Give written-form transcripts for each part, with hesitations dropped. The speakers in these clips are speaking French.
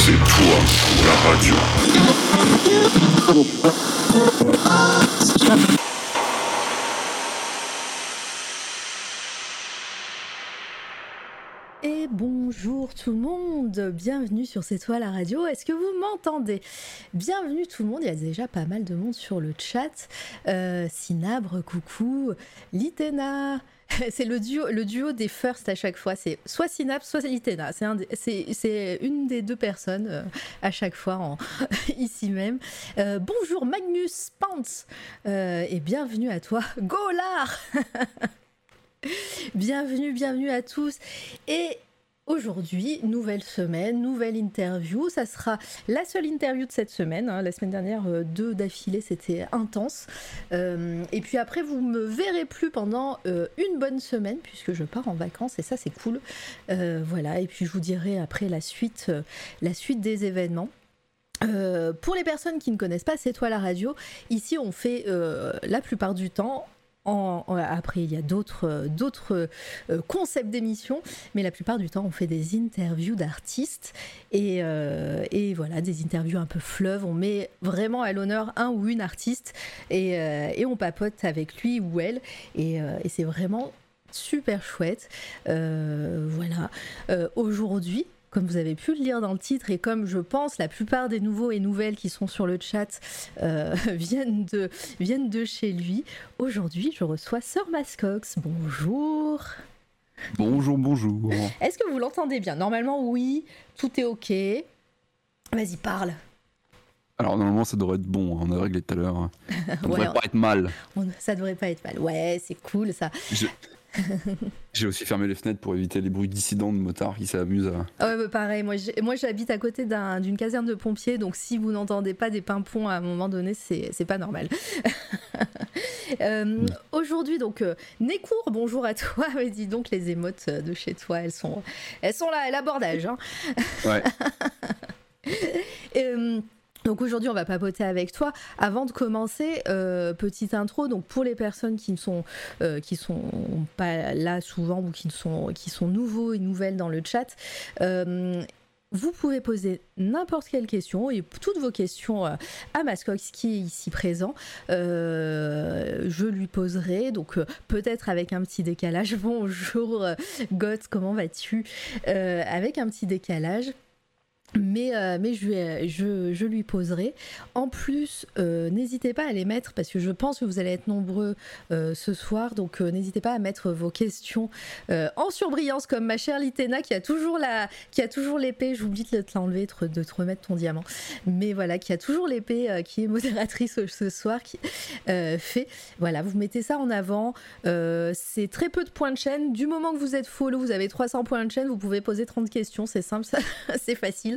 C'est toi, la radio. Et bonjour tout le monde, bienvenue sur C'est toi la radio, est-ce que vous m'entendez ? Bienvenue tout le monde, il y a déjà pas mal de monde sur le chat, Sinabre, coucou, Litena, c'est le duo des first à chaque fois, c'est soit Sinabre, soit Litena, c'est une des deux personnes à chaque fois ici même. Bonjour Magnus Pants, et bienvenue à toi, Golard. Bienvenue à tous. Et aujourd'hui, nouvelle semaine, nouvelle interview. Ça sera la seule interview de cette semaine. La semaine dernière, 2 d'affilée, c'était intense. Et puis après, vous me verrez plus pendant une bonne semaine puisque je pars en vacances et ça, c'est cool. Voilà. Et puis je vous dirai après la suite des événements. Pour les personnes qui ne connaissent pas C'est toi la radio, ici on fait la plupart du temps. Après, il y a d'autres concepts d'émissions, mais la plupart du temps, on fait des interviews d'artistes et voilà, des interviews un peu fleuves. On met vraiment à l'honneur un ou une artiste et on papote avec lui ou elle et c'est vraiment super chouette. Voilà. Aujourd'hui, comme vous avez pu le lire dans le titre et comme je pense la plupart des nouveaux et nouvelles qui sont sur le chat viennent de chez lui, aujourd'hui je reçois Sir Mascox. Bonjour. Bonjour. Est-ce que vous l'entendez bien ? Normalement oui, tout est ok. Vas-y, parle. Alors normalement ça devrait être bon, on a réglé tout à l'heure. Ça devrait pas être mal. Ça devrait pas être mal, ouais, c'est cool ça. J'ai aussi fermé les fenêtres pour éviter les bruits dissidents de motards qui s'amusent à... Ah ouais, bah pareil, moi j'habite à côté d'une caserne de pompiers, donc si vous n'entendez pas des pimpons à un moment donné, c'est pas normal. Aujourd'hui, donc, Nécourt, bonjour à toi. Mais dis donc, les émotes de chez toi, elles sont là à l'abordage. Hein. Ouais. Donc aujourd'hui on va papoter avec toi. Avant de commencer, petite intro. Donc pour les personnes qui sont pas là souvent ou qui sont nouveaux et nouvelles dans le chat, vous pouvez poser n'importe quelle question et toutes vos questions à Mascox qui est ici présent. Je lui poserai, donc peut-être avec un petit décalage. Bonjour Goth, comment vas-tu ? Avec un petit décalage. Mais je lui poserai. En plus, n'hésitez pas à les mettre parce que je pense que vous allez être nombreux ce soir. Donc n'hésitez pas à mettre vos questions en surbrillance comme ma chère Litena qui a toujours l'épée. J'oublie de te l'enlever, de te remettre ton diamant. Mais voilà, qui a toujours l'épée, qui est modératrice ce soir, qui fait. Voilà, vous mettez ça en avant. C'est très peu de points de chaîne. Du moment que vous êtes follow, vous avez 300 points de chaîne, vous pouvez poser 30 questions. C'est simple, ça, c'est facile.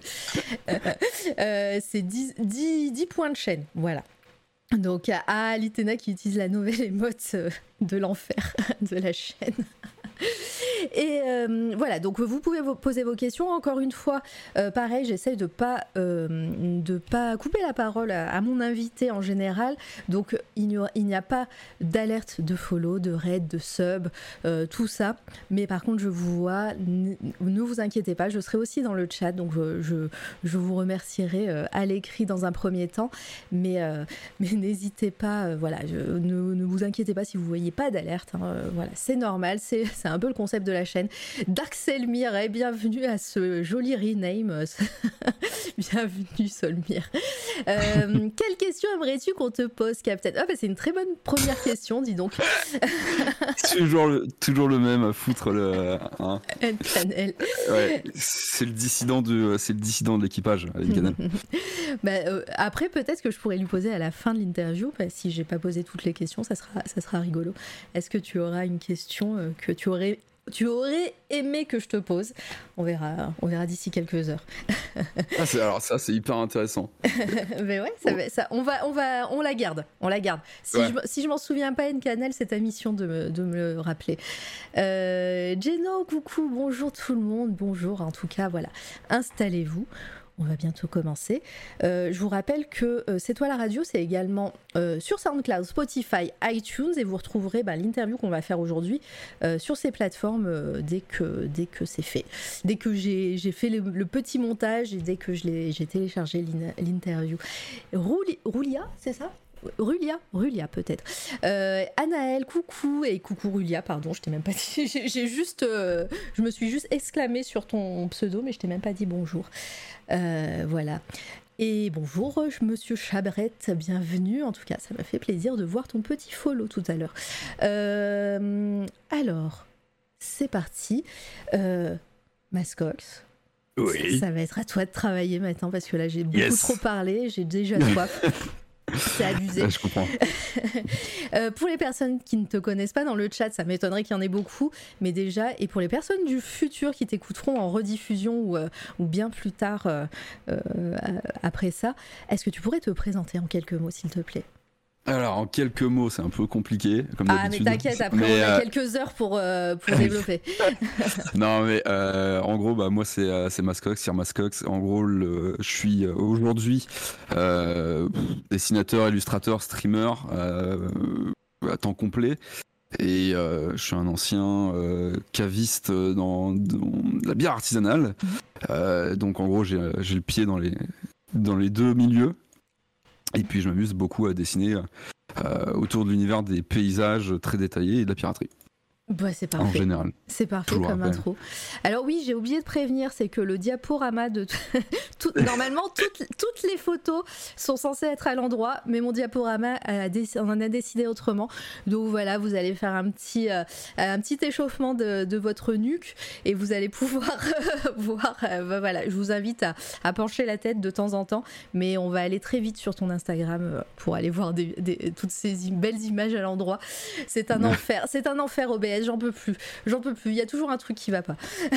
C'est 10 points de chaîne, voilà. Donc à Litena qui utilise la nouvelle émote de l'enfer de la chaîne. Et voilà, donc vous pouvez poser vos questions. Encore une fois, pareil, j'essaye de pas couper la parole à mon invité en général. Donc il n'y a pas d'alerte de follow, de raid, de sub, tout ça. Mais par contre, je vous vois, ne vous inquiétez pas, je serai aussi dans le chat. Donc je vous remercierai à l'écrit dans un premier temps. Mais n'hésitez pas, voilà, ne vous inquiétez pas si vous voyez pas d'alerte. Hein, voilà, c'est normal, c'est un peu le concept de la chaîne. Darkselmir, bienvenue à ce joli rename. Bienvenue Solmir. Quelle question aimerais-tu qu'on te pose, Captain ? C'est une très bonne première question, dis donc. toujours le même à foutre le. Hein. Canel. Ouais, c'est le dissident de l'équipage avec Canel. Après, peut-être que je pourrais lui poser à la fin de l'interview. Si j'ai pas posé toutes les questions, ça sera rigolo. Est-ce que tu auras une question que tu aurais aimé que je te pose ? On verra d'ici quelques heures. Alors ça, c'est hyper intéressant. Mais ouais, ça, on la garde. Si je m'en souviens pas, Ncanel, c'est ta mission de me le rappeler. Geno, coucou, bonjour tout le monde, bonjour. En tout cas, voilà, installez-vous. On va bientôt commencer. Je vous rappelle que C'est toi la radio, c'est également sur SoundCloud, Spotify, iTunes, et vous retrouverez l'interview qu'on va faire aujourd'hui sur ces plateformes dès que c'est fait. Dès que j'ai fait le petit montage et dès que j'ai téléchargé l'interview. Roulia, c'est ça ? Rulia peut-être. Anaël, coucou, et coucou Rulia, pardon, je t'ai même pas dit. Je me suis juste exclamée sur ton pseudo, mais je t'ai même pas dit bonjour. Voilà. Et bonjour, monsieur Chabrette, bienvenue. En tout cas, ça m'a fait plaisir de voir ton petit follow tout à l'heure. Alors, c'est parti. Mascox. Oui. Ça va être à toi de travailler maintenant parce que là, j'ai beaucoup trop parlé, j'ai déjà soif. C'est abusé. Je comprends. Pour les personnes qui ne te connaissent pas dans le chat, ça m'étonnerait qu'il y en ait beaucoup, mais déjà, et pour les personnes du futur qui t'écouteront en rediffusion ou bien plus tard après ça, est-ce que tu pourrais te présenter en quelques mots, s'il te plaît ? Alors, en quelques mots, c'est un peu compliqué, comme d'habitude. Mais t'inquiète, après on a quelques heures pour développer. Non, mais en gros, moi, c'est Mascox, Sir Mascox. En gros, je suis aujourd'hui dessinateur, illustrateur, streamer à temps complet. Et je suis un ancien caviste dans la bière artisanale. Donc, en gros, j'ai le pied dans les deux milieux. Et puis je m'amuse beaucoup à dessiner autour de l'univers des paysages très détaillés et de la piraterie. C'est parfait. En général. C'est parfait comme intro. Alors oui, j'ai oublié de prévenir, c'est que le diaporama de normalement toutes les photos sont censées être à l'endroit, mais mon diaporama on en a décidé autrement. Donc voilà, vous allez faire un petit échauffement de votre nuque et vous allez pouvoir voir. Voilà, je vous invite à pencher la tête de temps en temps, mais on va aller très vite sur ton Instagram pour aller voir toutes ces belles images à l'endroit. C'est un enfer. C'est un enfer, OBS. J'en peux plus. Il y a toujours un truc qui va pas.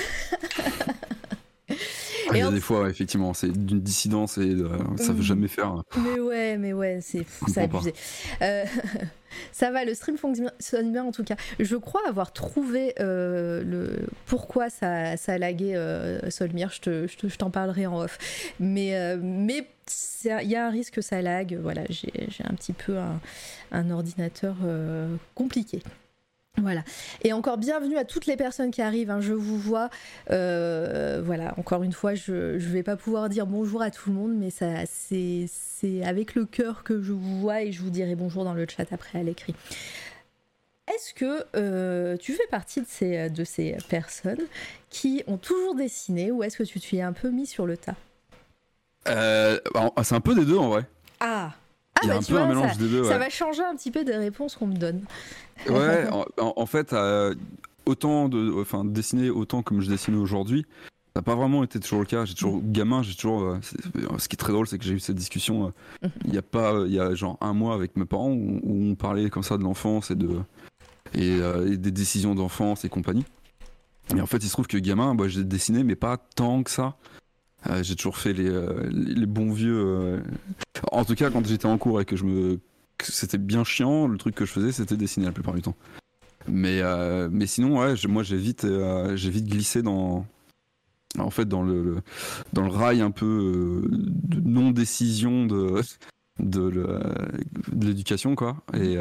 Il y a des fois, effectivement, c'est d'une dissidence et ça veut jamais faire. Mais ouais, c'est abusé. Ça va, le stream fonctionne bien en tout cas. Je crois avoir trouvé pourquoi ça a lagué Solmire. Je t'en parlerai en off. Mais il y a un risque que ça lag. Voilà, j'ai un petit peu un ordinateur compliqué. Voilà. Et encore bienvenue à toutes les personnes qui arrivent, hein, je vous vois. Voilà, encore une fois, je vais pas pouvoir dire bonjour à tout le monde, mais c'est avec le cœur que je vous vois et je vous dirai bonjour dans le chat après à l'écrit. Est-ce que tu fais partie de ces personnes qui ont toujours dessiné ou est-ce que tu t'y es un peu mis sur le tas ? C'est un peu des deux en vrai. Il y a un peu un mélange des deux. Ça va changer un petit peu des réponses qu'on me donne. Ouais, en fait, dessiner autant comme je dessine aujourd'hui, ça n'a pas vraiment été toujours le cas. Gamin, ce qui est très drôle, c'est que j'ai eu cette discussion il y a genre un mois avec mes parents où on parlait comme ça de l'enfance et des décisions d'enfance et compagnie. Et en fait, il se trouve que gamin, j'ai dessiné, mais pas tant que ça. J'ai toujours fait les bons vieux. En tout cas, quand j'étais en cours et que c'était bien chiant, le truc que je faisais, c'était dessiner la plupart du temps. Mais sinon, ouais, moi j'ai vite glissé dans le rail un peu de non-décision de l'éducation, quoi. Et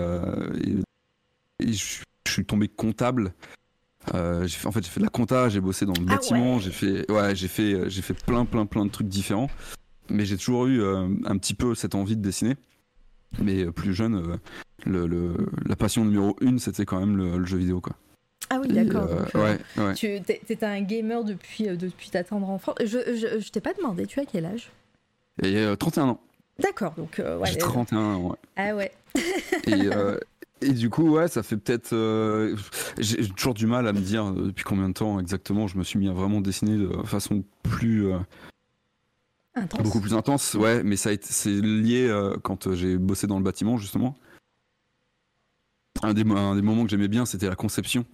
je suis tombé comptable. J'ai fait de la compta, j'ai bossé dans le bâtiment, ouais. j'ai fait plein de trucs différents, mais j'ai toujours eu un petit peu cette envie de dessiner. Mais plus jeune, la passion numéro 1, c'était quand même le jeu vidéo, quoi. Ah oui, d'accord. Ouais. Tu étais un gamer depuis ta tendre enfance. Je t'ai pas demandé, tu as quel âge ? Et 31 ans. D'accord, donc ouais. J'ai 31 ans, ouais. Ah ouais. Et du coup, ouais, ça fait peut-être. J'ai toujours du mal à me dire depuis combien de temps exactement je me suis mis à vraiment dessiner de façon plus. Intense. Beaucoup plus intense, ouais, mais c'est lié quand j'ai bossé dans le bâtiment, justement. Un des moments que j'aimais bien, c'était la conception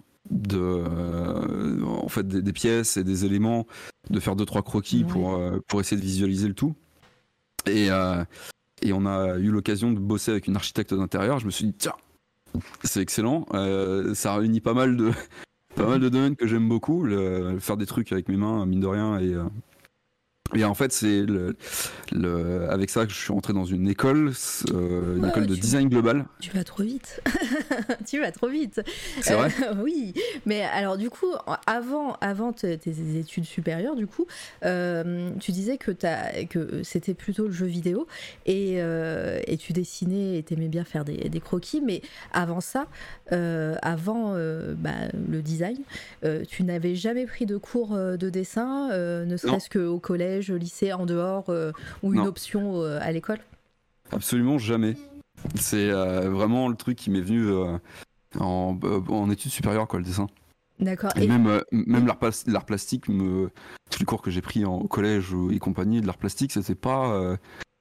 des pièces et des éléments, de faire 2-3 croquis pour essayer de visualiser le tout. Et on a eu l'occasion de bosser avec une architecte d'intérieur. Je me suis dit, tiens, c'est excellent. Ça réunit pas mal de domaines que j'aime beaucoup. Faire des trucs avec mes mains, mine de rien, Et en fait, c'est avec ça que je suis rentré dans une école, une école de design global. Tu vas trop vite. Tu vas trop vite. C'est vrai oui, mais alors du coup, avant tes études supérieures, du coup, tu disais que c'était plutôt le jeu vidéo et tu dessinais et t'aimais bien faire des croquis, mais avant ça, avant le design, tu n'avais jamais pris de cours de dessin, ne serait-ce qu'au collège, au lycée, en dehors, ou une option à l'école? Absolument jamais. C'est vraiment le truc qui m'est venu en études supérieures, quoi, le dessin. D'accord. Et même l'art plastique, tous les cours que j'ai pris au collège et compagnie de l'art plastique, c'est pas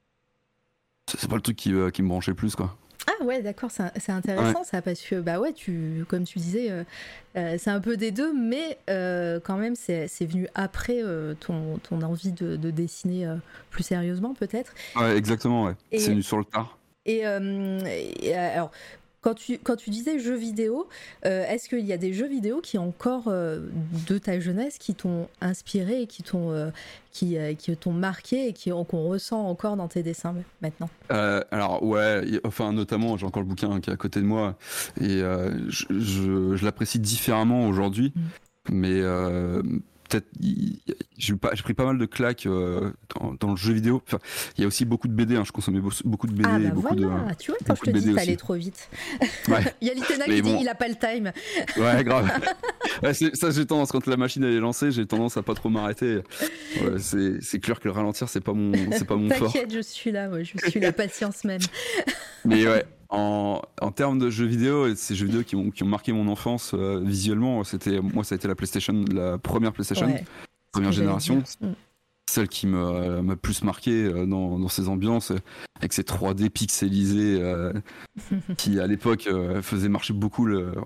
le truc qui me branchait le plus, quoi. Ah ouais, d'accord, c'est intéressant ça, parce que comme tu disais, c'est un peu des deux, mais quand même c'est venu après ton envie de dessiner plus sérieusement peut-être. Ouais, exactement, ouais. C'est venu sur le tard. Et alors, quand tu disais jeux vidéo, est-ce qu'il y a des jeux vidéo qui encore de ta jeunesse qui t'ont inspiré et qui t'ont marqué et qu'on ressent encore dans tes dessins maintenant? Alors ouais, enfin notamment j'ai encore le bouquin qui est à côté de moi et je l'apprécie différemment aujourd'hui, mais peut-être j'ai pris pas mal de claques dans le jeu vidéo. Enfin, il y a aussi beaucoup de BD, hein. Je consommais beaucoup de BD. Ah bah beaucoup voilà, tu vois, quand je te dis t'allais trop vite. Ouais. Il y a Litena qui dit il a pas le time. Ouais, grave. Ouais, ça j'ai tendance, quand la machine elle est lancée, j'ai tendance à pas trop m'arrêter. Ouais, c'est clair que le ralentir c'est pas mon fort. T'inquiète, je suis là, moi, je suis la patience même. Mais ouais, en termes de jeux vidéo, ces jeux vidéo qui ont marqué mon enfance visuellement, ça a été la PlayStation, la première PlayStation, première génération, celle qui m'a plus marqué dans ces ambiances, avec ces 3D pixelisés qui à l'époque faisaient marcher beaucoup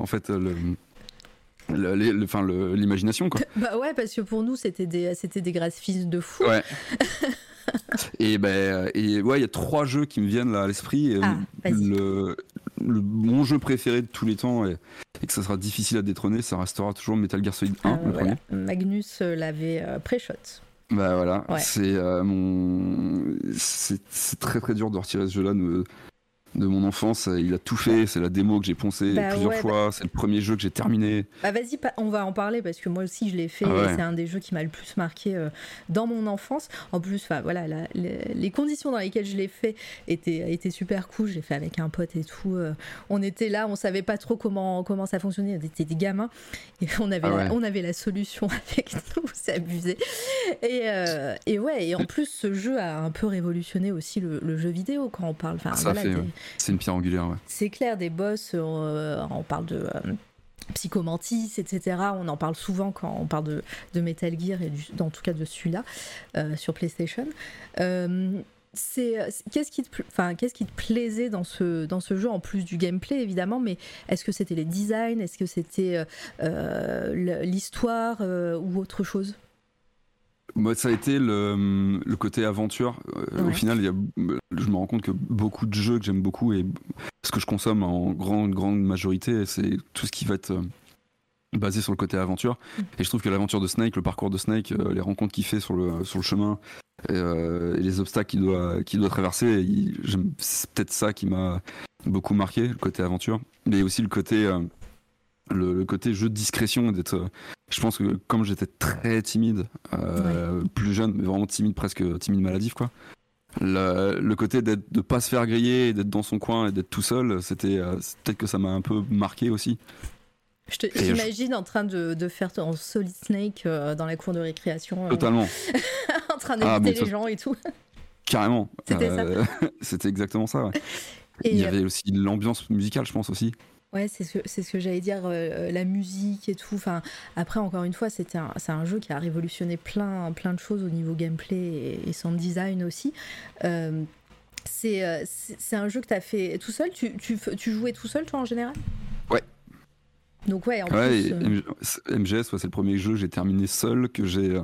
l'imagination, quoi. Bah ouais, parce que pour nous c'était des graphismes de fou. Ouais. Et ouais, il y a 3 jeux qui me viennent là à l'esprit. Mon jeu préféré de tous les temps et que ça sera difficile à détrôner, ça restera toujours Metal Gear Solid 1, le premier. Magnus l'avait pré-shot. Bah voilà, ouais. C'est très très dur de retirer ce jeu-là de mon enfance. Il a tout fait, c'est la démo que j'ai poncée plusieurs fois, c'est le premier jeu que j'ai terminé. Bah vas-y, on va en parler parce que moi aussi je l'ai fait, et c'est un des jeux qui m'a le plus marqué dans mon enfance. En plus, voilà, les conditions dans lesquelles je l'ai fait étaient super cool. Je l'ai fait avec un pote et tout. On était là, on savait pas trop comment ça fonctionnait. On était des gamins et on avait la solution avec nous, c'est abusé. Et en plus, ce jeu a un peu révolutionné aussi le jeu vidéo quand on parle. C'est une pierre angulaire, ouais. C'est clair, des boss, on parle de Psychomantis, etc. On en parle souvent quand on parle de Metal Gear, et en tout cas de celui-là, sur PlayStation. Qu'est-ce qui te plaisait dans ce jeu, en plus du gameplay évidemment, mais est-ce que c'était les designs, est-ce que c'était l'histoire ou autre chose? Moi, ça a été le côté aventure. Au final, je me rends compte que beaucoup de jeux que j'aime beaucoup et ce que je consomme en grande majorité, c'est tout ce qui va être basé sur le côté aventure. Et je trouve que l'aventure de Snake, le parcours de Snake, les rencontres qu'il fait sur le chemin et les obstacles qu'il doit traverser, c'est peut-être ça qui m'a beaucoup marqué, le côté aventure. Mais aussi le côté jeu de discrétion, je pense que comme j'étais très timide, plus jeune, mais vraiment timide, presque timide maladif, quoi. Le côté de pas se faire griller, d'être dans son coin et d'être tout seul, c'était peut-être que ça m'a un peu marqué aussi. Je t'imagine en train de faire ton Solid Snake dans la cour de récréation. Totalement. En train d'éviter les gens et tout. Carrément. C'était ça. C'était exactement ça, ouais. Et il y avait aussi l'ambiance musicale, je pense aussi. Ouais, c'est ce que j'allais dire, la musique et tout. Enfin, après, encore une fois, c'est un jeu qui a révolutionné plein de choses au niveau gameplay et sound design aussi. C'est un jeu que tu as fait tout seul. Tu jouais tout seul, toi, en général? Ouais. Donc ouais, en plus... MGS, c'est le premier jeu que j'ai terminé seul, que j'ai...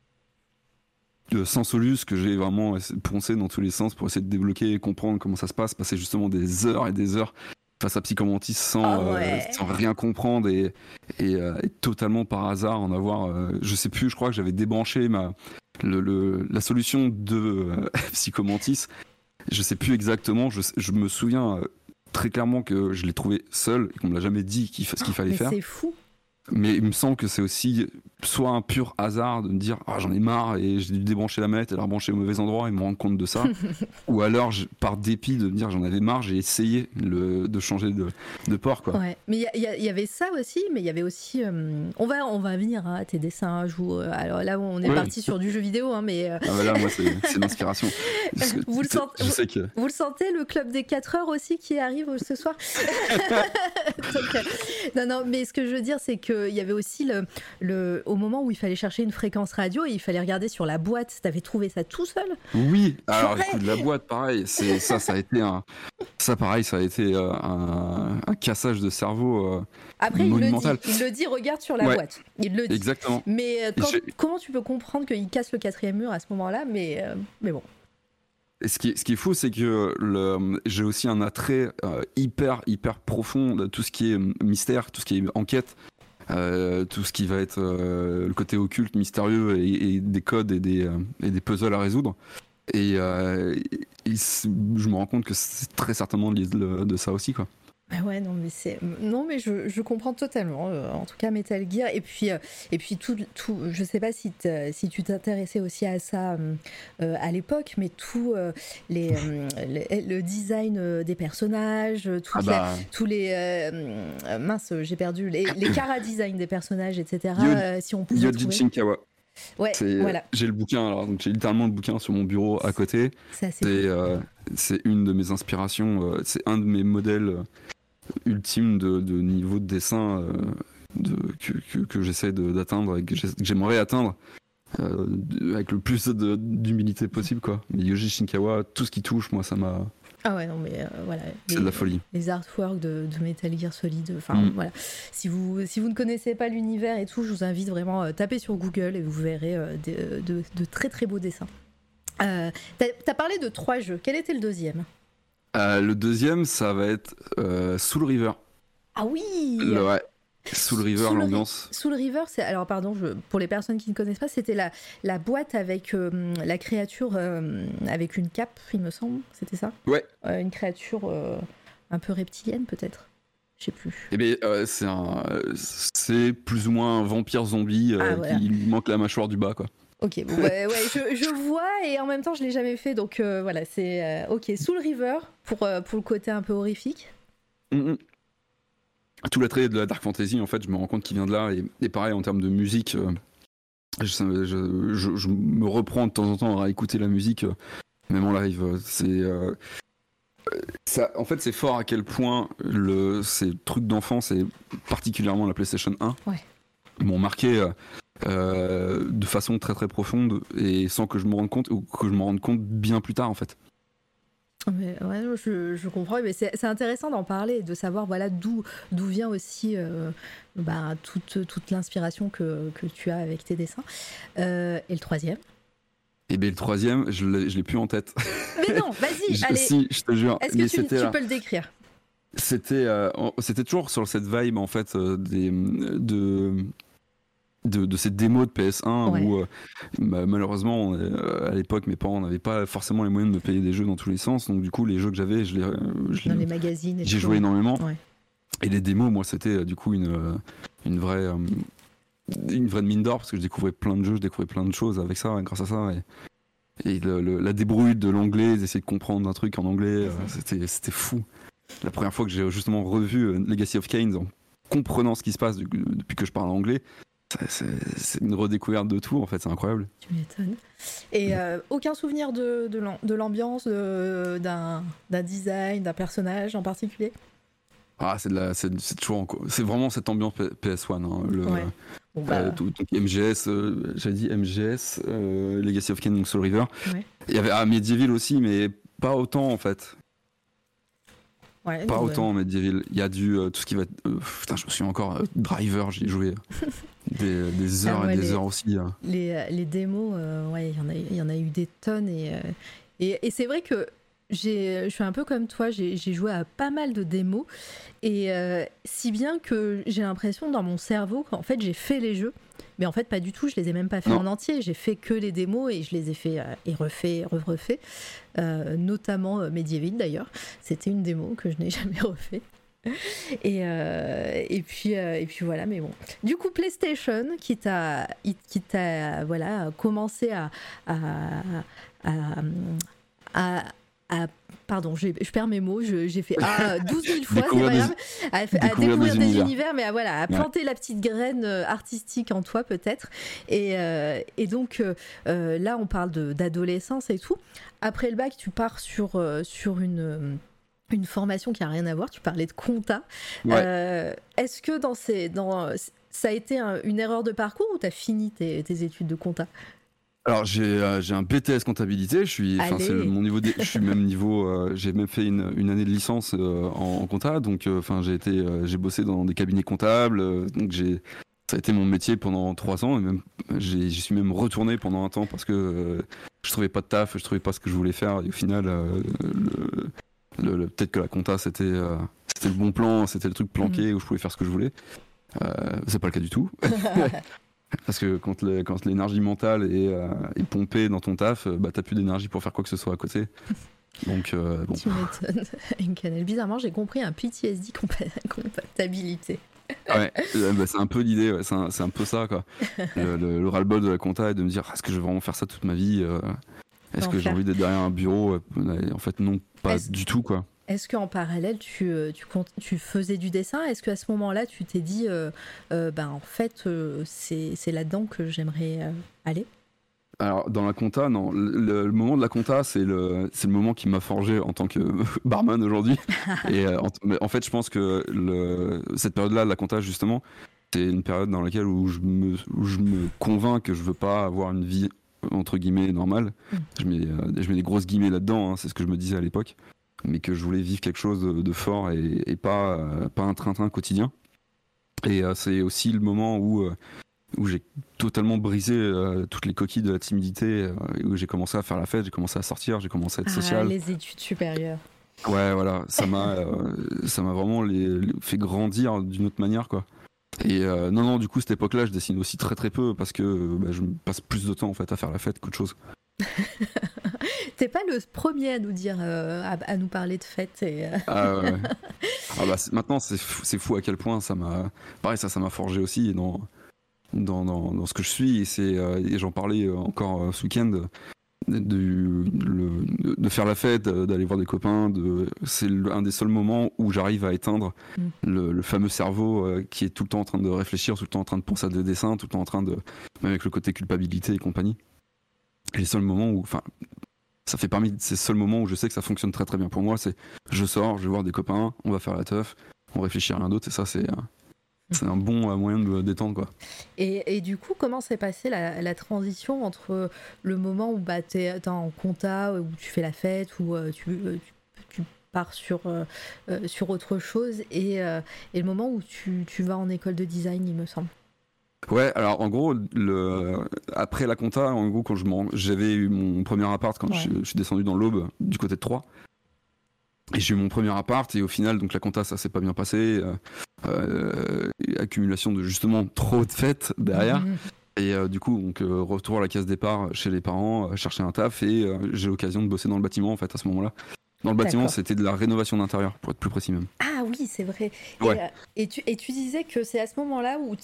sans solus, que j'ai vraiment poncé dans tous les sens pour essayer de débloquer, comprendre comment ça se passe, passer justement des heures et des heures face à Psychomantis sans rien comprendre et totalement par hasard en avoir je sais plus, je crois que j'avais débranché la solution de Psychomantis, je sais plus exactement, je me souviens très clairement que je l'ai trouvé seul et qu'on me l'a jamais dit ce qu'il fallait faire. C'est fou. Mais il me semble que c'est aussi soit un pur hasard de me dire j'en ai marre et j'ai dû débrancher la manette et la rebrancher au mauvais endroit et me rendre compte de ça, ou alors par dépit de me dire j'en avais marre, j'ai essayé de changer de port, quoi. Ouais. Mais il y avait ça aussi, mais il y avait aussi on va venir à tes dessins. Alors là on est parti sur du jeu vidéo, hein, mais là moi c'est l'inspiration. Vous le sentez, le club des 4 heures aussi qui arrive ce soir. Donc, non, mais ce que je veux dire, c'est qu'il y avait aussi au moment où il fallait chercher une fréquence radio et il fallait regarder sur la boîte. T'avais trouvé ça tout seul? Oui, alors écoute, la boîte, pareil, ça a été un cassage de cerveau Après, monumental. Il le dit, regarde sur la boîte. Il le dit. Exactement. Mais comment tu peux comprendre qu'il casse le 4e mur à ce moment-là? Mais bon. Et ce qui est fou, c'est que j'ai aussi un attrait hyper profond de tout ce qui est mystère, tout ce qui est enquête, tout ce qui va être le côté occulte, mystérieux et des codes et des puzzles à résoudre. Et je me rends compte que c'est très certainement lié de ça aussi, quoi. Ouais, non mais je comprends totalement, en tout cas Metal Gear, et puis tout je sais pas si tu t'intéressais aussi à ça à l'époque, mais tout le design des personnages, tous les mince, j'ai perdu les chara-design des personnages, etc. Si on pouvait Yoji Shinkawa. Ouais, voilà. J'ai le bouquin, alors donc j'ai littéralement le bouquin sur mon bureau à côté. C'est une de mes inspirations, c'est un de mes modèles ultimes de niveau de dessin que j'essaie d'atteindre et que j'aimerais atteindre avec le plus d'humilité possible, quoi. Mais Yoji Shinkawa, tout ce qui touche, moi ça m'a... Ah ouais, non mais voilà. C'est de la folie. Les artworks de Metal Gear Solid, enfin voilà. Si vous ne connaissez pas l'univers et tout, je vous invite vraiment à taper sur Google et vous verrez de très très beaux dessins. T'as parlé de 3 jeux, quel était le deuxième? Le deuxième, ça va être Soul River. Ah oui. Ouais. Soul River, l'ambiance. Soul River, c'est, alors pardon, pour les personnes qui ne connaissent pas, c'était la boîte avec la créature avec une cape, il me semble, c'était ça? Ouais. Une créature un peu reptilienne peut-être, je sais plus. Eh bien, c'est plus ou moins un vampire zombie voilà. Qui lui manque la mâchoire du bas, quoi. Ok, bon, ouais, je vois et en même temps je l'ai jamais fait, donc voilà, c'est ok. Soul River pour le côté un peu horrifique. Tout l'attrait de la dark fantasy, en fait, je me rends compte qu'il vient de là, et pareil en termes de musique, je me reprends de temps en temps à écouter la musique, même en live. En fait, c'est fort à quel point ces trucs d'enfance, et particulièrement la PlayStation 1, m'ont marqué. De façon très très profonde et sans que je me rende compte, ou que je me rende compte bien plus tard, en fait. Mais ouais, je comprends, mais c'est intéressant d'en parler et de savoir voilà d'où vient aussi toute l'inspiration que tu as avec tes dessins. Et le troisième? Eh bien, le troisième, je l'ai plus en tête. Mais non, vas-y, allez. Si, je te jure. Est-ce que tu peux le décrire? C'était toujours sur cette vibe, en fait, de ces démos de PS1 où malheureusement à l'époque mes parents n'avaient pas forcément les moyens de me payer des jeux dans tous les sens, donc du coup les jeux que j'avais dans les magazines j'ai joué énormément et les démos, moi c'était du coup une vraie mine d'or, parce que je découvrais plein de jeux, je découvrais plein de choses avec ça, grâce à ça, et la débrouille de l'anglais, d'essayer de comprendre un truc en anglais, c'était fou. La première fois que j'ai justement revu Legacy of Kain en comprenant ce qui se passe depuis que je parle anglais, c'est une redécouverte de tout, en fait, c'est incroyable. Tu m'étonnes. Et aucun souvenir de l'ambiance, d'un design, d'un personnage en particulier? C'est toujours c'est vraiment cette ambiance PS1, hein, tout MGS, j'avais dit MGS, Legacy of Kain, donc Soul River. Il y avait Medieval aussi, mais pas autant, en fait. Pas autant Medieval. Il y a tout ce qui va être. Putain, je me souviens encore. Driver, j'y ai joué des heures et des heures aussi. Les démos, il y en a eu des tonnes. Et c'est vrai que je suis un peu comme toi, j'ai joué à pas mal de démos. Et si bien que j'ai l'impression dans mon cerveau qu'en fait j'ai fait les jeux. Mais en fait, pas du tout. Je les ai même pas fait en entier. J'ai fait que les démos et je les ai fait et refait. Notamment Medieval d'ailleurs. C'était une démo que je n'ai jamais refait. Et puis voilà, mais bon. Du coup, PlayStation qui t'a voilà commencé à pardon, je perds mes mots, j'ai fait 12 000 fois, c'est pas grave, à découvrir des univers, mais à planter la petite graine artistique en toi peut-être. Et donc là, on parle d'adolescence et tout. Après le bac, tu pars sur une formation qui n'a rien à voir, tu parlais de compta. Ouais. Est-ce que ça a été une erreur de parcours ou tu as fini tes études de compta ? Alors j'ai un BTS comptabilité, c'est mon niveau je suis même niveau j'ai même fait une année de licence en compta, donc j'ai bossé dans des cabinets comptables, donc ça a été mon métier pendant 3 ans et même j'y suis même retourné pendant un temps parce que je trouvais pas de taf, je trouvais pas ce que je voulais faire et au final peut-être que la compta c'était le bon plan, c'était le truc planqué où je pouvais faire ce que je voulais. C'est pas le cas du tout. Parce que quand l'énergie mentale est pompée dans ton taf, t'as plus d'énergie pour faire quoi que ce soit à côté. Donc, bon. Tu m'étonnes. Canel. Bizarrement, j'ai compris un PTSD comptabilité. Ouais, c'est un peu l'idée, ouais. C'est un peu ça, quoi. Le ras-le-bol de la compta est de me dire est-ce que je vais vraiment faire ça toute ma vie Est-ce que j'ai envie d'être derrière un bureau En fait, non, pas du tout, quoi. Est-ce qu'en parallèle, tu faisais du dessin ? Est-ce qu'à ce moment-là, tu t'es dit, en fait, c'est là-dedans que j'aimerais aller ? Alors, dans la compta, non. Le moment de la compta, c'est le moment qui m'a forgé en tant que barman aujourd'hui. Et en fait, je pense que cette période-là, de la compta, justement, c'est une période dans laquelle où je me convainc que je veux pas avoir une vie, entre guillemets, normale. Je mets des grosses guillemets là-dedans, hein, c'est ce que je me disais à l'époque. Mais que je voulais vivre quelque chose de fort et pas un train-train quotidien. Et c'est aussi le moment où j'ai totalement brisé toutes les coquilles de la timidité, où j'ai commencé à faire la fête, j'ai commencé à sortir, j'ai commencé à être social. Les études supérieures. Ouais, voilà, ça m'a vraiment fait grandir d'une autre manière, quoi. Et non, du coup, cette époque-là, je dessine aussi très très peu parce que je me passe plus de temps en fait à faire la fête qu'autre chose. T'es pas le premier à nous dire, à nous parler de fête. Ah ouais. Maintenant, c'est fou à quel point ça m'a forgé aussi dans ce que je suis. Et j'en parlais encore ce week-end de faire la fête, d'aller voir des copains. C'est un des seuls moments où j'arrive à éteindre le fameux cerveau qui est tout le temps en train de réfléchir, tout le temps en train de penser à des dessins, tout le temps en train de, même avec le côté culpabilité et compagnie. Et les seuls moments où, ça fait parmi ces seuls moments où je sais que ça fonctionne très très bien pour moi, c'est je sors, je vais voir des copains, on va faire la teuf, on réfléchit à rien d'autre, et ça c'est un bon moyen de me détendre, quoi. Et du coup, comment s'est passée la transition entre le moment où t'es en compta, où tu fais la fête, où tu pars sur autre chose, et le moment où tu vas en école de design, il me semble. Ouais, alors en gros, après la compta, en gros, quand j'avais eu mon premier appart quand je suis descendu dans l'Aube, du côté de Troyes, et j'ai eu mon premier appart, et au final, donc la compta, ça s'est pas bien passé, accumulation de justement trop de fêtes derrière, et du coup, donc retour à la case départ chez les parents, chercher un taf, et j'ai l'occasion de bosser dans le bâtiment en fait à ce moment-là. Dans le bâtiment, c'était de la rénovation d'intérieur, pour être plus précis même. Ah oui, c'est vrai. Ouais. Et tu disais que c'est à ce moment-là où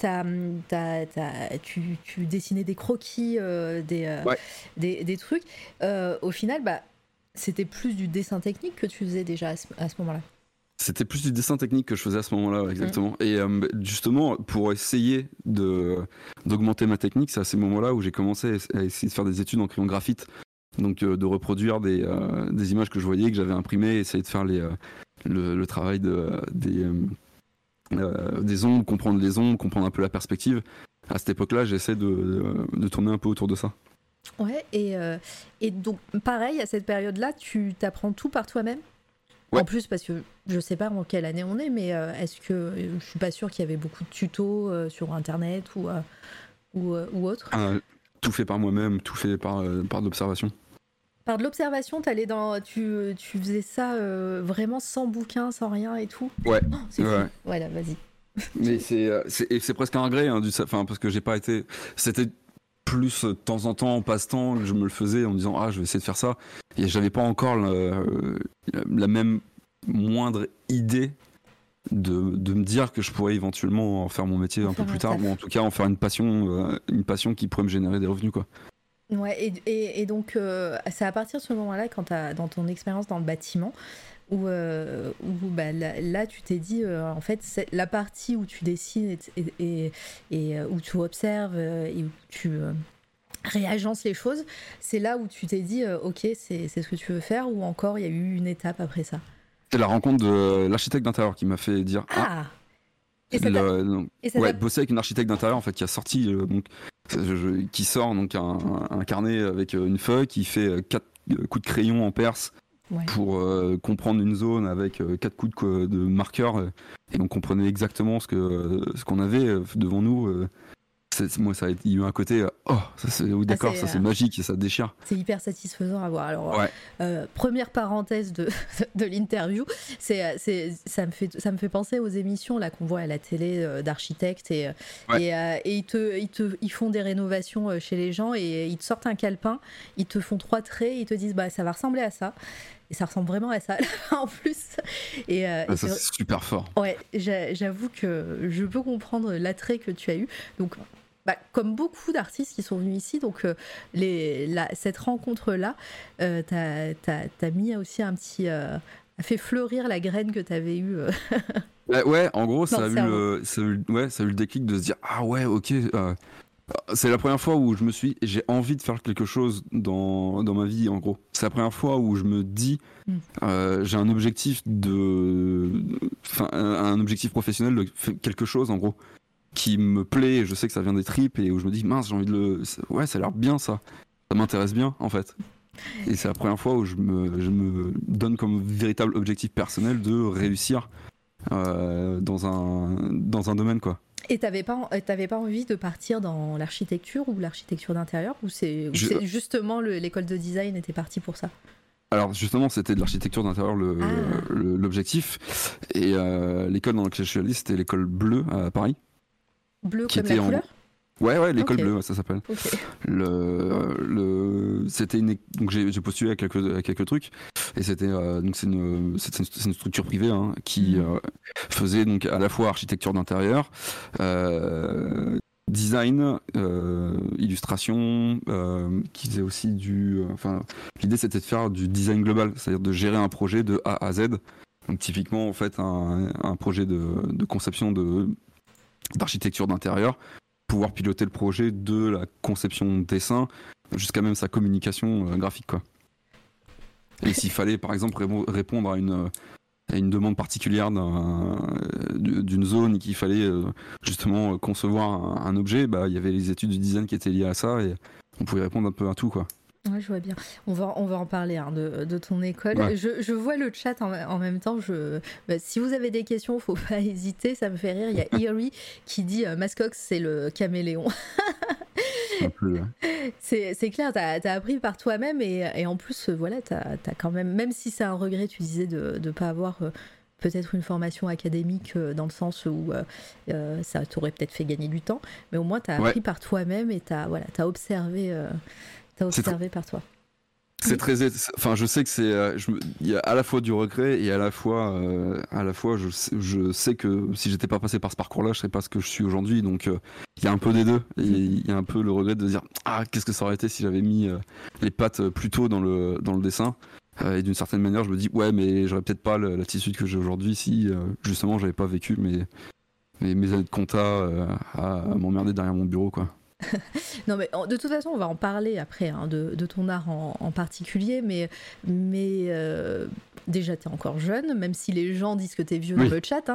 tu dessinais des croquis, des trucs. Au final, c'était plus du dessin technique que tu faisais déjà à ce moment-là. C'était plus du dessin technique que je faisais à ce moment-là, exactement. Et justement, pour essayer d'augmenter ma technique, c'est à ces moments-là où j'ai commencé à essayer de faire des études en crayon graphite. Donc de reproduire des images que je voyais, que j'avais imprimées, essayer de faire le travail des ombres, comprendre les ombres, comprendre un peu la perspective. À cette époque-là, j'essaie de tourner un peu autour de ça. Ouais, et donc pareil, à cette période-là, tu t'apprends tout par toi-même ? Ouais. En plus, parce que je sais pas en quelle année on est, mais est-ce que je suis pas sûre qu'il y avait beaucoup de tutos sur Internet ou autre ? Tout fait par moi-même, tout fait par de l'observation. Par de l'observation, tu faisais ça vraiment sans bouquin, sans rien et tout ? Ouais. C'est fou. Voilà, vas-y. Mais c'est presque un regret, hein, parce que j'ai pas été. C'était plus de temps en temps, en passe-temps, que je me le faisais en me disant je vais essayer de faire ça. Et j'avais pas encore la même moindre idée de me dire que je pourrais éventuellement en faire mon métier un peu plus tard, ou en tout cas en faire une passion qui pourrait me générer des revenus, quoi. Ouais, et donc c'est à partir de ce moment-là, quand dans ton expérience dans le bâtiment, où là tu t'es dit en fait c'est la partie où tu dessines et où tu observes et où tu réagences les choses, c'est là où tu t'es dit ok, c'est ce que tu veux faire, ou encore il y a eu une étape après ça? C'est la rencontre de l'architecte d'intérieur qui m'a fait dire bosser avec une architecte d'intérieur en fait qui a sorti qui sort donc un carnet avec une feuille qui fait 4 coups de crayon en perse pour comprendre une zone avec 4 coups de marqueur, et on comprenait exactement ce qu'on avait devant nous. Moi, ça a eu un côté d'accord, ça c'est magique et ça déchire. C'est hyper satisfaisant à voir. Alors, première parenthèse de l'interview, ça me fait penser aux émissions là qu'on voit à la télé d'architectes et ils font des rénovations chez les gens et ils te sortent un calepin, ils te font 3 traits, ils te disent ça va ressembler à ça. Et ça ressemble vraiment à ça en plus. Et ça c'est super fort. Ouais, j'avoue que je peux comprendre l'attrait que tu as eu. Donc, comme beaucoup d'artistes qui sont venus ici, donc cette rencontre-là, t'as mis aussi un petit, a fait fleurir la graine que t'avais eue. En gros, ça a eu le déclic de se dire ok. C'est la première fois où j'ai envie de faire quelque chose dans ma vie, en gros. C'est la première fois où je me dis, j'ai un objectif un objectif professionnel de quelque chose, en gros, qui me plaît. Je sais que ça vient des tripes et où je me dis, mince, j'ai envie de ça a l'air bien, ça m'intéresse bien, en fait. Et c'est la première fois où je me donne comme véritable objectif personnel de réussir dans un domaine, quoi. Et t'avais pas envie de partir dans l'architecture ou l'architecture d'intérieur, ou c'est justement l'école de design était partie pour ça? Alors justement, c'était de l'architecture d'intérieur l'objectif, et l'école dans laquelle je suis allé, c'était l'école bleue à Paris. Bleu comme la couleur? Ouais, l'école bleue, ça s'appelle. Okay. C'était donc j'ai postulé à quelques trucs, et c'était donc c'est une structure privée qui faisait donc à la fois architecture d'intérieur, design, illustration, qui faisait aussi l'idée c'était de faire du design global, c'est-à-dire de gérer un projet de A à Z. Donc typiquement en fait un projet de conception d'architecture d'intérieur, pouvoir piloter le projet de la conception de dessin jusqu'à même sa communication graphique, quoi. Et s'il fallait par exemple répondre à une demande particulière d'une zone, qu'il fallait justement concevoir un objet, il y avait les études du design qui étaient liées à ça et on pouvait répondre un peu à tout, quoi. Ouais, je vois bien. On va en parler de ton école. Ouais. Je vois le chat en même temps. Si vous avez des questions, faut pas hésiter. Ça me fait rire. Il y a Eerie qui dit Mascox, c'est le caméléon. C'est clair. T'as appris par toi-même et en plus, t'as quand même si c'est un regret, tu disais de pas avoir peut-être une formation académique dans le sens où ça t'aurait peut-être fait gagner du temps, mais au moins t'as appris par toi-même et t'as observé. Observé par toi. C'est très, je sais que il y a à la fois du regret et à la fois je sais que si j'étais pas passé par ce parcours-là, je serais pas ce que je suis aujourd'hui. Donc il y a un peu des deux. Il y a un peu le regret de dire qu'est-ce que ça aurait été si j'avais mis les pattes plus tôt dans le dessin. Et d'une certaine manière, je me dis mais j'aurais peut-être pas l'attitude que j'ai aujourd'hui si justement j'avais pas vécu mes années de compta à m'emmerder derrière mon bureau, quoi. Non mais de toute façon on va en parler après de ton art en particulier, mais déjà t'es encore jeune, même si les gens disent que t'es vieux dans le chat,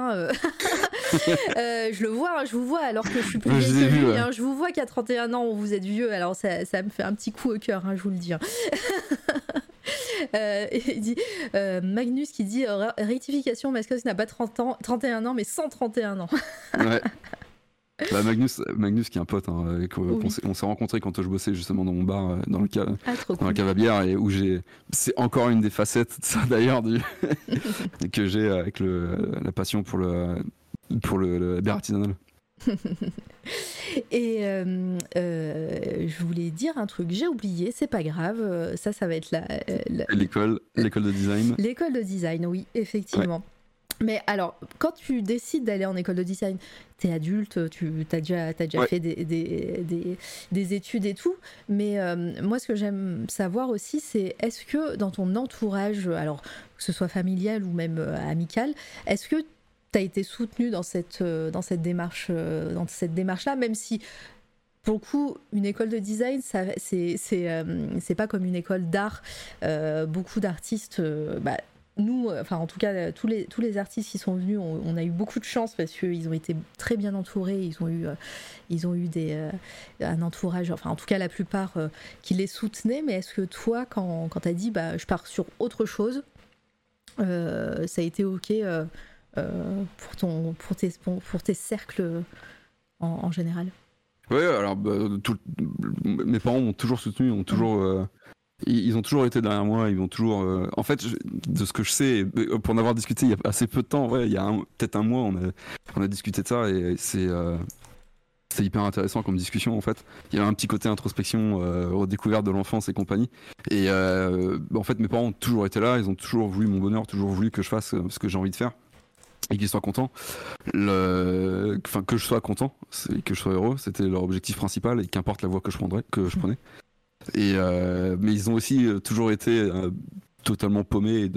je le vois, je vous vois alors que je suis plus vieille que lui, je vous vois qu'à 31 ans vous êtes vieux, alors ça me fait un petit coup au cœur, je vous le dis. Il dit Magnus qui dit rectification, Mascox n'a pas 31 ans mais 131 ans. Ouais. Magnus qui est un pote, on s'est rencontrés quand je bossais justement dans mon bar dans la cave à bière, et où c'est encore une des facettes de ça d'ailleurs que j'ai avec la passion pour pour la bière artisanale. Et je voulais dire un truc, j'ai oublié, c'est pas grave, ça va être l'école de design. L'école de design, oui, effectivement. Ouais. Mais alors, quand tu décides d'aller en école de design, t'es adulte, t'as déjà fait des études et tout, mais moi ce que j'aime savoir aussi, c'est est-ce que dans ton entourage, alors que ce soit familial ou même amical, est-ce que t'as été soutenu dans cette démarche-là, même si pour le coup, une école de design, c'est pas comme une école d'art. Beaucoup d'artistes, nous, enfin en tout cas tous les artistes qui sont venus, on a eu beaucoup de chance parce qu'ils ont été très bien entourés. Ils ont eu un entourage, enfin en tout cas la plupart qui les soutenait. Mais est-ce que toi, quand t'as dit je pars sur autre chose, ça a été ok pour tes cercles en général? Ouais, alors mes parents m'ont toujours soutenu, ils ont toujours été derrière moi, ils m'ont toujours. En fait, de ce que je sais, pour en avoir discuté il y a assez peu de temps, il y a peut-être un mois, on a discuté de ça et c'est hyper intéressant comme discussion en fait. Il y avait un petit côté introspection, redécouverte de l'enfance et compagnie. Et en fait, mes parents ont toujours été là, ils ont toujours voulu mon bonheur, toujours voulu que je fasse ce que j'ai envie de faire. Et qu'ils soient contents, que je sois content, que je sois heureux, c'était leur objectif principal, et qu'importe la voie que je prenais. Et mais ils ont aussi toujours été totalement paumés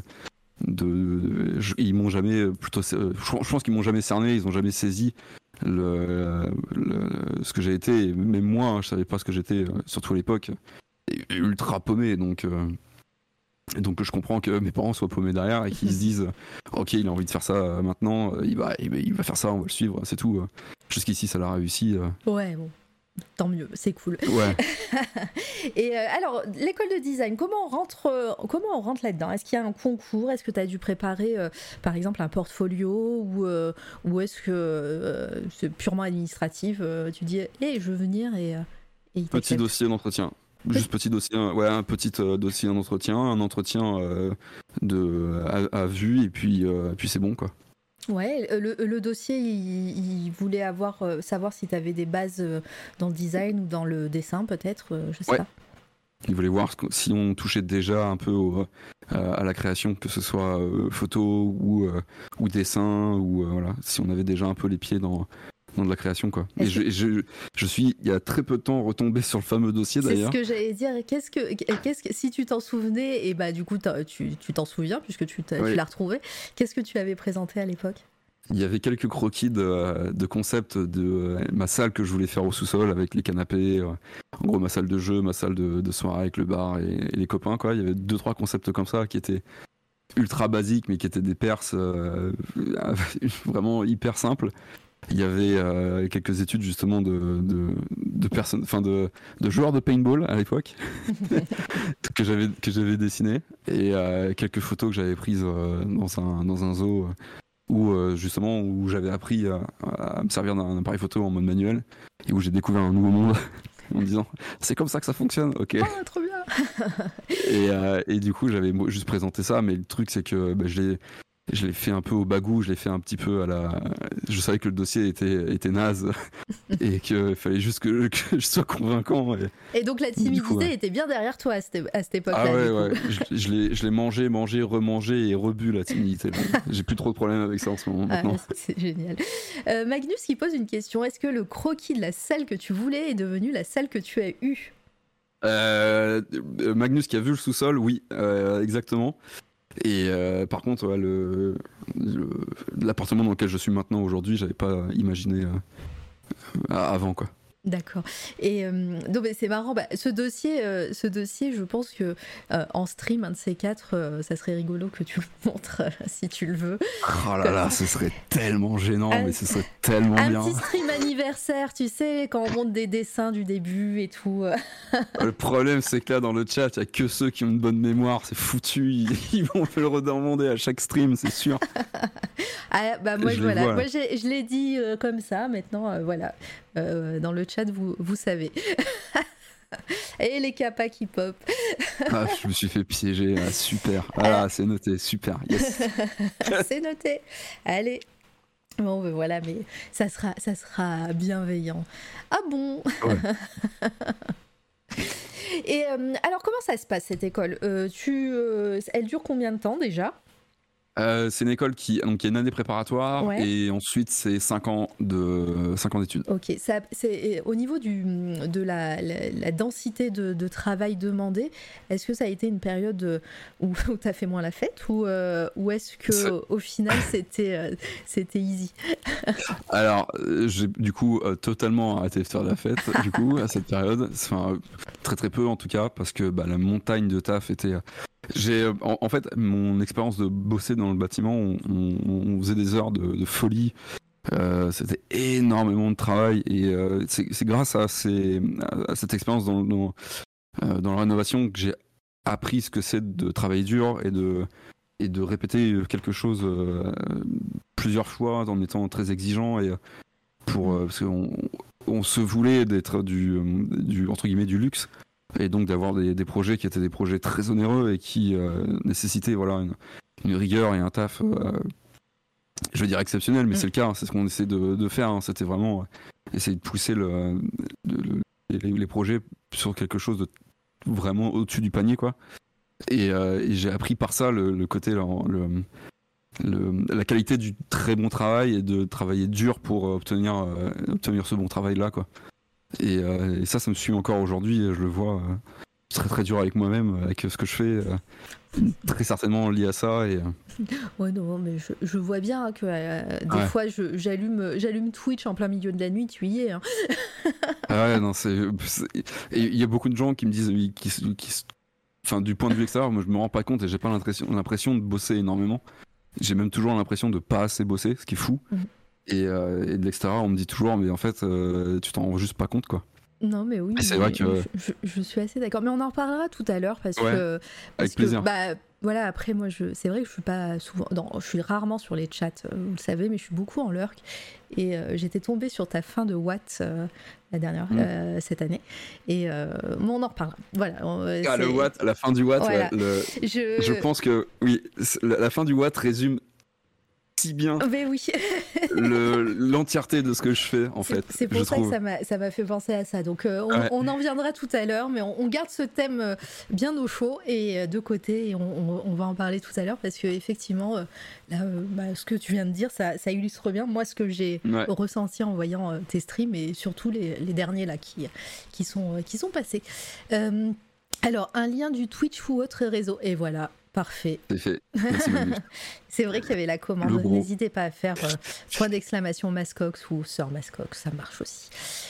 ils m'ont jamais je pense qu'ils m'ont jamais cerné, ils ont jamais saisi ce que j'ai été, et même moi je savais pas ce que j'étais, surtout à l'époque, ultra paumé, donc je comprends que mes parents soient paumés derrière et qu'ils se disent ok, il a envie de faire ça maintenant, il va faire ça, on va le suivre, c'est tout. Jusqu'ici ça l'a réussi. Ouais, bon, tant mieux, c'est cool. Ouais. Et alors, l'école de design, comment on rentre là-dedans? Est-ce qu'il y a un concours? Est-ce que tu as dû préparer par exemple un portfolio ou est-ce que c'est purement administratif? Tu dis je veux venir et petit dossier d'entretien. Juste petit dossier, un petit dossier d'entretien, un entretien à vue, et puis c'est bon quoi. Ouais, le dossier, il voulait savoir si tu avais des bases dans le design ou dans le dessin peut-être, je sais pas. Il voulait voir si on touchait déjà un peu à la création, que ce soit photo ou dessin, ou voilà, si on avait déjà un peu les pieds dans de la création quoi. Et je suis il y a très peu de temps retombé sur le fameux dossier d'ailleurs. C'est ce que j'allais dire. Qu'est-ce que si tu t'en souvenais, et du coup tu t'en souviens puisque tu l'as retrouvé, qu'est-ce que tu avais présenté à l'époque? Il y avait quelques croquis de concept de ma salle que je voulais faire au sous-sol avec les canapés, en gros ma salle de jeu, ma salle de soirée avec le bar et les copains quoi. Il y avait 2-3 concepts comme ça qui étaient ultra basiques mais qui étaient des perces vraiment hyper simples. Il y avait quelques études justement de personnes, enfin de joueurs de paintball à l'époque que j'avais dessiné, et quelques photos que j'avais prises dans un zoo où j'avais appris à me servir d'un appareil photo en mode manuel et où j'ai découvert un nouveau monde en me disant c'est comme ça que ça fonctionne, ok. Oh, trop bien. Et du coup j'avais juste présenté ça, mais le truc c'est que je l'ai fait un peu au bagou, je l'ai fait un petit peu je savais que le dossier était naze et qu'il fallait juste que je sois convaincant. Et donc la timidité était bien derrière toi à cette époque-là. Ah ouais. Je l'ai mangé, remangé et rebu, la timidité. J'ai plus trop de problèmes avec ça en ce moment maintenant. C'est génial. Magnus qui pose une question. Est-ce que le croquis de la salle que tu voulais est devenu la salle que tu as eue? Magnus qui a vu le sous-sol, oui, exactement. Et par contre, l'appartement dans lequel je suis maintenant aujourd'hui, j'avais pas imaginé avant quoi. D'accord. Et donc c'est marrant. Ce dossier, je pense que en stream, un de ces quatre, ça serait rigolo que tu le montres si tu le veux. Oh là là, ce serait tellement gênant, mais ce serait tellement bien. Un petit stream anniversaire, tu sais, quand on monte des dessins du début et tout. Le problème, c'est que là, dans le chat, il n'y a que ceux qui ont une bonne mémoire. C'est foutu. Ils vont me le redemander à chaque stream, c'est sûr. Moi, je l'ai dit comme ça. Maintenant, voilà. Dans le chat, vous savez. Et les capas qui pop. Je me suis fait piéger. Super. Voilà, c'est noté. Super. Yes. C'est noté. Allez. Bon, ben voilà, mais ça sera bienveillant. Ah bon? Ouais. Et alors, comment ça se passe cette école? Elle dure combien de temps déjà? C'est une école qui donc il y a une année préparatoire Ouais. et ensuite c'est 5 ans d'études. Ok, c'est au niveau de la densité de travail demandé, est-ce que ça a été une période où tu as fait moins la fête ou est-ce que au final c'était easy? Alors j'ai du coup totalement arrêté de faire la fête du coup à cette période, enfin très très peu en tout cas parce que la montagne de taf était en fait mon expérience de bosser dans le bâtiment, on faisait des heures de folie. C'était énormément de travail et c'est grâce à cette expérience dans la rénovation que j'ai appris ce que c'est de travailler dur et de répéter quelque chose plusieurs fois en étant très exigeant et parce qu'on se voulait d'être du entre guillemets du luxe et donc d'avoir des projets qui étaient des projets très onéreux et qui nécessitaient voilà une rigueur et un taf je veux dire exceptionnel, mais c'est le cas, c'est ce qu'on essaie de faire, hein. C'était vraiment essayer de pousser les projets sur quelque chose de vraiment au-dessus du panier, quoi. Et j'ai appris par ça le côté, la qualité du très bon travail et de travailler dur pour obtenir ce bon travail-là, quoi. Et ça me suit encore aujourd'hui, je le vois très très dur avec moi-même, avec ce que je fais. Très certainement lié à ça Ouais, non, mais je vois bien que des fois j'allume Twitch en plein milieu de la nuit, tu y es, hein. Ah ouais, non, il y a beaucoup de gens qui me disent enfin, du point de vue extérieur, moi je me rends pas compte et j'ai pas l'impression de bosser énormément. J'ai même toujours l'impression de pas assez bosser, ce qui est fou. Et de l'extérieur on me dit toujours mais en fait tu t'en rends juste pas compte, quoi. Non mais oui, c'est vrai que je suis assez d'accord, mais on en reparlera tout à l'heure parce avec plaisir. Voilà, après moi c'est vrai que je suis pas souvent, non, je suis rarement sur les chats, vous le savez, mais je suis beaucoup en lurk et j'étais tombée sur ta fin de Watt la dernière cette année et on en reparlera. Voilà. Le Watt, la fin du Watt, voilà. Je pense que oui, la fin du Watt résume si bien mais oui. l'entièreté de ce que je fais en fait. C'est pour ça que ça m'a fait penser à ça. Donc on en viendra tout à l'heure, mais on garde ce thème bien au chaud et de côté et on va en parler tout à l'heure parce que effectivement ce que tu viens de dire ça illustre bien moi ce que j'ai ressenti en voyant tes streams et surtout les derniers là qui sont passés. Alors un lien du Twitch ou autre réseau et voilà. Parfait. C'est fait. Merci, Manu. C'est vrai qu'il y avait la commande. N'hésitez pas à faire point d'exclamation Mascox ou Sœur Mascox, ça marche aussi.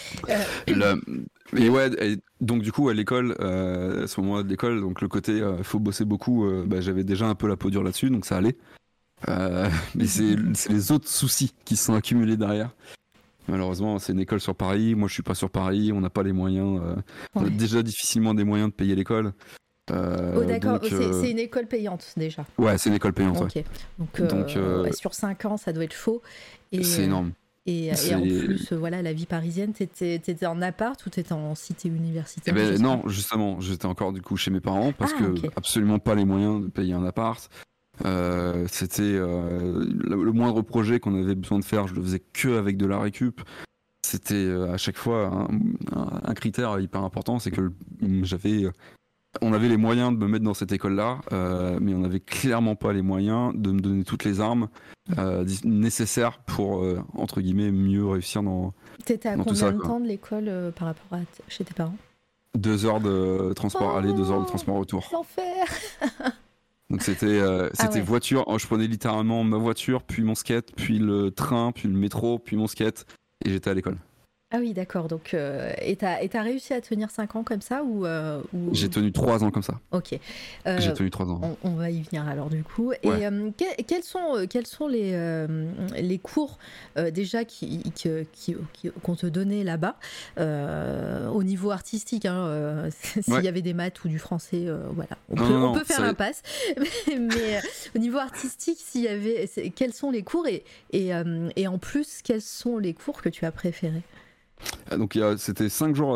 Et ouais, donc du coup à l'école, à ce moment-là de l'école, donc le côté faut bosser beaucoup, j'avais déjà un peu la peau dure là-dessus, donc ça allait. Mais c'est les autres soucis qui se sont accumulés derrière. Malheureusement, c'est une école sur Paris. Moi, je suis pas sur Paris. On n'a pas les moyens. On a déjà difficilement des moyens de payer l'école. D'accord, c'est une école payante déjà. Ouais, c'est une école payante. Okay. Ouais. Donc sur 5 ans, ça doit être chaud. Et, c'est énorme. Et en plus, voilà, la vie parisienne, t'étais en appart ou t'étais en cité universitaire? Non, justement, j'étais encore du coup chez mes parents parce que absolument pas les moyens de payer un appart. C'était le moindre projet qu'on avait besoin de faire, je le faisais que avec de la récup. C'était à chaque fois un critère hyper important, c'est que on avait les moyens de me mettre dans cette école-là, mais on n'avait clairement pas les moyens de me donner toutes les armes nécessaires pour, entre guillemets, mieux réussir dans T'étais à dans combien de quoi. temps de l'école par rapport à chez tes parents? 2 heures de transport aller, 2 heures de transport retour. L'enfer. Donc c'était voiture, je prenais littéralement ma voiture, puis mon skate, puis le train, puis le métro, puis mon skate, et j'étais à l'école. Ah oui, d'accord. Donc, et t'as réussi à tenir 5 ans comme ça ou... J'ai tenu 3 ans comme ça. Ok. J'ai tenu 3 ans. On va y venir alors du coup. Ouais. Et quels sont les cours déjà qu'on te donnait là-bas au niveau artistique s'il y avait des maths ou du français, voilà. On peut faire l'impasse. mais au niveau artistique, quels sont les cours et en plus, quels sont les cours que tu as préférés? Donc c'était 5 jours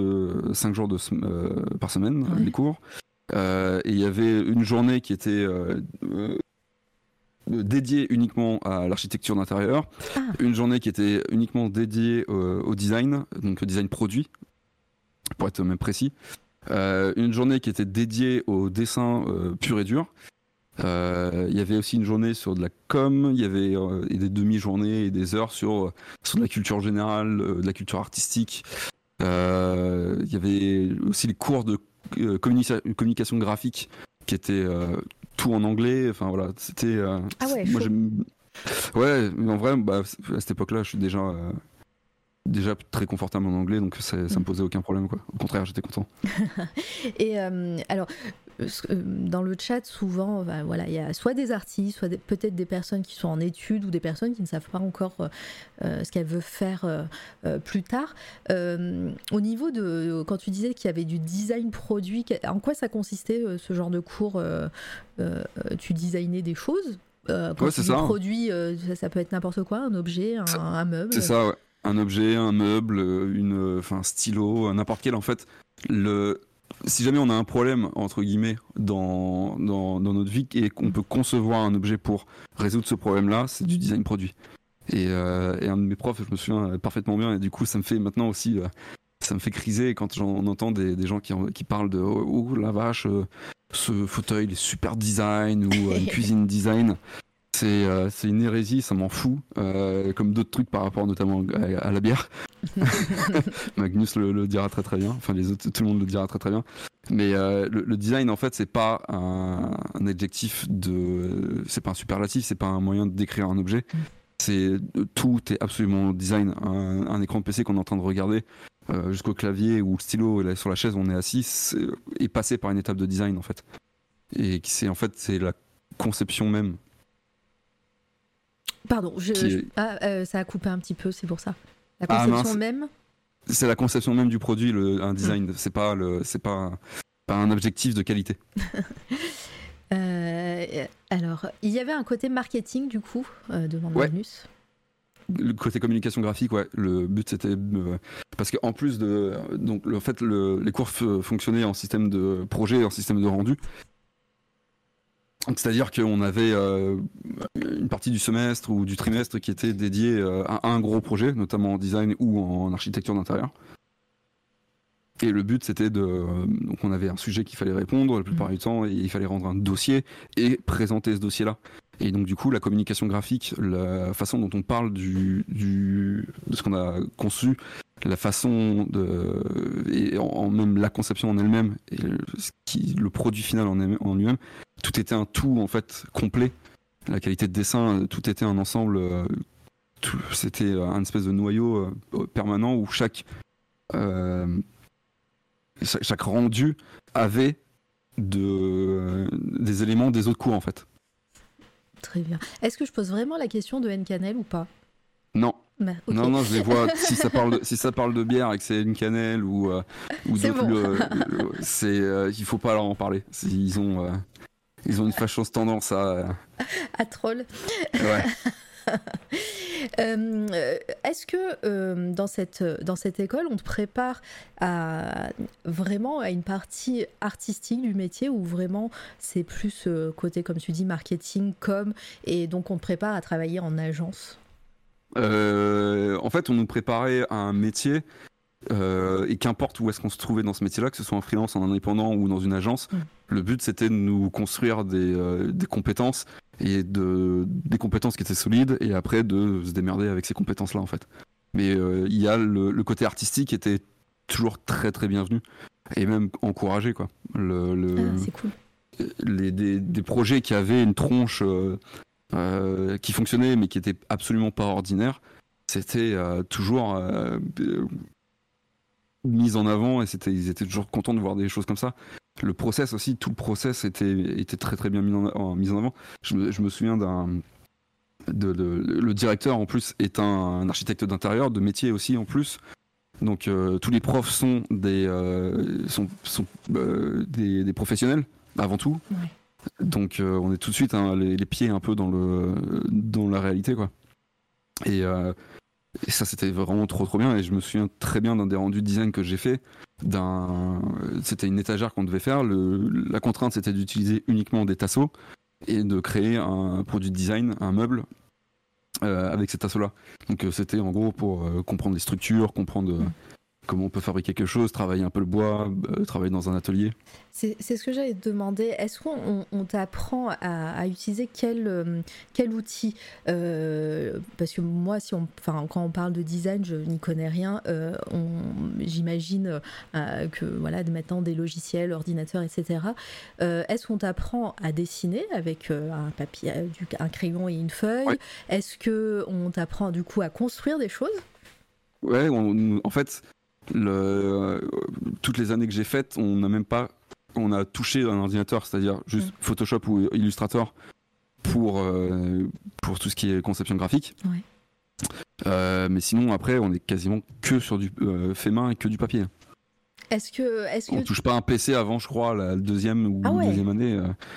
par semaine, les cours. Et il y avait une journée qui était dédiée uniquement à l'architecture d'intérieur, une journée qui était uniquement dédiée au design, donc au design produit, pour être même précis, une journée qui était dédiée au dessin pur et dur. Il y avait aussi une journée sur de la com, il y avait des demi-journées et des heures sur de la culture générale, de la culture artistique. Il y avait aussi les cours de communication graphique qui étaient tout en anglais. Enfin voilà, c'était. Moi ouais, mais en vrai, à cette époque-là, je suis déjà très confortable en anglais, donc ça me posait aucun problème, quoi. Au contraire, j'étais content. Et alors, dans le chat, souvent, voilà, il y a soit des artistes, soit peut-être des personnes qui sont en études ou des personnes qui ne savent pas encore ce qu'elles veulent faire plus tard. Au niveau de, quand tu disais qu'il y avait du design produit, en quoi ça consistait ce genre de cours? Tu designais des choses? Quand tu dis produit, ça peut être n'importe quoi, un objet, un meuble. C'est ça, ouais. Un objet, un meuble, un stylo, n'importe quel en fait. Si jamais on a un problème entre guillemets dans notre vie et qu'on peut concevoir un objet pour résoudre ce problème-là, c'est du design produit. Et un de mes profs, je me souviens parfaitement bien, et du coup ça me fait maintenant aussi, ça me fait criser quand on entend des gens qui parlent de oh la vache, ce fauteuil il est super design ou une cuisine design. C'est une hérésie, ça m'en fout, comme d'autres trucs par rapport notamment à la bière. Magnus le dira très très bien, enfin les autres, tout le monde le dira très très bien. Mais le design en fait c'est pas un adjectif c'est pas un superlatif, c'est pas un moyen de décrire un objet. Tout est absolument design. Un écran de PC qu'on est en train de regarder, jusqu'au clavier ou le stylo sur la chaise où on est assis, est passé par une étape de design en fait. Et c'est la conception même. Pardon, ça a coupé un petit peu, c'est pour ça. La conception même. C'est la conception même du produit, un design. C'est pas un objectif de qualité. Alors, il y avait un côté marketing du coup, demande Magnus. Le côté communication graphique, ouais. Le but c'était parce qu'en plus les cours fonctionnaient en système de projet, en système de rendu. C'est-à-dire qu'on avait une partie du semestre ou du trimestre qui était dédiée à un gros projet, notamment en design ou en architecture d'intérieur. Et le but, c'était donc on avait un sujet qu'il fallait répondre la plupart du temps, et il fallait rendre un dossier et présenter ce dossier-là. Et donc du coup, la communication graphique, la façon dont on parle de ce qu'on a conçu, la façon et même la conception en elle-même, et le produit final en lui-même, tout était un tout en fait complet. La qualité de dessin, tout était un ensemble. C'était un espèce de noyau permanent où chaque rendu avait des éléments des autres cours en fait. Très bien. Est-ce que je pose vraiment la question de Hencanel ou pas? Non. Okay. Non, je les vois. si ça parle de bière et que c'est une cannelle ou il faut pas leur en parler. Ils ont une fâcheuse tendance à troll. Ouais. Est-ce que dans cette école, on te prépare vraiment à une partie artistique du métier, ou vraiment c'est plus côté, comme tu dis, marketing, com, et donc on te prépare à travailler en agence? En fait, on nous préparait à un métier, et qu'importe où est-ce qu'on se trouvait dans ce métier-là, que ce soit en freelance, en indépendant ou dans une agence, le but c'était de nous construire des compétences, et des compétences qui étaient solides, et après de se démerder avec ces compétences-là en fait. Mais il y a le côté artistique qui était toujours très très bienvenu, et même encouragé quoi. C'est cool. Des projets qui avaient une tronche qui fonctionnait mais qui était absolument pas ordinaire, c'était toujours mis en avant, et ils étaient toujours contents de voir des choses comme ça. Le process aussi, tout le process était très très bien mis en avant. Je me souviens le directeur en plus est un architecte d'intérieur, de métier aussi en plus. Donc tous les profs sont des professionnels avant tout. Ouais. Donc on est tout de suite les pieds un peu dans la réalité quoi. Et ça c'était vraiment trop bien, et je me souviens très bien d'un des rendus de design que j'ai fait. C'était une étagère qu'on devait faire. La contrainte c'était d'utiliser uniquement des tasseaux, et de créer un produit de design, un meuble avec cet assaut-là. Donc c'était en gros pour comprendre les structures, comprendre comment on peut fabriquer quelque chose, travailler un peu le bois, travailler dans un atelier. C'est ce que j'allais te demander. Est-ce qu'on t'apprend à utiliser quel outil parce que moi, quand on parle de design, je n'y connais rien. J'imagine que voilà, maintenant des logiciels, ordinateurs, etc. Est-ce qu'on t'apprend à dessiner avec un papier, un crayon et une feuille? Ouais. Est-ce qu'on t'apprend du coup à construire des choses? Ouais, en fait, toutes les années que j'ai faites, on a touché un ordinateur, c'est-à-dire juste Photoshop ou Illustrator pour tout ce qui est conception graphique. Ouais. Mais sinon, après, on est quasiment que sur du fait main et que du papier. On touche pas un PC avant, je crois, la deuxième ou deuxième année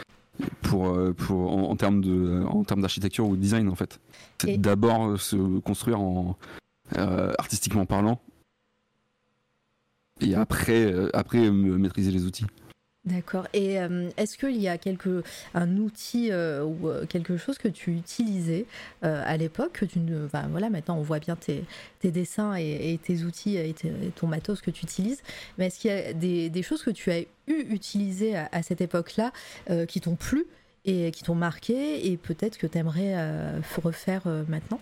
en termes d'architecture ou de design, en fait. C'est d'abord se construire artistiquement parlant. Et après maîtriser les outils. D'accord. Et est-ce qu'il y a un outil ou quelque chose que tu utilisais à l'époque voilà, maintenant on voit bien tes dessins et tes outils et ton matos que tu utilises. Mais est-ce qu'il y a des choses que tu as utilisées à cette époque-là qui t'ont plu et qui t'ont marqué et peut-être que tu aimerais refaire maintenant?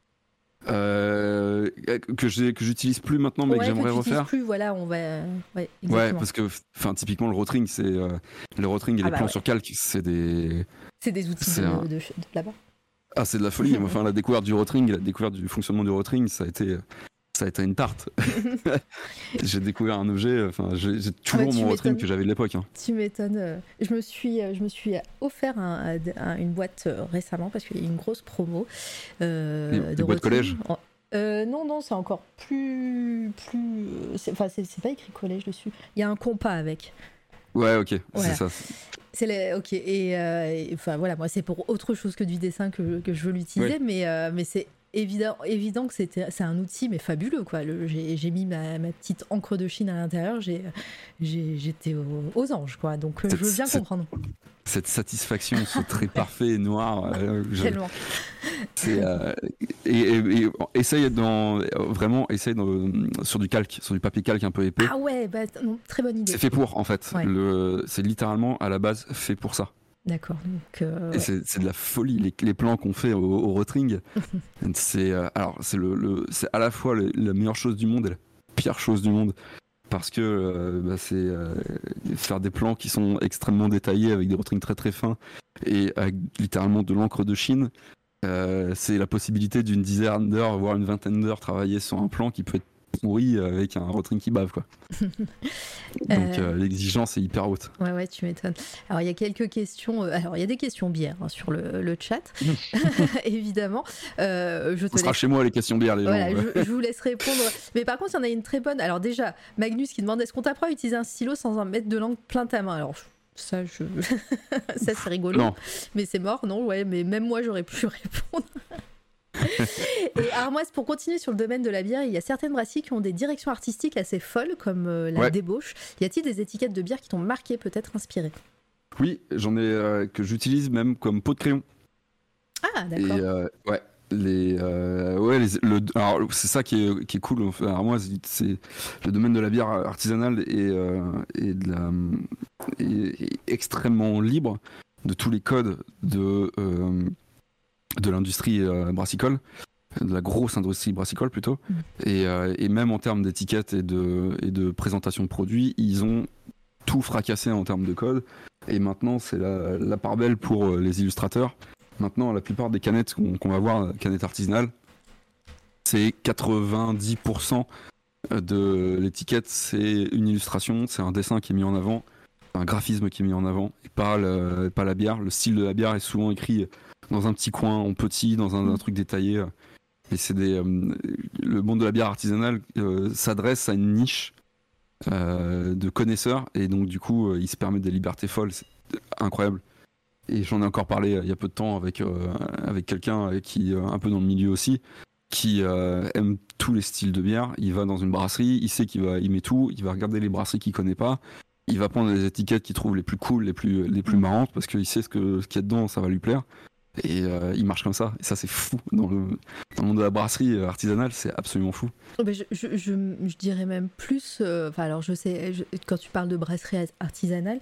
Que j'utilise plus maintenant, mais que j'aimerais refaire. Plus, voilà, on va. Ouais, parce que, typiquement le rotring, c'est le rotring et les plans sur calque, c'est des outils de là-bas. Ah, c'est de la folie. Enfin, la découverte du rotring, la découverte du fonctionnement du rotring, ça a été une tarte. J'ai découvert un objet. J'ai toujours mon rotring que j'avais de l'époque. Tu m'étonnes. Je me suis offert une boîte récemment parce qu'il y a eu une grosse promo de boîte collège. Non, c'est encore plus. C'est pas écrit collège dessus. Il y a un compas avec. Ouais, ok, voilà. C'est ça. Ok, et voilà, moi c'est pour autre chose que du dessin que je veux l'utiliser, mais c'est évident que c'est un outil mais fabuleux quoi. J'ai mis ma petite encre de Chine à l'intérieur, j'étais aux anges quoi, donc je veux bien comprendre. Cette satisfaction, ce trait parfait et noir. Tellement. Essaye sur du calque, sur du papier calque un peu épais. Ah ouais, très bonne idée. C'est fait pour en fait. Ouais. C'est littéralement à la base fait pour ça. D'accord. Donc, et c'est de la folie les plans qu'on fait au rotring. C'est à la fois la meilleure chose du monde et la pire chose du monde. Parce que c'est faire des plans qui sont extrêmement détaillés avec des rotrings très très fins et avec littéralement de l'encre de Chine. C'est la possibilité d'une dizaine d'heures, voire une vingtaine d'heures travailler sur un plan qui peut être pourri avec un rotring qui bave quoi. Donc l'exigence est hyper haute. Ouais, tu m'étonnes. Alors il y a quelques questions. Alors il y a des questions bières sur le chat, évidemment. Ce sera chez moi les questions bières les gens. Je vous laisse répondre. Mais par contre il y en a une très bonne. Alors déjà Magnus qui demande est-ce qu'on t'apprend à utiliser un stylo sans en mettre de l'encre plein ta main. Alors ça c'est rigolo. Non. Mais c'est mort, non? Ouais, mais même moi j'aurais pu répondre. Et alors moi, pour continuer sur le domaine de la bière, il y a certaines brasseries qui ont des directions artistiques assez folles comme la débauche. Y a-t-il des étiquettes de bière qui t'ont marqué, peut-être inspiré? Oui, j'en ai que j'utilise même comme pot de crayon. Ah d'accord. Et alors c'est ça qui est cool. Alors moi, c'est le domaine de la bière artisanale et extrêmement libre de tous les codes de l'industrie brassicole, de la grosse industrie brassicole plutôt, et même en termes d'étiquettes et de présentation de produits, ils ont tout fracassé en termes de code, et maintenant c'est la part belle pour les illustrateurs. Maintenant la plupart des canettes qu'on va voir, canettes artisanales, c'est 90% de l'étiquette, c'est une illustration, c'est un dessin qui est mis en avant, un graphisme qui est mis en avant, et pas la bière. Le style de la bière est souvent écrit dans un petit coin, en petit, dans un truc détaillé. Et c'est le monde de la bière artisanale s'adresse à une niche de connaisseurs, et donc du coup, il se permet des libertés folles. C'est incroyable. Et j'en ai encore parlé il y a peu de temps avec quelqu'un qui est un peu dans le milieu aussi, qui aime tous les styles de bière. Il va dans une brasserie, il sait il met tout, il va regarder les brasseries qu'il connaît pas, il va prendre les étiquettes qu'il trouve les plus cool, les plus marrantes, parce qu'il sait ce qu'il y a dedans, ça va lui plaire. Et il marche comme ça. Et ça, c'est fou. Dans le monde de la brasserie artisanale, c'est absolument fou. Je dirais même plus. Alors, je sais, quand tu parles de brasserie artisanale,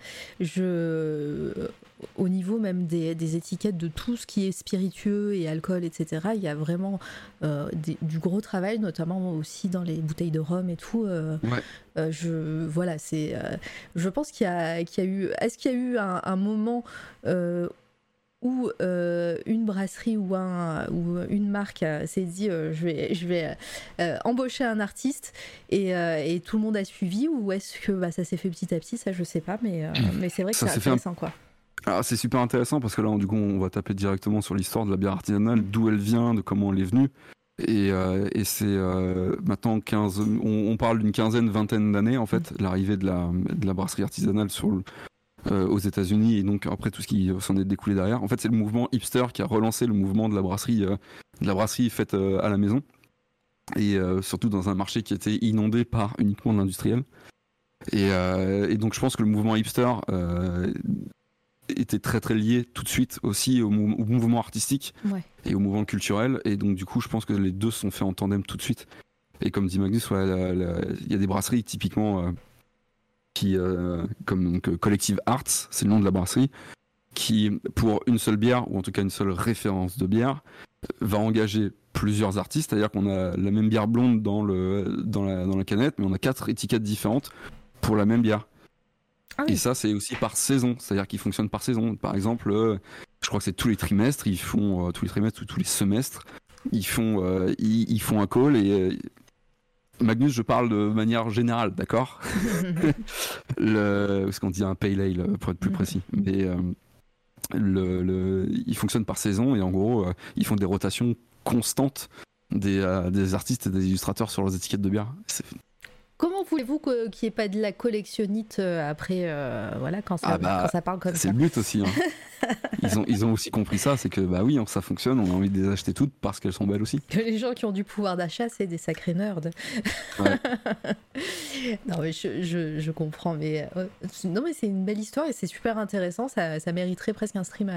au niveau même des étiquettes de tout ce qui est spiritueux et alcool, etc., il y a vraiment du gros travail, notamment aussi dans les bouteilles de rhum et tout. Je pense qu'il y a eu. Est-ce qu'il y a eu un moment où une brasserie ou une marque s'est dit je vais embaucher un artiste et tout le monde a suivi, ou est-ce que ça s'est fait petit à petit, ça je sais pas, mais c'est vrai que c'est intéressant quoi. Alors, c'est super intéressant parce que là du coup on va taper directement sur l'histoire de la bière artisanale, d'où elle vient, de comment elle est venue, et c'est maintenant on parle d'une vingtaine d'années en fait, l'arrivée de la brasserie artisanale aux États-Unis, et donc après tout ce qui s'en est découlé derrière. En fait, c'est le mouvement hipster qui a relancé le mouvement de la brasserie faite à la maison, et surtout dans un marché qui était inondé par uniquement de l'industriel. Et donc je pense que le mouvement hipster était très très lié tout de suite aussi au mouvement artistique et au mouvement culturel, et donc du coup je pense que les deux se sont faits en tandem tout de suite. Et comme dit Magnus, il y a des brasseries typiquement comme Collective Arts, c'est le nom de la brasserie, qui pour une seule bière, ou en tout cas une seule référence de bière, va engager plusieurs artistes, c'est-à-dire qu'on a la même bière blonde dans la canette, mais on a 4 étiquettes différentes pour la même bière. Ah oui. Et ça, c'est aussi par saison, c'est-à-dire qu'ils fonctionnent par saison. Par exemple, je crois que c'est tous les trimestres, ils font tous les trimestres ou tous les semestres, ils font un call, et Magnus, je parle de manière générale, d'accord? Parce qu'on dit un pale ale pour être plus précis. Mais ils fonctionnent par saison, et en gros, ils font des rotations constantes des artistes et des illustrateurs sur leurs étiquettes de bière. Comment voulez-vous qu'il n'y ait pas de la collectionnite après, quand ça parle comme ça? C'est le but aussi. Hein. Ils ont aussi compris ça, c'est que oui, ça fonctionne, on a envie de les acheter toutes parce qu'elles sont belles aussi. Que les gens qui ont du pouvoir d'achat, c'est des sacrés nerds. Ouais. Non mais je comprends, mais non mais c'est une belle histoire et c'est super intéressant, ça mériterait presque un stream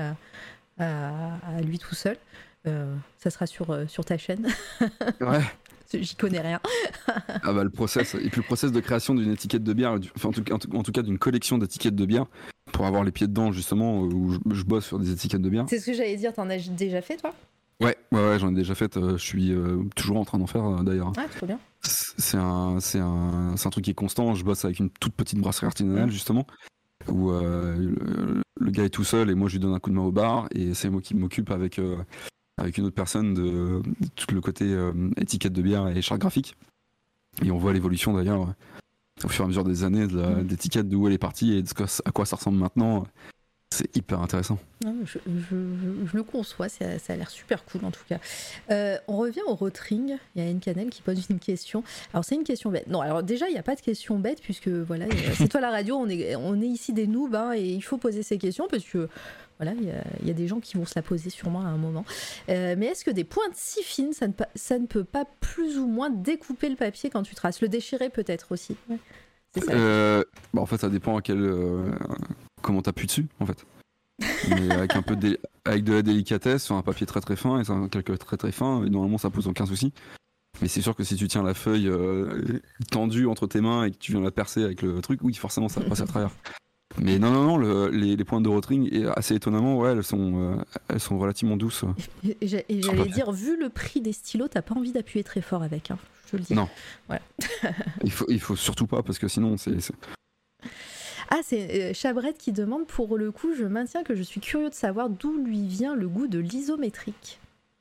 à lui tout seul. Ça sera sur ta chaîne. Ouais. J'y connais rien. Le process, et puis le process de création d'une étiquette de bière, en tout cas d'une collection d'étiquettes de bière, pour avoir les pieds dedans justement, où je bosse sur des étiquettes de bière. C'est ce que j'allais dire, t'en as déjà fait toi? Ouais, j'en ai déjà fait, je suis toujours en train d'en faire d'ailleurs. Ah, trop bien. C'est un truc qui est constant, je bosse avec une toute petite brasserie artisanale justement, où le gars est tout seul et moi je lui donne un coup de main au bar, et c'est moi qui m'occupe avec une autre personne de tout le côté étiquette de bière et charte graphique. Et on voit l'évolution d'ailleurs au fur et à mesure des années d'étiquette, d'où elle est partie et à quoi ça ressemble maintenant. C'est hyper intéressant. Non, je le conçois, ça a l'air super cool en tout cas. On revient au rotring. Il y a N-Canel qui pose une question. Alors c'est une question bête. Non, alors déjà il n'y a pas de question bête, puisque voilà, c'est toi la radio, on est ici des noobs, et il faut poser ces questions parce que voilà, il y a des gens qui vont se la poser sûrement à un moment. Mais est-ce que des pointes si fines, ça ne peut pas plus ou moins découper le papier quand tu traces? Le déchirer peut-être aussi. Ouais. C'est ça. En fait, ça dépend à comment t'appuies dessus, en fait. Mais avec avec de la délicatesse sur un papier très très fin et sur un calque très très fin, normalement ça pose aucun souci. Mais c'est sûr que si tu tiens la feuille tendue entre tes mains et que tu viens la percer avec le truc, oui, forcément ça va passer à travers. Mais non, les pointes de rotring, et assez étonnamment, elles sont relativement douces. Et j'allais dire, vu le prix des stylos, t'as pas envie d'appuyer très fort avec, hein, je te le dis. Non. Voilà. il faut surtout pas, parce que sinon c'est... Ah, c'est Chabrette qui demande, pour le coup, je maintiens que je suis curieux de savoir d'où lui vient le goût de l'isométrique.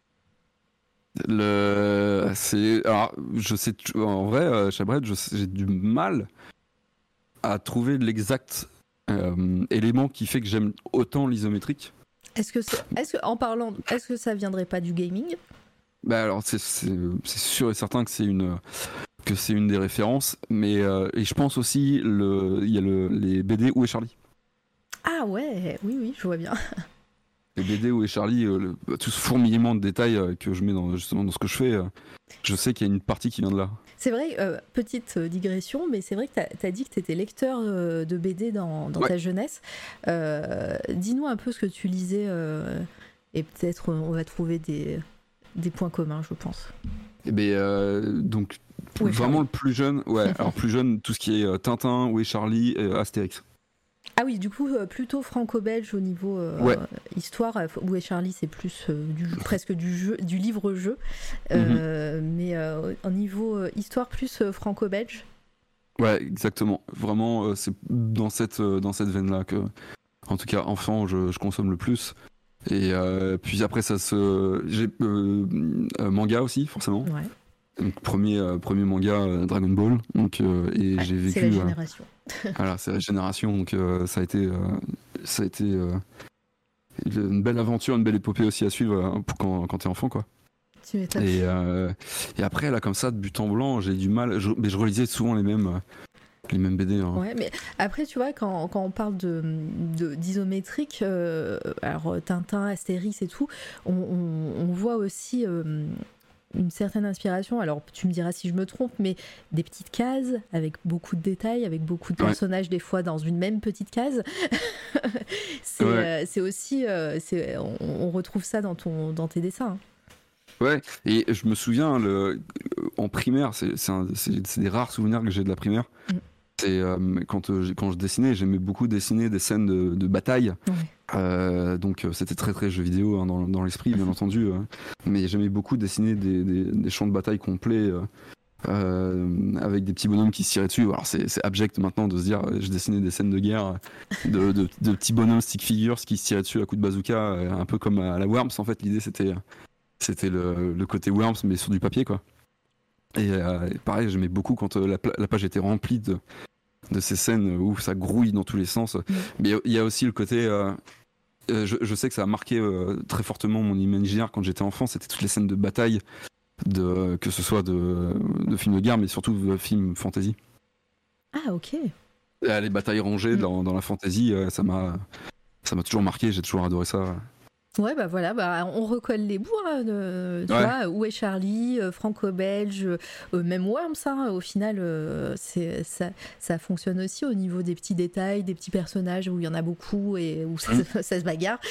Alors, je sais, en vrai, Chabrette, j'ai du mal à trouver l'exact élément qui fait que j'aime autant l'isométrique. Est-ce que ça viendrait pas du gaming? Alors c'est sûr et certain que c'est une des références, mais et je pense aussi il y a les BD Où est Charlie. Ah ouais, oui, je vois bien. les BD où est Charlie, tout ce fourmillement de détails que je mets justement dans ce que je fais, je sais qu'il y a une partie qui vient de là. C'est vrai, petite digression, mais c'est vrai que tu as dit que tu étais lecteur de BD dans ta jeunesse. Dis-nous un peu ce que tu lisais et peut-être on va trouver des points communs, je pense. Et donc, Où est vraiment Charlie. le plus jeune, alors plus jeune, tout ce qui est Tintin, Où est Charlie, Astérix. Ah oui, du coup, plutôt franco-belge au niveau histoire. Où est Charlie, c'est plus presque du livre-jeu. Mais au niveau histoire, plus franco-belge. Ouais, exactement. Vraiment, c'est dans cette veine-là que, en tout cas, enfant, je consomme le plus. Et puis après, j'ai manga aussi, forcément. Ouais. Donc, premier manga Dragon Ball. Donc, et j'ai vécu. C'est la génération. Voilà, c'est la génération. Donc, ça a été une belle aventure, une belle épopée aussi à suivre quand t'es enfant, quoi. Tu m'étonnes. Et après, là, comme ça, de but en blanc, j'ai du mal. Mais je relisais souvent les mêmes BD. Hein. Ouais, mais après, tu vois, quand on parle d'isométrique, alors Tintin, Astérix et tout, on voit aussi une certaine inspiration. Alors, tu me diras si je me trompe, mais des petites cases avec beaucoup de détails, avec beaucoup de personnages, des fois dans une même petite case. C'est aussi. On retrouve ça dans tes dessins. Hein. Ouais, et je me souviens, en primaire, c'est des rares souvenirs que j'ai de la primaire. C'est quand je dessinais, j'aimais beaucoup dessiner des scènes de bataille. Ouais. Donc c'était très très jeu vidéo hein, dans l'esprit, bien entendu. Mais j'aimais beaucoup dessiner des champs de bataille complets avec des petits bonhommes qui se tiraient dessus. Alors c'est abject maintenant de se dire, je dessinais des scènes de guerre de petits bonhommes stick figures qui se tiraient dessus à coups de bazooka, un peu comme à la Worms. En fait, l'idée c'était le côté Worms, mais sur du papier, quoi. Et pareil, j'aimais beaucoup quand la page était remplie de ces scènes où ça grouille dans tous les sens. Mais il y a aussi le côté... je sais que ça a marqué très fortement mon imaginaire quand j'étais enfant, c'était toutes les scènes de bataille, que ce soit de films de guerre, mais surtout de films fantasy. Ah, ok. Les batailles rangées dans la fantasy, ça m'a toujours marqué, j'ai toujours adoré ça. Ouais, bah voilà, on recolle les bouts, hein, tu vois, Où est Charlie, franco-belge, même Worms, hein, au final, ça fonctionne aussi au niveau des petits détails, des petits personnages où il y en a beaucoup et où ça se bagarre.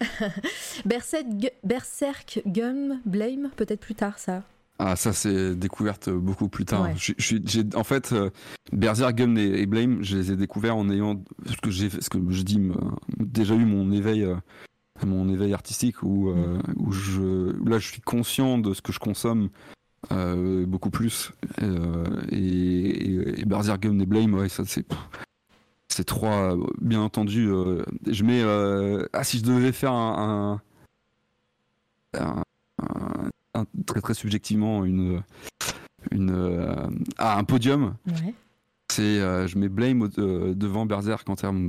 Berserk, Gum, Blame, peut-être plus tard, ça. Ah, ça, c'est découverte beaucoup plus tard. Ouais. En fait, Berserk, Gum et Blame, je les ai découverts en ayant, ce que je dis, déjà eu mon éveil artistique où là je suis conscient de ce que je consomme beaucoup plus et Berserk, Gum et Blame, ouais, ça c'est trois, bien entendu. Je mets si je devais faire un très très subjectivement un podium, je mets Blame devant Berserk en termes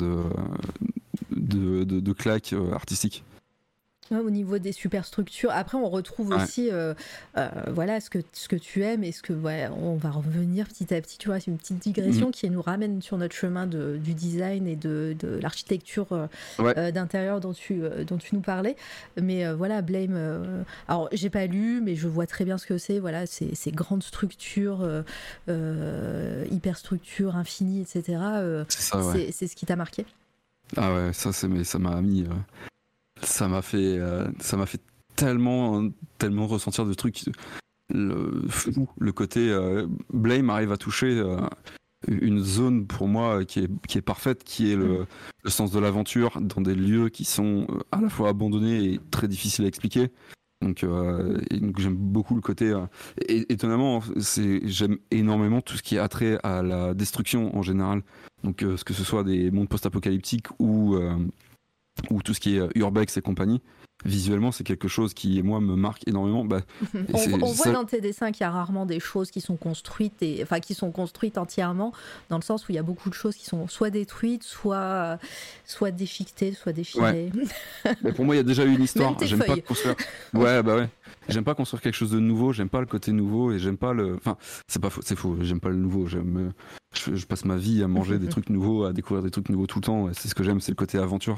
de claques artistiques. Ouais, au niveau des superstructures. Après, on retrouve aussi voilà, ce que tu aimes et on va revenir petit à petit. Tu vois, c'est une petite digression qui nous ramène sur notre chemin du design et de l'architecture d'intérieur dont tu nous parlais. Mais voilà, Blame. Alors, j'ai pas lu, mais je vois très bien ce que c'est. Voilà, ces grandes structures, hyperstructures, infinies, etc. C'est ce qui t'a marqué. Ah ouais, ça m'a mis. Ça m'a fait tellement ressentir de trucs fou. Le côté Blame arrive à toucher une zone pour moi qui est parfaite, qui est le sens de l'aventure dans des lieux qui sont à la fois abandonnés et très difficiles à expliquer. Donc j'aime beaucoup le côté étonnamment j'aime énormément tout ce qui est attrait à la destruction en général. Donc que ce soit des mondes post-apocalyptiques ou tout ce qui est urbex et compagnie, visuellement c'est quelque chose qui moi me marque énormément. On voit dans tes dessins qu'il y a rarement des choses qui sont construites qui sont construites entièrement, dans le sens où il y a beaucoup de choses qui sont soit détruites, soit déchiquetées, soit déchirées. Mais pour moi il y a déjà eu une histoire. Même tes j'aime feuilles. pas construire. J'aime pas construire quelque chose de nouveau, j'aime pas le côté nouveau et j'aime pas c'est faux, j'aime pas le nouveau, je passe ma vie à manger des trucs nouveaux, à découvrir des trucs nouveaux tout le temps, et c'est ce que j'aime, c'est le côté aventure.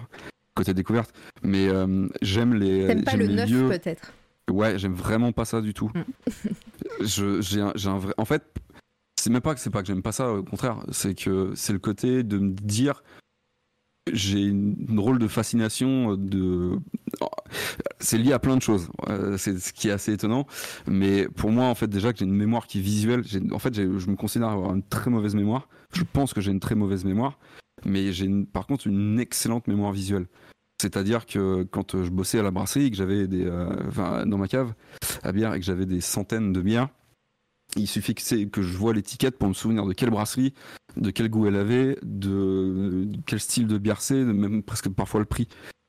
côté découverte. Mais j'aime les. T'aimes pas j'aime le les neuf lieux. peut-être. Ouais, j'aime vraiment pas ça du tout. J'ai un vrai. En fait, c'est pas que j'aime pas ça, au contraire. C'est que c'est le côté de me dire. J'ai une drôle de fascination c'est lié à plein de choses, c'est ce qui est assez étonnant, mais pour moi en fait déjà que j'ai une mémoire qui est visuelle, je me considère avoir une très mauvaise mémoire, je pense que j'ai une très mauvaise mémoire, mais par contre une excellente mémoire visuelle. C'est-à-dire que quand je bossais à la brasserie, que j'avais dans ma cave à bière et que j'avais des centaines de bières, il suffit que je vois l'étiquette pour me souvenir de quelle brasserie, de quel goût elle avait, de quel style de bière c'est, même presque parfois le prix.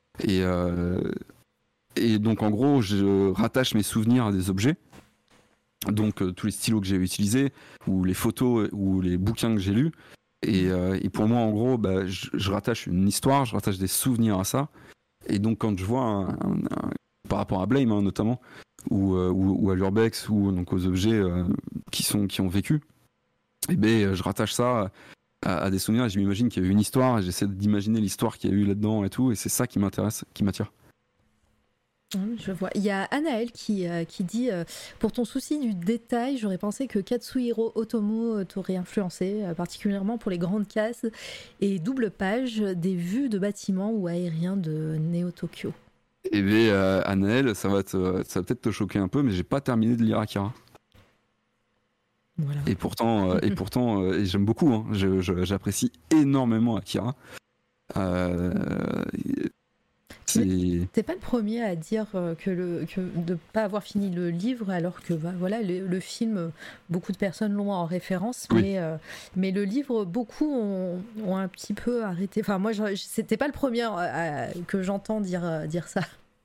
Et donc en gros, je rattache mes souvenirs à des objets. Donc tous les stylos que j'ai utilisés, ou les photos, ou les bouquins que j'ai lus. Et pour moi, en gros, je rattache une histoire, je rattache des souvenirs à ça. Et donc quand je vois par rapport à Blame notamment, ou à l'urbex, ou donc aux objets qui ont vécu, et je rattache ça à des souvenirs, et je m'imagine qu'il y a eu une histoire, et j'essaie d'imaginer l'histoire qu'il y a eu là-dedans et tout, et c'est ça qui m'intéresse, qui m'attire. Je vois. Il y a Anaël qui dit pour ton souci du détail, j'aurais pensé que Katsuhiro Otomo t'aurait influencé, particulièrement pour les grandes cases et double page des vues de bâtiments ou aériens de Neo Tokyo. Eh bien, Anaël, ça va peut-être te choquer un peu, mais j'ai pas terminé de lire Akira. Voilà. Et pourtant, et j'aime beaucoup. Hein, j'apprécie énormément Akira. T'es pas le premier à dire que de pas avoir fini le livre, alors que voilà, le film, beaucoup de personnes l'ont en référence, oui. Mais le livre, beaucoup ont un petit peu arrêté. Enfin, moi, c'était pas le premier que j'entends dire ça.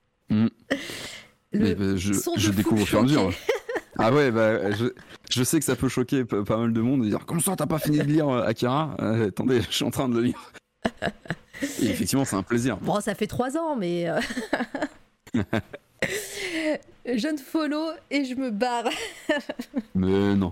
Je découvre au fur et à mesure. Ah ouais, je sais que ça peut choquer pas mal de monde de dire comment ça t'as pas fini de lire Akira attendez, je suis en train de le lire. Et effectivement, c'est un plaisir. Bon, ça fait 3 ans, mais je ne follow et je me barre. Mais non.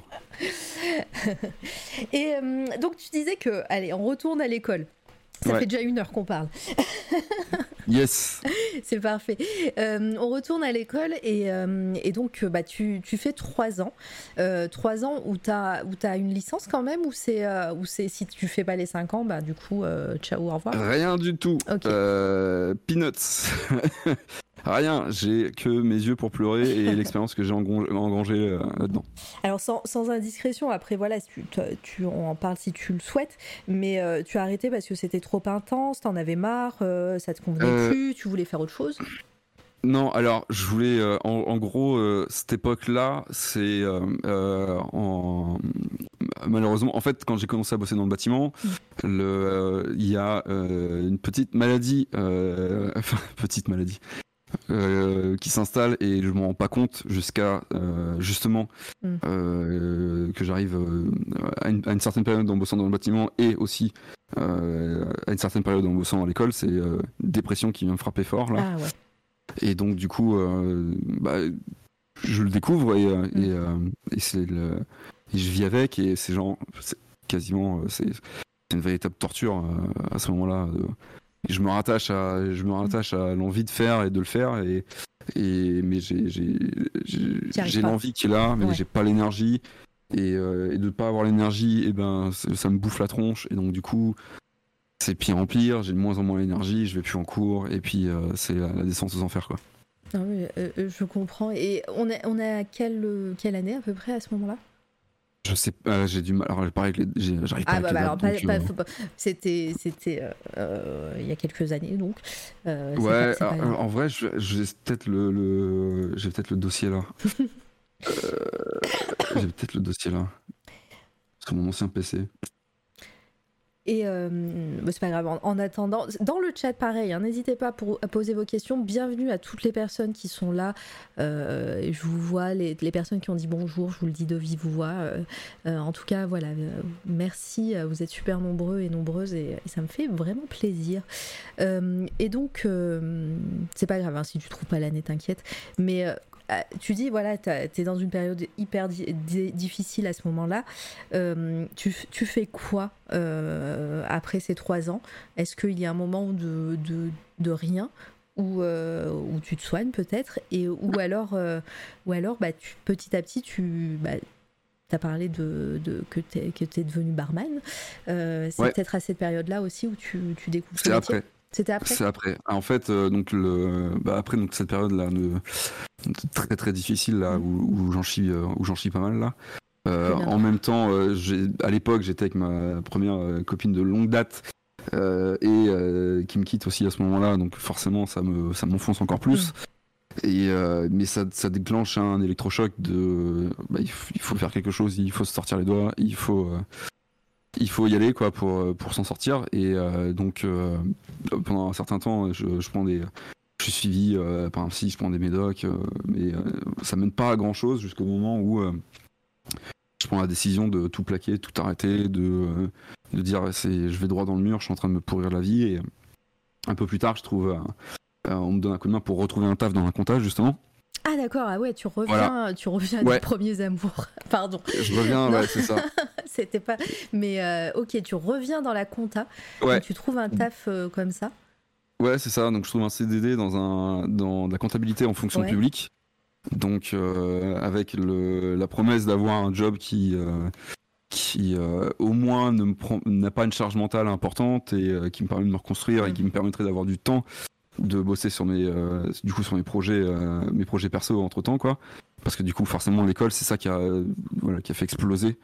Et donc tu disais que, allez, on retourne à l'école. Ça fait déjà 1 heure qu'on parle. Yes. C'est parfait. On retourne à l'école et donc tu fais 3 ans. 3 ans où t'as une licence quand même, ou c'est si tu fais pas les 5 ans, du coup, ciao, au revoir. Rien du tout. Okay. Peanuts. Rien, j'ai que mes yeux pour pleurer et l'expérience que j'ai engrangée là-dedans. Alors sans indiscrétion, après voilà, on en parle si tu le souhaites, mais tu as arrêté parce que c'était trop intense, t'en avais marre, ça te convenait plus, tu voulais faire autre chose? Non, alors je voulais, en gros, cette époque-là, c'est malheureusement, en fait, quand j'ai commencé à bosser dans le bâtiment, il y a une petite maladie, qui s'installe et je m'en rends pas compte jusqu'à justement que j'arrive à une certaine période en bossant dans le bâtiment, et aussi à une certaine période en bossant à l'école, c'est une dépression qui vient me frapper fort là. Ah ouais. Et donc du coup je le découvre et je vis avec, et c'est quasiment c'est une véritable torture à ce moment-là. Je me rattache à l'envie de faire et de le faire, mais j'ai l'envie qui est là, mais j'ai pas l'énergie, et de pas avoir l'énergie, ça me bouffe la tronche, et donc du coup c'est pire en pire, j'ai de moins en moins d'énergie, je vais plus en cours, et puis c'est la descente aux enfers, quoi. Ah oui, je comprends. Et on est à quelle année à peu près à ce moment-là? Je sais pas, j'ai du mal. Alors pareil, j'arrive pas à alors c'était il y a quelques années, donc. Ouais, en vrai, j'ai peut-être le dossier là. J'ai peut-être le dossier là sur mon ancien PC. Et c'est pas grave, en attendant, dans le chat pareil, n'hésitez pas à poser vos questions. Bienvenue à toutes les personnes qui sont là. Je vous vois, les personnes qui ont dit bonjour, je vous le dis de vive voix. En tout cas, voilà, merci, vous êtes super nombreux et nombreuses, et ça me fait vraiment plaisir. Et donc, c'est pas grave, si tu trouves pas l'année, t'inquiète. Mais tu dis, voilà, t'es dans une période hyper difficile à ce moment-là. Tu fais quoi après ces 3 ans? Est-ce qu'il y a un moment de rien où tu te soignes peut-être, ou alors petit à petit t'as parlé que t'es devenu barman. C'est peut-être à cette période-là aussi où tu découvres ce métier. C'était après. C'est après. En fait, après cette période-là, très très difficile là, où j'en chie pas mal là. En même temps, à l'époque, j'étais avec ma première copine de longue date qui me quitte aussi à ce moment-là, donc forcément ça m'enfonce encore plus. Mais ça déclenche un électrochoc il faut faire quelque chose, il faut se sortir les doigts, il faut y aller quoi pour s'en sortir. Et donc pendant un certain temps, je suis suivi par un psy, je prends des médocs, mais ça mène pas à grand chose jusqu'au moment où je prends la décision de tout plaquer, tout arrêter, de dire je vais droit dans le mur, je suis en train de me pourrir la vie. Et un peu plus tard, je trouve on me donne un coup de main pour retrouver un taf dans la compta justement. Ah d'accord, ah ouais, tu reviens des premiers amours. Pardon. Je reviens, ouais, c'est ça. C'était pas. Mais ok, tu reviens dans la compta. Ouais. Et tu trouves un taf comme ça. Ouais, c'est ça. Donc je trouve un CDD dans de la comptabilité en fonction publique. Donc avec la promesse d'avoir un job qui au moins n'a pas une charge mentale importante et qui me permet de me reconstruire et qui me permettrait d'avoir du temps de bosser sur mes projets perso entre temps quoi, parce que du coup forcément l'école c'est ça qui a fait exploser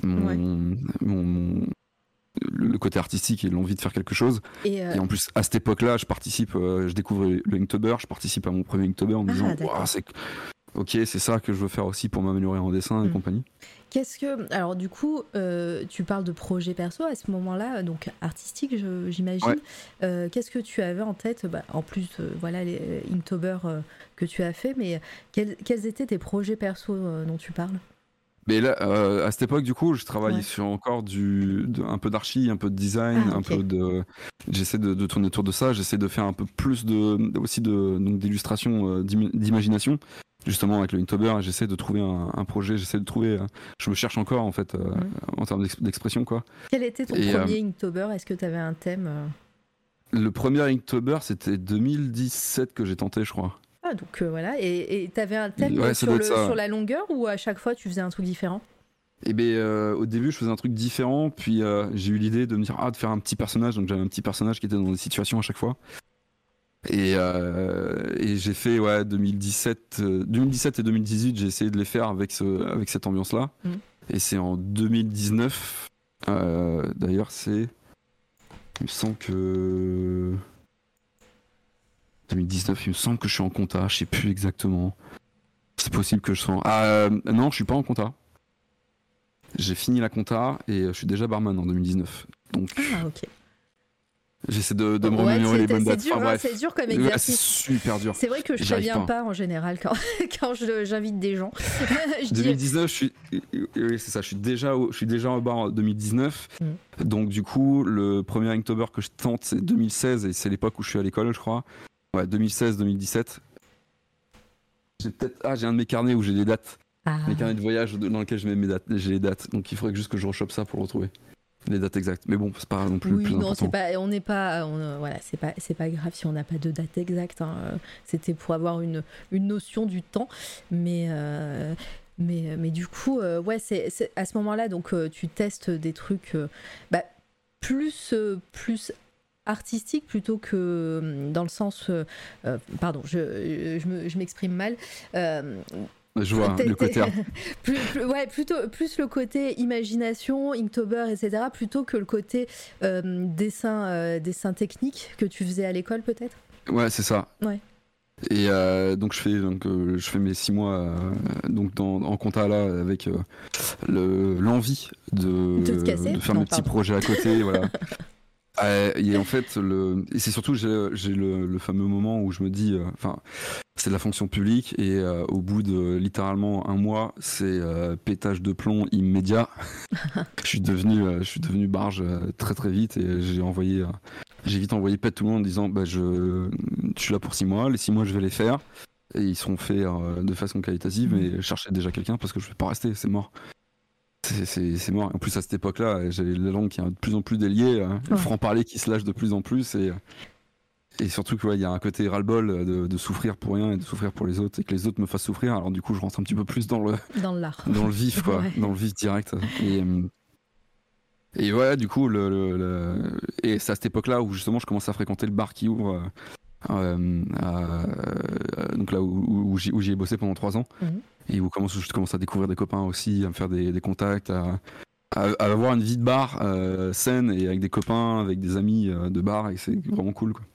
le côté artistique et l'envie de faire quelque chose. Et en plus à cette époque là je découvre le Inktober, je participe à mon premier Inktober en me disant c'est ça que je veux faire aussi pour m'améliorer en dessin et compagnie. Alors du coup, tu parles de projet perso à ce moment-là, donc artistique, j'imagine. Qu'est-ce que tu avais en tête, en plus les Inktober que tu as fait, mais quels étaient tes projets perso dont tu parles? Mais là, à cette époque, du coup, je travaille sur encore un peu d'archi, un peu de design, j'essaie de tourner autour de ça. J'essaie de faire un peu plus d'illustration, d'imagination. Justement avec le Inktober, j'essaie de trouver un projet, je me cherche encore en fait en termes d'expression quoi. Quel était ton premier Inktober? Est-ce que tu avais un thème? Le premier Inktober c'était 2017 que j'ai tenté je crois. Ah donc voilà, et tu avais un thème sur la longueur ou à chaque fois tu faisais un truc différent? Et au début je faisais un truc différent, puis j'ai eu l'idée de me dire de faire un petit personnage, donc j'avais un petit personnage qui était dans des situations à chaque fois. Et j'ai fait 2017 et 2018, j'ai essayé de les faire avec cette ambiance-là. Et c'est en 2019, d'ailleurs il me semble que 2019, il me semble que je suis en compta, je sais plus exactement. C'est possible que je sois non, je suis pas en compta. J'ai fini la compta et je suis déjà barman en 2019. Donc ok. J'essaie de me remémorer les bonnes dates. C'est dur comme exercice. C'est super dur. C'est vrai que je préviens pas en général quand j'invite des gens. 2019, c'est ça. Je suis déjà au bar en 2019. Donc du coup, le premier Inktober que je tente, c'est 2016 et c'est l'époque où je suis à l'école, je crois. Ouais, 2016-2017. J'ai un de mes carnets où j'ai des dates. Mes carnets de voyage dans lesquels je mets mes dates. J'ai les dates. Donc il faudrait juste que je rechoppe ça pour le retrouver. Les dates exactes, mais bon, c'est pas non plus. Oui, non, important. C'est pas grave si on n'a pas de date exacte. C'était pour avoir une notion du temps, mais du coup, c'est à ce moment-là, donc tu testes des trucs plus artistiques plutôt que dans le sens. Pardon, je m'exprime mal. Je vois le côté plus le côté imagination, Inktober, etc., plutôt que le côté dessin technique que tu faisais à l'école peut-être. Ouais, c'est ça. Ouais. Et donc je fais mes 6 mois en compta là avec l'envie de faire mes petits projets à côté, voilà. Et en fait, et c'est surtout j'ai le fameux moment où je me dis, c'est de la fonction publique et au bout de littéralement 1 mois, c'est pétage de plomb immédiat. Je suis devenu barge très très vite et j'ai vite envoyé pète tout le monde en disant je suis là pour 6 mois, les 6 mois je vais les faire. et ils seront faits de façon qualitative, mais je cherchais déjà quelqu'un parce que je vais pas rester, c'est mort. C'est mort. En plus, à cette époque-là, j'avais la langue qui est de plus en plus déliée, le franc-parler qui se lâche de plus en plus, et surtout qu'il y a un côté ras-le-bol de souffrir pour rien et de souffrir pour les autres, et que les autres me fassent souffrir. Alors du coup, je rentre un petit peu plus dans l'art, dans le vif, quoi, dans le vif direct. Et ouais, du coup, et c'est à cette époque-là où justement je commence à fréquenter le bar qui ouvre, donc là où j'y ai bossé pendant 3 ans, et où je commence à découvrir des copains aussi, à me faire des contacts, à avoir une vie de bar saine et avec des copains, avec des amis de bar, et c'est vraiment cool, quoi.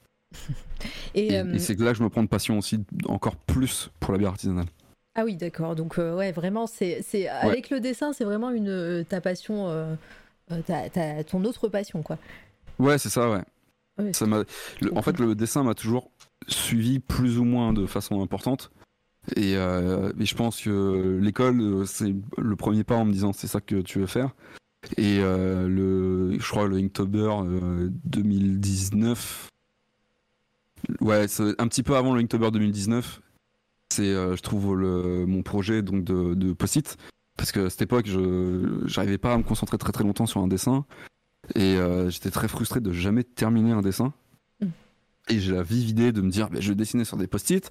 Et c'est là que je me prends de passion aussi encore plus pour la bière artisanale. Ah oui, d'accord. Donc ouais, vraiment, c'est avec le dessin, c'est vraiment ta passion, ton autre passion, quoi. Ouais, c'est ça, ouais. Ouais, en fait, le dessin m'a toujours suivi plus ou moins de façon importante. Et je pense que l'école, c'est le premier pas en me disant c'est ça que tu veux faire. Et je crois le Inktober 2019. Ouais, c'est un petit peu avant le Inktober 2019. C'est, je trouve, mon projet donc de post-it. Parce qu'à cette époque, je n'arrivais pas à me concentrer très très longtemps sur un dessin. Et j'étais très frustré de jamais terminer un dessin. Et j'ai la vive idée de me dire, je vais dessiner sur des post-it.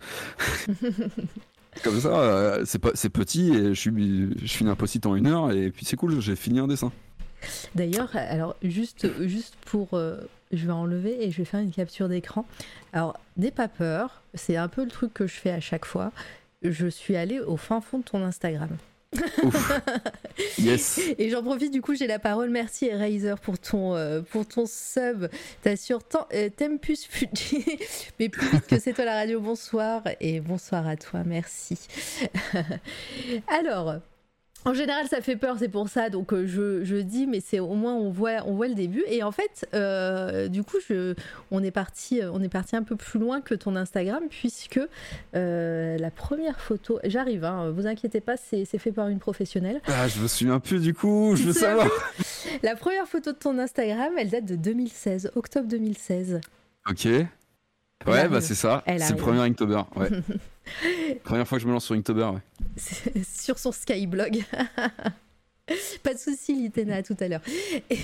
Comme ça, c'est petit et je finis un post-it en 1 heure et puis c'est cool, j'ai fini un dessin. D'ailleurs, alors juste pour... je vais enlever et je vais faire une capture d'écran. Alors, n'aie pas peur, c'est un peu le truc que je fais à chaque fois. Je suis allée au fin fond de ton Instagram. Ouf. Yes. Et j'en profite, du coup j'ai la parole. Merci Eraser pour ton sub. T'assures Tempus Fuji, mais plus vite que c'est toi la radio. Bonsoir et bonsoir à toi, merci. Alors, en général ça fait peur, c'est pour ça donc je dis, mais c'est au moins on voit le début. Et en fait du coup on est parti un peu plus loin que ton Instagram, puisque la première photo, j'arrive, vous inquiétez pas, c'est fait par une professionnelle. Ah, je me souviens plus, du coup je veux savoir. La première photo de ton Instagram, elle date de 2016, octobre 2016. Ok. Ouais, bah c'est ça, c'est le premier Inktober, ouais. Première fois que je me lance sur Inktober, ouais. Sur son Skyblog. Pas de souci, Litena, à tout à l'heure.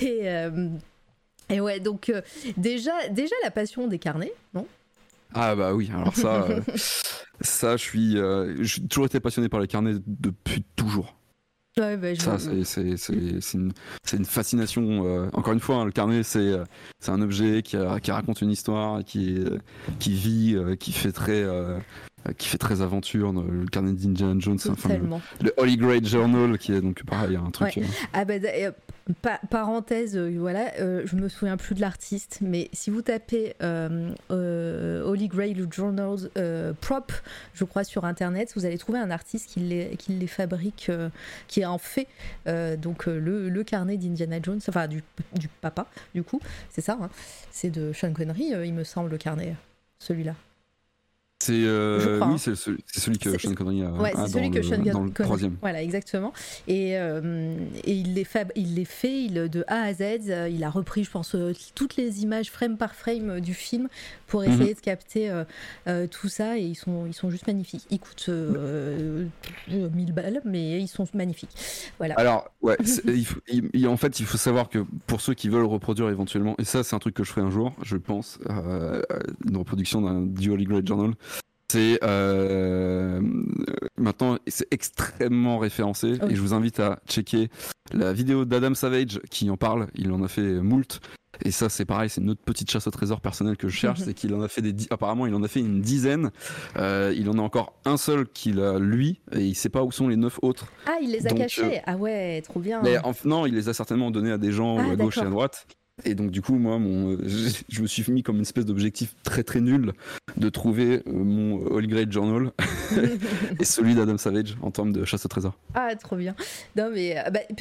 Et ouais, donc déjà la passion des carnets, non ? Ah bah oui, alors ça j'ai toujours été passionné par les carnets depuis toujours. Ouais, bah, ça c'est une fascination. Encore une fois, le carnet c'est un objet qui raconte une histoire, qui vit, qui fait très aventure. Le carnet d'Indiana Jones, enfin, le Holy Grail Journal, qui est donc pareil, un truc. Ouais. Ah bah, parenthèse, voilà, je me souviens plus de l'artiste, mais si vous tapez Holy Grail Journals prop, je crois, sur internet, vous allez trouver un artiste qui les fabrique, qui en fait donc le carnet d'Indiana Jones, enfin du papa, du coup, c'est ça, c'est de Sean Connery, il me semble, le carnet, celui-là. C'est oui, c'est celui que Sean Connery a, ouais, c'est celui que dans le troisième. Voilà, exactement. Et il les fait de A à Z. Il a repris, je pense, toutes les images frame par frame du film pour essayer de capter tout ça. Et ils sont juste magnifiques. Ils coûtent 1000 balles, mais ils sont magnifiques. Voilà. Alors, ouais, en fait, il faut savoir que pour ceux qui veulent reproduire éventuellement, et ça, c'est un truc que je ferai un jour, je pense, une reproduction du Holy Grail Journal. C'est maintenant c'est extrêmement référencé, et je vous invite à checker la vidéo d'Adam Savage qui en parle. Il en a fait moult, et ça c'est pareil, c'est une autre petite chasse au trésor personnelle que je cherche. C'est qu'il en a fait apparemment il en a fait une dizaine. Il en a encore un seul qu'il a lui, et il sait pas où sont les 9 autres. Ah, il les a cachés. Ah ouais, trop bien. Mais non, il les a certainement donnés à des gens à gauche et à droite. Et donc du coup moi je me suis mis comme une espèce d'objectif très très nul de trouver mon Holy Grail Journal et celui d'Adam Savage en termes de chasse au trésor. Ah, trop bien. Non mais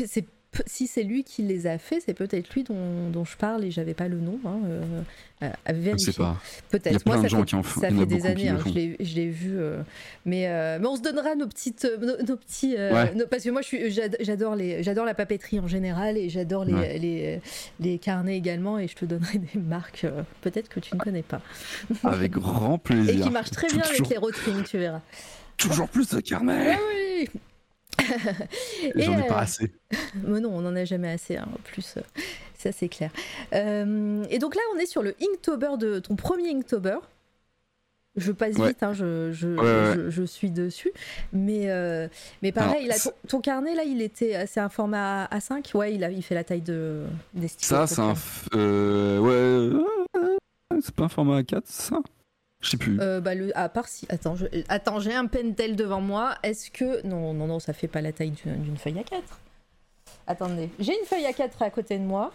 si c'est lui qui les a fait, c'est peut-être lui dont je parle et j'avais pas le nom. À vérifier. Je sais pas. Peut-être. Il y a plein Moi, de gens qui en font. Ça Il y en a fait des beaucoup qui années, le font. je l'ai vu. Mais on se donnera nos petits. Parce que moi, j'adore la papeterie en général et j'adore les carnets également. Et je te donnerai des marques, peut-être que tu ne connais pas. Avec grand plaisir. Et qui marchent très bien avec les Rotring, tu verras. Toujours plus de carnets. Oui. J'en ai pas assez. Mais non, on n'en a jamais assez, en plus, ça c'est clair. Et donc là, on est sur le Inktober de ton premier Inktober. Je passe vite, je suis dessus. Mais pareil, alors, là, ton carnet, là, c'est un format A5. Ouais, il fait la taille des stylos. Ça, c'est c'est pas un format A4, ça? Je sais plus. À part si. Attends, j'ai un Pentel devant moi. Est-ce que. Non, ça fait pas la taille d'une feuille A4. Attendez, j'ai une feuille A4 à côté de moi.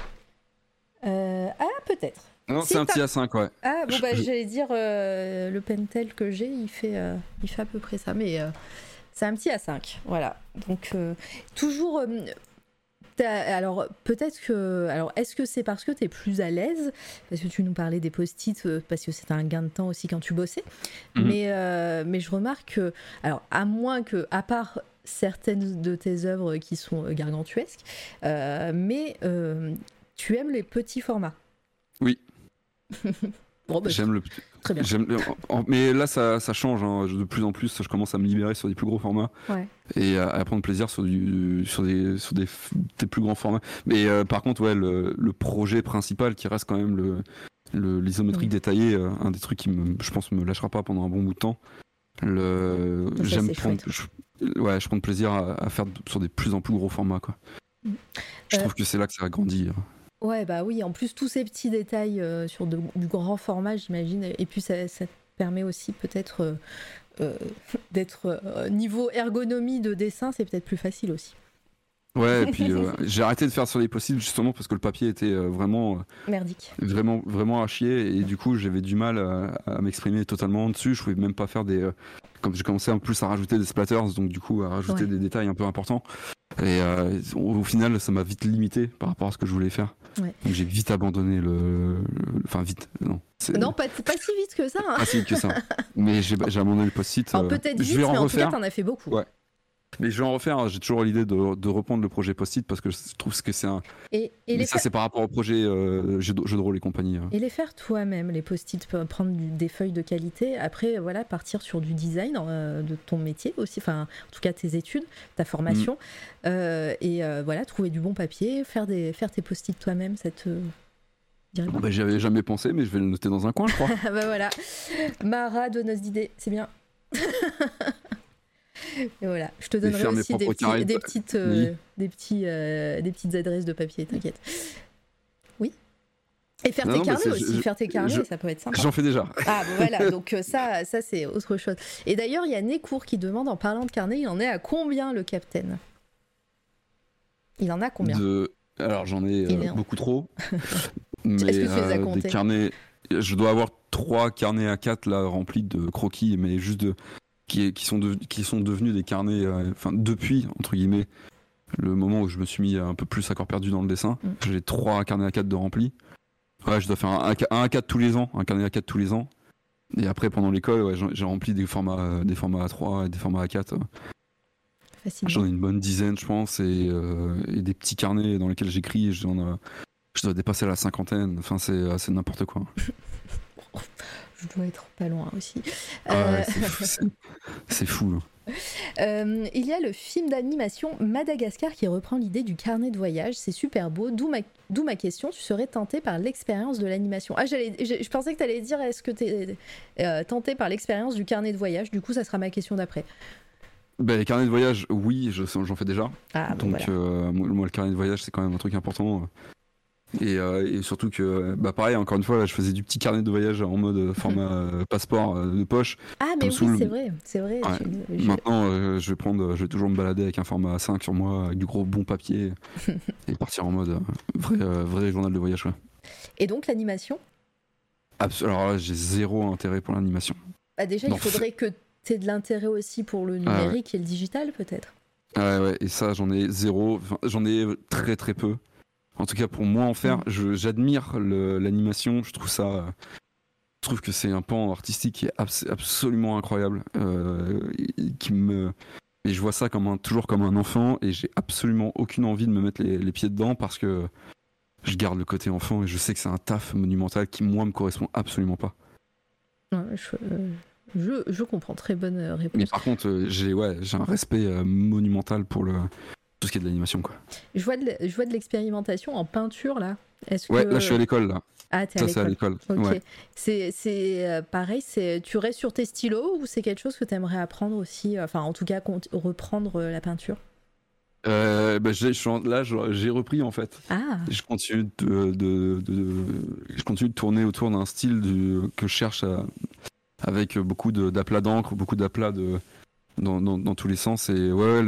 Peut-être. Non, c'est un petit A5, ouais. Ah, bon, j'allais dire, le Pentel que j'ai, il fait à peu près ça. Mais c'est un petit A5. Voilà. Donc, toujours. Alors, peut-être que. Alors, est-ce que c'est parce que tu es plus à l'aise? Parce que tu nous parlais des post-it, parce que c'était un gain de temps aussi quand tu bossais. Mais je remarque que. Alors, à moins que. À part certaines de tes œuvres qui sont gargantuesques, mais tu aimes les petits formats. Oui. Bon, j'aime le. Très bien. Mais là, ça change. Hein. De plus en plus, je commence à me libérer sur des plus gros formats. Ouais. Et à prendre plaisir sur des plus grands formats. Mais par contre, ouais, le projet principal qui reste quand même l'isométrique détaillée, un des trucs qui, je pense, me lâchera pas pendant un bon bout de temps. Je prends plaisir à faire sur des plus en plus gros formats, quoi. Je trouve que c'est là que ça a grandi. Ouais, bah oui, en plus tous ces petits détails sur du grand format, j'imagine, et puis ça te permet aussi peut-être d'être niveau ergonomie de dessin, c'est peut-être plus facile aussi. Ouais, et puis j'ai arrêté de faire sur les possibles justement parce que le papier était vraiment merdique, vraiment à chier, et du coup j'avais du mal à m'exprimer totalement dessus. Je pouvais même pas faire comme j'ai commencé en plus à rajouter des splatters, donc du coup à rajouter des détails un peu importants. Et au final, ça m'a vite limité par rapport à ce que je voulais faire. Ouais. Donc j'ai vite abandonné Enfin, vite, non. Non, pas si vite que ça. Hein. Pas si vite que ça. Mais j'ai abandonné le post-it. Alors peut-être vite, mais en tout cas, t'en as fait beaucoup. Ouais. Mais je vais en refaire. J'ai toujours l'idée de reprendre le projet post-it parce que je trouve que c'est un. Mais ça, c'est par rapport au projet jeu de rôle et compagnie. Et les faire toi-même, les post-it, prendre des feuilles de qualité. Après, voilà, partir sur du design de ton métier aussi. Enfin, en tout cas, tes études, ta formation. Voilà, trouver du bon papier, faire tes post-it toi-même, ça te. J'y avais jamais pensé, mais je vais le noter dans un coin, je crois. Bah voilà. Mara, donneuse d'idées, c'est bien. Et voilà, je te donnerai aussi des petites adresses de papier, t'inquiète. Oui. Et faire tes carnets aussi, faire tes carnets, ça peut être sympa. J'en fais déjà. Ah bon, voilà, donc ça c'est autre chose. Et d'ailleurs, il y a Necourt qui demande, en parlant de carnet, il en est à combien le Captain? Il en a combien? Alors j'en ai beaucoup trop. Mais est-ce que tu les as comptés? Des carnets, je dois avoir 3 carnets A4 là remplis de croquis, mais juste qui sont devenus des carnets, depuis, entre guillemets, le moment où je me suis mis un peu plus à corps perdu dans le dessin. J'ai 3 carnets A4 de remplis. Ouais, je dois faire un A4 tous les ans, un carnet A4 tous les ans. Et après, pendant l'école, j'ai rempli des formats A3 et des formats A4. J'en ai une bonne dizaine, je pense, et des petits carnets dans lesquels j'écris. Je dois dépasser la 50aine. Enfin, c'est n'importe quoi. Je dois être pas loin aussi. C'est fou. Il y a le film d'animation Madagascar qui reprend l'idée du carnet de voyage. C'est super beau. D'où ma question. Tu serais tenté par l'expérience de l'animation? Je pensais que tu allais dire est-ce que tu es tenté par l'expérience du carnet de voyage? Du coup, ça sera ma question d'après. Les carnets de voyage, oui, j'en fais déjà. Donc, voilà. Moi, le carnet de voyage, c'est quand même un truc important. Et surtout que, pareil, encore une fois, là, je faisais du petit carnet de voyage en mode format passeport de poche. Ah, mais oui, c'est vrai. Ouais. Maintenant, je vais toujours me balader avec un format A5 sur moi, avec du gros bon papier, et partir en mode vrai journal de voyage. Ouais. Et donc, l'animation? Alors là, j'ai zéro intérêt pour l'animation. Déjà, il faudrait que tu aies de l'intérêt aussi pour le numérique et le digital, peut-être. Ouais, et ça, j'en ai zéro. Enfin, j'en ai très très peu. En tout cas, pour moi en faire, j'admire l'animation. Je trouve que c'est un pan artistique qui est absolument incroyable. Et je vois ça toujours comme un enfant, et j'ai absolument aucune envie de me mettre les pieds dedans parce que je garde le côté enfant et je sais que c'est un taf monumental qui, moi, me correspond absolument pas. Ouais, je comprends, très bonne réponse. Mais par contre, j'ai un respect monumental pour tout ce qui est de l'animation, quoi. Je vois de l'expérimentation en peinture, là. Ouais, là, je suis à l'école, là. Ah, t'es à l'école. Ok. Ouais. C'est pareil, tu restes sur tes stylos ou c'est quelque chose que t'aimerais apprendre aussi, enfin, en tout cas, reprendre la peinture? J'ai repris en fait. Ah. Je continue je continue de tourner autour d'un style que je cherche avec beaucoup d'aplats d'encre, beaucoup d'aplats dans tous les sens. Et ouais,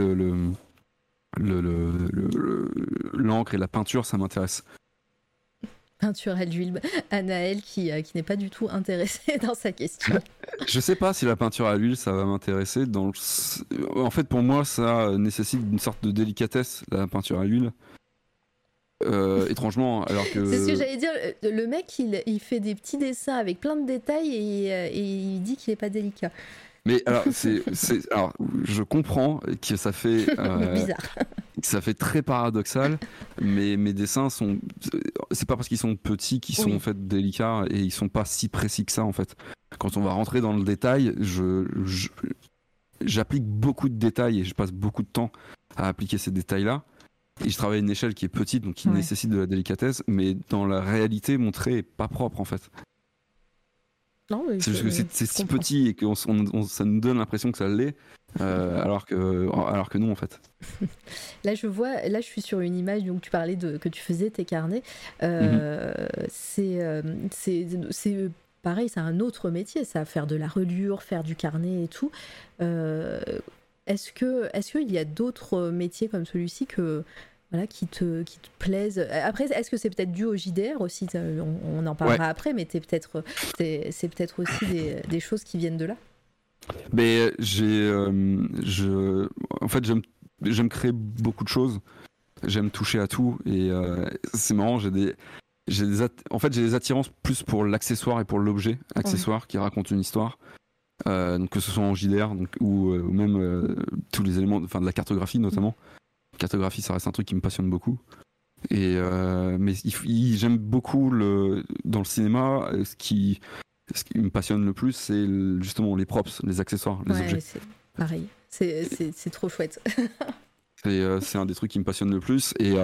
l'encre et la peinture, ça m'intéresse. Peinture à l'huile. Anaël qui n'est pas du tout intéressée dans sa question. Je sais pas si la peinture à l'huile, ça va m'intéresser. En fait, pour moi, ça nécessite une sorte de délicatesse, la peinture à l'huile. Étrangement, alors que... C'est ce que j'allais dire. Le mec, il fait des petits dessins avec plein de détails et il dit qu'il n'est pas délicat. Mais alors, alors, je comprends que ça fait... bizarre. Ça fait très paradoxal, mais mes dessins sont... C'est pas parce qu'ils sont petits qu'ils sont en fait délicats, et ils sont pas si précis que ça en fait. Quand on va rentrer dans le détail, j'applique beaucoup de détails et je passe beaucoup de temps à appliquer ces détails-là. Et je travaille à une échelle qui est petite, donc qui nécessite de la délicatesse, mais dans la réalité, mon trait est pas propre en fait. Non, c'est juste que c'est si petit et que ça nous donne l'impression que ça l'est, alors que non en fait. Là je suis sur une image, donc tu parlais que tu faisais tes carnets. C'est pareil, c'est un autre métier, ça, faire de la reliure, faire du carnet et tout. Est-ce qu'il y a d'autres métiers comme celui-ci qui te plaisent? Après, est-ce que c'est peut-être dû au JDR aussi? On en parlera après, mais c'est peut-être aussi des choses qui viennent de là. Mais en fait, j'aime créer beaucoup de choses. J'aime toucher à tout, et c'est marrant. J'ai des attirances plus pour l'accessoire et pour l'objet accessoire qui raconte une histoire. Donc que ce soit en JDR ou même tous les éléments, de la cartographie notamment. Cartographie, ça reste un truc qui me passionne beaucoup. Et mais j'aime beaucoup dans le cinéma. Ce qui me passionne le plus, c'est justement les props, les accessoires, les objets. C'est pareil. C'est trop chouette. C'est un des trucs qui me passionne le plus. Et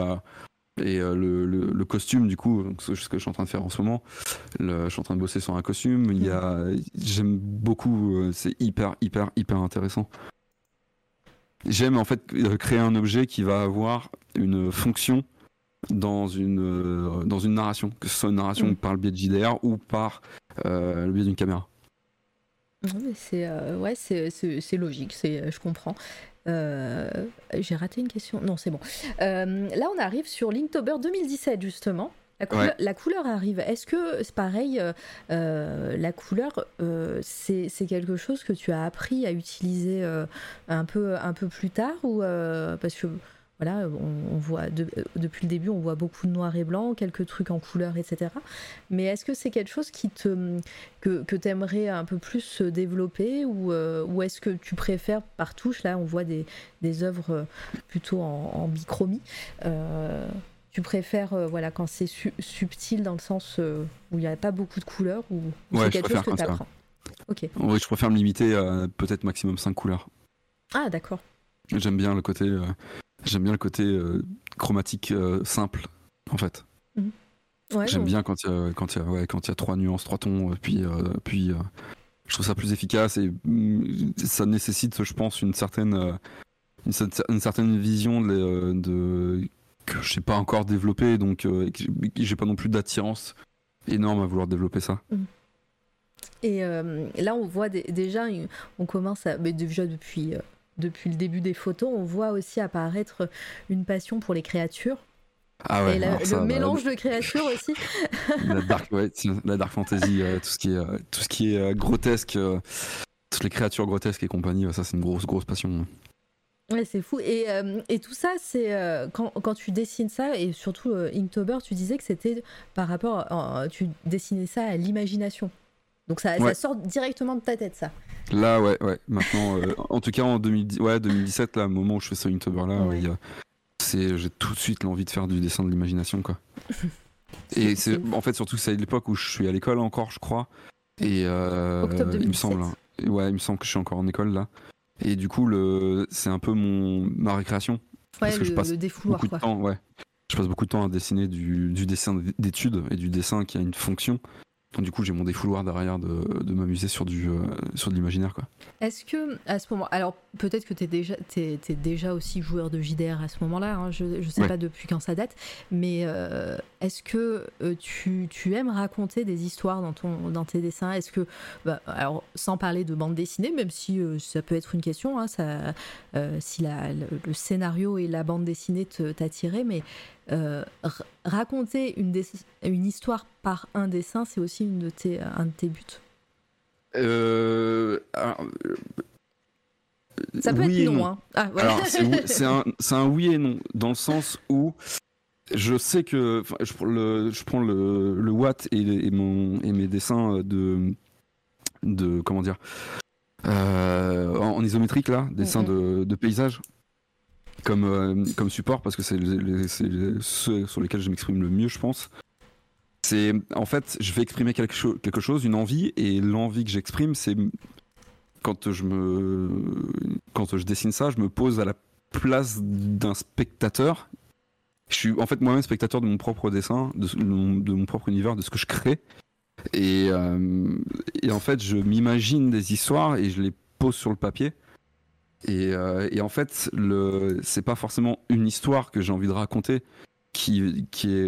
le costume, du coup, c'est ce que je suis en train de faire en ce moment. Je suis en train de bosser sur un costume. J'aime beaucoup. C'est hyper intéressant. J'aime en fait créer un objet qui va avoir une fonction dans une narration, que ce soit une narration par le biais de JDR ou par le biais d'une caméra. C'est logique, je comprends. J'ai raté une question. Non, c'est bon. Là, on arrive sur Linktober 2017 justement. La couleur arrive. Est-ce que c'est pareil, la couleur, c'est quelque chose que tu as appris à utiliser un peu plus tard, ou parce que voilà, on voit depuis le début, on voit beaucoup de noir et blanc, quelques trucs en couleur, etc. Mais est-ce que c'est quelque chose que t'aimerais un peu plus développer, ou est-ce que tu préfères par touche? Là, on voit des œuvres plutôt en bichromie. Tu préfères quand c'est subtil, dans le sens où il n'y a pas beaucoup de couleurs, ou c'est quelque chose que tu apprends? Ok. Oui, je préfère me limiter à peut-être maximum 5 couleurs. Ah, d'accord. J'aime bien le côté chromatique simple, en fait. J'aime bien quand il y a 3 nuances, 3 tons, puis je trouve ça plus efficace, et ça nécessite, je pense, une certaine vision que je sais pas encore développer, donc j'ai pas non plus d'attirance énorme à vouloir développer ça. Et là, on voit déjà, on commence mais déjà depuis le début des photos, on voit aussi apparaître une passion pour les créatures. Ah ouais, et le mélange de créatures aussi. La dark fantasy, tout ce qui est grotesque, toutes les créatures grotesques et compagnie, ça c'est une grosse passion. Ouais, c'est fou. Et tout ça, c'est quand tu dessines ça, et surtout Inktober, tu disais que c'était par rapport, tu dessinais ça à l'imagination. Donc ça sort directement de ta tête, ça. Là, ouais. Maintenant, en tout cas en 2017, là, au moment où je fais ce Inktober là, j'ai tout de suite l'envie de faire du dessin de l'imagination, quoi. Et c'est en fait surtout c'est l'époque où je suis à l'école encore, je crois. Et Octobre 2017. il me semble, il me semble que je suis encore en école là. Et du coup, c'est un peu ma récréation. Ouais, parce que je passe le défouloir, beaucoup de temps, je passe beaucoup de temps à dessiner du dessin d'études et du dessin qui a une fonction. Donc du coup, j'ai mon défouloir derrière de m'amuser sur de l'imaginaire, quoi. Est-ce que, à ce moment, alors peut-être que t'es déjà aussi joueur de JDR à ce moment-là, hein, je sais pas depuis quand ça date, mais est-ce que tu aimes raconter des histoires dans tes dessins? Est-ce que, alors sans parler de bande dessinée, même si ça peut être une question, hein, si le scénario et la bande dessinée t'attiraient, mais raconter une histoire par un dessin, c'est aussi un de tes buts. Ça peut oui être non. Hein. Ah, ouais. Alors c'est un oui et non, dans le sens où je sais que je prends le Watt et mes dessins de comment dire en isométrique là, dessins de paysage comme support, parce que c'est ceux sur lesquels je m'exprime le mieux, je pense. C'est en fait, je vais exprimer quelque chose, une envie, et l'envie que j'exprime, c'est quand je dessine ça, je me pose à la place d'un spectateur. Je suis en fait moi-même spectateur de mon propre dessin, de mon propre univers, de ce que je crée. Et en fait, je m'imagine des histoires et je les pose sur le papier. Et en fait, c'est pas forcément une histoire que j'ai envie de raconter qui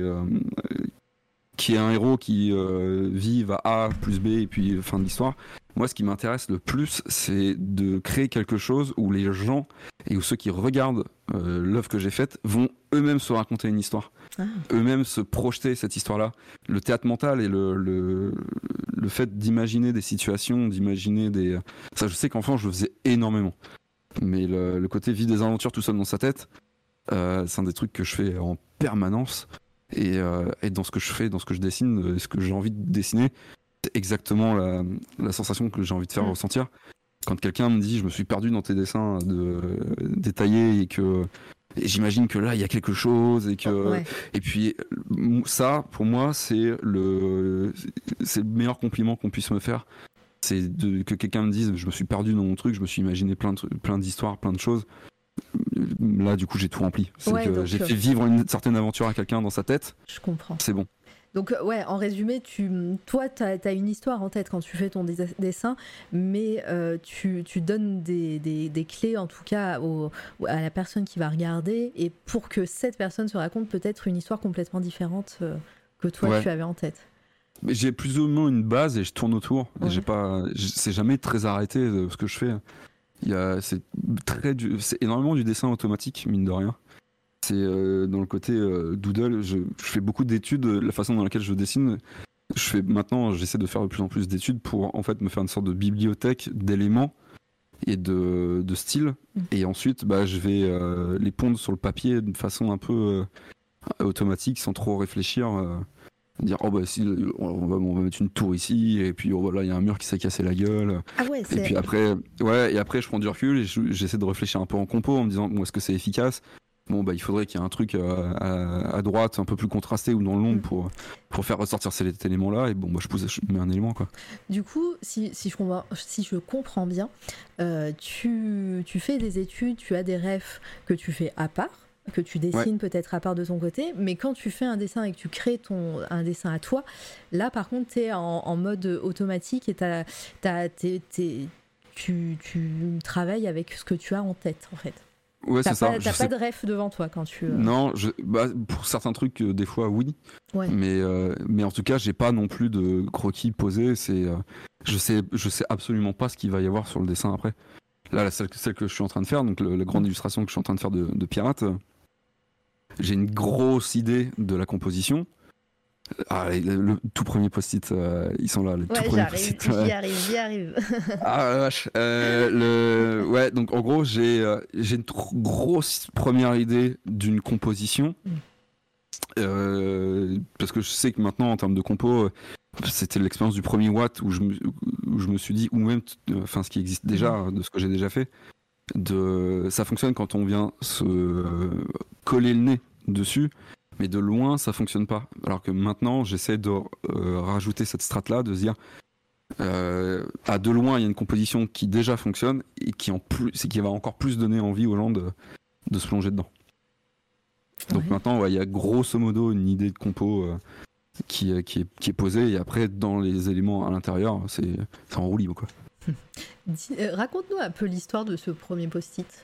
est un héros qui vive à A plus B et puis fin de l'histoire. Moi, ce qui m'intéresse le plus, c'est de créer quelque chose où les gens et où ceux qui regardent l'œuvre que j'ai faite vont eux-mêmes se raconter une histoire, eux-mêmes se projeter cette histoire-là. Le théâtre mental et le fait d'imaginer des situations, d'imaginer des... Ça, je sais qu'enfant, je le faisais énormément. Mais le côté vivre des aventures tout seul dans sa tête, c'est un des trucs que je fais en permanence. Et dans ce que je fais, dans ce que je dessine, ce que j'ai envie de dessiner, c'est exactement la sensation que j'ai envie de faire ressentir. Quand quelqu'un me dit je me suis perdu dans tes dessins détaillés et j'imagine que là il y a quelque chose et puis ça pour moi c'est le meilleur compliment qu'on puisse me faire, c'est que quelqu'un me dise je me suis perdu dans mon truc, je me suis imaginé plein d'histoires, plein de choses. Là du coup j'ai tout rempli, j'ai fait vivre une certaine aventure à quelqu'un dans sa tête. Je comprends, c'est bon. Donc en résumé, toi t'as une histoire en tête quand tu fais ton dessin, mais tu donnes des clés en tout cas à la personne qui va regarder, et pour que cette personne se raconte peut-être une histoire complètement différente que toi tu avais en tête. Mais j'ai plus ou moins une base et je tourne autour. Et c'est jamais très arrêté ce que je fais. C'est énormément du dessin automatique, mine de rien. C'est dans le côté doodle, je fais beaucoup d'études, la façon dans laquelle je dessine. Maintenant, j'essaie de faire de plus en plus d'études pour en fait me faire une sorte de bibliothèque d'éléments et de styles. Et ensuite, je vais les pondre sur le papier de façon un peu automatique, sans trop réfléchir. Dire si on va mettre une tour ici, et puis là il y a un mur qui s'est cassé la gueule. Et puis après je prends du recul et j'essaie de réfléchir un peu en compo en me disant est-ce que c'est efficace. Il faudrait qu'il y ait un truc à droite un peu plus contrasté ou dans l'ombre pour faire ressortir cet élément là, et je mets un élément, quoi. Du coup si je comprends bien, tu fais des études, tu as des rêves que tu fais à part, que tu dessines peut-être à part de ton côté, mais quand tu fais un dessin et que tu crées un dessin à toi, là par contre t'es en mode automatique et tu travailles avec ce que tu as en tête en fait. Ouais, c'est ça. T'as pas de ref devant toi quand tu... Non, pour certains trucs, des fois, oui. Ouais. Mais en tout cas, j'ai pas non plus de croquis posés. Je sais absolument pas ce qu'il va y avoir sur le dessin après. Là, celle que je suis en train de faire, donc la grande illustration que je suis en train de faire de Pirate, j'ai une grosse idée de la composition. Le tout premier post-it, ils sont là. Les tout premiers post-it, j'y arrive. Ah la vache. Ouais, donc en gros, j'ai une grosse première idée d'une composition. Parce que je sais que maintenant, en termes de compo, c'était l'expérience du premier Watt où je me suis dit, ou même ce qui existe déjà, de ce que j'ai déjà fait, ça fonctionne quand on vient se coller le nez dessus, mais de loin ça fonctionne pas. Alors que maintenant j'essaie de rajouter cette strate-là, de se dire à de loin il y a une composition qui déjà fonctionne et qui va encore plus donner envie aux gens de se plonger dedans. Donc maintenant il y a grosso modo une idée de compo qui est posée, et après dans les éléments à l'intérieur c'est en roue libre, quoi. Raconte-nous un peu l'histoire de ce premier post-it.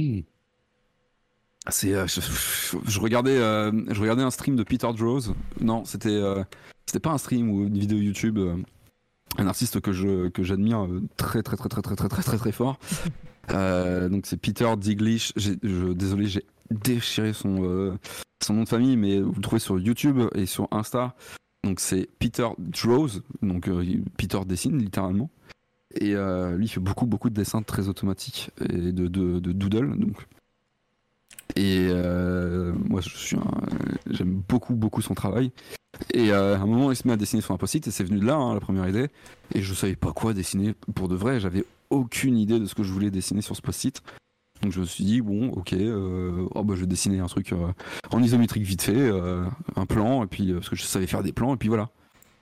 Je regardais un stream de Peter Droz. Non, c'était pas un stream ou une vidéo YouTube. Un artiste que j'admire très très très très très très très très très fort. Donc c'est Peter Diglish. Désolé, j'ai déchiré son nom de famille, mais vous le trouvez sur YouTube et sur Insta. Donc c'est Peter Droz. Donc Peter dessine littéralement. Et lui il fait beaucoup de dessins très automatiques et de doodle. Donc. Et moi j'aime beaucoup son travail. Et à un moment il se met à dessiner sur un post-it, et c'est venu de là, la première idée. Et je savais pas quoi dessiner pour de vrai, j'avais aucune idée de ce que je voulais dessiner sur ce post-it. Donc je me suis dit bon ok, je vais dessiner un truc en isométrique vite fait, un plan, et puis parce que je savais faire des plans, et puis voilà.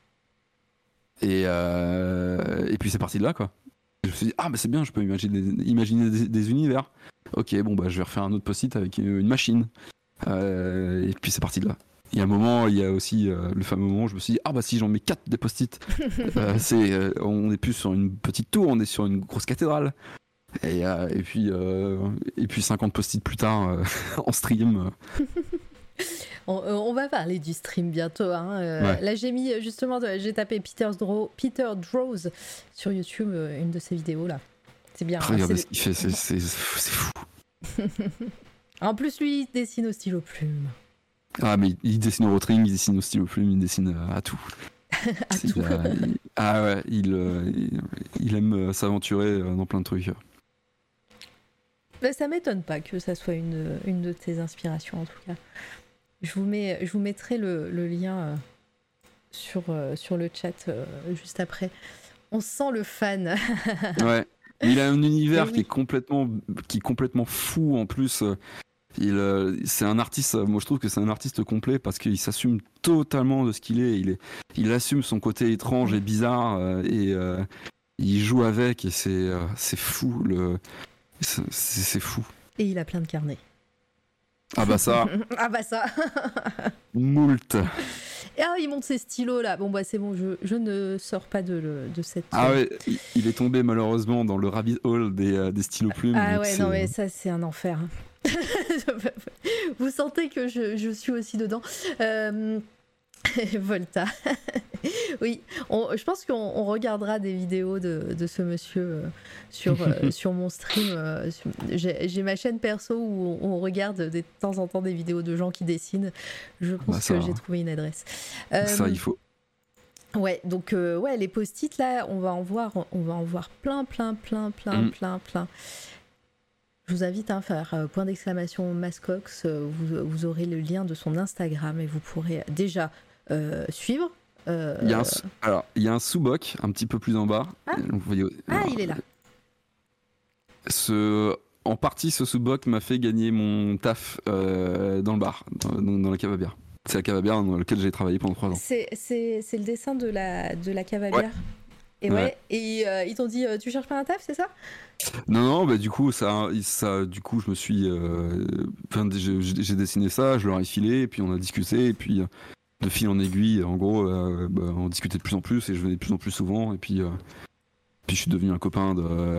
Et puis c'est parti de là, quoi. Je me suis dit c'est bien, je peux imaginer des univers. Ok, je vais refaire un autre post-it avec une machine. Et puis c'est parti de là. Il y a un moment, il y a aussi le fameux moment où je me suis dit si j'en mets 4 des post-it, on est plus sur une petite tour, on est sur une grosse cathédrale. Et puis 50 post-it plus tard en stream. On va parler du stream bientôt. Là, j'ai tapé Peter Droz sur YouTube, une de ses vidéos là. C'est bien. Regardez ce qu'il fait, c'est fou. En plus, lui, il dessine au stylo plume. Mais il dessine au rotring, il dessine au stylo plume, il dessine à tout. Il aime s'aventurer dans plein de trucs. Ça m'étonne pas que ça soit une de tes inspirations, en tout cas. Je vous mettrai le lien sur le chat juste après. On sent le fan. Ouais. Il a un univers qui est complètement fou en plus. C'est un artiste. Moi, je trouve que c'est un artiste complet parce qu'il s'assume totalement de ce qu'il est. Il assume son côté étrange et bizarre et il joue avec, et c'est fou. C'est fou. Et il a plein de carnets. Ça. Moult. Et il monte ses stylos là. C'est bon, je ne sors pas de cette. Il est tombé malheureusement dans le rabbit hole des stylos plumes. Non mais ça c'est un enfer. Vous sentez que je suis aussi dedans. Volta. Oui, je pense qu'on regardera des vidéos de ce monsieur sur mon stream. J'ai ma chaîne perso où on regarde de temps en temps des vidéos de gens qui dessinent. Je pense que j'ai trouvé une adresse. Ça, il faut. Ouais, donc les post-it là, on va en voir plein. Je vous invite à faire point d'exclamation Mascox. Vous aurez le lien de son Instagram et vous pourrez déjà suivre. Il y a un sous-boc un petit peu plus en bas. Il est là. En partie, ce sous-boc m'a fait gagner mon taf dans le bar, dans la cave à bière. C'est la cave à bière dans laquelle j'ai travaillé pendant 3 ans. C'est le dessin de la cave à bière. Ouais. Et ils t'ont dit tu cherches pas un taf, c'est ça? Non, du coup du coup je me suis j'ai dessiné ça, je leur ai filé, et puis on a discuté, et puis de fil en aiguille, en gros on discutait de plus en plus, et je venais de plus en plus souvent, et puis je suis devenu un copain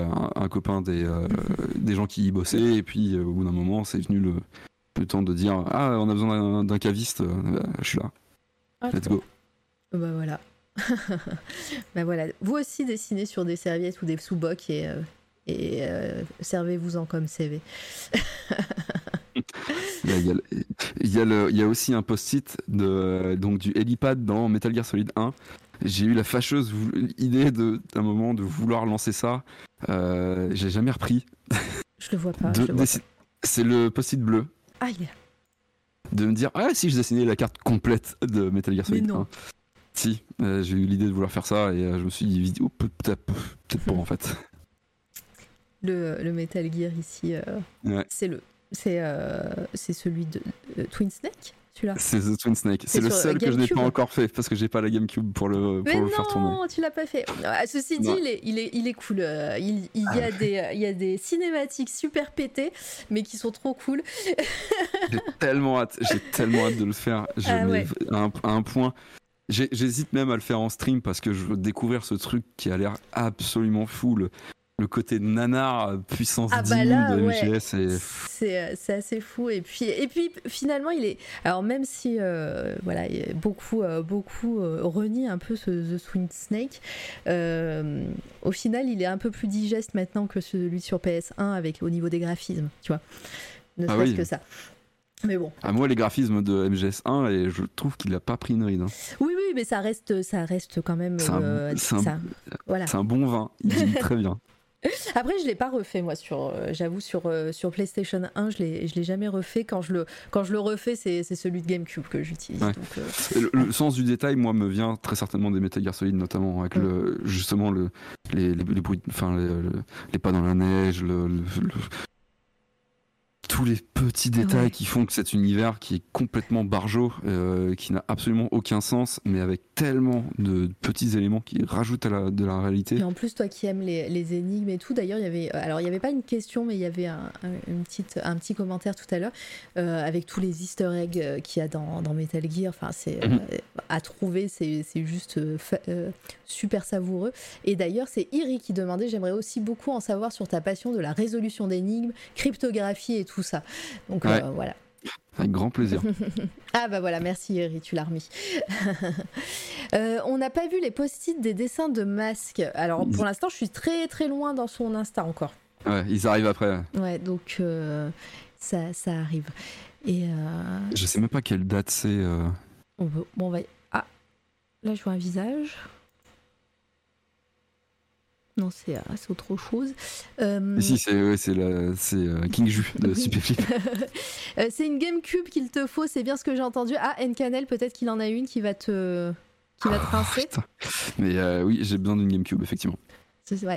des gens qui y bossaient, et puis au bout d'un moment c'est venu le temps de dire on a besoin d'un caviste, je suis là. Let's go. Voilà. Voilà, vous aussi dessinez sur des serviettes ou des sous-bocs et servez-vous-en comme CV. Là, il y a aussi un post-it donc du helipad dans Metal Gear Solid 1. J'ai eu la fâcheuse idée d'un moment de vouloir lancer ça. J'ai jamais repris. Je le vois pas. C'est le post-it bleu. Ah, il est là. De me dire, si je dessinais la carte complète de Metal Gear Solid 1. Si, j'ai eu l'idée de vouloir faire ça et je me suis dit, peut-être pas en fait. Le Metal Gear ici, ouais. c'est celui de Twin Snake, celui-là. C'est The Twin Snake. C'est le seul que je n'ai pas encore fait parce que j'ai pas la GameCube pour le faire tourner. Non, tu l'as pas fait. Ceci dit, il est cool. Il y a des cinématiques super pétées, mais qui sont trop cool. J'ai tellement hâte de le faire. À un point. J'hésite même à le faire en stream parce que je veux découvrir ce truc qui a l'air absolument fou. Le côté nanar puissance 10 de MGS, c'est assez fou. Et puis finalement, il est. Alors, même si beaucoup renient un peu The Twin Snake, au final, il est un peu plus digeste maintenant que celui sur PS1 au niveau des graphismes, tu vois. Ne serait-ce que ça. Mais bon. Moi, les graphismes de MGS1, et je trouve qu'il n'a pas pris une ride. Hein. Oui, mais ça reste quand même. C'est un bon vin. Il dit très bien. Après, je l'ai pas refait moi j'avoue sur PlayStation 1, je l'ai jamais refait. Quand je le refais, c'est celui de GameCube que j'utilise. Ouais. Donc, le sens du détail, moi, me vient très certainement des Metal Gear Solid, notamment avec justement les bruits, les pas dans la neige, tous les petits détails qui font que cet univers qui est complètement barjot, qui n'a absolument aucun sens, mais avec tellement de petits éléments qui rajoutent de la réalité. Et en plus, toi qui aimes les énigmes et tout, d'ailleurs, il y avait pas une question, mais il y avait un petit commentaire tout à l'heure avec tous les Easter eggs qu'il y a dans Metal Gear. Enfin, c'est à trouver, c'est juste super savoureux. Et d'ailleurs, c'est Iri qui demandait, j'aimerais aussi beaucoup en savoir sur ta passion de la résolution d'énigmes, cryptographie et tout ça. Donc voilà. Avec grand plaisir. Ah bah voilà, merci Eri, tu l'as remis. On n'a pas vu les post-it des dessins de masques. Alors pour l'instant, je suis très très loin dans son Insta encore. Ouais, ils arrivent après. Ouais, donc ça arrive. Et je sais même pas quelle date c'est. On va. Ah, là je vois un visage. Non, c'est autre chose. Si, c'est King Ju de Superflip. C'est une GameCube qu'il te faut, c'est bien ce que j'ai entendu. Ah, Ncanel, peut-être qu'il en a une qui va te rincer. Mais oui, j'ai besoin d'une GameCube, effectivement. Ouais.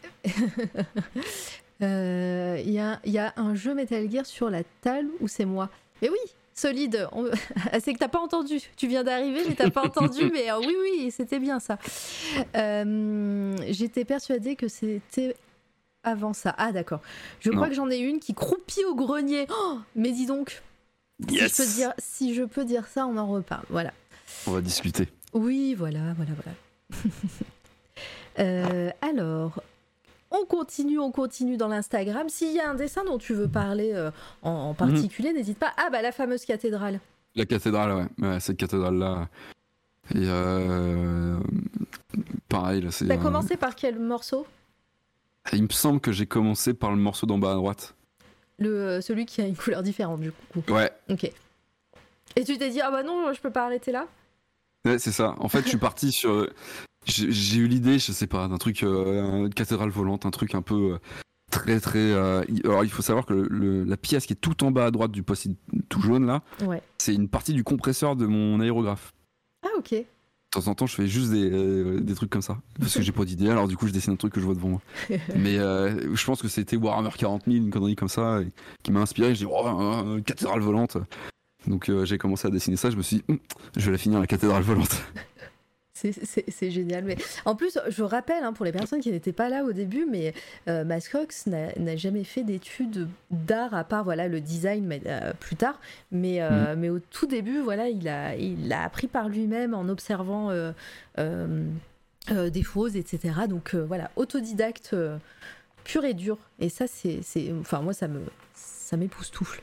Il y a un jeu Metal Gear sur la table ou c'est moi? Mais oui, Solide, c'est que t'as pas entendu. Tu viens d'arriver, mais t'as pas entendu. Mais oui, c'était bien ça. J'étais persuadée que c'était avant ça. Ah d'accord. Je crois que j'en ai une qui croupit au grenier. Oh, mais dis donc. Yes. Si je peux dire ça, on en reparle. Voilà. On va discuter. Oui, voilà. Alors. On continue dans l'Instagram. S'il y a un dessin dont tu veux parler en particulier, n'hésite pas. Ah bah la fameuse cathédrale. La cathédrale, ouais cette cathédrale-là. Et pareil, là c'est... T'as commencé par quel morceau ? Il me semble que j'ai commencé par le morceau d'en bas à droite. Celui qui a une couleur différente du coup. Ouais. Ok. Et tu t'es dit, ah bah non, je peux pas arrêter là ? Ouais, c'est ça. En fait, je suis parti sur... J'ai eu l'idée, je sais pas, d'un truc, une cathédrale volante, un truc un peu très très... Alors il faut savoir que la pièce qui est tout en bas à droite du post-it tout jaune là, c'est une partie du compresseur de mon aérographe. Ah ok. De temps en temps je fais juste des trucs comme ça, parce que j'ai pas d'idée, alors du coup je dessine un truc que je vois devant moi. Mais je pense que c'était Warhammer 40 000, une connerie comme ça, qui m'a inspiré, je dis une cathédrale volante. Donc j'ai commencé à dessiner ça, je me suis dit, je vais la finir la cathédrale volante. C'est génial. Mais en plus, je rappelle, pour les personnes qui n'étaient pas là au début, mais Mascox n'a jamais fait d'études d'art à part le design mais, plus tard. Mais au tout début, il a appris par lui-même en observant des choses, etc. Donc autodidacte pur et dur. Et ça, enfin moi, ça m'époustoufle.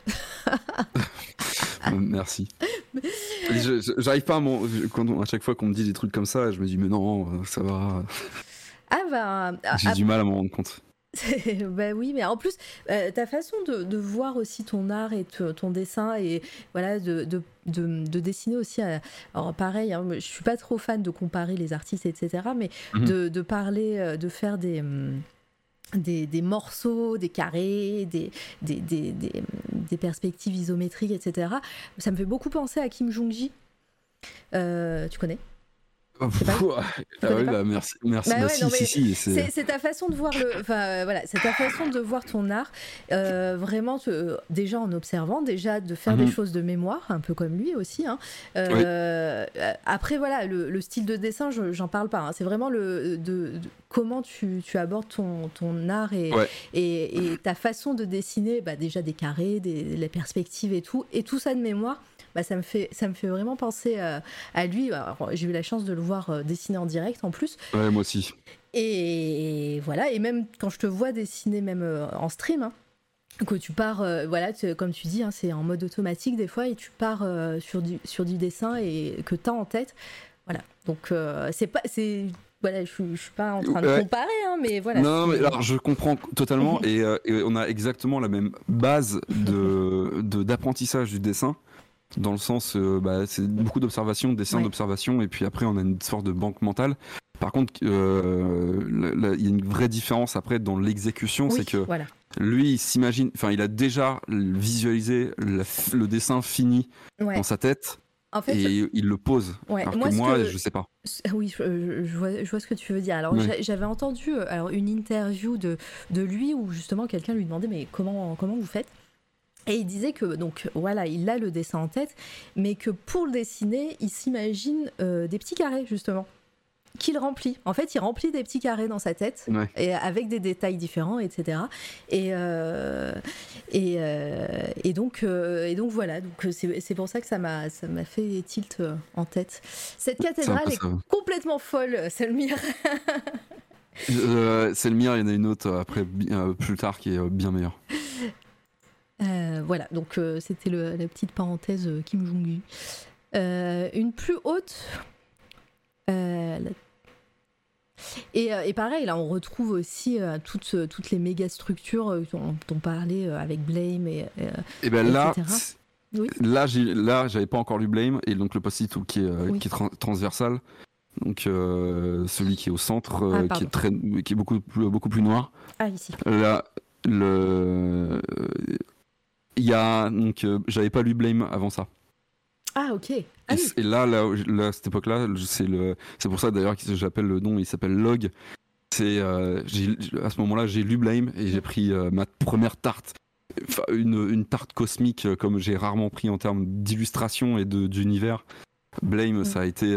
Merci. J'arrive pas à chaque fois qu'on me dit des trucs comme ça, je me dis mais non, ça va. Ah bah, j'ai du mal à m'en rendre compte. Bah oui, mais en plus, ta façon de voir aussi ton art et ton dessin et voilà, de dessiner aussi. Alors pareil, hein, je suis pas trop fan de comparer les artistes, etc. Mais de parler, de faire des morceaux, des carrés, des perspectives isométriques, etc. Ça me fait beaucoup penser à Kim Jong-gi. Tu connais? Merci. Bah ouais, non, Si, c'est ta façon de voir c'est ta façon de voir ton art, vraiment déjà en observant, déjà de faire des choses de mémoire, un peu comme lui aussi. Hein. Après voilà, le style de dessin, j'en parle pas. Hein. C'est vraiment comment tu abordes ton art et ta façon de dessiner, bah, déjà des carrés, les perspectives et tout ça de mémoire. Bah, ça me fait vraiment penser à lui. Alors, j'ai eu la chance de le voir dessiner en direct en plus. Ouais, moi aussi. Et voilà, et même quand je te vois dessiner même en stream, hein, que tu pars, comme tu dis, hein, c'est en mode automatique des fois, et tu pars sur du dessin et que tu as en tête. Voilà, donc voilà, je suis pas en train de comparer, hein, mais voilà. Non, mais alors je comprends totalement, et on a exactement la même base d'apprentissage du dessin. Dans le sens, c'est beaucoup d'observation, de dessin d'observation, et puis après on a une sorte de banque mentale. Par contre, il y a une vraie différence après dans l'exécution, c'est que lui, il s'imagine, enfin, il a déjà visualisé le dessin fini dans sa tête, en fait, et il le pose. Alors que moi, je sais pas. Oui, je vois ce que tu veux dire. Alors, j'avais entendu une interview de lui où justement quelqu'un lui demandait mais comment vous faites ? Et il disait que, donc voilà, il a le dessin en tête, mais que pour le dessiner, il s'imagine des petits carrés, justement, qu'il remplit. En fait, il remplit des petits carrés dans sa tête, et avec des détails différents, etc. Et donc voilà, donc c'est pour ça que ça m'a fait tilt en tête. Cette cathédrale est complètement folle, Selmyr. Selmyr, il y en a une autre après, plus tard, qui est bien meilleure. Voilà, donc c'était la petite parenthèse Kim Jong-gi. Une plus haute. Et pareil, là on retrouve aussi toutes les méga structures dont on parlait avec Blame et ben là, oui. là j'avais pas encore lu Blame, et donc le post-it qui est transversal. Donc celui qui est au centre, qui est beaucoup plus noir. Ah, ici. Là, il y a donc j'avais pas lu Blame avant ça. Ah, ok. Ah, et là, à cette époque-là, c'est pour ça d'ailleurs que j'appelle le nom, il s'appelle Log. À ce moment-là, j'ai lu Blame et j'ai pris ma première tarte, une tarte cosmique comme j'ai rarement pris en termes d'illustration et d'univers. Blame, ça a été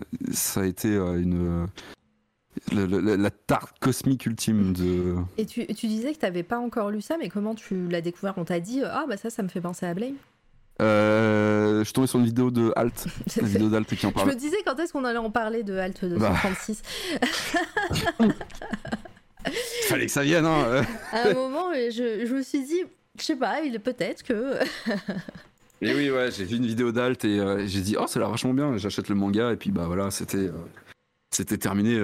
la tarte cosmique ultime de. Et tu disais que tu n'avais pas encore lu ça, mais comment tu l'as découvert? On t'a dit ça me fait penser à Blame. Je suis tombé sur une vidéo de Alt, la vidéo d'Alt qui en parle. Je me disais quand est-ce qu'on allait en parler de Alt 236. Fallait que ça vienne, hein. À un moment, je me suis dit, je sais pas, peut-être que. Et oui, j'ai vu une vidéo d'Alt et j'ai dit, ça a l'air vachement bien, j'achète le manga, et puis voilà, c'était terminé.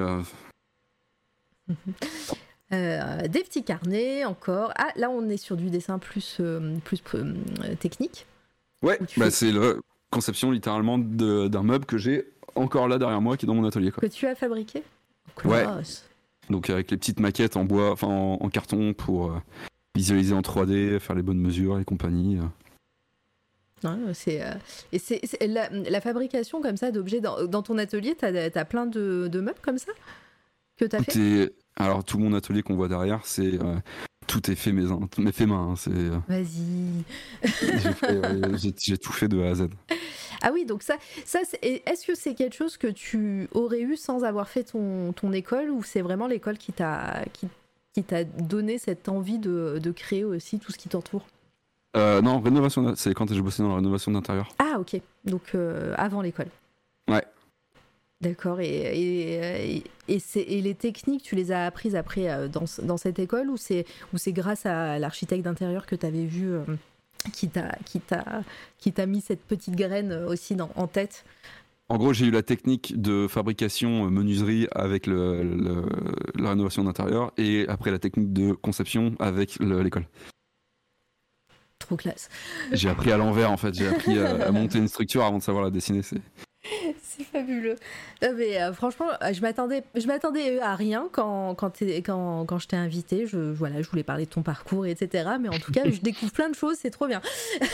Des petits carnets encore. Ah, là on est sur du dessin plus technique. Ouais, c'est la conception littéralement d'un meuble que j'ai encore là derrière moi, qui est dans mon atelier, quoi. Que tu as fabriqué. Ouais. Donc avec les petites maquettes en bois, enfin en carton pour visualiser en 3D, faire les bonnes mesures et compagnie. C'est la fabrication comme ça d'objets dans ton atelier. T'as plein de meubles comme ça que t'as fait. Alors tout mon atelier qu'on voit derrière, c'est tout est fait main. Hein, Vas-y. J'ai tout fait de A à Z. Ah oui, donc ça est-ce que c'est quelque chose que tu aurais eu sans avoir fait ton école, ou c'est vraiment l'école qui t'a donné cette envie de créer aussi tout ce qui t'entoure? Non, rénovation, c'est quand j'ai bossé dans la rénovation d'intérieur. Ah ok, donc avant l'école. Ouais. D'accord, et les techniques, tu les as apprises après dans cette école, ou c'est grâce à l'architecte d'intérieur que tu avais vu qui t'a mis cette petite graine aussi en tête? En gros, j'ai eu la technique de fabrication menuiserie avec la rénovation d'intérieur et après la technique de conception avec l'école. Trop classe. J'ai appris à l'envers en fait, j'ai appris à monter une structure avant de savoir la dessiner. C'est fabuleux. Non, mais franchement, je m'attendais à rien quand je t'ai invité. Je voulais parler de ton parcours, etc. Mais en tout cas, je découvre plein de choses, c'est trop bien.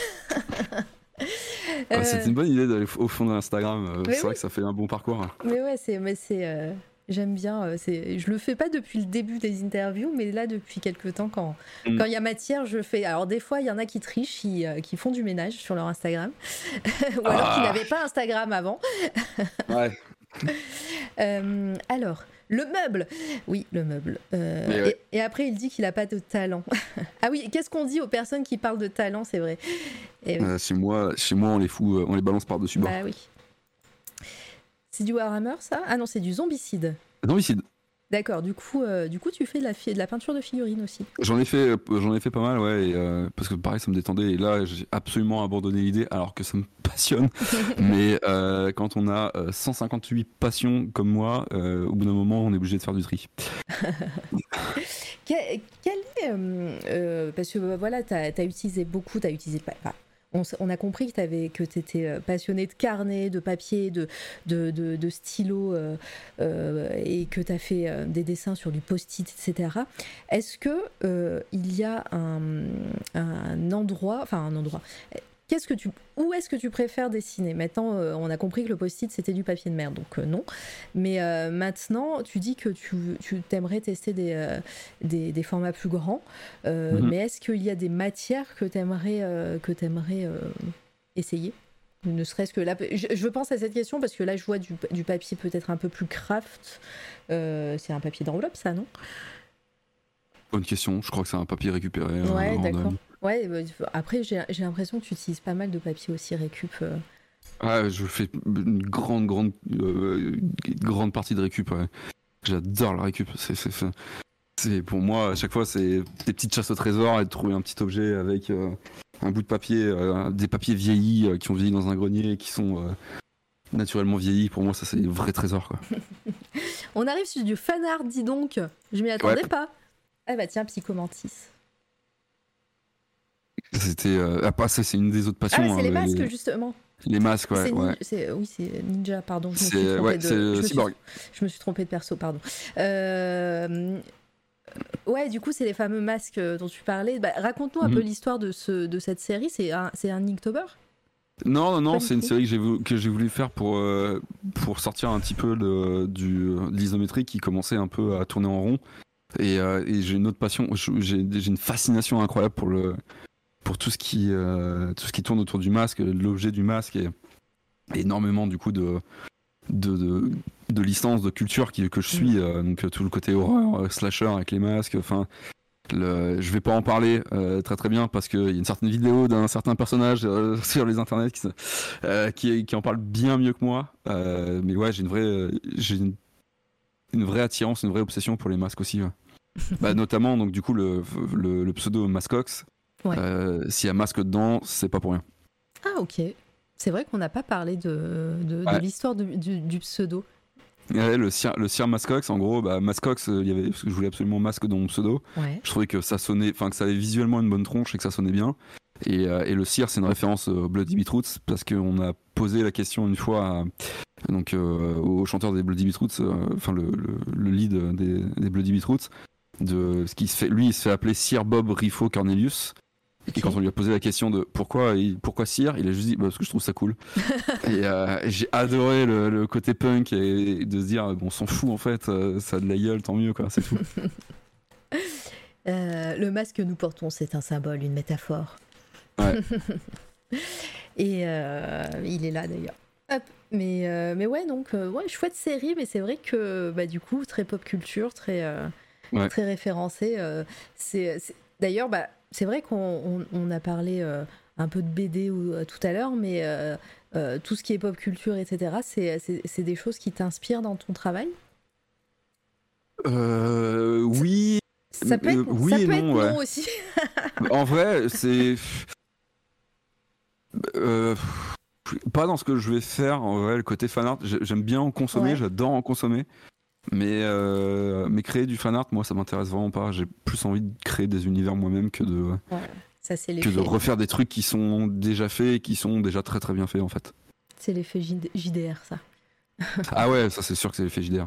C'est une bonne idée d'aller au fond de l'Instagram. C'est vrai que ça fait un bon parcours. Mais ouais, j'aime bien. Je le fais pas depuis le début des interviews, mais là depuis quelques temps, quand il y a matière, je fais. Alors des fois, il y en a qui trichent, qui font du ménage sur leur Instagram, ou alors qui n'avaient pas Instagram avant. Ouais. Alors, le meuble. Oui, le meuble. Et après, il dit qu'il a pas de talent. Ah oui, qu'est-ce qu'on dit aux personnes qui parlent de talent, c'est vrai. Oui. Chez moi, on les fout, on les balance par-dessus bord. Bah oui. C'est du Warhammer, ça ? Ah non, c'est du Zombicide. Zombicide. D'accord, du coup, tu fais de la peinture de figurines aussi. J'en ai fait pas mal, ouais, parce que pareil, ça me détendait. Et là, j'ai absolument abandonné l'idée, alors que ça me passionne. Mais quand on a 158 passions comme moi, au bout d'un moment, on est obligé de faire du tri. Quel est, parce que voilà, t'as utilisé beaucoup, on a compris que tu étais passionné de carnet, de papier, de stylo, et que tu as fait des dessins sur du post-it, etc. Est-ce que il y a un endroit, où est-ce que tu préfères dessiner ? Maintenant, on a compris que le post-it c'était du papier de merde, donc non. Mais maintenant, tu dis que tu t'aimerais tester des formats plus grands. Mais est-ce qu'il y a des matières que t'aimerais essayer ? Ne serait-ce que là, je pense à cette question parce que là, je vois du papier peut-être un peu plus craft. C'est un papier d'enveloppe, ça, non ? Bonne question. Je crois que c'est un papier récupéré. Ouais, d'accord. Ouais, après, j'ai l'impression que tu utilises pas mal de papier aussi récup. Ah, je fais une grande partie de récup. Ouais. J'adore la récup. C'est pour moi, à chaque fois, c'est des petites chasses au trésor et de trouver un petit objet avec un bout de papier, des papiers vieillis qui ont vieilli dans un grenier et qui sont naturellement vieillis. Pour moi, ça, c'est des vrais trésors, quoi. On arrive sur du fanart, dis donc. Je m'y attendais pas. Ah bah tiens, Psychomantis. C'était c'est une des autres passions. Ah, c'est les masques, justement. Les masques, ouais. Oui, c'est Ninja, pardon. C'est Cyborg. Je me suis trompée de perso, pardon. Ouais, du coup, c'est les fameux masques dont tu parlais. Bah, raconte-nous un peu l'histoire de cette série. C'est un Inktober ? Non, c'est une série que j'ai voulu faire pour sortir un petit peu de l'isométrie qui commençait un peu à tourner en rond. Et j'ai une autre passion, j'ai une fascination incroyable pour tout ce qui tourne autour du masque, l'objet du masque, et énormément du coup de licences, de culture que je suis, donc tout le côté horreur, slasher avec les masques, enfin je vais pas en parler très très bien parce qu'il y a une certaine vidéo d'un certain personnage sur les internets qui en parle bien mieux que moi, mais ouais, j'ai une vraie attirance, une vraie obsession pour les masques aussi. Ouais. Bah, notamment, donc du coup, le pseudo Mascox, ouais. S'il y a masque dedans, c'est pas pour rien. Ah, ok. C'est vrai qu'on n'a pas parlé de l'histoire du pseudo. Ouais, le cire Mascox, en gros, Mascox, parce que je voulais absolument masque dans mon pseudo. Ouais. Je trouvais que ça sonnait, que ça avait visuellement une bonne tronche et que ça sonnait bien. Et le cire, c'est une référence au Bloody Beetroots parce qu'on a posé la question une fois au chanteur des Bloody Beetroots, le lead des Bloody Beetroots, de ce qui se fait. Lui, il se fait appeler Sir Bob Rifo Cornelius. Okay. Et quand on lui a posé la question de pourquoi Sir, il a juste dit parce que je trouve ça cool. et j'ai adoré le côté punk et de se dire on s'en fout en fait, ça a de la gueule, tant mieux, quoi, c'est tout. Le masque que nous portons, c'est un symbole, une métaphore. Ouais. Et il est là d'ailleurs. Hop. Mais ouais, donc chouette série, mais c'est vrai que du coup très pop culture, très référencé. D'ailleurs, c'est vrai qu'on a parlé un peu de BD tout à l'heure, mais tout ce qui est pop culture, etc., c'est des choses qui t'inspirent dans ton travail ? Oui. Ça peut être, oui et non, non aussi. En vrai, c'est... pas dans ce que je vais faire. En vrai, le côté fan art, j'aime bien en consommer, j'adore en consommer. Mais créer du fan art, moi, ça m'intéresse vraiment pas. J'ai plus envie de créer des univers moi-même que de refaire des trucs qui sont déjà faits et qui sont déjà très très bien faits en fait. C'est l'effet JDR, ça. Ah ouais, ça c'est sûr que c'est l'effet JDR.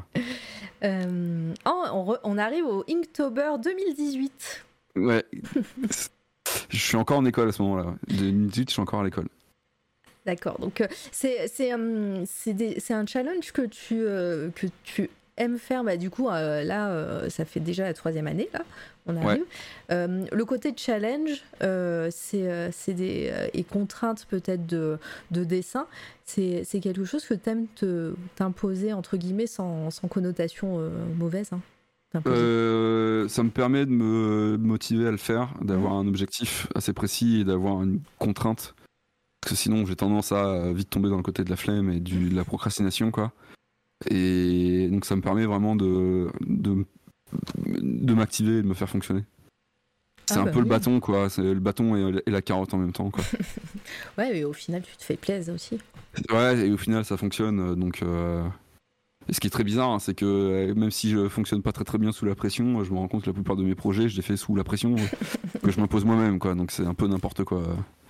On arrive au Inktober 2018. Ouais. Je suis encore en école à ce moment-là. 2018, je suis encore à l'école. D'accord, donc c'est un challenge que tu aimes faire. Bah, du coup, là, ça fait déjà la 3e année, là, on arrive. Ouais. Le côté challenge, c'est et contraintes peut-être de dessin, c'est quelque chose que tu aimes t'imposer, entre guillemets, sans connotation mauvaise, hein. Ça me permet de me motiver à le faire, d'avoir un objectif assez précis et d'avoir une contrainte. Parce que sinon, j'ai tendance à vite tomber dans le côté de la flemme et de la procrastination, quoi. Et donc, ça me permet vraiment de m'activer et de me faire fonctionner. C'est un peu le bâton, quoi. C'est le bâton et la carotte en même temps, quoi. Ouais, et au final, tu te fais plaisir aussi. Ouais, et au final, ça fonctionne. Donc, et ce qui est très bizarre, hein, c'est que même si je fonctionne pas très très bien sous la pression, je me rends compte que la plupart de mes projets, je les fais sous la pression que je m'impose moi-même, quoi. Donc, c'est un peu n'importe quoi.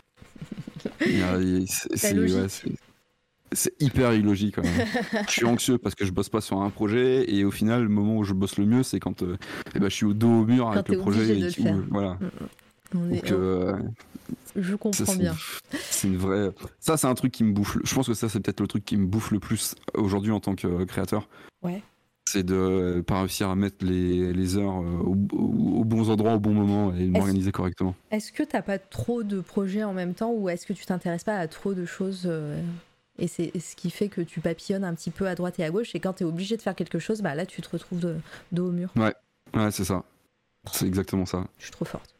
C'est hyper illogique. Je suis anxieux parce que je bosse pas sur un projet et au final le moment où je bosse le mieux c'est quand je suis au dos au mur avec le projet et voilà. Je comprends bien. C'est une vraie. Ça c'est un truc qui me bouffe. Je pense que ça c'est peut-être le truc qui me bouffe le plus aujourd'hui en tant que créateur. Ouais. C'est de pas réussir à mettre les heures aux bons endroits au bon moment et de m'organiser correctement. Est-ce que t'as pas trop de projets en même temps ou est-ce que tu t'intéresses pas à trop de choses et c'est ce qui fait que tu papillonnes un petit peu à droite et à gauche et quand t'es obligé de faire quelque chose, bah là tu te retrouves dos au mur. Ouais, c'est ça. C'est exactement ça. Je suis trop forte.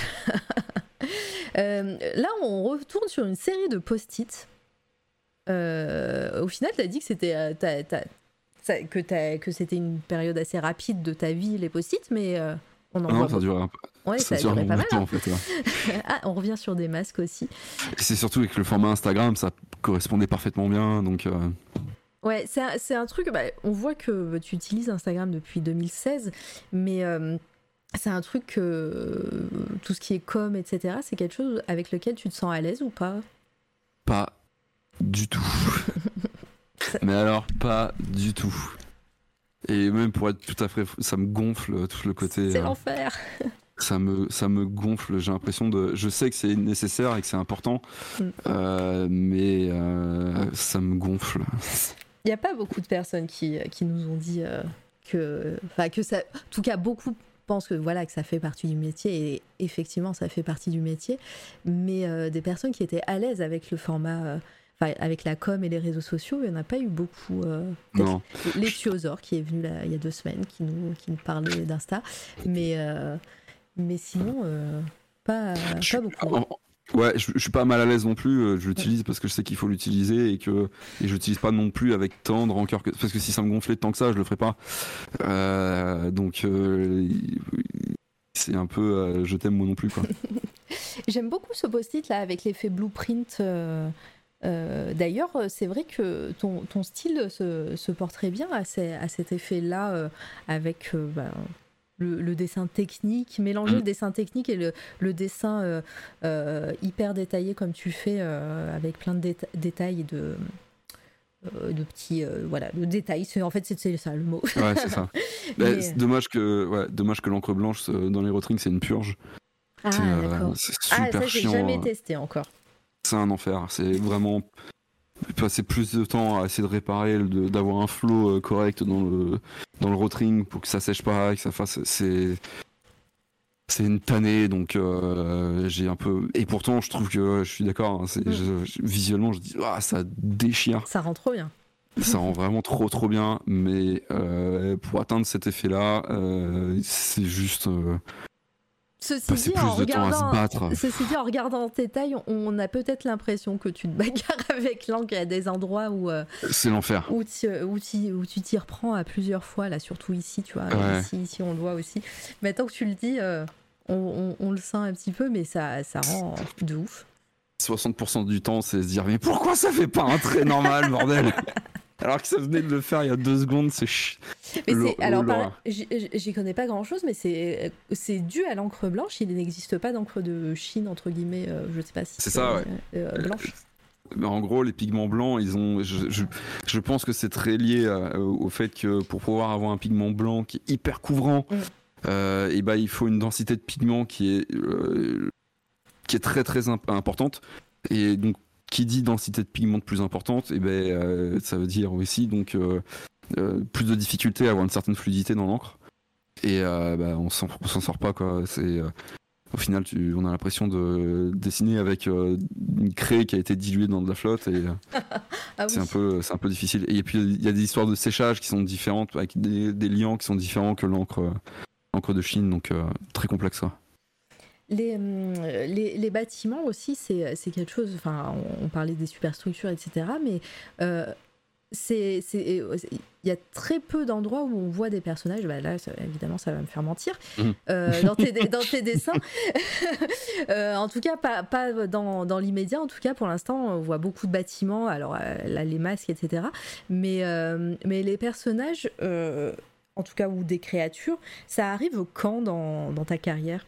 Là on retourne sur une série de post-it. Au final t'as dit que c'était que c'était une période assez rapide de ta vie, les post-it, mais on en voit ça dure un peu. Ouais, ça dure pas mal. En fait, ouais. On revient sur des masques aussi. Et c'est surtout avec le format Instagram, ça correspondait parfaitement bien, donc. Ouais, c'est un truc. Bah, on voit que tu utilises Instagram depuis 2016, mais c'est un truc que tout ce qui est com, etc. C'est quelque chose avec lequel tu te sens à l'aise ou pas ? Pas du tout. Mais alors, pas du tout. Et même pour être tout à fait, ça me gonfle tout le côté. C'est l'enfer. Ça me gonfle. J'ai l'impression de. Je sais que c'est nécessaire et que c'est important, mais ça me gonfle. Il n'y a pas beaucoup de personnes qui nous ont dit que ça. En tout cas, beaucoup pensent que voilà que ça fait partie du métier et effectivement, ça fait partie du métier. Mais des personnes qui étaient à l'aise avec le format. Avec la com et les réseaux sociaux, il n'y en a pas eu beaucoup. Non. Les Tuosor qui est venu là, il y a 2 semaines, qui nous parlait d'Insta. Mais sinon, pas beaucoup. Ouais, je suis pas mal à l'aise non plus. Je l'utilise parce que je sais qu'il faut l'utiliser et je l'utilise pas non plus avec tant de rancœur parce que si ça me gonflait tant que ça, je le ferais pas. Donc c'est un peu je t'aime moi non plus, quoi. J'aime beaucoup ce post-it là avec l'effet blueprint. D'ailleurs, c'est vrai que ton style se porterait bien à cet effet-là, avec le dessin technique, mélanger le dessin technique et le dessin hyper détaillé comme tu fais, avec plein de détails et de petits le détail. C'est ça le mot. Ouais, c'est ça. C'est dommage que l'encre blanche dans les rotrings c'est une purge. D'accord. C'est super ça chiant. J'ai jamais testé encore. C'est un enfer, c'est vraiment passer plus de temps à essayer de réparer, d'avoir un flow correct dans le rotring pour que ça sèche pas, que ça fasse, c'est une tannée, donc j'ai un peu, et pourtant je trouve que je suis d'accord, hein, visuellement je dis ça déchire, ça rend trop bien, ça rend vraiment trop bien, mais pour atteindre cet effet là c'est juste Ceci dit, en regardant tes tailles, on a peut-être l'impression que tu te bagarres avec l'encre. Il y a des endroits où c'est l'enfer, où tu t'y reprends à plusieurs fois, là, surtout ici, tu vois. Ouais. Ici, on le voit aussi. Maintenant que tu le dis, on le sent un petit peu, mais ça rend de ouf. 60% du temps, c'est se dire mais pourquoi ça fait pas un trait normal, bordel. Alors que ça venait de le faire il y a 2 secondes, c'est j'y connais pas grand chose, mais c'est dû à l'encre blanche. Il n'existe pas d'encre de Chine, entre guillemets, je sais pas si c'est ça, blanche. En gros, les pigments blancs, je pense que c'est très lié au fait que pour pouvoir avoir un pigment blanc qui est hyper couvrant, et il faut une densité de pigment qui est très très importante. Et donc, qui dit densité de pigment plus importante, ça veut dire aussi donc plus de difficulté à avoir une certaine fluidité dans l'encre. Et on s'en sort pas, quoi. Au final, on a l'impression de dessiner avec une craie qui a été diluée dans de la flotte, et c'est un peu difficile. Et puis il y a des histoires de séchage qui sont différentes, avec des liants qui sont différents que l'encre de Chine, donc très complexe, quoi. Les bâtiments aussi, c'est quelque chose. Enfin, on parlait des superstructures, etc. Mais il y a très peu d'endroits où on voit des personnages. Là, évidemment, ça va me faire mentir. Dans tes dessins. En tout cas, pas dans l'immédiat. En tout cas, pour l'instant, on voit beaucoup de bâtiments. Alors là, les masques, etc. Mais les personnages, en tout cas, ou des créatures, ça arrive quand dans ta carrière?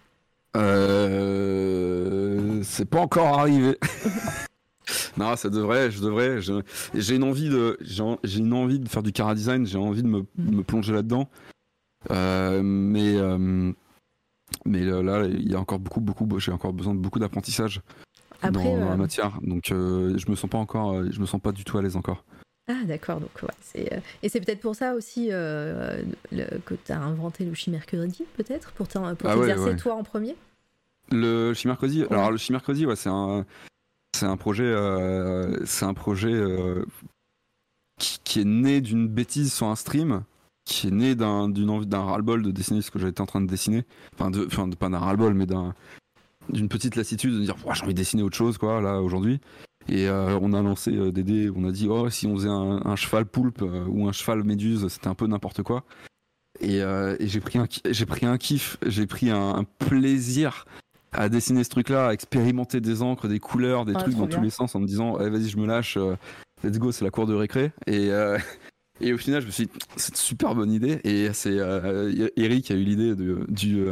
C'est pas encore arrivé. Non, ça devrait. J'ai une envie de faire du chara design. J'ai envie de me plonger là-dedans. Mais là, il y a encore beaucoup. J'ai encore besoin de beaucoup d'apprentissage dans la matière. Donc, je me sens pas du tout à l'aise encore. Ah d'accord, donc et c'est peut-être pour ça aussi que tu as inventé le Chimercredi, peut-être, pour t'exercer toi en premier. Le Chimercredi, alors le Chimercredi, c'est un projet, qui est né d'une bêtise sur un stream, qui est né d'un ras-le-bol de dessiner ce que j'étais en train de dessiner, pas d'un ras-le-bol, mais d'une petite lassitude de dire j'ai envie de dessiner autre chose, quoi, là aujourd'hui. Et on a lancé des dés, on a dit si on faisait un cheval poulpe ou un cheval méduse, c'était un peu n'importe quoi. Et j'ai pris un kiff, j'ai pris un plaisir à dessiner ce truc-là, à expérimenter des encres, des couleurs, des trucs dans tous les sens, en me disant vas-y, je me lâche, let's go, c'est la cour de récré. Et au final, je me suis dit c'est une super bonne idée. Et c'est Eric qui a eu l'idée du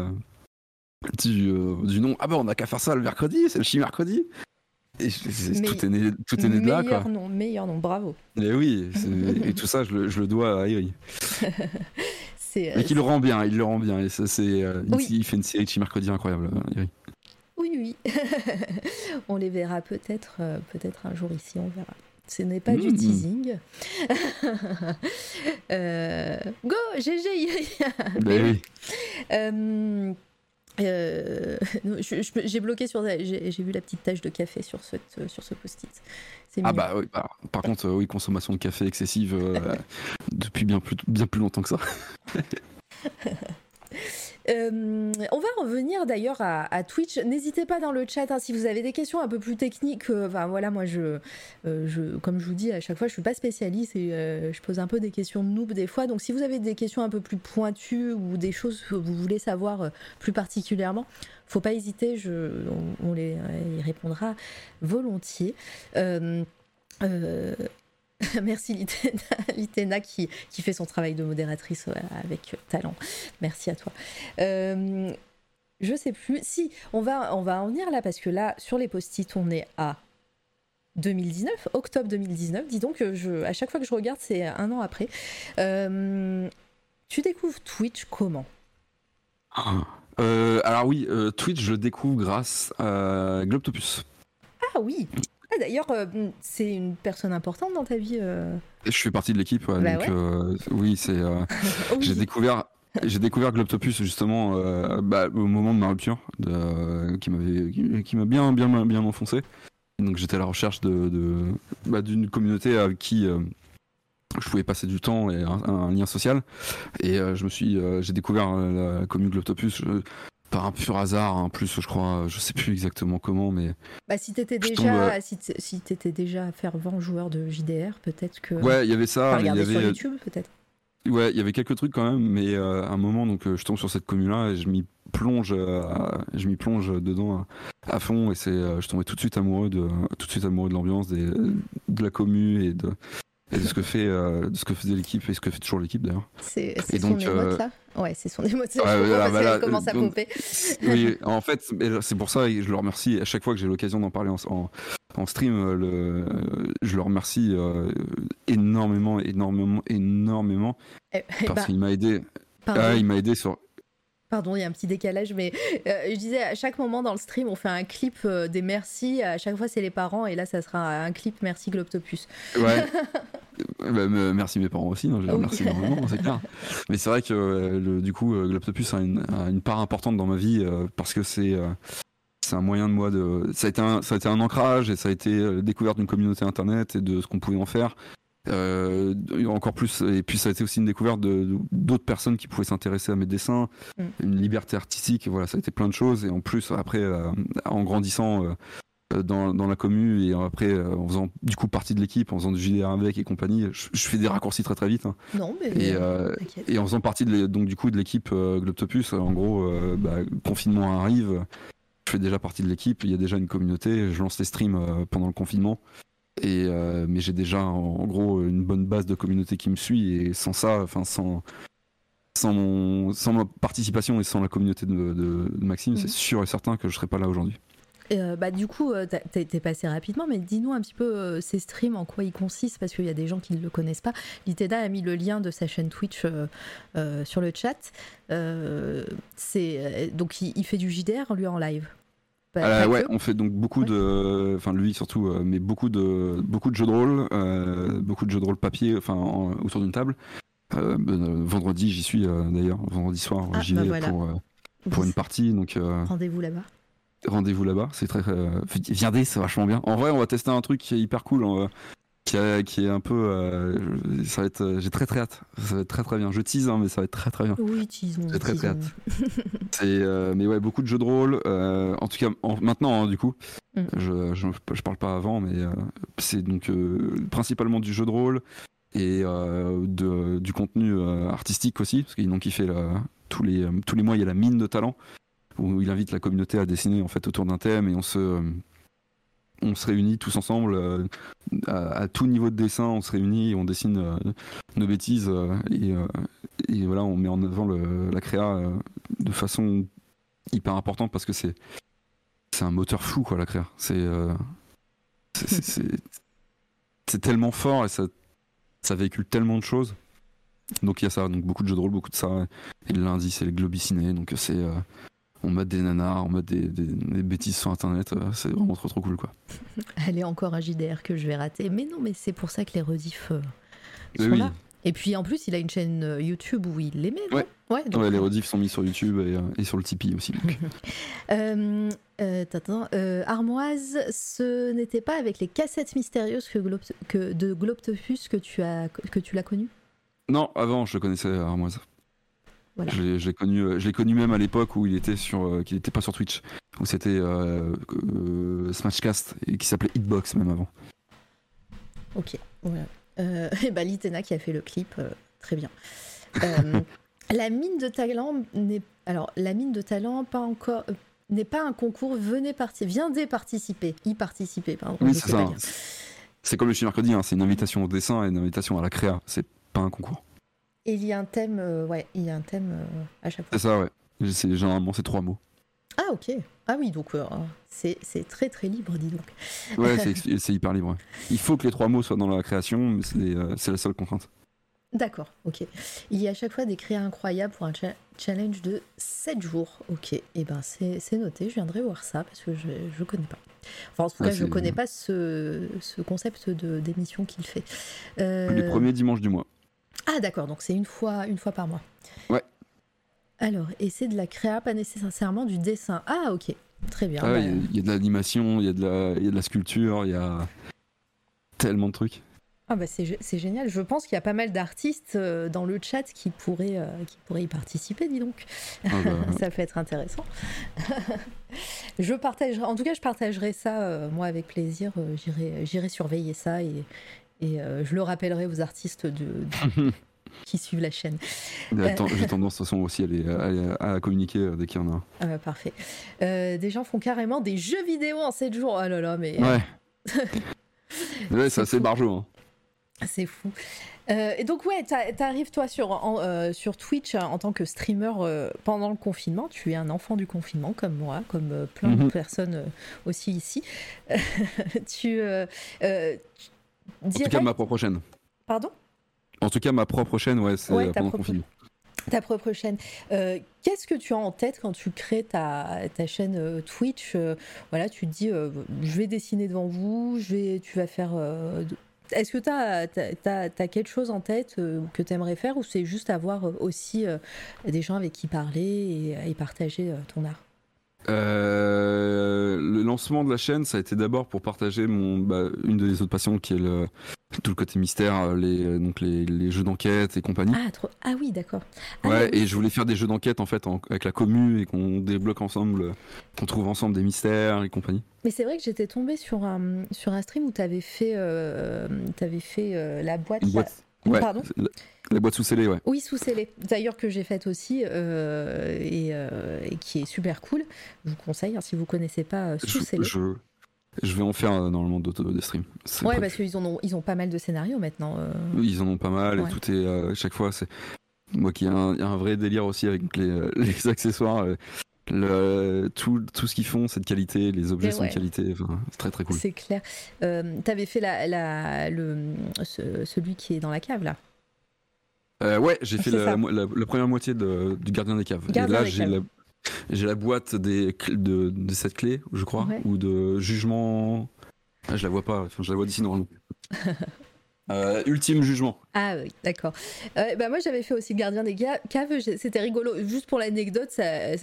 nom. Ah bah on n'a qu'à faire ça le mercredi, c'est le Chimercredi. Et tout est né de là, quoi. Meilleur nom, bravo. Et oui, et tout ça, je le dois à Eric. Et qu'il le rend bien, Et ça, il fait une série de Chimercredi incroyable, Eric. Oui. On les verra peut-être un jour ici, on verra. Ce n'est pas du teasing. Go, GG. Oui. J'ai bloqué j'ai vu la petite tache de café sur ce post-it. C'est mignon. Oui, par contre, consommation de café excessive depuis bien plus longtemps que ça. On va revenir d'ailleurs à Twitch. N'hésitez pas dans le chat si vous avez des questions un peu plus techniques. Moi, comme je vous dis à chaque fois, je suis pas spécialiste et je pose un peu des questions de noob des fois. Donc, si vous avez des questions un peu plus pointues ou des choses que vous voulez savoir plus particulièrement, faut pas hésiter. On y répondra volontiers. Merci Litena qui fait son travail de modératrice avec talent. Merci à toi. Je sais plus. Si, on va en venir là, parce que là, sur les post-it, on est à 2019, octobre 2019. Dis donc, à chaque fois que je regarde, c'est un an après. Tu découvres Twitch comment ? Alors oui, Twitch, je le découvre grâce à Globtopus. Ah oui. D'ailleurs, c'est une personne importante dans ta vie. Je fais partie de l'équipe, oui, c'est. J'ai découvert Globtopus justement au moment de ma rupture, qui m'a bien enfoncé. Donc j'étais à la recherche d'une communauté avec qui je pouvais passer du temps et un lien social. Et j'ai découvert la commune Globtopus. Par un pur hasard, en plus, je crois, je sais plus exactement comment, mais. Si t'étais déjà fervent joueur de JDR, peut-être que. Ouais, il y avait ça. Regarder sur YouTube, peut-être. Ouais, il y avait quelques trucs quand même, mais à un moment, donc je tombe sur cette commune-là et je m'y plonge dedans à fond et je tombais tout de suite amoureux de l'ambiance, de la commu et de ce que faisait l'équipe et ce que fait toujours l'équipe d'ailleurs. C'est Et son donc, émote là. Ouais, c'est son émote. ouais, Parce là, qu'elle commence à donc, popper. oui, en fait, c'est pour ça et je le remercie à chaque fois que j'ai l'occasion d'en parler en stream. Je le remercie énormément parce qu'il m'a aidé. Pardon. Il m'a aidé sur. Pardon, il y a un petit décalage, mais je disais, à chaque moment dans le stream, on fait un clip des merci. À chaque fois, c'est les parents, et là, ça sera un clip merci Globtopus. Ouais. Merci mes parents aussi, je les remercie énormément, c'est clair. Mais c'est vrai que du coup, Globtopus a une part importante dans ma vie parce que c'est un moyen de moi de. Ça a été un ancrage et ça a été la découverte d'une communauté internet et de ce qu'on pouvait en faire. Encore plus, et puis ça a été aussi une découverte d'autres personnes qui pouvaient s'intéresser à mes dessins, une liberté artistique, voilà, ça a été plein de choses. Et en plus, après, en grandissant dans la commu et après en faisant du coup partie de l'équipe, en faisant du JDR avec et compagnie, je fais des raccourcis très très vite. Hein. Non, mais et en faisant partie donc du coup de l'équipe Globtopus, en gros, confinement arrive. Je fais déjà partie de l'équipe, il y a déjà une communauté, je lance les streams pendant le confinement. Mais j'ai déjà en gros une bonne base de communauté qui me suit et sans ça, enfin sans ma participation et sans la communauté de Maxime, c'est sûr et certain que je serais pas là aujourd'hui. Du coup, t'es passé rapidement, mais dis-nous un petit peu ces streams, en quoi ils consistent, parce qu'il y a des gens qui ne le connaissent pas. Liteda a mis le lien de sa chaîne Twitch sur le chat. Donc il fait du JDR lui en live. Ouais, on fait donc beaucoup de, enfin lui surtout, mais beaucoup de jeux de rôle, papier, enfin autour d'une table. Vendredi, j'y suis d'ailleurs, vendredi soir, j'y vais voilà. pour une partie. Donc rendez-vous là-bas. Rendez-vous là-bas, c'est très. Viendez, c'est vachement bien. En vrai, on va tester un truc qui est hyper cool. Qui est un peu ça va être j'ai très hâte, ça va être très bien, je tease mais ça va être très bien. Oui, teasons, j'ai très hâte. Mais ouais, beaucoup de jeux de rôle en tout cas maintenant du coup. Je parle pas avant, mais c'est donc principalement du jeu de rôle et du contenu artistique aussi, parce qu'il fait tous les mois il y a la mine de talent où il invite la communauté à dessiner en fait autour d'un thème et on se réunit tous ensemble à tout niveau de dessin, on se réunit et on dessine nos bêtises et voilà, on met en avant la créa de façon hyper importante parce que c'est un moteur fou quoi, la créa. C'est tellement fort et ça véhicule tellement de choses. Donc il y a ça, donc beaucoup de jeux de rôle, beaucoup de ça. Et le lundi c'est les globiciné, donc c'est on met des nanars, on met des bêtises sur internet, c'est vraiment trop cool quoi. Allez, encore un JDR que je vais rater, mais non, mais c'est pour ça que les rediffs sont là. Et puis en plus il a une chaîne YouTube où il les met, non ? Ouais, les rediffs sont mis sur YouTube et sur le Tipeee aussi. Armoise, ce n'était pas avec les cassettes mystérieuses de Globtopus que tu l'as connu ? Non, avant je le connaissais, Armoise. Voilà. Je l'ai connu même à l'époque où qu'il était pas sur Twitch, où c'était Smashcast et qui s'appelait Hitbox même avant. Ok, voilà. Et Litena qui a fait le clip, très bien. La mine de talent pas encore n'est pas un concours, viendez participer, pardon. Oui, c'est ça. C'est comme le Chien Mercredi, c'est une invitation au dessin et une invitation à la créa, c'est pas un concours. Et il y a un thème, à chaque fois. C'est ça, ouais. Généralement, c'est 3 mots. Ah, ok. Ah oui, donc c'est très très libre, dis donc. Ouais, c'est hyper libre. Ouais. Il faut que les 3 mots soient dans la création, mais c'est la seule contrainte. D'accord, ok. Il y a à chaque fois des créas incroyables pour un challenge de 7 jours. Ok, et ben c'est noté, je viendrai voir ça parce que je connais pas. Enfin, en tout cas, je connais pas ce concept d'émission qu'il fait. Les premiers dimanches du mois. Ah d'accord, donc c'est une fois par mois. Ouais. Alors, et c'est de la créa, pas nécessairement du dessin. Ah ok, très bien. Ah, il y a de l'animation, il y a de la sculpture, il y a tellement de trucs. Ah bah c'est génial, je pense qu'il y a pas mal d'artistes dans le chat qui pourraient y participer, dis donc. Ça peut être intéressant. Je partagerai ça, moi avec plaisir, j'irai surveiller ça et je le rappellerai aux artistes qui suivent la chaîne. J'ai tendance de toute façon aussi à communiquer dès qu'il y en a un. Parfait. Des gens font carrément des jeux vidéo en 7 jours. Oh là là, mais... Ouais, c'est assez barjot. Hein. C'est fou. Et donc ouais, t'arrives toi sur Twitch en tant que streamer pendant le confinement. Tu es un enfant du confinement comme moi, comme plein de personnes aussi ici. En tout cas, ma propre chaîne. Pardon ? En tout cas, ma propre chaîne, c'est pendant le confinement. Ta propre chaîne. Qu'est-ce que tu as en tête quand tu crées ta chaîne Twitch ? Voilà, tu te dis, je vais dessiner devant vous, tu vas faire... Est-ce que t'as quelque chose en tête que tu aimerais faire, ou c'est juste avoir aussi des gens avec qui parler et partager ton art ? Le lancement de la chaîne, ça a été d'abord pour partager une des autres passions qui est tout le côté mystère, les jeux d'enquête et compagnie. Ah oui, d'accord. Et je voulais faire des jeux d'enquête en fait avec la commu et qu'on débloque ensemble, qu'on trouve ensemble des mystères et compagnie. Mais c'est vrai que j'étais tombée sur un stream où t'avais fait la boîte. Pardon. La boîte sous scellé, ouais. Oui, sous scellé. D'ailleurs que j'ai faite aussi et qui est super cool. Je vous conseille si vous connaissez pas sous scellé. Je vais en faire normalement d'autres des streams. Parce qu'ils ont pas mal de scénarios maintenant. Oui, ils en ont pas mal et tout est chaque fois c'est moi qui y a un vrai délire aussi avec les accessoires. Tout ce qu'ils font, c'est de qualité, les objets sont de qualité, c'est très très cool. C'est clair. T'avais fait celui qui est dans la cave là. J'ai fait la première moitié du Gardien des Caves. Et là, j'ai la boîte de cette clé, je crois, ou de Jugement. Ah, je la vois pas, je la vois d'ici normalement. Ultime Jugement. Ah oui, d'accord. Moi j'avais fait aussi Gardien des Caves, c'était rigolo. Juste pour l'anecdote,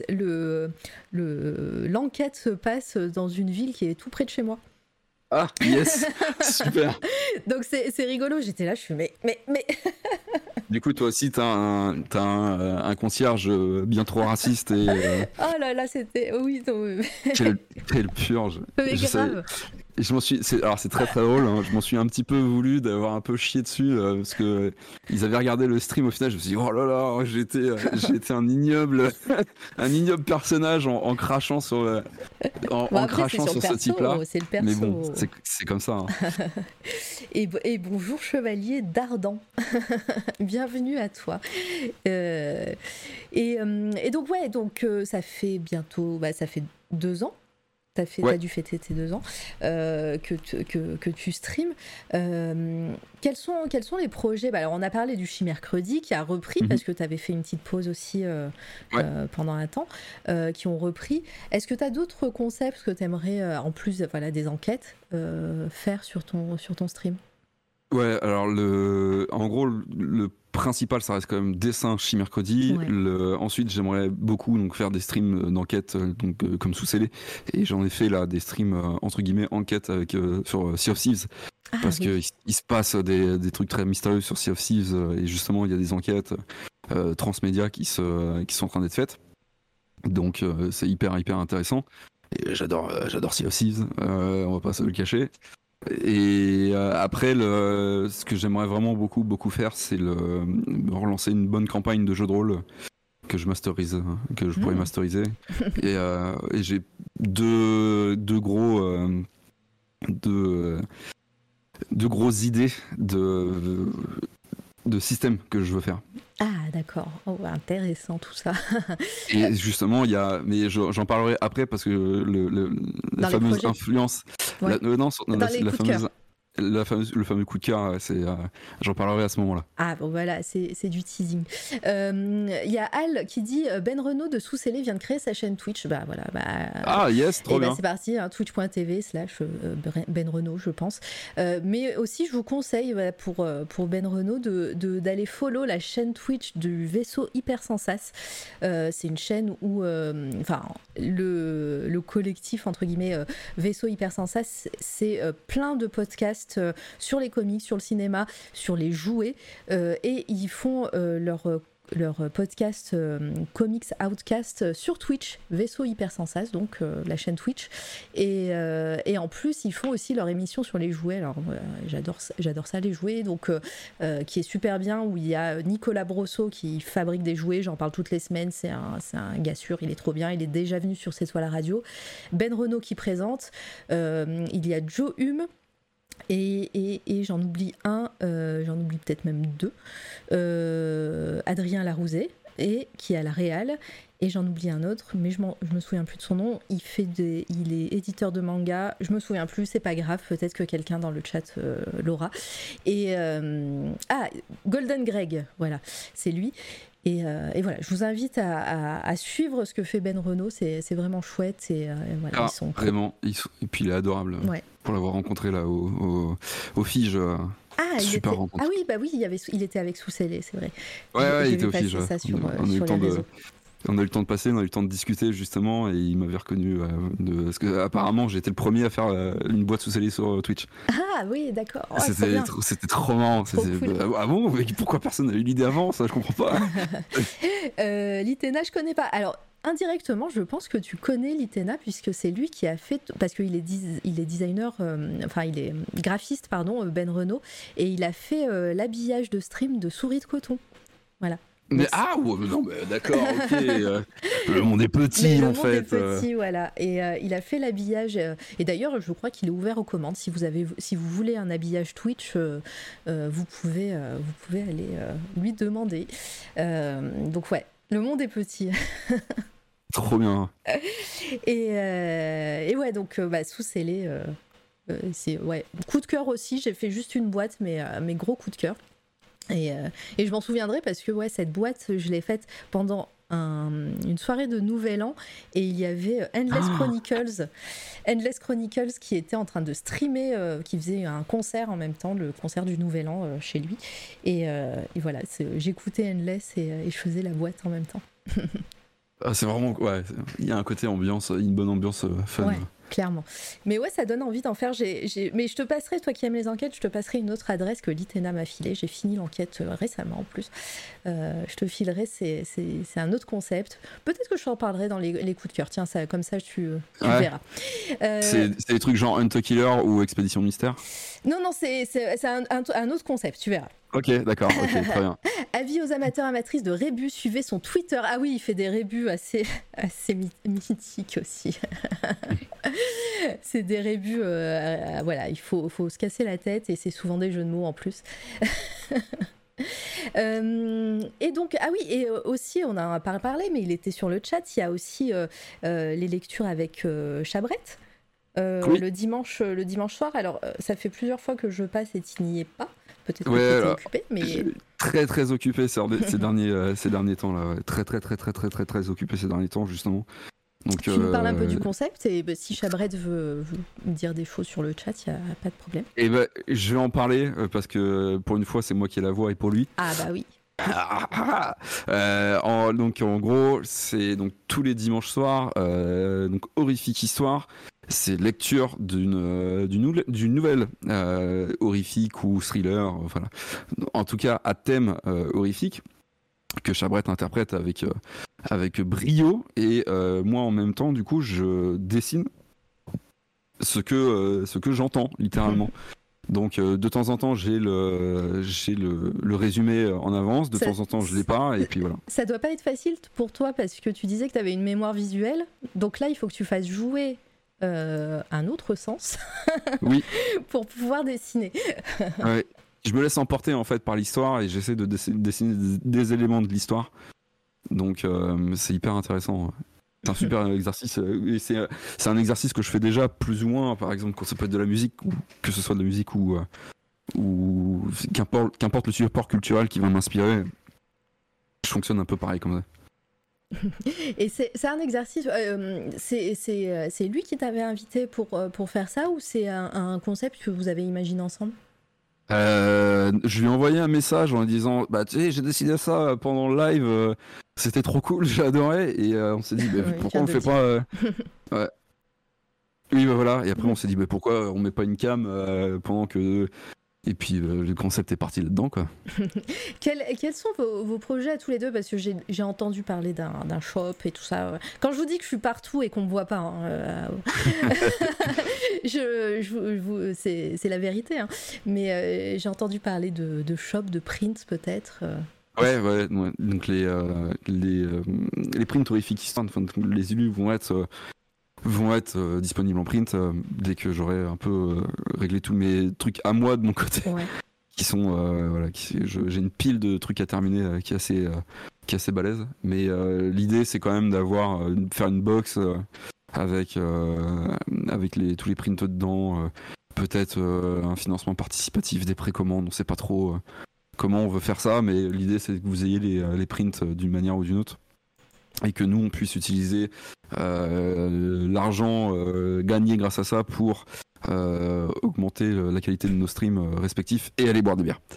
l'enquête se passe dans une ville qui est tout près de chez moi. Ah, yes, super. Donc c'est rigolo, j'étais là, je suis mais... Du coup, toi aussi, t'as un concierge bien trop raciste et... Oh là là, c'était... Oui, non... Quelle purge. Mais grave. C'est très très drôle, hein. Je m'en suis un petit peu voulu d'avoir un peu chié dessus parce que ils avaient regardé le stream au final, je me suis dit oh là là, j'étais un ignoble personnage en crachant sur ce type-là. C'est le perso. Mais bon, c'est comme ça. Hein. et bonjour chevalier d'Ardan. Bienvenue à toi. Et donc ça fait bientôt, ça fait 2 ans. T'as dû fêter tes 2 ans que tu streams. Quels sont les projets ? Alors on a parlé du Chimercredi qui a repris parce que tu avais fait une petite pause aussi pendant un temps, qui ont repris. Est-ce que tu as d'autres concepts que tu aimerais, en plus des enquêtes, faire sur ton stream ? Ouais, alors en gros le principal ça reste quand même dessin Chimercredi. Ensuite j'aimerais beaucoup faire des streams d'enquête comme sous scellé, et j'en ai fait là des streams entre guillemets enquête sur Sea of Thieves parce que il se passe des trucs très mystérieux sur Sea of Thieves et justement il y a des enquêtes transmédia qui sont en train d'être faites, donc c'est hyper intéressant et j'adore Sea of Thieves, on va pas se le cacher. Et après, ce que j'aimerais vraiment beaucoup faire, c'est relancer une bonne campagne de jeu de rôle que je pourrais masteriser. Et j'ai deux grosses idées de systèmes que je veux faire. Ah d'accord, intéressant tout ça. Et justement, mais j'en parlerai après parce que la fameuse influence, le fameux coup de cœur, j'en parlerai à ce moment-là. Ah bon voilà, c'est du teasing. Il y a Al qui dit Ben Renaud de Sous Scellé vient de créer sa chaîne Twitch. Ah yes, trop bien. C'est parti, twitch.tv/Ben Renaud, je pense. Mais aussi, je vous conseille pour Ben Renaud d'aller follow la chaîne Twitch du Vaisseau Hypersensas. C'est une chaîne où, le collectif entre guillemets Vaisseau Hypersensas, c'est plein de podcasts sur les comics, sur le cinéma, sur les jouets, et ils font podcast Comics Outcast sur Twitch, Vaisseau Hypersensas, donc la chaîne Twitch. Et en plus, ils font aussi leur émission sur les jouets. Alors, j'adore ça, les jouets, donc qui est super bien, où il y a Nicolas Brosseau qui fabrique des jouets. J'en parle toutes les semaines. C'est un gars sûr, il est trop bien. Il est déjà venu sur C'est toi la radio. Ben Renaud qui présente. Il y a Joe Hume. Et j'en oublie j'en oublie peut-être même deux, Adrien Larouzet, qui est à la Réal, et j'en oublie un autre, mais je me souviens plus de son nom. Il est éditeur de manga, je me souviens plus, c'est pas grave, peut-être que quelqu'un dans le chat l'aura. Et Golden Greg, voilà, c'est lui. Et voilà, je vous invite à suivre ce que fait Ben Renaud, c'est vraiment chouette. Et voilà, ils sont vraiment, et puis il est adorable. Ouais. Pour l'avoir rencontré là au Fige. Super rencontre. Ah oui, il était avec Soussélé, c'est vrai. Ouais, il était au Fige. On a eu le temps de passer, on a eu le temps de discuter justement, et il m'avait reconnu parce que apparemment j'étais le premier à faire une boîte Soussélé sur Twitch. Ah oui, d'accord. Oh, c'était trop marrant. Cool. Ah bon, mais pourquoi personne n'a eu l'idée avant, ça je comprends pas. L'Itena, je connais pas. Alors indirectement, je pense que tu connais l'Itena, puisque c'est lui qui a fait, parce qu'il est designer, il est graphiste, pardon, Ben Renaud, et il a fait l'habillage de stream de Souris de coton. Voilà. Mais non, mais d'accord, ok. Le monde est petit, en fait. Le monde est petit, voilà. Et il a fait l'habillage. Et d'ailleurs, je crois qu'il est ouvert aux commandes. Si vous voulez un habillage Twitch, vous pouvez aller lui demander. Donc ouais, le monde est petit. Trop bien. Et ouais, donc sous-scellé, c'est coup de cœur aussi. J'ai fait juste une boîte, mais gros coup de cœur. Et je m'en souviendrai parce que cette boîte, je l'ai faite pendant une soirée de Nouvel An, et il y avait Endless Chronicles qui était en train de streamer, qui faisait un concert en même temps, le concert du Nouvel An chez lui. Et voilà, j'écoutais Endless et je faisais la boîte en même temps. C'est vraiment, il y a un côté ambiance, une bonne ambiance fun. Ouais. Clairement. Mais ouais, ça donne envie d'en faire. Mais je te passerai, toi qui aimes les enquêtes, je te passerai une autre adresse que l'Itena m'a filée. J'ai fini l'enquête récemment en plus. Je te filerai, c'est un autre concept. Peut-être que je t'en parlerai dans les coups de cœur. Tiens, comme ça, tu verras. C'est des trucs genre Hunt a Killer ou Expédition Mystère ? Non, c'est un autre concept, tu verras. Ok, d'accord, ok, très bien. Avis aux amateurs amatrices de rébus, suivez son Twitter. Ah oui, il fait des rébus assez mythiques aussi. C'est des rébus, voilà, il faut se casser la tête, et c'est souvent des jeux de mots en plus. Et donc, aussi, on en a pas parlé, mais il était sur le chat, il y a aussi les lectures avec Chabrette. Oui. le dimanche soir. Alors, ça fait plusieurs fois que je passe et tu n'y es pas. Peut-être que tu étais occupé, mais... Très très occupé ces derniers temps là. Très occupé ces derniers temps justement. Donc, tu nous parles un peu du concept, et si Chabrette veut dire des choses sur le chat, il n'y a pas de problème. Et je vais en parler parce que pour une fois c'est moi qui ai la voix et pour lui. Ah bah oui. Donc en gros c'est donc tous les dimanches soirs, donc Horrifique Histoire. C'est lecture d'une nouvelle horrifique ou thriller, voilà. En tout cas à thème horrifique, que Chabrette interprète avec brio, et moi en même temps du coup je dessine ce que j'entends littéralement. Donc de temps en temps j'ai le résumé en avance, de temps en temps je l'ai pas, et puis voilà. Ça doit pas être facile pour toi parce que tu disais que tu avais une mémoire visuelle, donc là il faut que tu fasses jouer un autre sens oui. pour pouvoir dessiner. Ouais. Je me laisse emporter en fait par l'histoire et j'essaie de dessiner des éléments de l'histoire. Donc c'est hyper intéressant. C'est un super exercice. Et c'est un exercice que je fais déjà plus ou moins, par exemple quand ça peut être de la musique, ou que ce soit de la musique ou qu'importe le support culturel qui va m'inspirer. Je fonctionne un peu pareil comme ça. Et c'est un exercice, c'est lui qui t'avait invité pour faire ça, ou c'est un concept que vous avez imaginé ensemble? Je lui ai envoyé un message en lui disant tu sais, j'ai décidé ça pendant le live, c'était trop cool, j'ai adoré, et on s'est dit pourquoi on le fait pas ouais. Oui voilà, et après on s'est dit pourquoi on met pas une cam pendant que Et puis le concept est parti là-dedans, quoi. Quels sont vos projets à tous les deux? Parce que j'ai entendu parler d'un shop et tout ça. Quand je vous dis que je suis partout et qu'on me voit pas, hein, c'est la vérité. Hein. Mais j'ai entendu parler de shop, de print peut-être. Ouais. Donc les prints horrifiques, enfin, les illus vont être disponibles en print dès que j'aurai un peu réglé tous mes trucs à moi de mon côté. Ouais. Qui sont j'ai une pile de trucs à terminer qui est assez balèze. Mais l'idée c'est quand même faire une box avec tous les prints dedans, peut-être un financement participatif, des précommandes, on sait pas trop comment on veut faire ça, mais l'idée c'est que vous ayez les prints d'une manière ou d'une autre et que nous on puisse utiliser l'argent gagné grâce à ça pour augmenter la qualité de nos streams respectifs et aller boire des bières.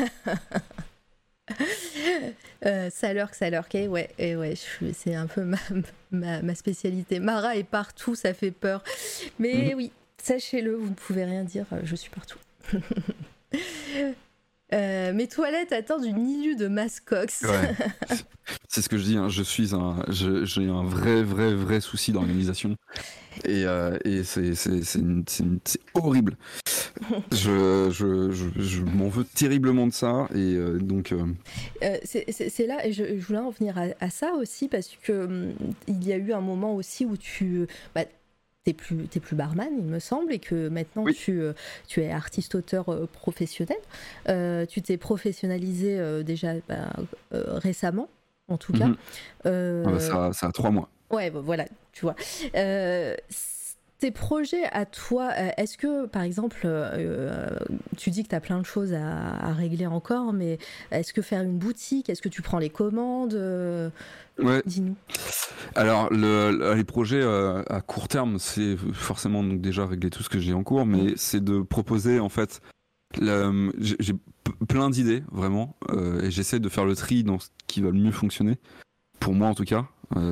Salurk, ouais, c'est un peu ma spécialité. Mara est partout, ça fait peur. Mais oui, sachez-le, vous ne pouvez rien dire, je suis partout. Mes toilettes attendent une illu de Mascox. Ouais. C'est ce que je dis, hein. J'ai un vrai souci d'organisation et c'est horrible. Je m'en veux terriblement de ça et donc. C'est là et je voulais en venir à ça aussi parce que il y a eu un moment aussi où t'es plus barman, il me semble, et que maintenant tu es artiste-auteur professionnel. Tu t'es professionnalisé déjà récemment, en tout cas. Ça a 3 mois. Ouais, voilà, tu vois. Tes projets à toi, est-ce que, par exemple, tu dis que tu as plein de choses à régler encore, mais est-ce que faire une boutique, est-ce que tu prends les commandes Ouais. Dis-nous. Alors, les projets à court terme, c'est forcément donc déjà régler tout ce que j'ai en cours, mais c'est de proposer, en fait, j'ai plein d'idées, vraiment, et j'essaie de faire le tri dans ce qui va le mieux fonctionner, pour moi en tout cas.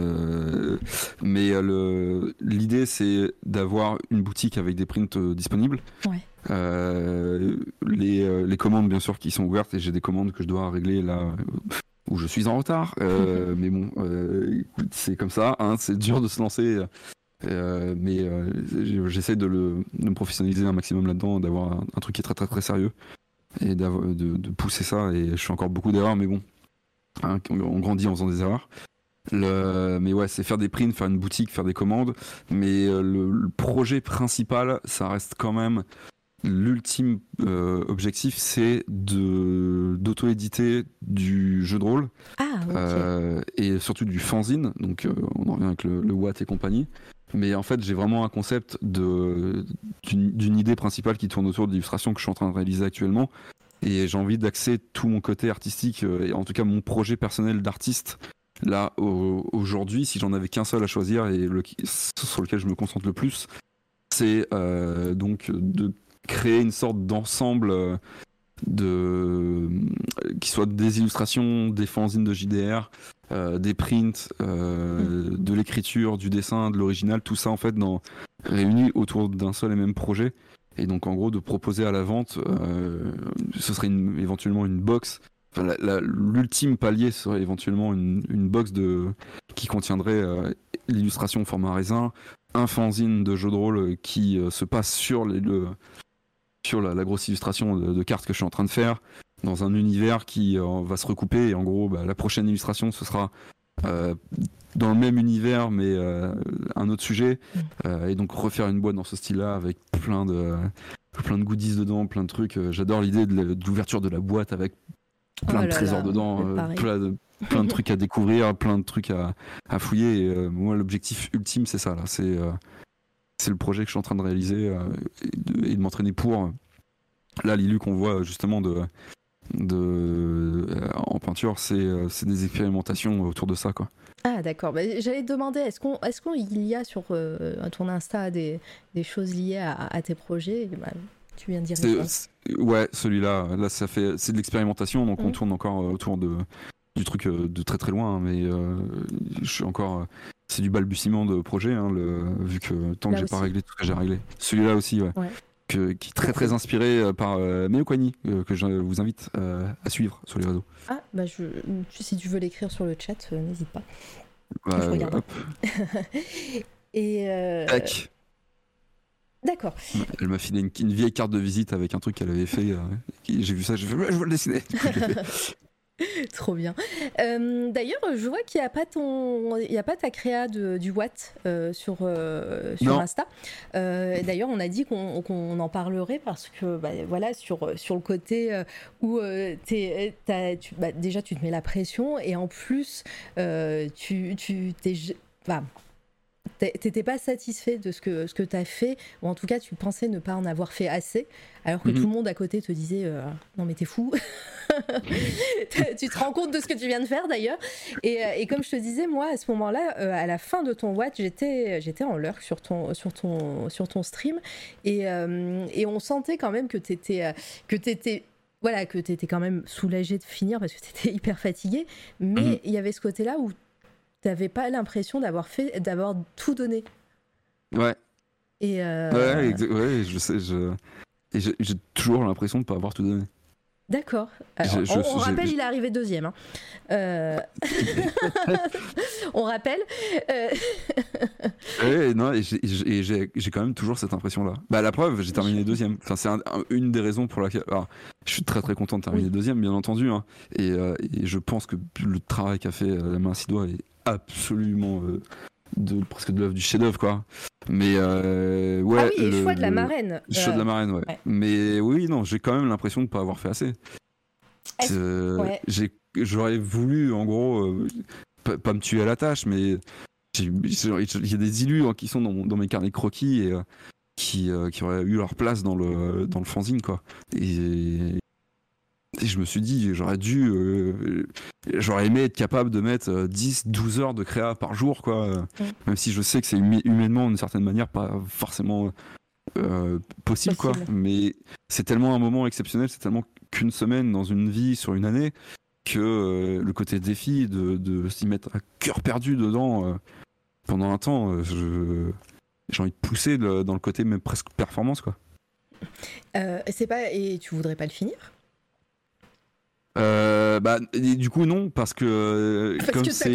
Mais l'idée c'est d'avoir une boutique avec des prints disponibles. Ouais. Les commandes bien sûr qui sont ouvertes et j'ai des commandes que je dois régler là où je suis en retard. Mais bon, c'est comme ça, hein, c'est dur de se lancer. Mais j'essaie de me professionnaliser un maximum là-dedans, d'avoir un truc qui est très très très sérieux et de pousser ça. Et je fais encore beaucoup d'erreurs, mais bon, hein, on grandit en faisant des erreurs. Mais ouais, c'est faire des prints, faire une boutique, faire des commandes. Mais le projet principal, ça reste quand même l'ultime objectif, c'est d'auto-éditer du jeu de rôle. Et surtout du fanzine. Donc on en revient avec le Watt et compagnie. Mais en fait, j'ai vraiment un concept d'une idée principale qui tourne autour de l'illustration que je suis en train de réaliser actuellement. Et j'ai envie d'axer tout mon côté artistique, et en tout cas mon projet personnel d'artiste. Là, aujourd'hui, si j'en avais qu'un seul à choisir et sur lequel je me concentre le plus, c'est donc de créer une sorte d'ensemble qui soit des illustrations, des fanzines de JDR, des prints, de l'écriture, du dessin, de l'original, tout ça en fait réuni autour d'un seul et même projet. Et donc en gros de proposer à la vente, ce serait éventuellement une box. Enfin, l'ultime palier serait éventuellement une box qui contiendrait l'illustration au format raisin, un fanzine de jeu de rôle qui se passe sur la grosse illustration de cartes que je suis en train de faire, dans un univers qui va se recouper. Et en gros, la prochaine illustration, ce sera dans le même univers, mais un autre sujet. Et donc refaire une boîte dans ce style-là avec plein de goodies dedans, plein de trucs. J'adore l'idée de l'ouverture de la boîte avec plein de trésors dedans, plein de trucs à découvrir, plein de trucs à fouiller. Et, moi, l'objectif ultime, c'est ça. Là. C'est le projet que je suis en train de réaliser et de m'entraîner pour. Là, l'illu qu'on voit justement en peinture, c'est des expérimentations autour de ça, quoi. Ah d'accord, j'allais te demander, est-ce qu'il y a sur ton Insta des choses liées à tes projets? Tu viens de dire ouais, celui-là, c'est de l'expérimentation, donc on tourne encore autour du truc de très très loin, mais je suis encore, c'est du balbutiement de projet, hein, vu que tant que j'ai pas réglé tout ce que j'ai réglé. Celui-là aussi, ouais. qui est très très inspiré par Meo Kwani, que je vous invite à suivre sur les réseaux. Ah, bah si tu veux l'écrire sur le chat, n'hésite pas. Je regarde. Hop. Et Tac. D'accord. Elle m'a filé une vieille carte de visite avec un truc qu'elle avait fait. J'ai vu ça, j'ai fait, je veux le dessiner. Trop bien. D'ailleurs, je vois qu'il n'y a pas ta créa du Watt sur Insta. D'ailleurs, on a dit qu'on en parlerait parce que voilà, sur le côté où déjà tu te mets la pression et en plus t'étais pas satisfait de ce que t'as fait, ou en tout cas tu pensais ne pas en avoir fait assez, alors que tout le monde à côté te disait non mais t'es fou. Tu te rends compte de ce que tu viens de faire d'ailleurs, et comme je te disais, moi à ce moment-là, à la fin de ton watch, j'étais en lurk sur ton stream, et on sentait quand même que t'étais quand même soulagé de finir parce que t'étais hyper fatigué, mais il y avait ce côté-là où t'avais pas l'impression d'avoir tout donné. Ouais. Et ouais, je sais. Et j'ai toujours l'impression de pas avoir tout donné. D'accord. Alors, on rappelle, il est arrivé deuxième. On rappelle. Non, et j'ai quand même toujours cette impression-là. La preuve, j'ai terminé deuxième. Enfin, c'est une des raisons pour laquelle. Alors, je suis très très content de terminer deuxième, bien entendu. Hein. Et je pense que le travail qu'a fait la main à six doigts est absolument presque de l'œuvre du chef-d'œuvre, quoi. Mais ouais. Ah oui, le choix de la marraine. Le choix de la marraine, ouais. Mais oui, non, j'ai quand même l'impression de ne pas avoir fait assez. J'aurais voulu, en gros, pas me tuer à la tâche, mais il y a des illus qui sont dans mes carnets croquis et qui auraient eu leur place dans le fanzine, quoi. Et je me suis dit, j'aurais aimé être capable de mettre 10-12 heures de créa par jour, quoi. Même si je sais que c'est humainement, d'une certaine manière, pas forcément possible, quoi. Mais c'est tellement un moment exceptionnel, c'est tellement qu'une semaine dans une vie sur une année que le côté défi de s'y mettre à cœur perdu dedans pendant un temps, j'ai envie de pousser dans le côté même presque performance, quoi. Et tu voudrais pas le finir? Et du coup non, parce que comme c'est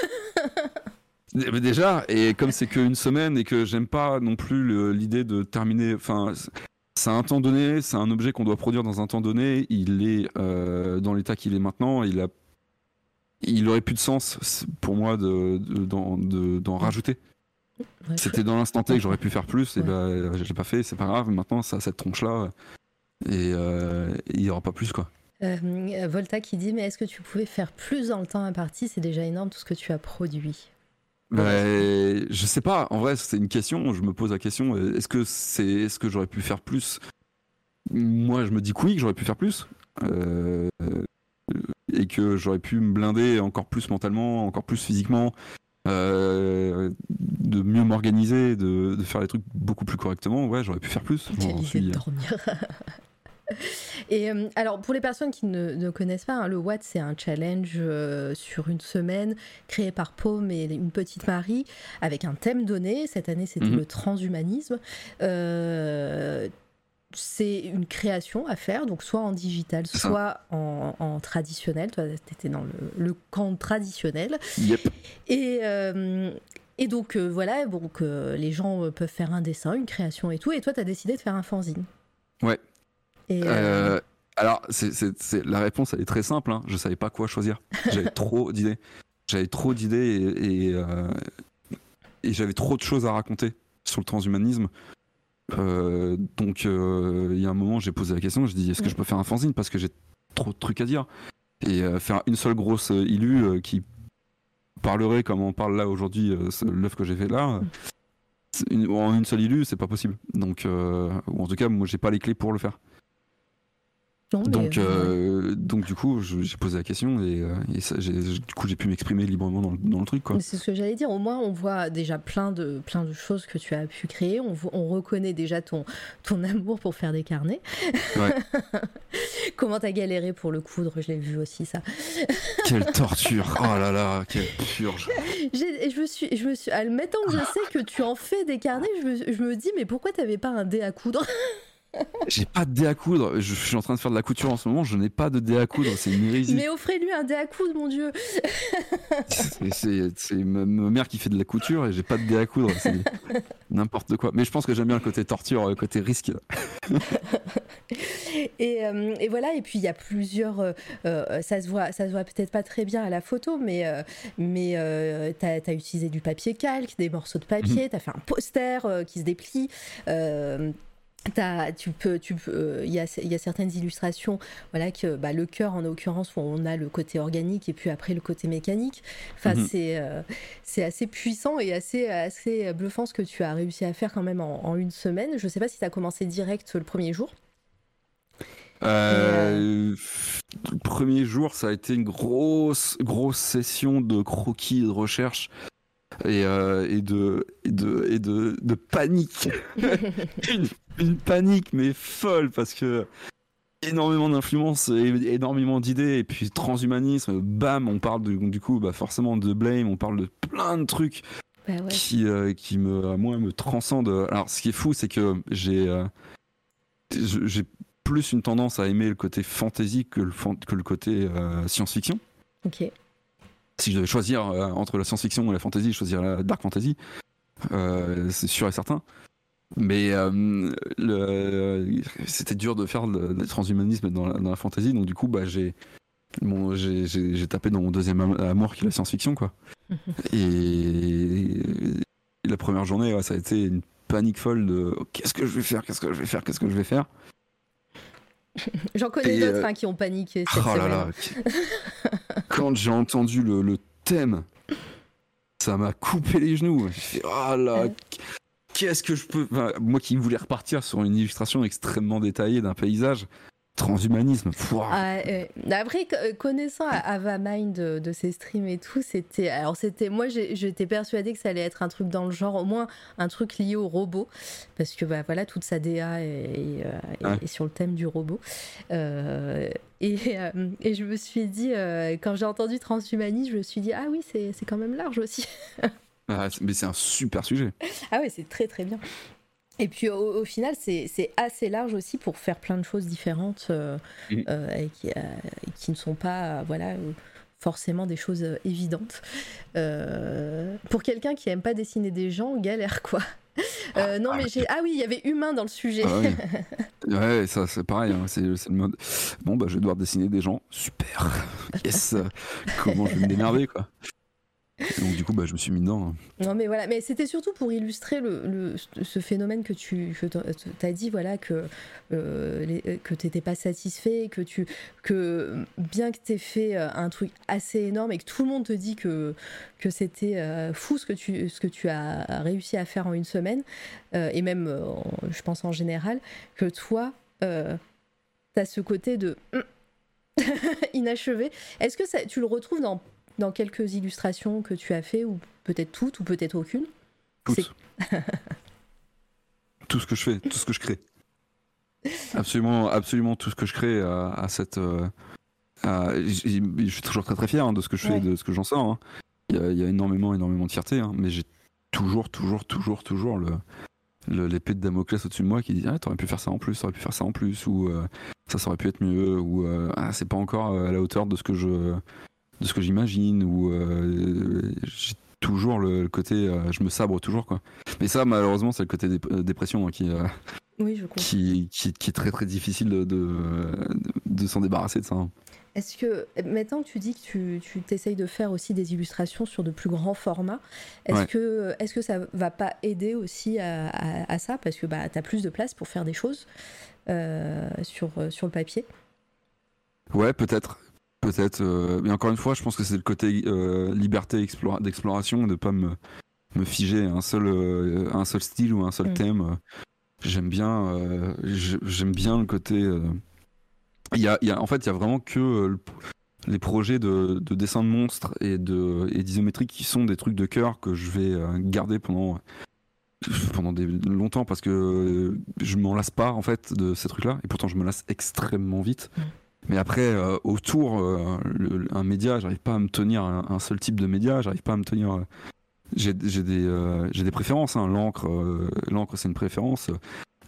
déjà, et comme c'est qu'une semaine et que j'aime pas non plus l'idée de terminer, enfin c'est un temps donné, c'est un objet qu'on doit produire dans un temps donné, il est dans l'état qu'il est maintenant, il aurait plus de sens pour moi d'en rajouter. Ouais, c'était dans l'instant T que j'aurais pu faire plus, et je l'ai pas fait, c'est pas grave, maintenant ça a cette tronche là et il y aura pas plus, quoi. Volta qui dit, mais est-ce que tu pouvais faire plus dans le temps imparti? C'est déjà énorme tout ce que tu as produit. Je sais pas, en vrai c'est une question, je me pose la question, est-ce que j'aurais pu faire plus? Moi je me dis que oui, que j'aurais pu faire plus, et que j'aurais pu me blinder encore plus mentalement, encore plus physiquement, de mieux m'organiser, de faire les trucs beaucoup plus correctement. Ouais, j'aurais pu faire plus. De dormir. Et alors pour les personnes qui ne connaissent pas, le Watt, c'est un challenge sur une semaine créé par Paume et une petite Marie avec un thème donné. Cette année c'était le transhumanisme. C'est une création à faire, donc soit en digital, soit en traditionnel. Toi t'étais dans le camp traditionnel. Yep. Et donc voilà, donc les gens peuvent faire un dessin, une création et tout, et toi t'as décidé de faire un fanzine. Ouais. Et alors, la réponse elle est très simple, hein. Je savais pas quoi choisir. J'avais trop d'idées. Et j'avais trop de choses à raconter sur le transhumanisme. Donc, il y a un moment, j'ai posé la question. Je dis, est-ce que je peux faire un fanzine parce que j'ai trop de trucs à dire. Et faire une seule grosse illu qui parlerait comme on parle là aujourd'hui, l'œuvre que j'ai fait là. En une seule illu, c'est pas possible. Donc, ou en tout cas, moi, j'ai pas les clés pour le faire. Non, donc du coup j'ai posé la question et du coup j'ai pu m'exprimer librement dans le truc, quoi. C'est ce que j'allais dire, au moins on voit déjà plein de choses que tu as pu créer, on reconnaît déjà ton amour pour faire des carnets. Ouais. Comment t'as galéré pour le coudre, je l'ai vu aussi ça. Quelle torture, oh là là, quelle purge. Je me suis maintenant que je sais que tu en fais des carnets, je me dis mais pourquoi t'avais pas un dé à coudre? J'ai pas de dé à coudre. Je suis en train de faire de la couture en ce moment. Je n'ai pas de dé à coudre. C'est une hérésie. Mais offrez-lui un dé à coudre, mon Dieu. C'est ma mère qui fait de la couture et j'ai pas de dé à coudre. C'est n'importe quoi. Mais je pense que j'aime bien le côté torture, le côté risque. Et voilà. Et puis il y a plusieurs. Ça se voit peut-être pas très bien à la photo, mais t'as utilisé du papier calque, des morceaux de papier. T'as fait un poster qui se déplie. Il y a certaines illustrations, voilà, que le cœur en l'occurrence, où on a le côté organique et puis après le côté mécanique. Enfin, c'est assez puissant et assez bluffant ce que tu as réussi à faire quand même en une semaine. Je sais pas si tu as commencé direct le premier jour. Le premier jour, ça a été une grosse session de croquis et de recherche. Et de panique. une panique mais folle, parce que énormément d'influences et énormément d'idées, et puis transhumanisme, bam, on parle du coup forcément de Blame, on parle de plein de trucs qui me transcendent. Alors ce qui est fou, c'est que j'ai plus une tendance à aimer le côté fantasy que le côté science-fiction. Ok. Si je devais choisir entre la science-fiction et la fantasy, je choisirais la dark fantasy, c'est sûr et certain. Mais c'était dur de faire le transhumanisme dans la fantasy, donc du coup j'ai tapé dans mon deuxième amour qui est la science-fiction, quoi. Et la première journée, ça a été une panique folle de qu'est-ce que je vais faire. J'en connais d'autres qui ont paniqué cette semaine. Quand j'ai entendu le thème, ça m'a coupé les genoux. J'ai fait qu'est-ce que je peux... moi qui voulais repartir sur une illustration extrêmement détaillée d'un paysage, transhumanisme. Après, connaissant Avamind de ses streams et tout, moi j'étais persuadée que ça allait être un truc dans le genre, au moins un truc lié au robot, parce que voilà, toute sa DA est sur le thème du robot. Et je me suis dit, quand j'ai entendu transhumanisme, je me suis dit, ah oui, c'est quand même large aussi. Mais c'est un super sujet. Ah ouais, c'est très très bien. Et puis au final, c'est assez large aussi pour faire plein de choses différentes et qui ne sont pas forcément des choses évidentes. Pour quelqu'un qui n'aime pas dessiner des gens, galère quoi. Non mais ah oui, il y avait humain dans le sujet. Ouais, ça c'est pareil, hein, c'est le mode. Bon je vais devoir dessiner des gens, super. Yes. Comment je vais me démerder, quoi. Et donc du coup je me suis mis dedans. Non mais voilà, mais c'était surtout pour illustrer ce phénomène que t'as dit, voilà, que t'étais pas satisfait, que bien que t'aies fait un truc assez énorme et que tout le monde te dit que c'était fou ce que tu as réussi à faire en une semaine, et même je pense en général, que toi t'as ce côté de inachevé. Est-ce que tu le retrouves dans quelques illustrations que tu as fait, ou peut-être toutes, ou peut-être aucune? Toutes. Tout ce que je fais, tout ce que je crée. Absolument tout ce que je crée je suis toujours très très fier de ce que je fais, de ce que j'en sors. Hein. Il y a énormément de fierté, hein, mais j'ai toujours l'épée de Damoclès au-dessus de moi qui dit t'aurais pu faire ça en plus, ou ça aurait pu être mieux, ou c'est pas encore à la hauteur de ce que j'imagine, ou j'ai toujours le côté je me sabre toujours, quoi. Mais ça, malheureusement, c'est le côté dépression qui est très très difficile de s'en débarrasser de ça. Hein. Est-ce que maintenant que tu dis que tu t'essayes de faire aussi des illustrations sur de plus grands formats, est-ce que ça va pas aider aussi à ça, parce que t'as plus de place pour faire des choses sur le papier? Ouais, peut-être. Mais encore une fois, je pense que c'est le côté liberté d'exploration, et de pas me figer à un seul style ou un seul thème. J'aime bien le côté. Il y a vraiment que les projets de dessin de monstres et d'isométrie qui sont des trucs de cœur que je vais garder pendant longtemps, parce que je m'en lasse pas en fait de ces trucs-là, et pourtant je me lasse extrêmement vite. Mais après, autour, un média, j'arrive pas à me tenir un seul type de média, j'arrive pas à me tenir. J'ai des préférences, hein. L'encre c'est une préférence.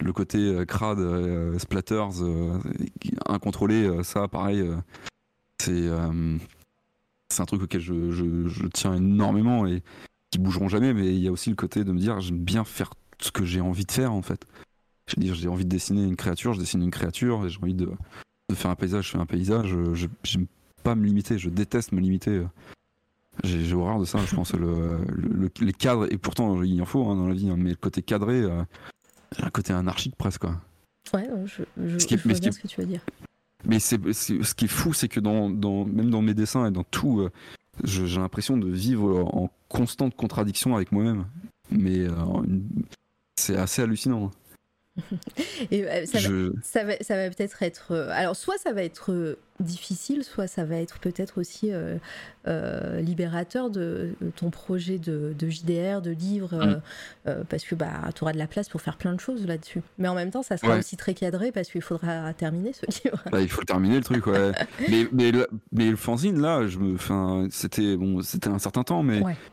le côté crade, splatters, incontrôlé, ça pareil, c'est un truc auquel je tiens énormément et qui bougeront jamais, mais il y a aussi le côté de me dire j'aime bien faire ce que j'ai envie de faire en fait. J'ai envie de dessiner une créature, je dessine une créature, et j'ai envie de faire un paysage, je fais un paysage. J'aime pas me limiter, je déteste me limiter. J'ai horreur de ça, je pense. Les cadres, et pourtant il en faut dans la vie, mais le côté cadré, un côté anarchique presque, quoi. Ouais, je vois bien ce que tu veux dire. Mais ce qui est fou, c'est que même dans mes dessins et dans tout, j'ai l'impression de vivre en constante contradiction avec moi-même. Mais c'est assez hallucinant. Et ça va peut-être être. Alors, soit ça va être difficile, soit ça va être peut-être aussi libérateur de ton projet de JDR, de livre, parce que tu auras de la place pour faire plein de choses là-dessus. Mais en même temps, ça sera aussi très cadré parce qu'il faudra terminer ce livre. Il faut terminer le truc, ouais. mais le fanzine, là, c'était un certain temps, mais. Ouais.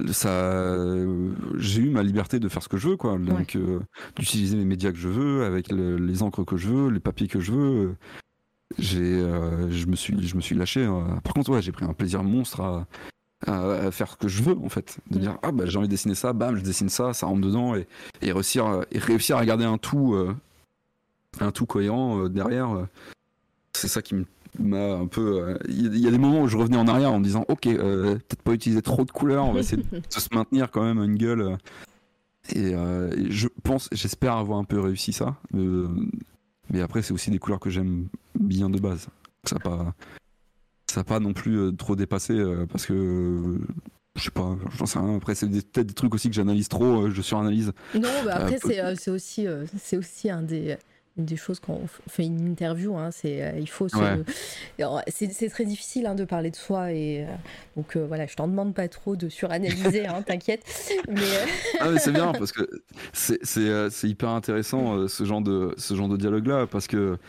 J'ai eu ma liberté de faire ce que je veux, quoi. Donc d'utiliser les médias que je veux, avec les encres que je veux, les papiers que je veux. Je me suis lâché. Par contre, j'ai pris un plaisir monstre à faire ce que je veux, en fait. De dire j'ai envie de dessiner ça, bam, je dessine ça, ça rentre dedans, et réussir à garder un tout cohérent derrière. C'est ça qui m'a un peu. Il y a des moments où je revenais en arrière en me disant ok, peut-être pas utiliser trop de couleurs, on va essayer de se maintenir quand même à une gueule. Et j'espère avoir un peu réussi ça. Mais après, c'est aussi des couleurs que j'aime bien de base. Ça n'a pas non plus trop dépassé parce que. Je sais pas, j'en sais rien. Après, c'est peut-être des trucs aussi que j'analyse trop, je suranalyse. Non, après, c'est aussi une des choses quand on fait une interview, il faut c'est très difficile de parler de soi, et donc voilà, je t'en demande pas trop de suranalyser, t'inquiète. Mais c'est bien parce que c'est hyper intéressant ce genre de dialogue là, parce que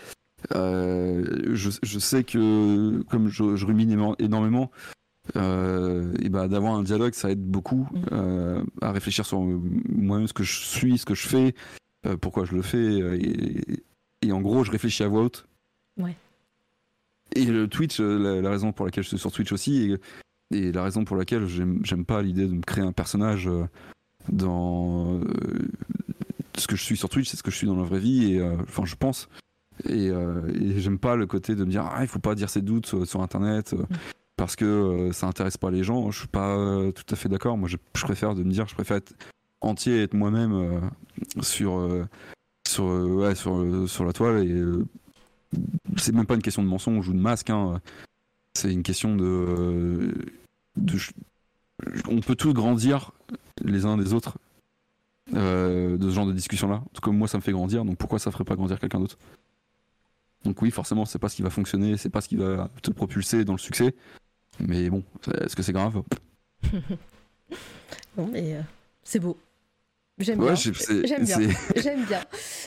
je sais que comme je rumine énormément, d'avoir un dialogue, ça aide beaucoup à réfléchir sur moi-même, ce que je suis, ce que je fais. Pourquoi je le fais, et en gros je réfléchis à voix haute. Et le Twitch, la raison pour laquelle je suis sur Twitch aussi, et la raison pour laquelle j'aime pas l'idée de me créer un personnage dans ce que je suis sur Twitch, c'est ce que je suis dans la vraie vie, et je pense, et j'aime pas le côté de me dire il faut pas dire ses doutes sur internet parce que ça intéresse pas les gens. Je suis pas tout à fait d'accord. Moi je préfère être entier, être moi-même sur la toile, et c'est même pas une question de mensonge ou de masque, c'est une question de on peut tous grandir les uns des autres de ce genre de discussion là. En tout cas moi ça me fait grandir, donc pourquoi ça ferait pas grandir quelqu'un d'autre? Donc oui, forcément c'est pas ce qui va fonctionner, c'est pas ce qui va te propulser dans le succès, mais bon, est-ce que c'est grave? Bon, mais c'est beau. J'aime bien. J'aime bien.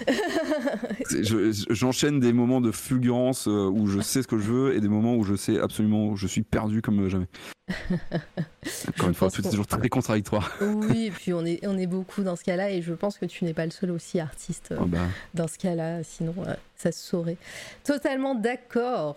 J'enchaîne des moments de fulgurance où je sais ce que je veux, et des moments où je sais absolument, je suis perdu comme jamais. Encore une fois, c'est toujours très contradictoire. Oui, et puis on est beaucoup dans ce cas-là, et je pense que tu n'es pas le seul aussi artiste dans ce cas-là, sinon ça se saurait. Totalement d'accord.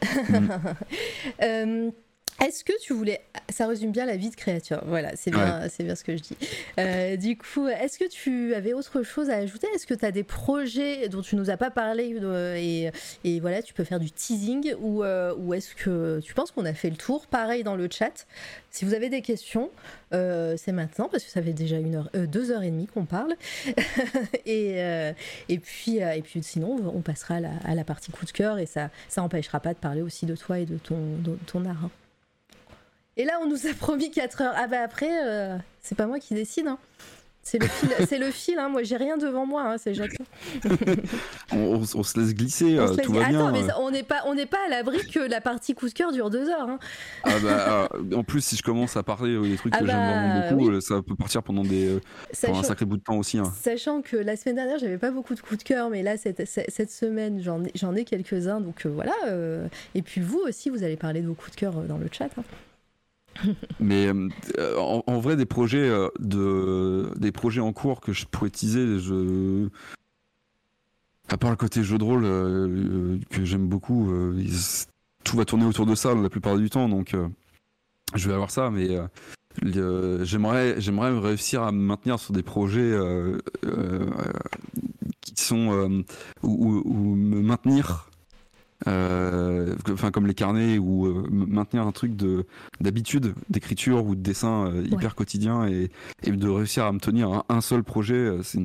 Est-ce que tu voulais... Ça résume bien la vie de créature. Voilà, c'est bien ce que je dis. Du coup, est-ce que tu avais autre chose à ajouter? Est-ce que tu as des projets dont tu nous as pas parlé et voilà, tu peux faire du teasing, ou est-ce que tu penses qu'on a fait le tour? Pareil dans le chat. Si vous avez des questions, c'est maintenant, parce que ça fait déjà 2h30 qu'on parle. et puis sinon, on passera à la partie coup de cœur, et ça n'empêchera pas de parler aussi de toi et de ton art. Et là, on nous a promis 4 heures. Après, c'est pas moi qui décide. C'est le fil. Moi, j'ai rien devant moi. C'est j'attends. on se laisse glisser. Tout va bien. Mais on n'est pas à l'abri que la partie coup de cœur dure 2 heures. En plus, si je commence à parler des trucs que j'aime vraiment beaucoup, ça peut partir pendant un sacré bout de temps aussi. Sachant que la semaine dernière, j'avais pas beaucoup de coups de cœur, mais là, cette semaine, j'en ai quelques-uns. Donc voilà. Et puis vous aussi, vous allez parler de vos coups de cœur dans le chat. Mais en vrai, des projets en cours que je pourrais teaser, À part le côté jeu de rôle que j'aime beaucoup, tout va tourner autour de ça la plupart du temps, donc je vais avoir ça, mais j'aimerais réussir à me maintenir sur des projets qui sont ou me maintenir, comme les carnets, ou maintenir un truc d'habitude d'écriture ou de dessin hyper quotidien, et de réussir à me tenir à un seul projet, c'est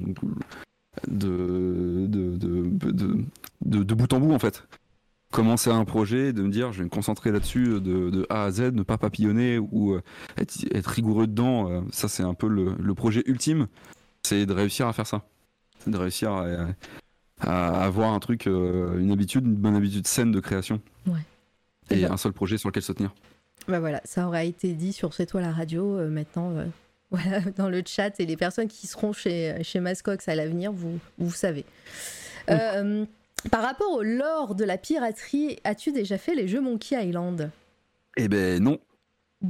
de bout en bout en fait. Commencer un projet, de me dire je vais me concentrer là-dessus de A à Z, ne pas papillonner ou être rigoureux dedans. Ça c'est un peu le projet ultime, c'est de réussir à faire ça, c'est de réussir à avoir un truc, une bonne habitude saine de création, et un seul projet sur lequel se tenir. Bah voilà, ça aura été dit sur C'est toi la radio. Maintenant, voilà, dans le chat, et les personnes qui seront chez Mascox à l'avenir, vous savez. Par rapport au lore de la piraterie, as-tu déjà fait les jeux Monkey Island ? Eh ben non. What ?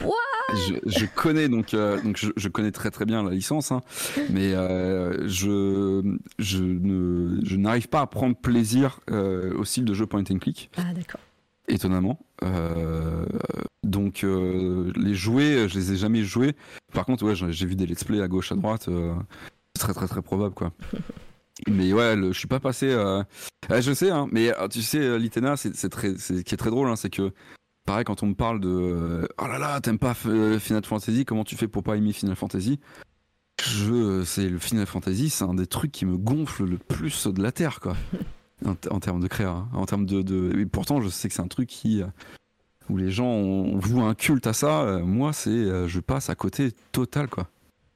Je connais donc je connais très très bien la licence, hein, mais je n'arrive pas à prendre plaisir au style de jeu point and click. Ah d'accord. Étonnamment. Donc les jouer, je les ai jamais joués. Par contre, ouais, j'ai vu des let's play à gauche, à droite. C'est très très très probable, quoi. Mais ouais, je suis pas passé. Je sais, hein, mais tu sais, l'Itena, ce qui est très drôle, hein, c'est que pareil, quand on me parle de oh là là, t'aimes pas Final Fantasy, comment tu fais pour pas aimer Final Fantasy ? C'est le Final Fantasy, c'est un des trucs qui me gonfle le plus de la terre, quoi. En termes de créa, hein. En termes de... Et pourtant, je sais que c'est un truc où les gens ont voué un culte à ça. Moi, je passe à côté total, quoi.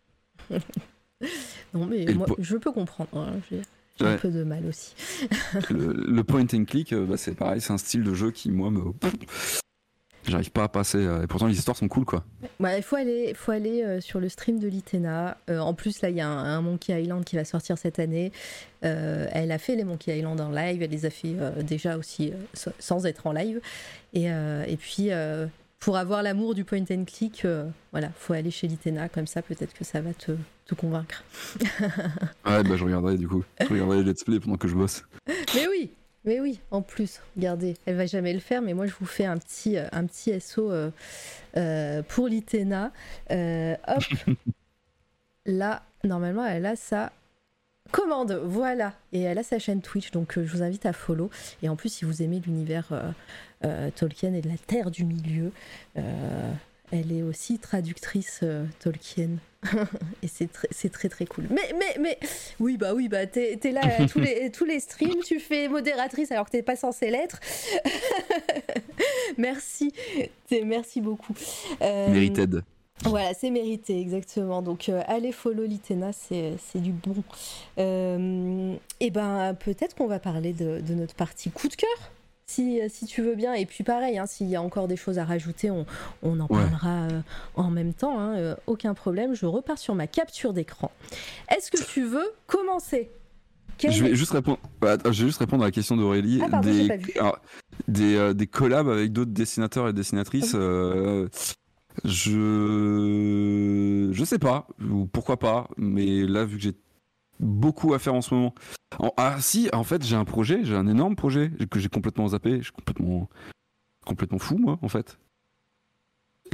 Non, mais je peux comprendre. Hein. J'ai un peu de mal aussi. le point and click, c'est pareil, c'est un style de jeu qui, moi, j'arrive pas à passer. Et pourtant, les histoires sont cool, quoi. Il faut aller sur le stream de l'Itena. En plus, là, il y a un Monkey Island qui va sortir cette année. Elle a fait les Monkey Island en live. Elle les a fait déjà aussi sans être en live. Et puis, pour avoir l'amour du point and click, faut aller chez l'Itena. Comme ça, peut-être que ça va te convaincre. Ouais, je regarderai du coup. Je regarderai les let's play pendant que je bosse. Mais oui, en plus, regardez, elle va jamais le faire, mais moi je vous fais un petit SO pour l'Itena. Hop, là, normalement, elle a sa commande, voilà, et elle a sa chaîne Twitch, donc je vous invite à follow. Et en plus, si vous aimez l'univers Tolkien et de la Terre du Milieu, elle est aussi traductrice Tolkien. Et c'est très très cool. Mais oui bah t'es là à tous les streams, tu fais modératrice alors que t'es pas censée l'être. Merci beaucoup. Mérited. Voilà, c'est mérité, exactement. Donc allez follow l'Itena, c'est du bon. Et peut-être qu'on va parler de notre partie coup de cœur. Si tu veux bien, et puis pareil, hein, s'il y a encore des choses à rajouter, on en parlera en même temps, hein, aucun problème. Je repars sur ma capture d'écran. Est-ce que tu veux commencer ? Je vais juste répondre à la question d'Aurélie. Ah pardon, j'ai pas vu. Alors, des collabs avec d'autres dessinateurs et dessinatrices, je sais pas, ou pourquoi pas, mais là, vu que j'ai beaucoup à faire en ce moment. Si, en fait, j'ai un énorme projet que j'ai complètement zappé. Je suis complètement fou, moi, en fait. J'ai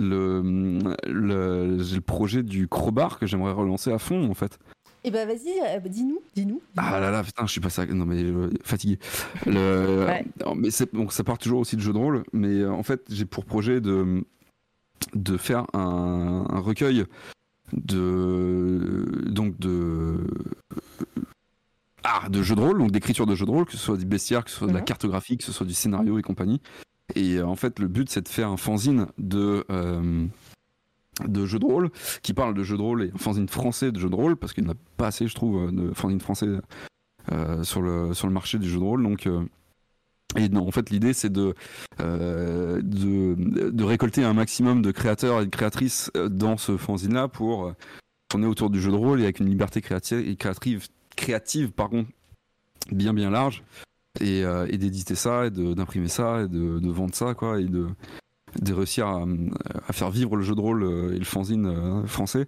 le projet du crowbar que j'aimerais relancer à fond, en fait. Eh ben vas-y, dis-nous. Ah là là, putain, je suis pas fatigué. Mais ça part toujours aussi de jeux de rôle, mais en fait, j'ai pour projet de faire un recueil de jeux de rôle, donc d'écriture de jeux de rôle, que ce soit du bestiaire, que ce soit de la cartographie, que ce soit du scénario et compagnie. Et en fait, le but, c'est de faire un fanzine de jeux de rôle qui parle de jeux de rôle, et un fanzine français de jeux de rôle, parce qu'il n'y en a pas assez, je trouve, de fanzine français sur le marché du jeu de rôle. Donc et non, en fait, l'idée, c'est de récolter un maximum de créateurs et de créatrices dans ce fanzine-là pour tourner autour du jeu de rôle, et avec une liberté créative bien large, et d'éditer ça, et d'imprimer ça, et de vendre ça, quoi, et de réussir à faire vivre le jeu de rôle et le fanzine français.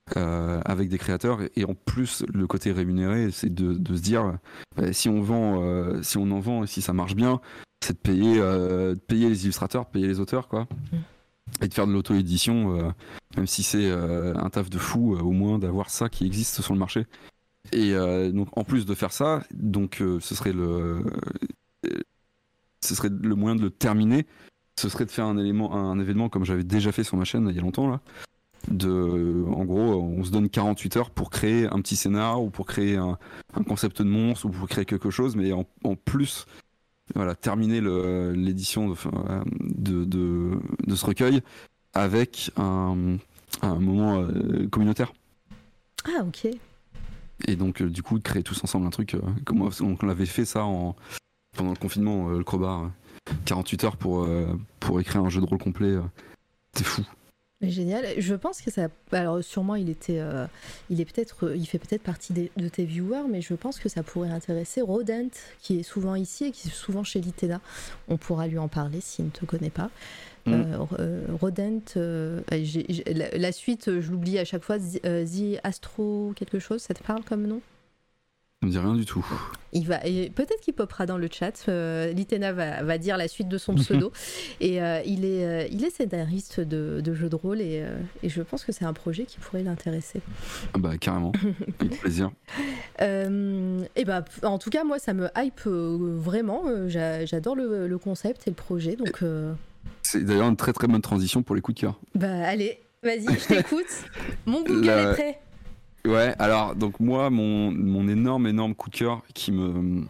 avec des créateurs, et en plus le côté rémunéré, c'est de se dire si on en vend et si ça marche bien, c'est de payer les illustrateurs, de payer les auteurs, quoi. Et de faire de l'auto-édition, même si c'est un taf de fou, au moins d'avoir ça qui existe sur le marché. Et donc en plus de faire ça, donc ce serait le moyen de le terminer, ce serait de faire un événement comme j'avais déjà fait sur ma chaîne il y a longtemps là. En gros, on se donne 48 heures pour créer un petit scénar ou pour créer un concept de monstre ou pour créer quelque chose, mais en plus, voilà, terminer l'édition de ce recueil avec un moment communautaire. Ah, ok. Et donc, du coup, de créer tous ensemble un truc comme on l'avait fait ça pendant le confinement, le Crowbar, 48 heures pour écrire un jeu de rôle complet. C'est fou. Génial. Je pense que ça. Alors sûrement, il fait peut-être partie de tes viewers, mais je pense que ça pourrait intéresser Rodent, qui est souvent ici et qui est souvent chez Litena. On pourra lui en parler s'il ne te connaît pas. Rodent, la suite, je l'oublie à chaque fois. The Astro quelque chose, ça te parle comme nom? Ça me dit rien du tout. Peut-être qu'il popera dans le chat. Litena va dire la suite de son pseudo. Et il est scénariste de jeux de rôle et je pense que c'est un projet qui pourrait l'intéresser. Bah carrément, avec plaisir. Et bah en tout cas moi ça me hype vraiment. J'adore le concept et le projet. Donc c'est d'ailleurs une très très bonne transition pour les coups de cœur. Bah allez, vas-y, je t'écoute. Mon Google est prêt. Ouais, alors donc moi mon énorme coup de cœur qui me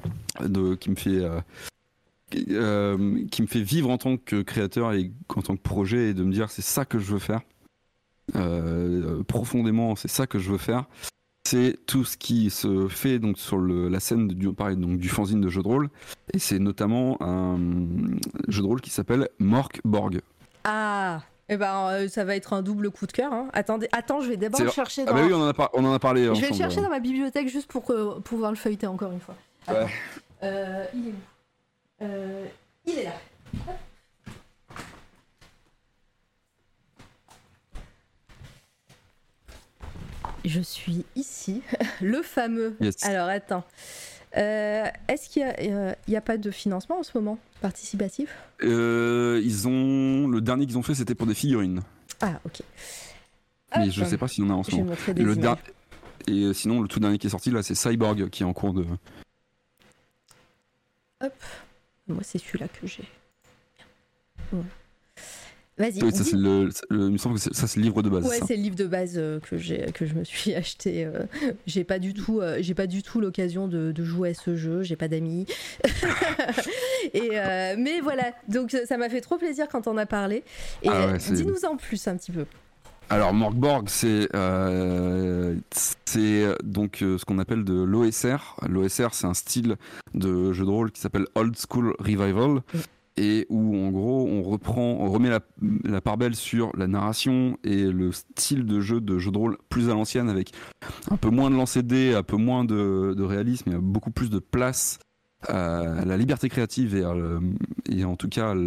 fait vivre en tant que créateur et en tant que projet, et de me dire c'est ça que je veux faire profondément, c'est ça que je veux faire. C'est tout ce qui se fait donc sur la scène du fanzine de jeu de rôle, et c'est notamment un jeu de rôle qui s'appelle Mork Borg. Ah. Eh ben, ça va être un double coup de cœur. Hein. Attends, je vais d'abord le chercher dans... Ah bah oui, on en a parlé. Je vais le chercher dans ma bibliothèque juste pour pouvoir le feuilleter encore une fois. Attends. Ouais. Il est où il est là. Je suis ici. Le fameux. Yes. Alors, attends. Est-ce qu'il y a pas de financement en ce moment participatif? Le dernier qu'ils ont fait, c'était pour des figurines. Ah, ok. Mais je sais pas s'il y en a en ce moment. Et sinon, le tout dernier qui est sorti là, c'est Cyborg qui est en cours de. Hop. Moi, c'est celui-là que j'ai. Ouais. Vas-y. Oui, il me semble que ça c'est le livre de base. Ouais, c'est le livre de base que je me suis acheté. J'ai pas du tout l'occasion de jouer à ce jeu. J'ai pas d'amis. Mais voilà. Donc ça m'a fait trop plaisir quand on a parlé. Et dis-nous en plus un petit peu. Alors Mork Borg, c'est donc ce qu'on appelle de l'OSR. L'OSR, c'est un style de jeu de rôle qui s'appelle Old School Revival. Et où en gros on remet la part belle sur la narration et le style de jeu de rôle plus à l'ancienne, avec un peu moins de lancer de dés, un peu moins de réalisme, et beaucoup plus de place à la liberté créative et en tout cas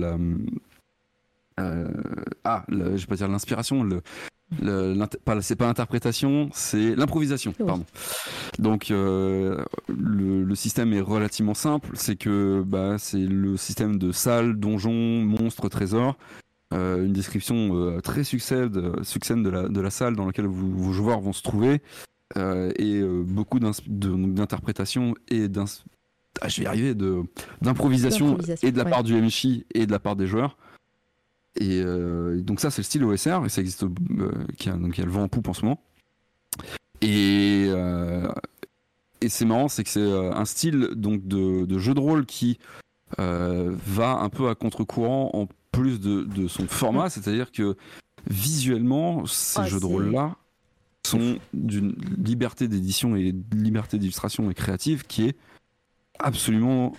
je vais pas dire l'inspiration, c'est pas l'interprétation, c'est l'improvisation, pardon. Donc le système est relativement simple, c'est que c'est le système de salle, donjon, monstre, trésor, une description très succincte de la salle dans laquelle vos joueurs vont se trouver, et beaucoup d'interprétation et d'improvisation et de la part du MJ et de la part des joueurs. Et donc ça c'est le style OSR, et ça existe, qui a le vent en poupe en ce moment. Et c'est marrant, c'est que c'est un style donc de jeu de rôle qui va un peu à contre-courant en plus de son format, c'est-à-dire que visuellement ces jeux de rôle là sont d'une liberté d'édition et liberté d'illustration et créative qui est absolument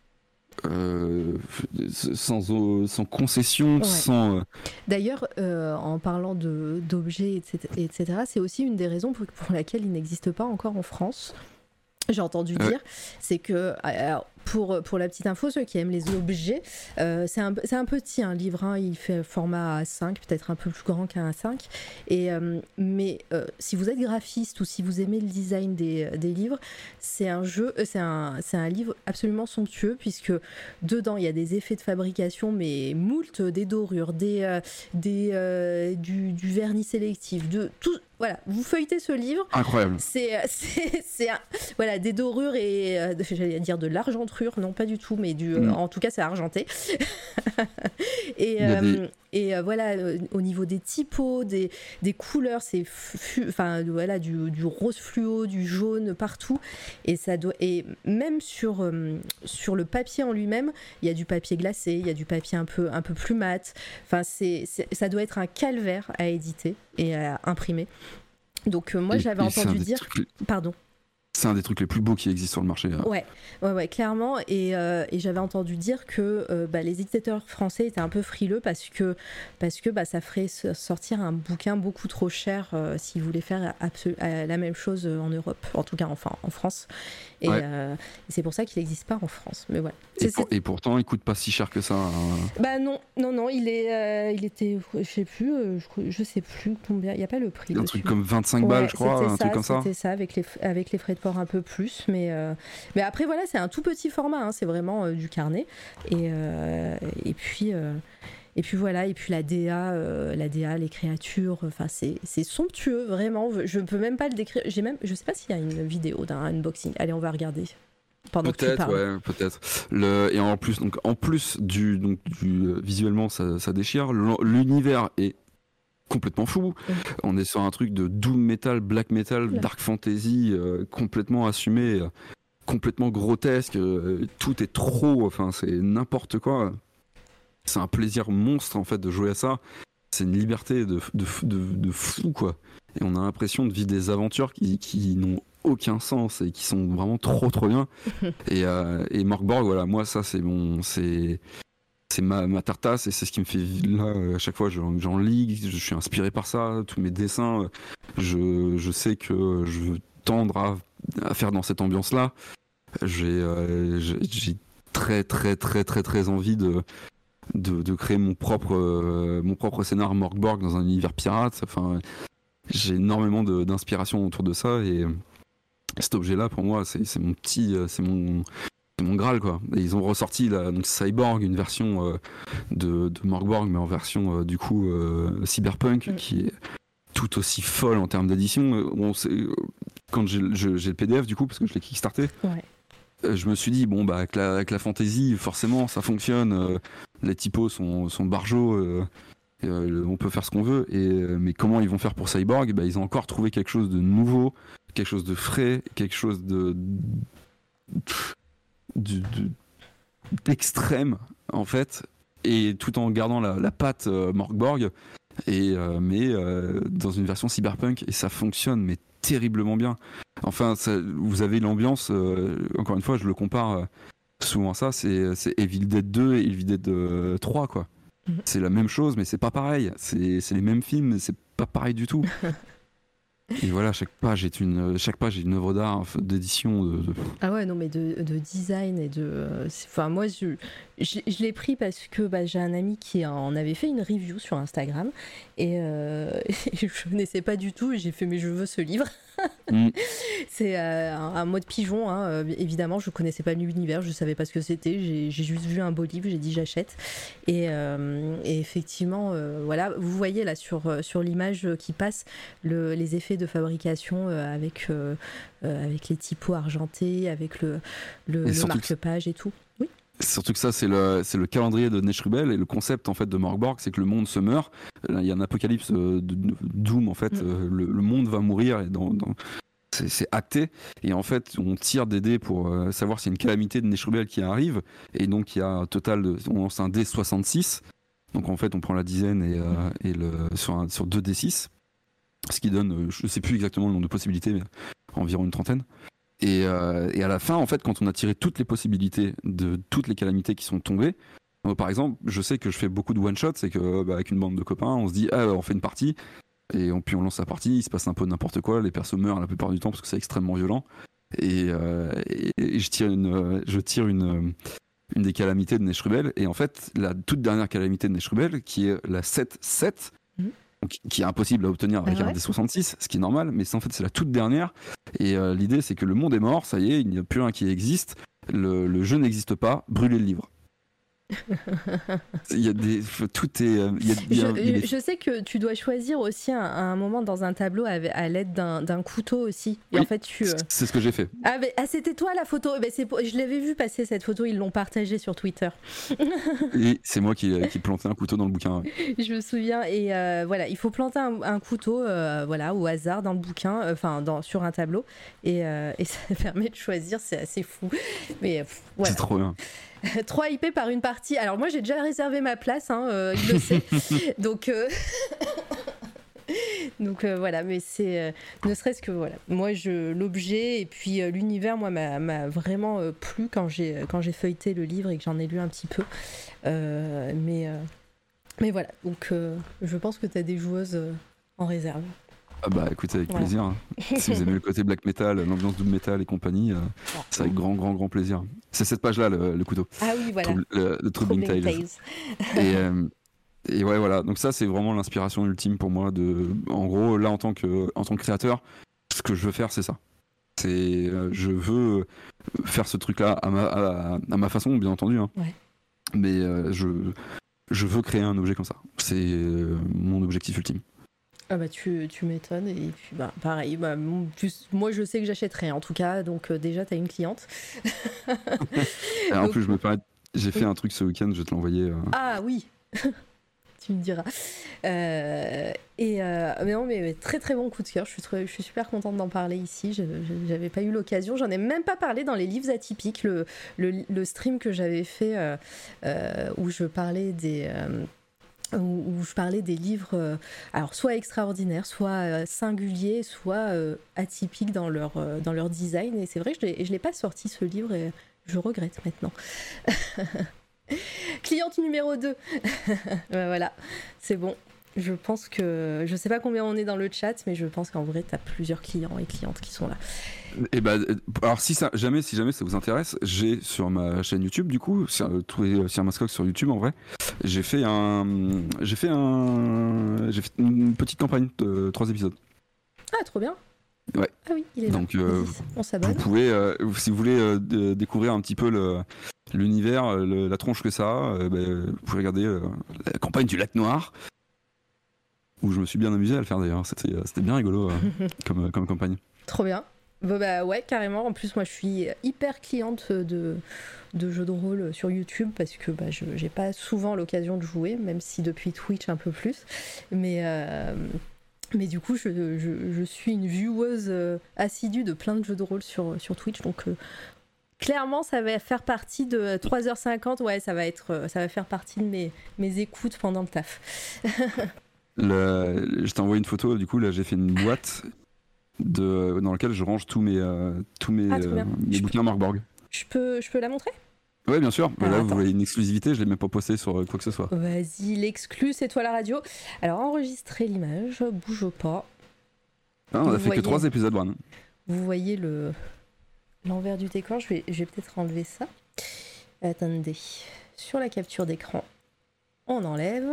sans concession, sans... D'ailleurs, en parlant d'objets, etc., c'est aussi une des raisons pour laquelle il n'existe pas encore en France. J'ai entendu dire, c'est que Pour la petite info, ceux qui aiment les objets, c'est un petit livre, hein, il fait format A5, peut-être un peu plus grand qu'un A5. Mais si vous êtes graphiste ou si vous aimez le design des livres, c'est un livre absolument somptueux, puisque dedans il y a des effets de fabrication, mais moult, des dorures, du vernis sélectif, de tout. Voilà, vous feuilletez ce livre. Incroyable. Voilà, des dorures et j'allais dire de l'argentrure, non pas du tout, mais en tout cas c'est argenté. Voilà, au niveau des typos, des couleurs, c'est voilà, du rose fluo, du jaune partout, et même sur le papier en lui-même, il y a du papier glacé, il y a du papier un peu plus mat. Enfin, ça doit être un calvaire à éditer et à imprimer. Donc moi j'avais entendu dire... Pardon. C'est un des trucs les plus beaux qui existent sur le marché. Ouais, clairement. Et j'avais entendu dire que les éditeurs français étaient un peu frileux parce que ça ferait sortir un bouquin beaucoup trop cher s'ils voulaient faire la même chose en Europe, en tout cas en France. Et c'est pour ça qu'il n'existe pas en France. Mais voilà. Et pourtant, il coûte pas si cher que ça. Bah non, il était, je sais plus combien. Il y a pas le prix. Un truc comme 25 balles, je crois, truc comme ça. C'était ça avec les frais de port un peu plus, mais après voilà, c'est un tout petit format, hein, c'est vraiment du carnet. Et puis voilà, et puis la DA, les créatures, enfin c'est somptueux, vraiment. Je peux même pas le décrire. Je sais pas s'il y a une vidéo d'un unboxing. Allez, on va regarder pendant que tu parles. Ouais, peut-être. Et en plus du visuellement ça déchire. L'univers est complètement fou. On est sur un truc de doom metal, black metal, dark fantasy, complètement assumé, complètement grotesque. Tout est trop, enfin c'est n'importe quoi. C'est un plaisir monstre en fait de jouer à ça. C'est une liberté de fou quoi. Et on a l'impression de vivre des aventures qui n'ont aucun sens et qui sont vraiment trop bien. Et Morkborg, voilà, moi ça c'est ma tartasse et c'est ce qui me fait là à chaque fois j'en lis, je suis inspiré par ça, tous mes dessins, je sais que je veux tendre à faire dans cette ambiance là. J'ai très envie de créer mon propre scénar Morkborg dans un univers pirate. Enfin, j'ai énormément d'inspiration autour de ça et cet objet là pour moi c'est mon Graal quoi. Et ils ont ressorti donc Cyborg, une version de Morkborg mais en version du coup cyberpunk qui est tout aussi folle en termes d'édition. Quand j'ai le PDF du coup parce que je l'ai kickstarté. Je me suis dit bon bah avec la fantasy forcément ça fonctionne, les typos sont barjots, on peut faire ce qu'on veut mais comment ils vont faire pour Cyborg, bah, ils ont encore trouvé quelque chose de nouveau, quelque chose de frais, quelque chose d'extrême en fait, et tout en gardant la patte Morkborg mais dans une version cyberpunk, et ça fonctionne mais terriblement bien. Enfin vous avez l'ambiance, encore une fois je le compare souvent à ça, c'est Evil Dead 2 et Evil Dead 3 quoi. C'est la même chose mais c'est pas pareil, c'est les mêmes films mais c'est pas pareil du tout. Et voilà, chaque page est une œuvre d'art, d'édition. Ah ouais, non, mais de design et de. Enfin, moi, je l'ai pris parce que j'ai un ami qui en avait fait une review sur Instagram et je connaissais pas du tout. Et j'ai fait, mais je veux ce livre. C'est un mode pigeon, hein, évidemment. Je connaissais pas l'univers, je savais pas ce que c'était. J'ai juste vu un beau livre, j'ai dit j'achète. Et effectivement, voilà, vous voyez là sur l'image qui passe les effets de fabrication avec les typos argentés, avec le marque-page et tout. Oui. Surtout que ça, c'est le calendrier de Neschrubel, et le concept en fait de Morkborg, c'est que le monde se meurt. Il y a un apocalypse de Doom en fait. Le monde va mourir et c'est acté. Et en fait, on tire des dés pour savoir s'il y a une calamité de Neschrubel qui arrive. Et donc il y a un total on lance un dé 66. Donc en fait, on prend la dizaine et sur 2 D6. Ce qui donne, je ne sais plus exactement le nombre de possibilités, mais environ une trentaine. Et à la fin, en fait, quand on a tiré toutes les possibilités de toutes les calamités qui sont tombées, par exemple, je sais que je fais beaucoup de one-shot, c'est que avec une bande de copains, on se dit on fait une partie, et puis on lance la partie, il se passe un peu n'importe quoi, les persos meurent la plupart du temps parce que c'est extrêmement violent. et je tire une des calamités de Neschrubel, et en fait la toute dernière calamité de Neschrubel, qui est la 7-7, qui est impossible à obtenir avec un D66, ce qui est normal, mais en fait c'est la toute dernière, et l'idée c'est que le monde est mort, ça y est, il n'y a plus rien qui existe, le jeu n'existe pas, brûlez le livre. Il y a des, tout est. Je sais que tu dois choisir aussi un moment dans un tableau à l'aide d'un couteau aussi. Et oui, en fait, c'est ce que j'ai fait. C'était toi la photo. Je l'avais vu passer cette photo. Ils l'ont partagée sur Twitter. Et c'est moi qui plantais un couteau dans le bouquin. Ouais. Je me souviens. Et voilà, il faut planter un couteau, voilà, au hasard dans le bouquin, sur un tableau, et ça permet de choisir. C'est assez fou. Mais voilà. C'est trop bien. 3 IP par une partie. Alors moi j'ai déjà réservé ma place, il le sait. Donc voilà, mais c'est ne serait-ce que voilà. Moi l'objet et puis l'univers, moi m'a vraiment plu quand j'ai feuilleté le livre et que j'en ai lu un petit peu. Mais voilà, donc je pense que tu as des joueuses en réserve. Ah bah écoutez, avec plaisir. Hein. Si vous aimez le côté black metal, l'ambiance doom metal et compagnie, c'est avec grand plaisir. C'est cette page-là, le couteau. Ah oui, voilà. Le Troubling Tales. Et ouais, voilà. Donc ça, c'est vraiment l'inspiration ultime pour moi. En gros, là, en tant que créateur, ce que je veux faire, c'est ça. Je veux faire ce truc-là à ma façon, bien entendu. Hein. Ouais. Mais je veux créer un objet comme ça. C'est mon objectif ultime. Ah bah tu m'étonnes, et puis bah pareil, moi je sais que j'achèterai en tout cas, donc déjà t'as une cliente. En plus je me permets, j'ai fait un truc ce week-end, je vais te l'envoyer. Ah oui. Tu me diras. Mais non, mais très très bon coup de cœur. Je suis super contente d'en parler ici. J'avais pas eu l'occasion. J'en ai même pas parlé dans les livres atypiques. Le stream que j'avais fait où je parlais où je parlais des livres, alors soit extraordinaires, soit singuliers, soit atypiques dans leur design. Et c'est vrai que je l'ai pas sorti ce livre et je regrette maintenant. Cliente numéro 2. Voilà, c'est bon. Je pense que... Je sais pas combien on est dans le chat, mais je pense qu'en vrai, t'as plusieurs clients et clientes qui sont là. Et bah, alors si jamais ça vous intéresse, j'ai sur ma chaîne YouTube, du coup, sur Mascoc sur YouTube, en vrai, j'ai fait une petite campagne de 3 épisodes. Ah, trop bien. Ouais. Ah oui, il est là. Donc, on s'abonne. Vous pouvez, si vous voulez découvrir un petit peu l'univers, la tronche que ça a, vous pouvez regarder la campagne du Lac Noir, où je me suis bien amusé à le faire d'ailleurs. C'était bien rigolo comme campagne. Trop bien. Bah ouais, carrément. En plus, moi, je suis hyper cliente de jeux de rôle sur YouTube parce que j'ai pas souvent l'occasion de jouer, même si depuis Twitch un peu plus. Mais du coup, je suis une vieweuse assidue de plein de jeux de rôle sur Twitch. Donc, clairement, ça va faire partie de 3h50. Ouais, ça va faire partie de mes écoutes pendant le taf. Je t'ai envoyé une photo. Du coup, là, j'ai fait une boîte dans laquelle je range tous mes bouquins Mark Borg. Je peux la montrer ? Ouais, bien sûr. Là, vous voyez une exclusivité, je l'ai même pas posté sur quoi que ce soit. Vas-y, l'exclu, c'est toi la radio. Alors, enregistrez l'image, bouge pas. Ah, on a fait que 3 épisodes, Bran. Vous voyez l'envers du décor. Je vais peut-être enlever ça. Attendez. Sur la capture d'écran, on enlève.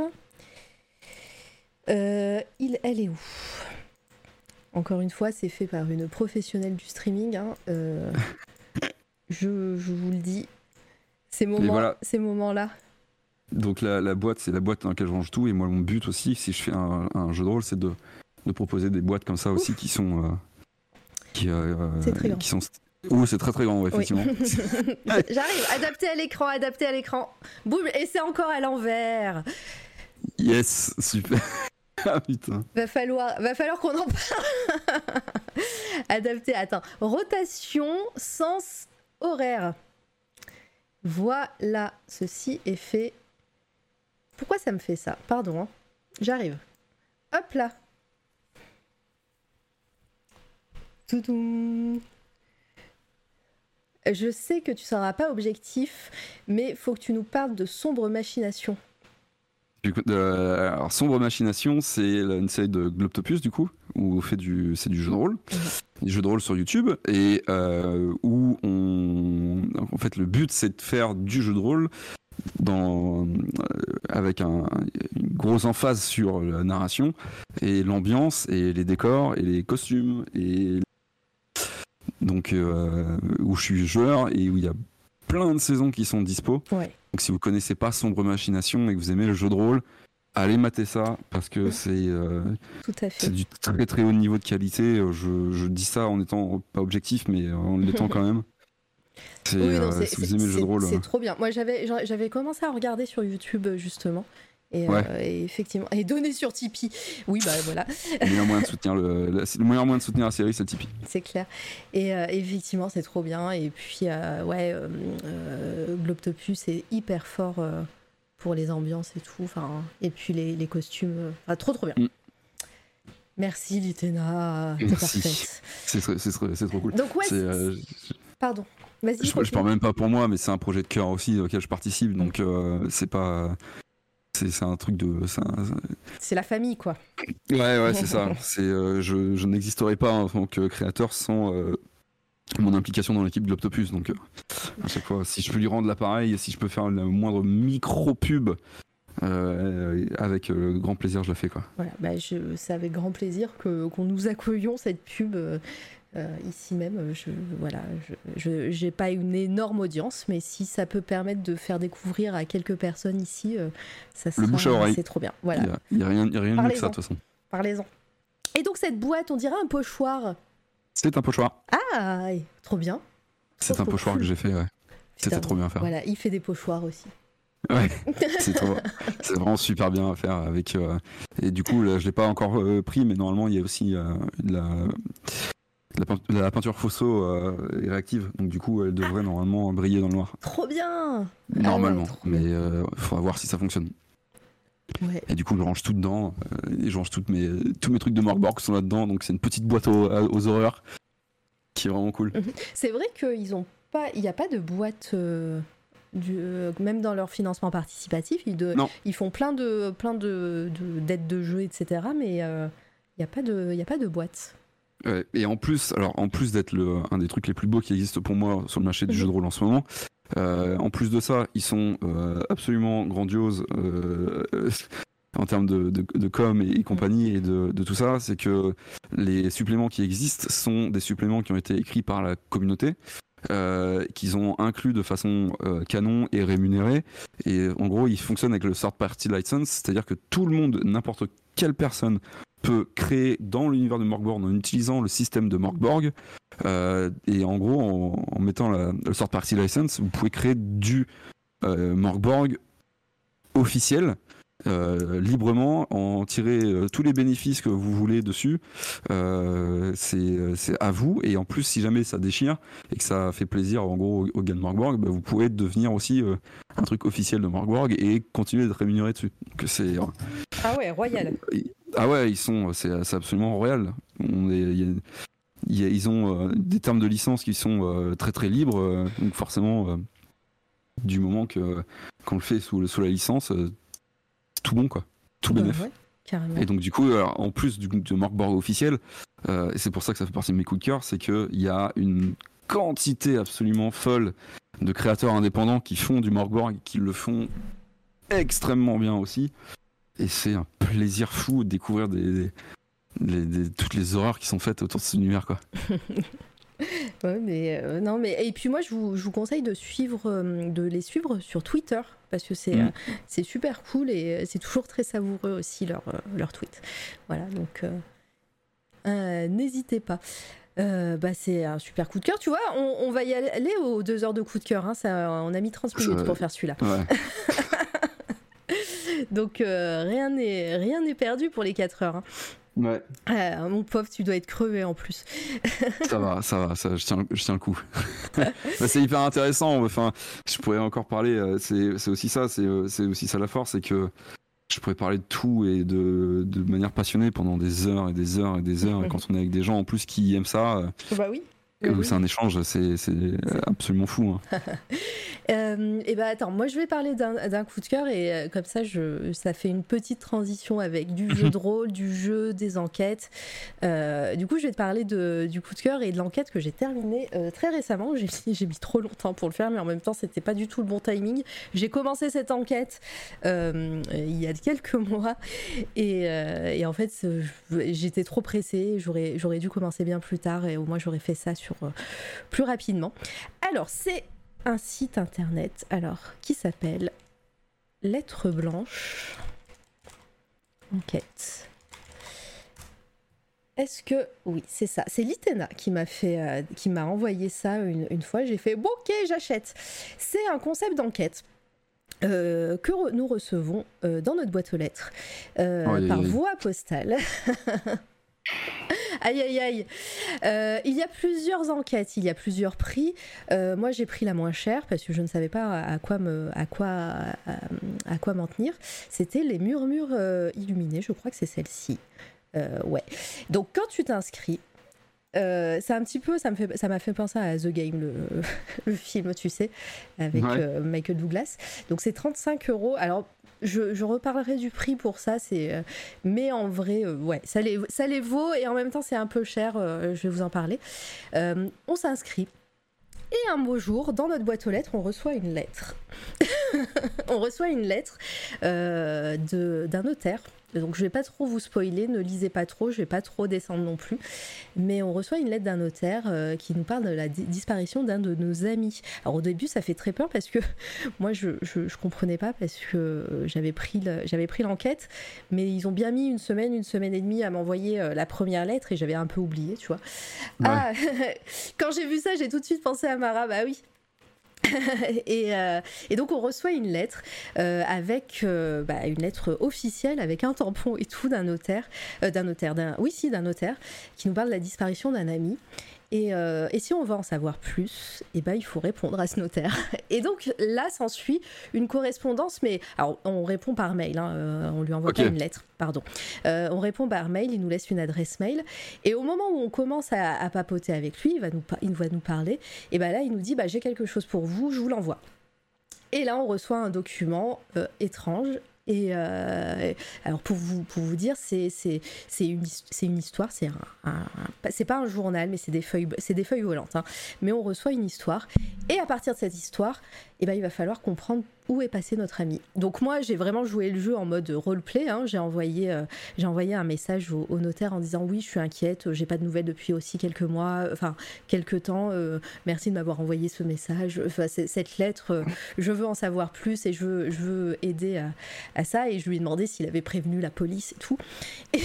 Elle est où ? Encore une fois, c'est fait par une professionnelle du streaming. Hein. Je vous le dis. Ces moments-là. Donc la boîte, c'est la boîte dans laquelle je range tout. Et moi, mon but aussi, si je fais un jeu de rôle, c'est de proposer des boîtes comme ça aussi qui sont... c'est très grand. Qui sont... c'est très très grand, ouais, effectivement. Oui. J'arrive, adapté à l'écran. Boum, et c'est encore à l'envers. Yes, super. Ah putain. Va falloir qu'on en parle. Adapté, attends. Rotation, sens horaire. Voilà, ceci est fait. Pourquoi ça me fait ça ? Pardon, hein. J'arrive. Hop là. Toutoum. Je sais que tu seras pas objectif, mais faut que tu nous parles de sombre machination. Alors, Sombre Machination, c'est une série de Globtopus, du coup, où c'est du jeu de rôle. Du jeu de rôle sur YouTube, et où en fait, le but, c'est de faire du jeu de rôle avec une grosse emphase sur la narration, et l'ambiance, et les décors, et les costumes, et donc où je suis joueur, et où il y a plein de saisons qui sont dispo. Ouais. Donc si vous connaissez pas Sombre Machination et que vous aimez le jeu de rôle, allez mater ça, parce que Tout à fait. c'est du très très haut niveau de qualité. Je dis ça en étant pas objectif, mais en l'étant quand même. Si vous aimez le jeu de rôle. C'est trop bien. Moi, j'avais commencé à regarder sur YouTube, justement. Et, et effectivement, et donner sur Tipeee. Oui, bah voilà. Le meilleur moyen de soutenir la série, c'est Tipeee. C'est clair. Et effectivement, c'est trop bien. Et puis, Globtopus est hyper fort pour les ambiances et tout. Et puis les costumes. Trop bien. Merci, Litena. T'es parfaite. C'est trop cool. Donc, pardon. Vas-y. Je parle même pas pour moi, mais c'est un projet de cœur aussi auquel je participe. Donc, c'est pas. C'est un truc de. C'est la famille, quoi. Ouais, c'est ça. Je n'existerais pas en tant que créateur sans mon implication dans l'équipe Globtopus. Donc, à chaque fois, si je peux lui rendre l'appareil, si je peux faire le moindre micro-pub, avec grand plaisir, je le fais, quoi. Voilà, c'est avec grand plaisir qu'on nous accueillons cette pub. Ici même, j'ai pas une énorme audience, mais si ça peut permettre de faire découvrir à quelques personnes ici, ça sera, le bouche à oreille. C'est trop bien. Voilà. Il y a rien de mieux que ça, de toute façon. Parlez-en. Et donc cette boîte, on dirait un pochoir. C'est un pochoir. Ah, trop bien. C'est un pochoir que j'ai fait, ouais. C'était trop bien à faire. Voilà, il fait des pochoirs aussi. Ouais, c'est vraiment super bien à faire avec. Et du coup, là, je l'ai pas encore pris, mais normalement, il y a aussi la peinture photo est réactive, donc du coup elle devrait normalement briller dans le noir. Trop bien. Normalement, mais il faudra voir si ça fonctionne. Ouais. Et du coup je range tout dedans, et je range tous mes trucs de Morkborg sont là-dedans, donc c'est une petite boîte aux horreurs qui est vraiment cool. C'est vrai qu'il n'y a pas de boîte, même dans leur financement participatif, ils font plein d'aides de jeu, etc. Mais il n'y a pas de boîte. Et en plus d'être un des trucs les plus beaux qui existent pour moi sur le marché du jeu de rôle en ce moment, en plus de ça, ils sont absolument grandioses en termes de com et compagnie et de tout ça. C'est que les suppléments qui existent sont des suppléments qui ont été écrits par la communauté, qu'ils ont inclus de façon canon et rémunérée. Et en gros, ils fonctionnent avec le third party license, c'est-à-dire que tout le monde, n'importe quelle personne, peut créer dans l'univers de Morkborg en utilisant le système de Morkborg, et en gros en mettant le third party license, vous pouvez créer du Morkborg officiel librement, en tirer tous les bénéfices que vous voulez dessus. C'est à vous, et en plus si jamais ça déchire et que ça fait plaisir en gros aux gars de Morkborg, vous pouvez devenir aussi un truc officiel de Morkborg et continuer d'être rémunéré dessus. Donc c'est ah ouais, royal. Ah ouais, c'est absolument royal. Ils ont des termes de licence qui sont très très libres, donc forcément, du moment qu'on le fait sous la licence, c'est tout bon, quoi, tout bénef. Ouais, carrément. Et donc du coup, en plus de Morkborg officiel, et c'est pour ça que ça fait partie de mes coups de cœur, c'est qu'il y a une quantité absolument folle de créateurs indépendants qui font du Morkborg, qui le font extrêmement bien aussi. Et c'est un plaisir fou de découvrir toutes les horreurs qui sont faites autour de cet univers, quoi. Ouais, mais et puis moi je vous conseille de les suivre sur Twitter, parce que c'est super cool et c'est toujours très savoureux aussi leur tweet. Voilà, donc n'hésitez pas. C'est un super coup de cœur, tu vois. On va y aller aux 2 heures de coup de cœur, hein. On a mis 30 minutes pour faire celui-là. Ouais. Donc rien n'est perdu pour les 4 heures, hein. Ouais. Mon pauvre, tu dois être crevé en plus. ça va, je tiens le coup. C'est hyper intéressant. Enfin, je pourrais encore parler. C'est aussi ça la force, c'est que je pourrais parler de tout et de manière passionnée pendant des heures et des heures et des heures. Et quand on est avec des gens en plus qui aiment ça. Bah oui. Oui. c'est un échange, c'est absolument fou. Hein. Et bah attends, moi je vais parler d'un coup de cœur et comme ça ça fait une petite transition avec du jeu de rôle, du jeu, des enquêtes. Du coup je vais te parler du coup de cœur et de l'enquête que j'ai terminée très récemment. J'ai mis trop longtemps pour le faire, mais en même temps c'était pas du tout le bon timing. J'ai commencé cette enquête il y a quelques mois et en fait j'étais trop pressée. J'aurais dû commencer bien plus tard et au moins j'aurais fait ça plus rapidement. Alors c'est un site internet qui s'appelle Lettre Blanche Enquête. Est-ce que... Oui, c'est ça. C'est Litena qui m'a envoyé ça une fois. J'ai fait, bon ok, j'achète. C'est un concept d'enquête que nous recevons dans notre boîte aux lettres par voie postale. Aïe aïe aïe. Il y a plusieurs enquêtes, il y a plusieurs prix. Moi j'ai pris la moins chère parce que je ne savais pas à quoi m'en tenir. C'était les murmures illuminés, je crois que c'est celle-ci. Ouais. Donc quand tu t'inscris, c'est un petit peu, ça m'a fait penser à The Game, le film, tu sais, avec Michael Douglas. Donc c'est 35€. Alors je reparlerai du prix pour ça, mais en vrai, ouais, ça les vaut et en même temps c'est un peu cher. Je vais vous en parler. On s'inscrit. Et un beau jour, dans notre boîte aux lettres, on reçoit une lettre. On reçoit une lettre d'un notaire. Donc je vais pas trop vous spoiler, ne lisez pas trop, je vais pas trop descendre non plus. Mais on reçoit une lettre d'un notaire qui nous parle de la disparition d'un de nos amis. Alors au début ça fait très peur parce que moi je comprenais pas parce que j'avais pris l'enquête, mais ils ont bien mis une semaine et demie à m'envoyer la première lettre et j'avais un peu oublié, tu vois. Ouais. Ah, quand j'ai vu ça j'ai tout de suite pensé à Mara, bah oui. Et donc on reçoit une lettre avec une lettre officielle avec un tampon et tout d'un notaire qui nous parle de la disparition d'un ami. Et si on veut en savoir plus, il faut répondre à ce notaire. Et donc là s'ensuit une correspondance, mais alors on répond par mail, on lui envoie pas une lettre, pardon. On répond par mail, il nous laisse une adresse mail. Et au moment où on commence à papoter avec lui, il va nous parler. Et là il nous dit j'ai quelque chose pour vous, je vous l'envoie. Et là on reçoit un document étrange. Et alors pour vous dire, c'est une histoire, c'est pas un journal, mais c'est des feuilles volantes. Hein. Mais on reçoit une histoire, et à partir de cette histoire, il va falloir comprendre où est passé notre ami. Donc moi, j'ai vraiment joué le jeu en mode roleplay. Hein. J'ai envoyé un message au notaire en disant oui, je suis inquiète, j'ai pas de nouvelles depuis aussi quelques temps. Merci de m'avoir envoyé ce message. Cette lettre, je veux en savoir plus et je veux aider à ça. Et je lui ai demandé s'il avait prévenu la police et tout. Et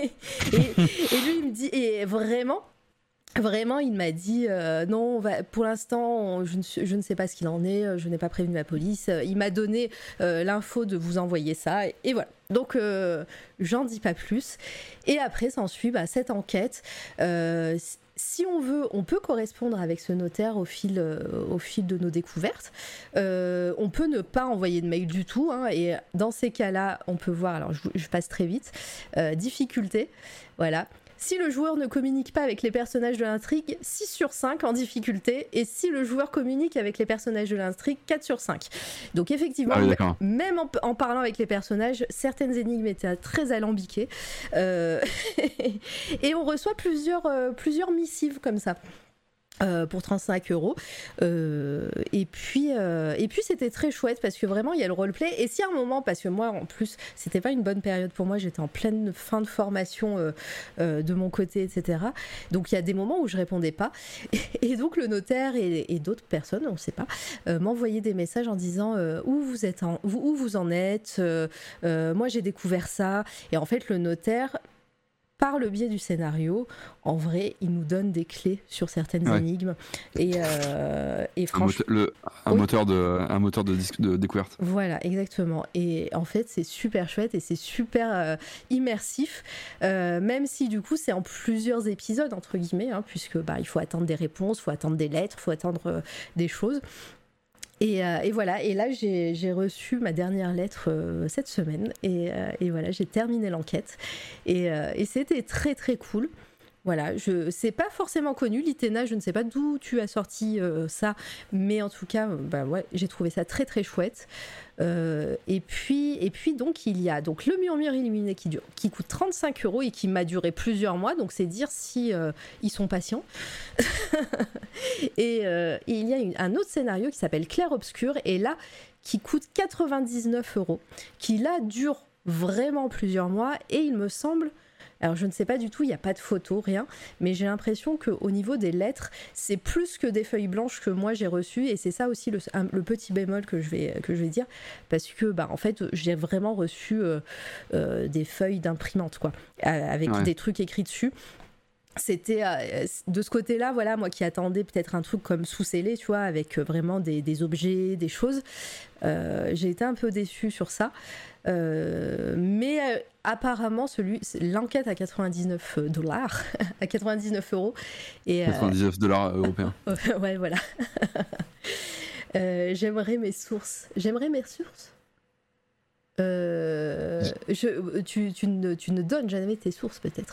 lui, il me dit, et vraiment, il m'a dit non, pour l'instant, je ne sais pas ce qu'il en est, je n'ai pas prévenu la police. Il m'a donné l'info de vous envoyer ça, et voilà. Donc, j'en dis pas plus. Et après, s'ensuit cette enquête. Si on veut, on peut correspondre avec ce notaire au fil de nos découvertes. On peut ne pas envoyer de mail du tout, hein, et dans ces cas-là, on peut voir, alors je passe très vite, difficulté, voilà. Si le joueur ne communique pas avec les personnages de l'intrigue, 6 sur 5 en difficulté. Et si le joueur communique avec les personnages de l'intrigue, 4 sur 5. Donc effectivement, même en parlant avec les personnages, certaines énigmes étaient très alambiquées. Et on reçoit plusieurs missives comme ça. Pour 35€. Et puis c'était très chouette parce que vraiment il y a le roleplay. Et si à un moment, parce que moi en plus c'était pas une bonne période pour moi, j'étais en pleine fin de formation de mon côté, etc. Donc il y a des moments où je répondais pas. Et donc le notaire et d'autres personnes, on sait pas, m'envoyaient des messages en disant où vous en êtes. Moi j'ai découvert ça. Et en fait le notaire, par le biais du scénario, en vrai, il nous donne des clés sur certaines énigmes. Et franchement... Un moteur de découverte. Voilà, exactement. Et en fait, c'est super chouette et c'est super immersif, même si du coup, c'est en plusieurs épisodes, entre guillemets, hein, puisque il faut attendre des réponses, il faut attendre des lettres, il faut attendre des choses. Et voilà, et là j'ai reçu ma dernière lettre cette semaine et voilà, j'ai terminé l'enquête et c'était très très cool Voilà, c'est pas forcément connu, l'Itena, je ne sais pas d'où tu as sorti ça, mais en tout cas, ouais, j'ai trouvé ça très très chouette. Et puis donc il y a donc le murmure illuminé qui coûte 35 € et qui m'a duré plusieurs mois, donc c'est dire si ils sont patients. et il y a un autre scénario qui s'appelle Clair Obscur, et là qui coûte 99 €, qui là dure vraiment plusieurs mois, et il me semble... Alors je ne sais pas du tout, il n'y a pas de photo, rien, mais j'ai l'impression qu'au niveau des lettres, c'est plus que des feuilles blanches que moi j'ai reçues, et c'est ça aussi le petit bémol que je vais dire, parce que en fait j'ai vraiment reçu des feuilles d'imprimante, quoi, avec des trucs écrits dessus. C'était de ce côté-là, voilà, moi qui attendais peut-être un truc comme sous-scellé, tu vois, avec vraiment des objets, des choses. J'ai été un peu déçue sur ça. Mais apparemment, l'enquête à 99 $, à 99 €. Et, 99 $ européens. Ouais, voilà. J'aimerais mes sources. Tu ne donnes jamais tes sources, peut-être.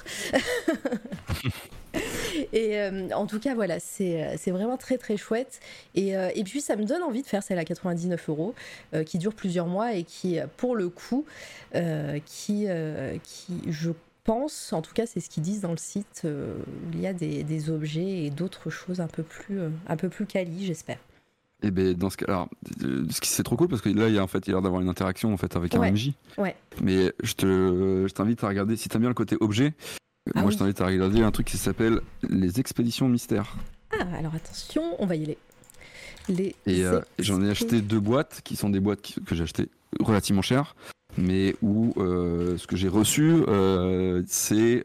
Et en tout cas, voilà, c'est vraiment très très chouette. Et puis ça me donne envie de faire celle à 99 €, qui dure plusieurs mois et qui, pour le coup, qui je pense, en tout cas c'est ce qu'ils disent dans le site, il y a des objets et d'autres choses un peu plus quali, j'espère. Et ben dans ce cas, alors, c'est trop cool parce que là il y a l'air d'avoir une interaction en fait avec un MJ. Ouais. Mais je t'invite à regarder, si t'aimes bien le côté objet, moi je t'invite à regarder un truc qui s'appelle les expéditions mystères. Ah, alors attention, on va y aller. Et j'en ai acheté 2 boîtes qui sont des boîtes que j'ai achetées relativement chères, mais où ce que j'ai reçu c'est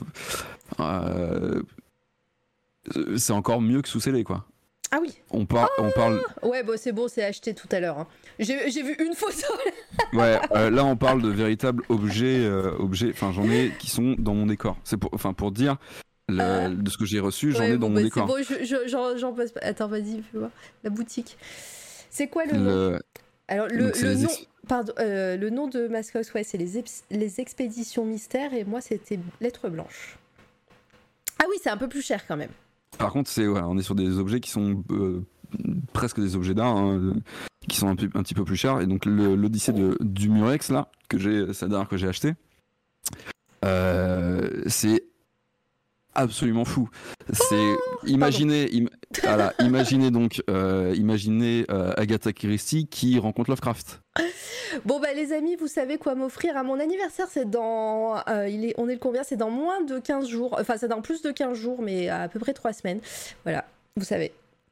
encore mieux que sous-scellé, quoi. Ah oui. On parle. Ouais, c'est bon, c'est acheté tout à l'heure. Hein. J'ai vu une photo. Ouais, là on parle de véritables objets. Enfin, j'en ai qui sont dans mon décor. C'est pour dire de ce que j'ai reçu, j'en ai dans mon décor. C'est bon, j'en passe pas. Attends, vas-y, fais voir la boutique. C'est quoi le nom? Alors le nom. Pardon, le nom de Mascox, ouais, c'est les expéditions mystères, et moi c'était Lettres Blanches. Ah oui, c'est un peu plus cher quand même. Par contre, on est sur des objets qui sont presque des objets d'art, hein, qui sont un petit peu plus chers. Et donc l'Odyssée du Murex, là, c'est la dernière que j'ai acheté, c'est absolument fou. C'est imaginez donc Agatha Christie qui rencontre Lovecraft. Bon les amis, vous savez quoi m'offrir à mon anniversaire, c'est dans on est le combien, c'est dans moins de 15 jours, enfin c'est dans plus de 15 jours, mais à peu près 3 semaines. Voilà, vous savez.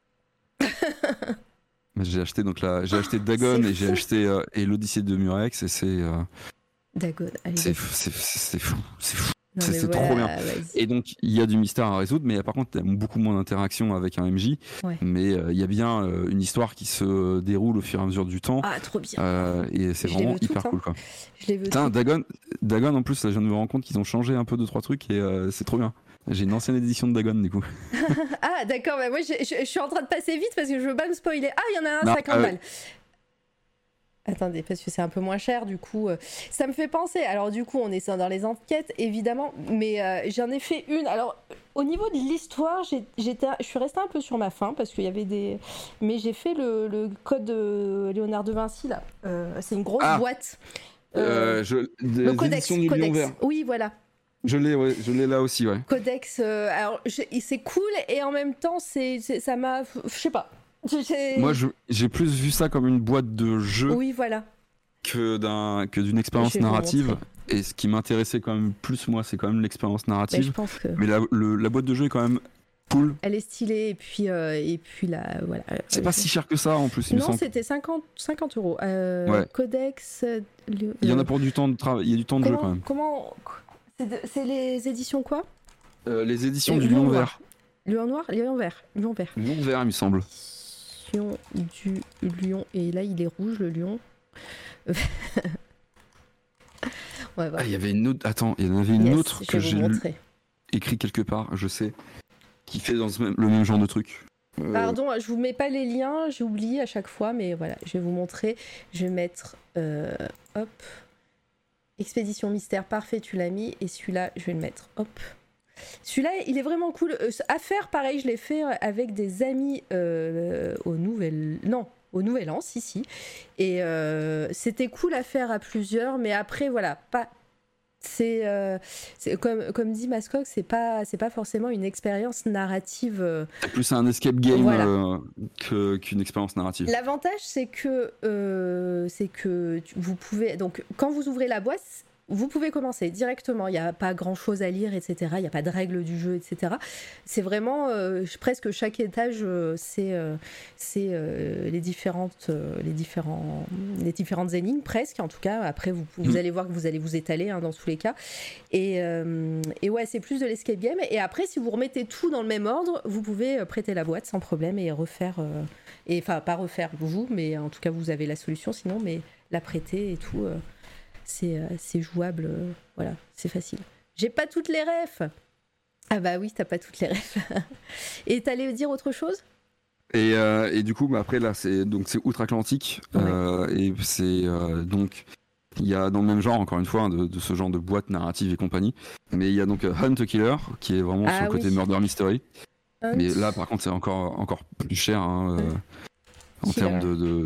J'ai acheté Dagon et j'ai acheté et l'Odyssée de Murex, et c'est Dagon, allez. C'est fou. C'est trop bien. Vas-y. Et donc il y a du mystère à résoudre, mais par contre il y a beaucoup moins d'interaction avec un MJ. Ouais. Mais il y a bien une histoire qui se déroule au fur et à mesure du temps. Ah, trop bien. Et c'est vraiment hyper cool, quoi. Je les veux. Putain, Dagon en plus, là, je viens de me rendre compte qu'ils ont changé un peu 2-3 trucs, et c'est trop bien. J'ai une ancienne édition de Dagon, du coup. Ah d'accord, moi je suis en train de passer vite parce que je veux pas me spoiler. Ah, il y en a un 50 balles. Attendez, parce que c'est un peu moins cher, du coup. Ça me fait penser. Alors, du coup, on est dans les enquêtes, évidemment, mais j'en ai fait une. Alors, au niveau de l'histoire, je suis restée un peu sur ma faim, parce qu'il y avait des. Mais j'ai fait le code de Léonard de Vinci, là. C'est une grosse boîte. Le codex du Lion Vert. Oui, voilà. Je l'ai là aussi, ouais. Codex, alors, c'est cool, et en même temps, ça m'a. Je sais pas. Moi, j'ai plus vu ça comme une boîte de jeu, oui, voilà, que d'une expérience narrative. Et ce qui m'intéressait quand même plus, moi, c'est quand même l'expérience narrative. Je pense que... Mais la boîte de jeu est quand même cool. Elle est stylée, et puis là, voilà. C'est pas si cher que ça, en plus. Non, c'était 50 €. Ouais. Codex. Il y en a pour du temps de travail. Il y a du temps de jeu quand même. Comment c'est les éditions quoi? Les éditions du Lion Vert. Lion Noir, Lion Vert. Lion Vert, il me semble. Du lion, et là il est rouge, le lion. Ouais, voilà. Il y avait une autre. Attends, il y en avait une autre que j'ai écrit quelque part, je sais, qui fait dans le même genre de truc. Pardon, je vous mets pas les liens, j'ai oublié à chaque fois, mais voilà, je vais vous montrer. Je vais mettre hop, Expédition Mystère, parfait, tu l'as mis, et celui-là, je vais le mettre hop. Celui-là, il est vraiment cool. À faire, pareil, je l'ai fait avec des amis au Nouvel An, si. Et c'était cool à faire à plusieurs, mais après, voilà, pas. C'est comme dit Mascoc, c'est pas forcément une expérience narrative. C'est plus un escape game voilà. qu'une expérience narrative. L'avantage, c'est que vous pouvez. Donc, quand vous ouvrez la boîte, vous pouvez commencer directement. Il n'y a pas grand-chose à lire, etc. Il n'y a pas de règles du jeu, etc. C'est vraiment presque chaque étage, c'est les différentes énigmes, presque. En tout cas, après, vous allez voir que vous allez vous étaler dans tous les cas. Et ouais, c'est plus de l'escape game. Et après, si vous remettez tout dans le même ordre, vous pouvez prêter la boîte sans problème et refaire. Enfin, pas refaire vous, mais en tout cas, vous avez la solution sinon, mais la prêter et tout. C'est jouable, voilà, c'est facile. J'ai pas toutes les refs. Ah bah oui, t'as pas toutes les refs. Et t'allais dire autre chose ? Et du coup, après là, c'est outre-Atlantique, et c'est donc il y a dans le même genre, encore une fois, de ce genre de boîte narrative et compagnie. Mais il y a donc Hunt a Killer qui est vraiment sur le côté murder mystery. Mais là, par contre, c'est encore plus cher. En termes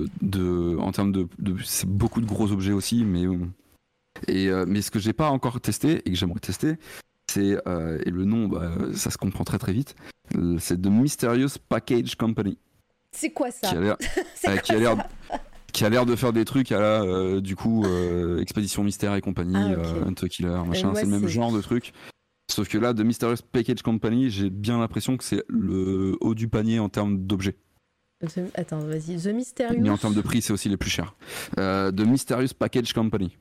c'est beaucoup de gros objets aussi, mais ce que j'ai pas encore testé et que j'aimerais tester, c'est et le nom, ça se comprend très très vite. C'est The Mysterious Package Company. C'est quoi ça ? Qui a l'air de faire des trucs à la du coup Expédition Mystère et compagnie, Hunt a Killer, machin. C'est le même genre de truc. Sauf que là, The Mysterious Package Company, j'ai bien l'impression que c'est le haut du panier en termes d'objets. Attends, vas-y. The Mysterious. Mais en termes de prix, c'est aussi les plus chers. The Mysterious Package Company.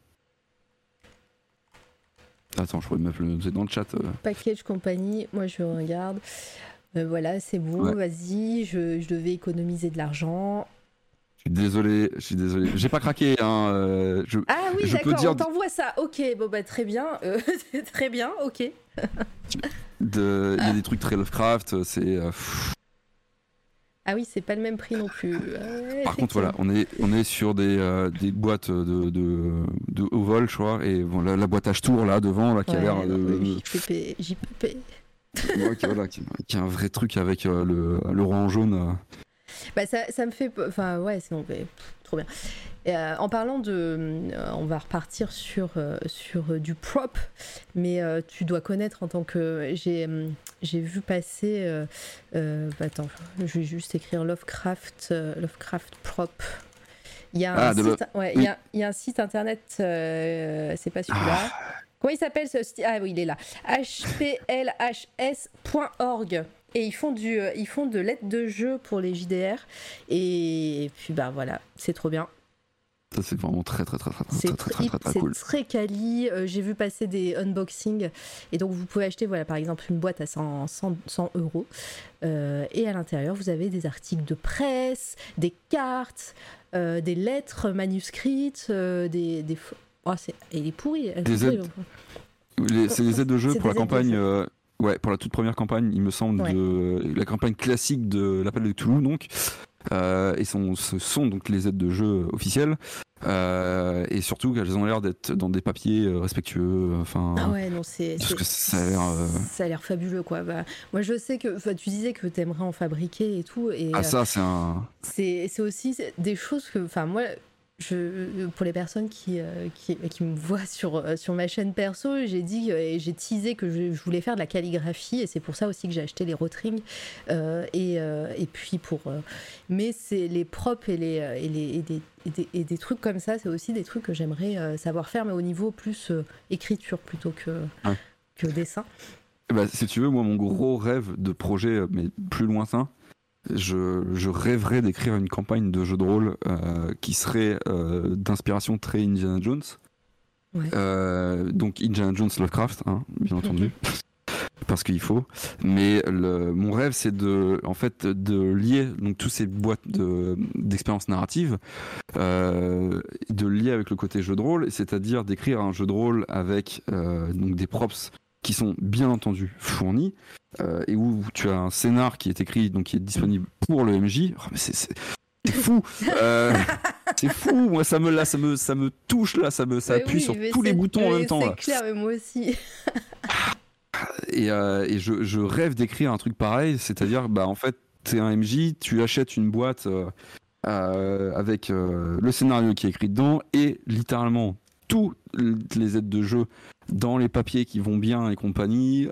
Attends, je pourrais me noter dans le chat. Package Company, moi je regarde. Voilà, c'est bon, vas-y, je devais économiser de l'argent. Je suis désolé. J'ai pas craqué. Ah oui, d'accord, on t'envoie ça. Ok, bon bah très bien. Très bien, ok. Il y a des trucs très Lovecraft, c'est... Ah oui, c'est pas le même prix non plus. Par contre, voilà, on est sur des boîtes de haut vol, je crois, et bon, la boîte H-Tour là devant, là, qui a l'air JPP. Qui a un vrai truc avec le rang en jaune. Bah ça me fait, enfin ouais, sinon trop bien. En parlant on va repartir sur du prop, mais tu dois connaître en tant que j'ai vu passer. Attends, je vais juste écrire Lovecraft prop. Il y a il y a un site internet, c'est pas celui-là. Comment il s'appelle ce site ? Ah oui, il est là. hplhs.org. Et ils font de l'aide de jeu pour les JDR. Et puis bah voilà, c'est trop bien. Ça c'est vraiment très cool. C'est très quali. J'ai vu passer des unboxings. Et donc vous pouvez acheter par exemple une boîte à 100 €. Et à l'intérieur, vous avez des articles de presse, des cartes, des lettres manuscrites, des il est pourri. C'est des aides de jeu pour la campagne. Pour la toute première campagne, il me semble, de la campagne classique de l'Appel de Cthulhu, donc. Et ce sont donc les aides de jeu officielles. Et surtout qu'elles ont l'air d'être dans des papiers respectueux. Enfin, ça a l'air fabuleux, quoi. Bah, moi, je sais que tu disais que tu aimerais en fabriquer et tout. Et, ça, c'est c'est aussi des choses que. Enfin, moi. Pour les personnes qui me voient sur ma chaîne perso, j'ai teasé que je voulais faire de la calligraphie, et c'est pour ça aussi que j'ai acheté les Rotring, et puis mais c'est les props et des trucs comme ça, c'est aussi des trucs que j'aimerais savoir faire, mais au niveau plus écriture plutôt que dessin. Si tu veux, moi mon gros rêve de projet, mais plus lointain, je rêverais d'écrire une campagne de jeu de rôle qui serait d'inspiration très Indiana Jones. Donc Indiana Jones Lovecraft, bien entendu, parce qu'il faut. Mais mon rêve, c'est de lier donc toutes ces boîtes d'expériences narratives, de lier avec le côté jeu de rôle, c'est-à-dire d'écrire un jeu de rôle avec donc des props qui sont bien entendu fournis, et où tu as un scénar qui est écrit, donc qui est disponible pour le MJ. Oh, mais c'est fou. C'est fou. Moi, ça me touche là. Ça appuie sur tous les boutons en même temps. C'est clair, mais moi aussi. je rêve d'écrire un truc pareil, c'est-à-dire, en fait, t'es un MJ, tu achètes une boîte avec le scénario qui est écrit dedans et littéralement toutes les aides de jeu dans les papiers qui vont bien et compagnie,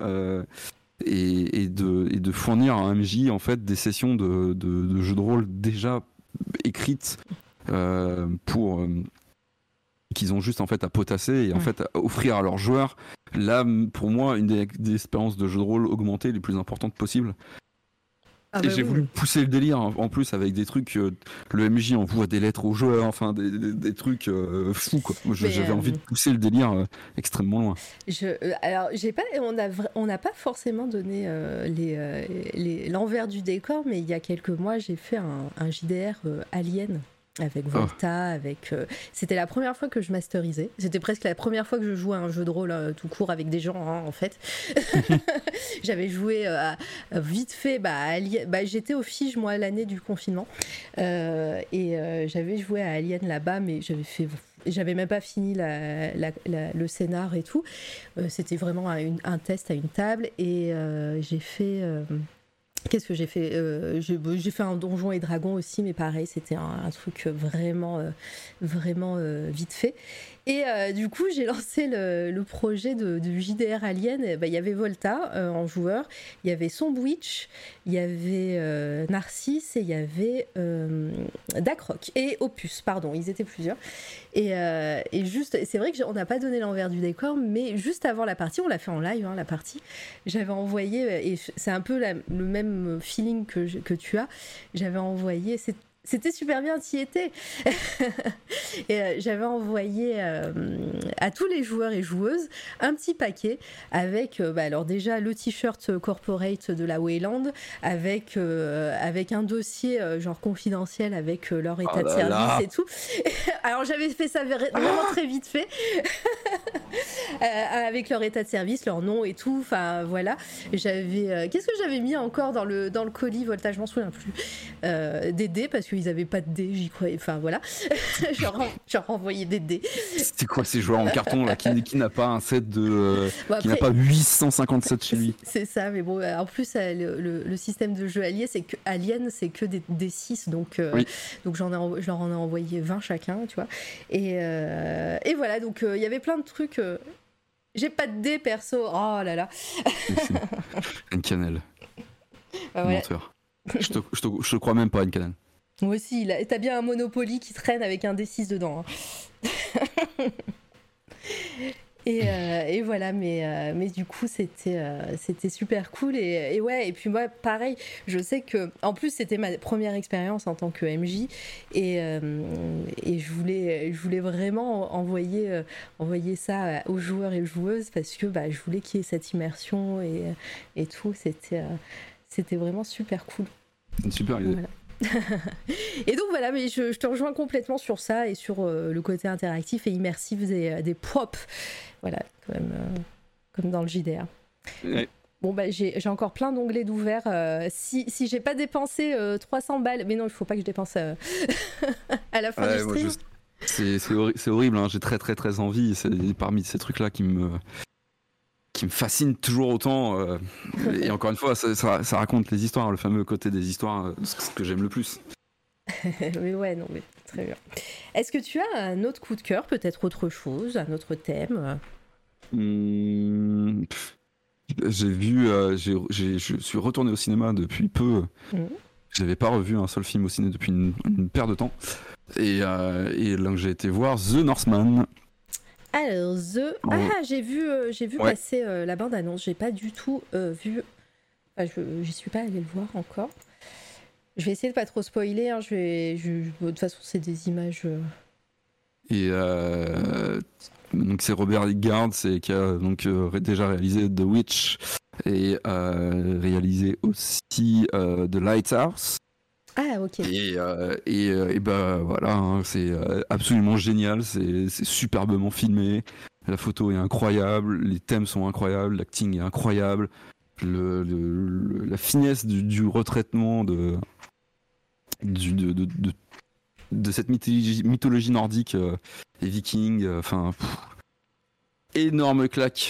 et de fournir à un MJ en fait des sessions de jeux de rôle déjà écrites pour qu'ils ont juste en fait à potasser et en fait à offrir à leurs joueurs, là pour moi une des expériences de jeu de rôle augmentées les plus importantes possibles. Et j'ai voulu pousser le délire en plus avec des trucs, le MJ envoie des lettres aux joueurs, enfin des trucs fous quoi. J'avais envie de pousser le délire extrêmement loin. Alors on n'a pas forcément donné l'envers du décor, mais il y a quelques mois j'ai fait un JDR Alien. Avec Volta, c'était la première fois que je masterisais. C'était presque la première fois que je jouais à un jeu de rôle tout court avec des gens, en fait. J'avais joué vite fait à Alien. J'étais au Fige, moi, l'année du confinement. J'avais joué à Alien là-bas, mais j'avais même pas fini le scénar et tout. C'était vraiment un test à une table. Et j'ai fait... Qu'est-ce que j'ai fait j'ai fait un Donjons et Dragons aussi, mais pareil, c'était un truc vraiment vite fait. Et du coup, j'ai lancé le projet du JDR Alien. Il y avait Volta en joueur, il y avait Sombwitch, il y avait Narcisse et il y avait Dakroc et Opus, pardon, ils étaient plusieurs. Et juste, c'est vrai qu'on n'a pas donné l'envers du décor, mais juste avant la partie, on l'a fait en live, la partie, j'avais envoyé, et c'est un peu le même feeling que tu as, j'avais envoyé, c'était super bien, t'y étais. Et j'avais envoyé à tous les joueurs et joueuses un petit paquet avec alors déjà le t-shirt corporate de la Wayland, avec un dossier genre confidentiel avec leur état de service et tout. Alors j'avais fait ça vraiment très vite fait. Avec leur état de service, leur nom et tout, enfin voilà. Qu'est-ce que j'avais mis encore dans le colis Volta, je m'en souviens plus. Des dés, parce qu'ils avaient pas de dés, j'y croyais, enfin voilà. Genre envoyé des dés. C'est quoi ces joueurs en carton là qui n'a pas un set de qui n'a pas 857 chez lui. C'est ça, mais bon, en plus le système de jeu Alien, c'est que des 6, donc donc je leur en ai envoyé 20 chacun, tu vois. Et voilà, donc il y avait plein de trucs. J'ai pas de dés perso, oh là là. Une cannelle. Menteur. Je te crois même pas, une cannelle. Moi aussi, t'as bien un Monopoly qui traîne avec un D6 dedans. Et voilà, mais du coup c'était super cool et ouais, et puis moi pareil, je sais que en plus c'était ma première expérience en tant que MJ et je voulais vraiment envoyer ça aux joueurs et joueuses parce que je voulais qu'il y ait cette immersion et tout, c'était vraiment super cool. C'est une super idée. Voilà. Et donc voilà, mais je te rejoins complètement sur ça et sur le côté interactif et immersif des props, voilà, comme dans le JDR. Ouais. Bon j'ai encore plein d'onglets d'ouvert. Si j'ai pas dépensé 300 balles, mais non, il faut pas que je dépense à la fin du stream. C'est horrible, hein. J'ai très très très envie. C'est parmi ces trucs là qui me fascine toujours autant, et encore une fois ça raconte les histoires, le fameux côté des histoires, ce que j'aime le plus. Mais ouais, non mais très bien. Est-ce que tu as un autre coup de cœur, peut-être autre chose, un autre thème? J'ai vu, je suis retourné au cinéma depuis peu. J'avais pas revu un seul film au ciné depuis une paire de temps, et là j'ai été voir The Northman. Alors, j'ai vu passer la bande-annonce. J'ai pas du tout vu. Enfin, j'y suis pas allée le voir encore. Je vais essayer de pas trop spoiler. Hein. De toute façon, c'est des images. Et donc c'est Robert Liggard, qui a donc déjà réalisé The Witch et réalisé aussi The Lighthouse. Ah ok. Et voilà, hein, c'est absolument génial, c'est superbement filmé, la photo est incroyable, les thèmes sont incroyables, l'acting est incroyable, la finesse du retraitement de cette mythologie nordique, les Vikings, enfin énorme claque,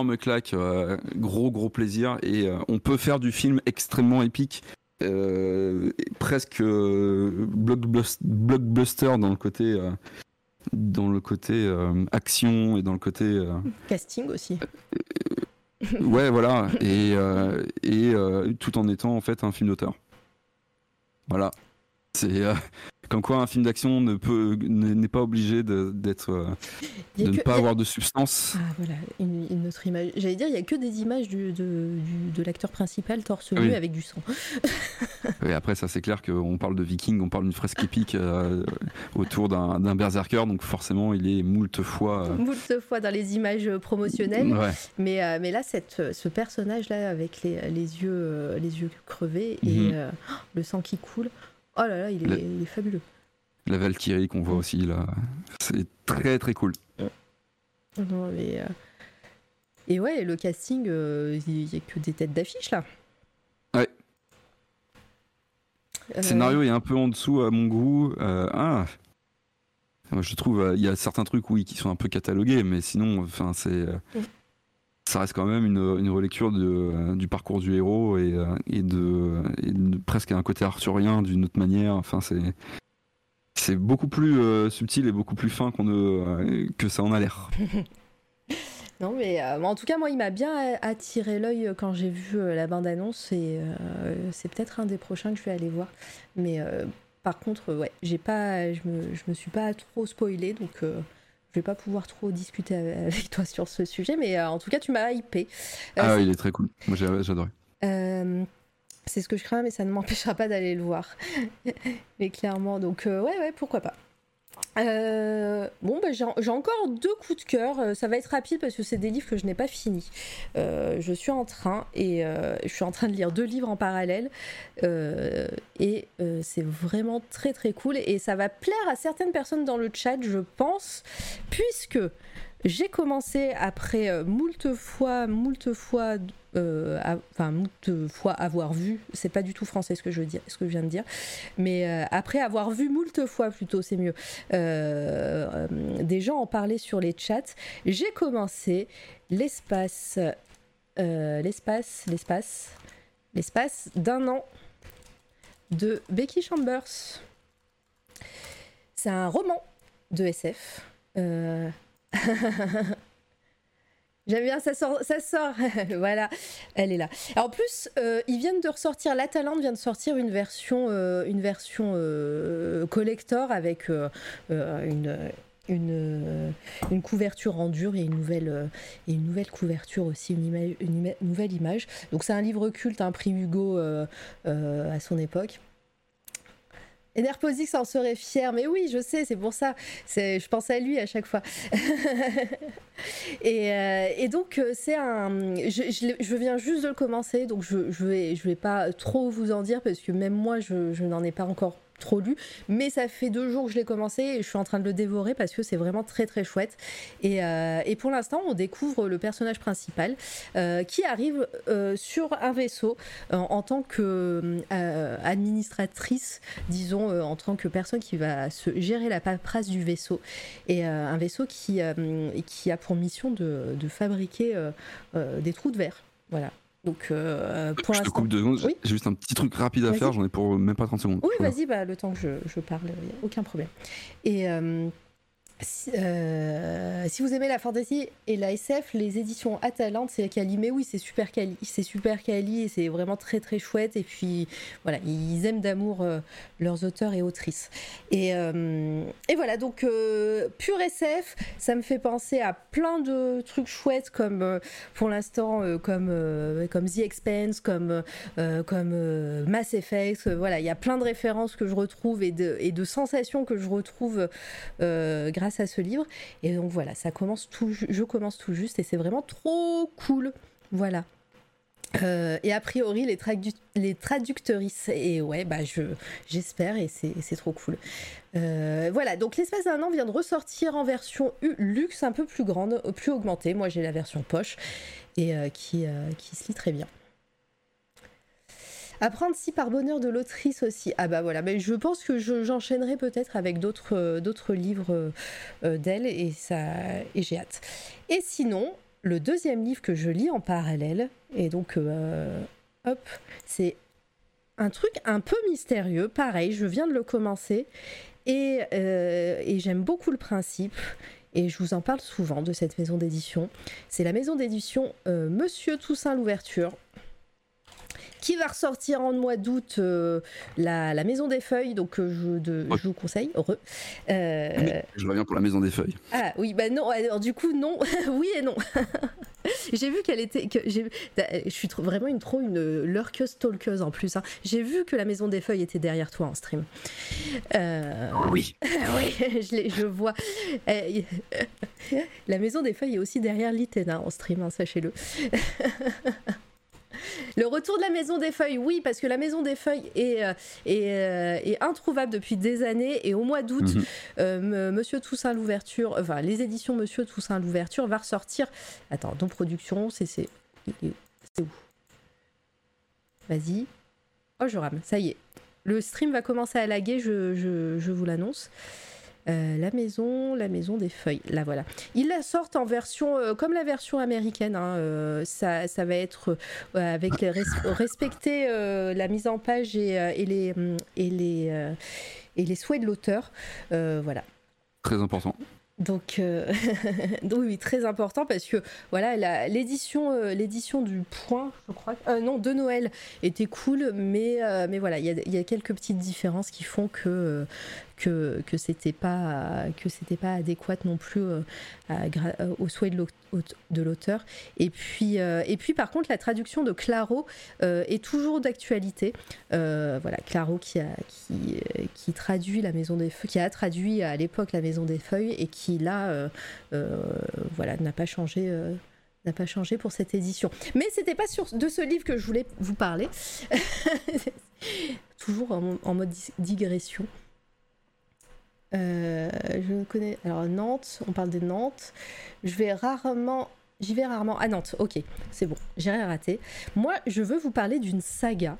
gros plaisir, et on peut faire du film extrêmement épique, presque blockbuster dans le côté action et dans le côté casting aussi. Ouais, voilà, et tout en étant en fait un film d'auteur. Voilà, c'est comme quoi un film d'action n'est pas obligé de ne pas avoir de substance. Ah voilà, une autre image. J'allais dire, il y a que des images de l'acteur principal torse nu avec du sang. Et après, ça c'est clair qu'on parle de Viking, on parle d'une fresque épique autour d'un berserker, donc forcément il est moult fois dans les images promotionnelles. Ouais. Mais là, ce personnage là avec les yeux crevés et le sang qui coule. Oh là là, il est fabuleux. La Valkyrie qu'on voit aussi là, c'est très très cool. Non, mais et ouais, le casting, il n'y a que des têtes d'affiche là. Ouais. Le scénario est un peu en dessous à mon goût. Moi, je trouve il y a certains trucs qui sont un peu catalogués, mais sinon, enfin ça reste quand même une relecture du parcours du héros et de presque un côté arthurien d'une autre manière. Enfin, c'est beaucoup plus subtil et beaucoup plus fin que ça en a l'air. Non, mais en tout cas, moi, il m'a bien attiré l'œil quand j'ai vu la bande-annonce et c'est peut-être un des prochains que je vais aller voir. Mais par contre, ouais, je me suis pas trop spoilée, donc je vais pas pouvoir trop discuter avec toi sur ce sujet, mais en tout cas, tu m'as hypé. Il est très cool. Moi, j'adorais. C'est ce que je crains, mais ça ne m'empêchera pas d'aller le voir. Mais clairement, donc ouais, pourquoi pas. J'ai encore 2 coups de cœur. Ça va être rapide parce que c'est des livres que je n'ai pas finis. Je suis en train de lire 2 livres en parallèle et c'est vraiment très très cool et ça va plaire à certaines personnes dans le chat, je pense, puisque j'ai commencé après moult fois avoir vu, c'est pas du tout français ce que je viens de dire, mais après avoir vu moult fois plutôt, c'est mieux, des gens en parlaient sur les chats, j'ai commencé l'espace d'un an de Becky Chambers. C'est un roman de SF. J'aime bien, ça sort. Voilà, elle est là. Alors, en plus, ils viennent de ressortir, La Talente vient de sortir une version collector avec une couverture en dur et une nouvelle couverture aussi, une nouvelle image. Donc c'est un livre culte, un prix Hugo à son époque. Enerposix en serait fier, mais oui, je sais, c'est pour ça. Je pense à lui à chaque fois. et donc, c'est un. Je viens juste de le commencer, donc je vais pas trop vous en dire parce que même moi, je n'en ai pas encore trop lu, mais ça fait 2 jours que je l'ai commencé et je suis en train de le dévorer parce que c'est vraiment très très chouette et pour l'instant on découvre le personnage principal qui arrive sur un vaisseau en tant que administratrice, disons, en tant que personne qui va se gérer la paperasse du vaisseau et un vaisseau qui a pour mission de fabriquer des trous de verre, voilà. Donc, pour je te coupe 2 secondes, oui, j'ai juste un petit truc rapide à faire, j'en ai pour même pas 30 secondes. Oui, voilà. Vas-y, le temps que je parle, il n'y a aucun problème. Et si vous aimez la fantasy et la SF, les éditions Atalante, c'est quali, mais oui, c'est super quali et c'est vraiment très très chouette. Et puis voilà, ils aiment d'amour leurs auteurs et autrices. Et voilà, donc pur SF, ça me fait penser à plein de trucs chouettes comme pour l'instant comme The Expanse, comme Mass Effect. Voilà, il y a plein de références que je retrouve et de sensations que je retrouve grâce à ce livre. Et donc voilà, je commence tout juste et c'est vraiment trop cool. Voilà. Et a priori les traductrices, et ouais, j'espère, et c'est trop cool. Voilà, donc l'espace d'un an vient de ressortir en version luxe, un peu plus grande, plus augmentée. Moi j'ai la version poche et qui se lit très bien. Apprendre si par bonheur de l'autrice aussi. Ah bah voilà, mais je pense que j'enchaînerai peut-être avec d'autres livres d'elle et j'ai hâte. Et sinon, le deuxième livre que je lis en parallèle, et donc c'est un truc un peu mystérieux. Pareil, je viens de le commencer et j'aime beaucoup le principe. Et je vous en parle souvent de cette maison d'édition. C'est la maison d'édition Monsieur Toussaint Louverture, qui va ressortir en mois d'août la Maison des Feuilles, donc je vous conseille. Heureux. Je reviens pour la Maison des Feuilles. Ah oui, bah non, alors du coup non, oui et non. J'ai vu qu'elle était, je suis vraiment une lurkeuse stalkeuse en plus. Hein. J'ai vu que la Maison des Feuilles était derrière toi en stream. Oui. Oui, je vois. La Maison des Feuilles est aussi derrière l'Itena en stream, hein, sachez-le. Le retour de la Maison des Feuilles, oui, parce que la Maison des Feuilles est introuvable depuis des années, et au mois d'août, Monsieur Toussaint Louverture, enfin les éditions Monsieur Toussaint Louverture va ressortir. Attends, dans production, c'est où? Vas-y. Oh, je rame, ça y est. Le stream va commencer à laguer, je vous l'annonce. La maison des feuilles, là voilà. Ils la sortent en version comme la version américaine, hein, ça va être avec respecter la mise en page et les souhaits de l'auteur, voilà. Très important. Donc oui, très important, parce que voilà, l'édition du Point, je crois, non, de Noël était cool, mais voilà, il y a quelques petites différences qui font que c'était pas adéquat non plus aux souhaits de l'auteur. Et puis par contre, la traduction de Claro est toujours d'actualité. Voilà, Claro qui traduit la Maison des Feuilles, qui a traduit à l'époque la Maison des Feuilles, et qui là voilà, n'a pas changé pour cette édition. Mais c'était pas de ce livre que je voulais vous parler. Toujours en mode digression. Je connais. Alors Nantes, on parle de Nantes. J'y vais rarement à Nantes. Ok, c'est bon, j'ai rien raté. Moi, je veux vous parler d'une saga.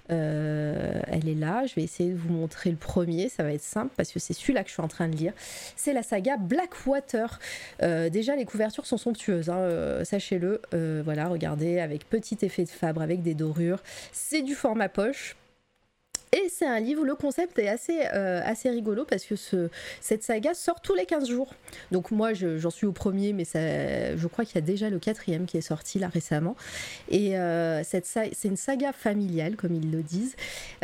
Elle est là. Je vais essayer de vous montrer le premier. Ça va être simple parce que c'est celui-là que je suis en train de lire. C'est la saga Blackwater. Déjà, les couvertures sont somptueuses, hein, sachez-le. Voilà, regardez, avec petit effet de Fabre, avec des dorures. C'est du format poche. Et c'est un livre, le concept est assez rigolo, parce que cette saga sort tous les 15 jours. Donc moi, j'en suis au premier, mais je crois qu'il y a déjà le 4e qui est sorti là récemment. Et c'est une saga familiale, comme ils le disent.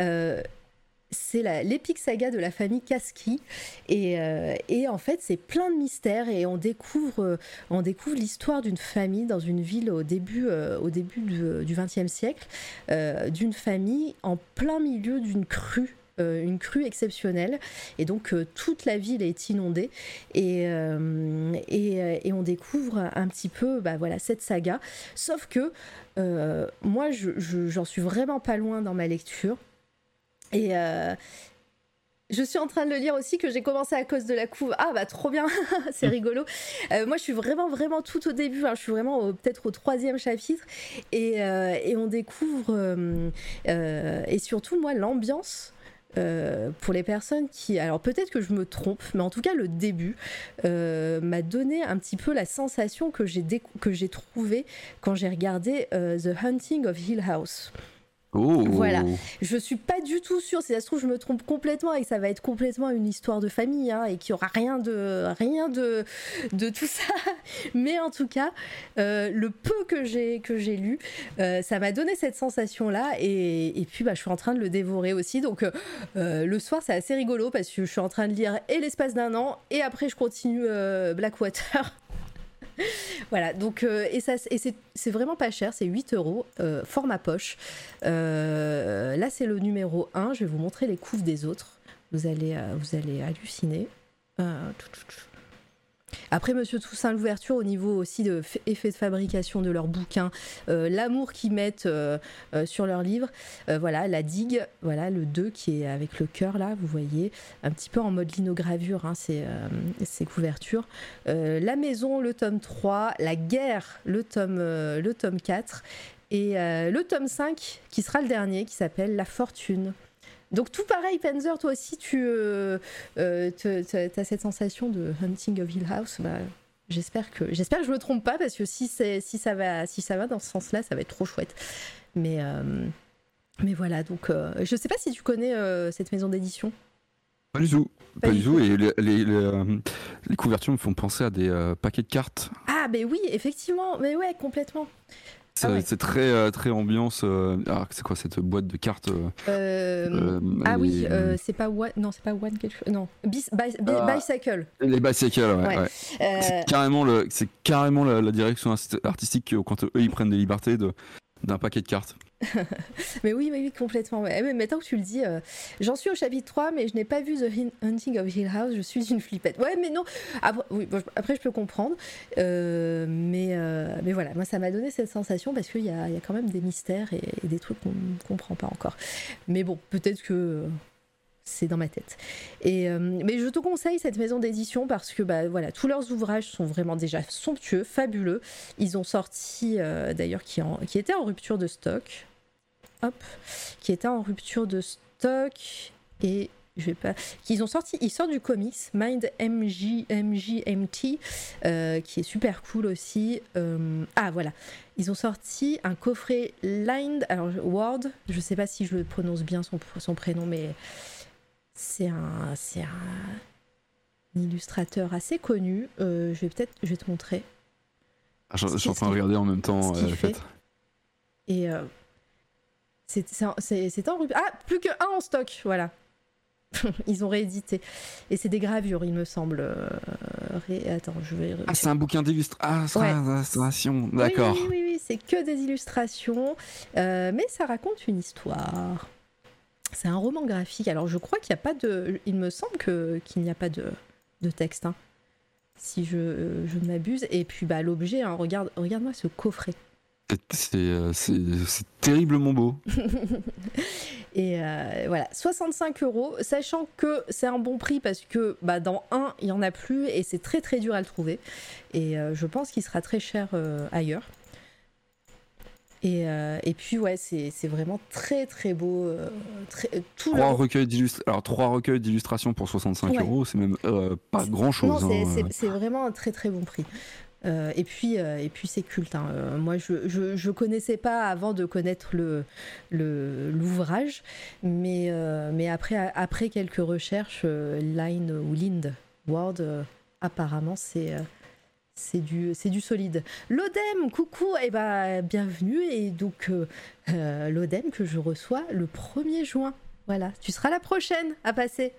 C'est l'épique saga de la famille Kasky, et en fait c'est plein de mystères, et on découvre l'histoire d'une famille dans une ville au début du XXe siècle, d'une famille en plein milieu d'une crue. Une crue exceptionnelle, et donc toute la ville est inondée, et on découvre un petit peu voilà, cette saga, sauf que moi j'en suis vraiment pas loin dans ma lecture. Et je suis en train de le lire aussi, que j'ai commencé à cause de la couve. Ah bah trop bien, c'est rigolo. Moi je suis vraiment tout au début, hein. Je suis vraiment peut-être au 3e chapitre, et on découvre et surtout moi l'ambiance. Pour les personnes qui... Alors peut-être que je me trompe, mais en tout cas le début m'a donné un petit peu la sensation que j'ai trouvée quand j'ai regardé The Haunting of Hill House. Oh. Voilà, je suis pas du tout sûre, si ça se trouve je me trompe complètement et que ça va être complètement une histoire de famille, hein, et qu'il y aura rien de tout ça, mais en tout cas le peu que j'ai lu, ça m'a donné cette sensation là, et puis je suis en train de le dévorer aussi, donc le soir c'est assez rigolo, parce que je suis en train de lire et l'espace d'un an, et après je continue Blackwater. Voilà, donc c'est vraiment pas cher, c'est 8€, format poche. Là c'est le numéro 1, je vais vous montrer les couves des autres, vous allez halluciner. Après Monsieur Toussaint Louverture, au niveau aussi de effet de fabrication de leurs bouquins, l'amour qu'ils mettent sur leurs livres, voilà, la digue, voilà le 2 qui est avec le cœur là, vous voyez, un petit peu en mode linogravure, hein, ces couvertures. La maison, le tome 3, la guerre, le tome 4, Et le tome 5, qui sera le dernier, qui s'appelle La Fortune. Donc tout pareil, Panzer, toi aussi, tu as cette sensation de Hunting of Hill House. Bah, j'espère que je me trompe pas, parce que si ça va dans ce sens-là, ça va être trop chouette. Mais voilà, donc je sais pas si tu connais cette maison d'édition. Pas du tout. Pas du tout. Et les couvertures me font penser à des paquets de cartes. Ah, ben oui, effectivement. Mais ouais, complètement. C'est très, très ambiance. Alors, c'est quoi cette boîte de cartes oui, c'est pas One. Non, c'est pas One quelque chose. Non, Bicycle. Les Bicycle, ouais. C'est carrément la direction artistique quand eux ils prennent des libertés d'un paquet de cartes. Mais oui, complètement. Ouais. Mais maintenant que tu le dis, j'en suis au chapitre 3, mais je n'ai pas vu The Hunting of Hill House, je suis une flippette. Ouais, mais non. Après je peux comprendre. Mais voilà, moi ça m'a donné cette sensation parce qu'il y a quand même des mystères et des trucs qu'on ne comprend pas encore. Mais bon, peut-être que c'est dans ma tête. Mais je te conseille cette maison d'édition parce que voilà, tous leurs ouvrages sont vraiment déjà somptueux, fabuleux. Ils ont sorti, d'ailleurs, qui était en rupture de stock. Qui était en rupture de stock et ils sortent du comics Mind MGMT qui est super cool aussi. Voilà, ils ont sorti un coffret Lined, alors Ward, je sais pas si je le prononce bien son prénom, mais c'est un illustrateur assez connu. Je vais te montrer. Je suis en train de regarder en même temps. Et c'est en rupture. Ah, plus que un en stock, voilà. Ils ont réédité. Et c'est des gravures, il me semble. Attends, je vais... Ah, c'est un bouquin d'illustration, d'accord. Oui, c'est que des illustrations. Mais ça raconte une histoire. C'est un roman graphique. Alors, je crois qu'il n'y a pas de... Il me semble qu'il n'y a pas de texte, hein, si je ne m'abuse. Et puis, l'objet, hein, regarde-moi ce coffret. C'est terriblement beau. Et voilà, 65€, sachant que c'est un bon prix parce que dans un, il n'y en a plus et c'est très très dur à le trouver. Et je pense qu'il sera très cher ailleurs. Et puis ouais, c'est vraiment très très beau. Trois recueils d'illustrations pour 65€, c'est même pas grand chose. Non, c'est vraiment un très très bon prix. Et puis c'est culte, hein. Moi je connaissais pas avant de connaître l'ouvrage, mais après quelques recherches, Line ou Lind Ward, apparemment c'est du solide. L'Odem, coucou, bienvenue. Et donc l'Odem que je reçois le 1er juin, voilà, tu seras la prochaine à passer.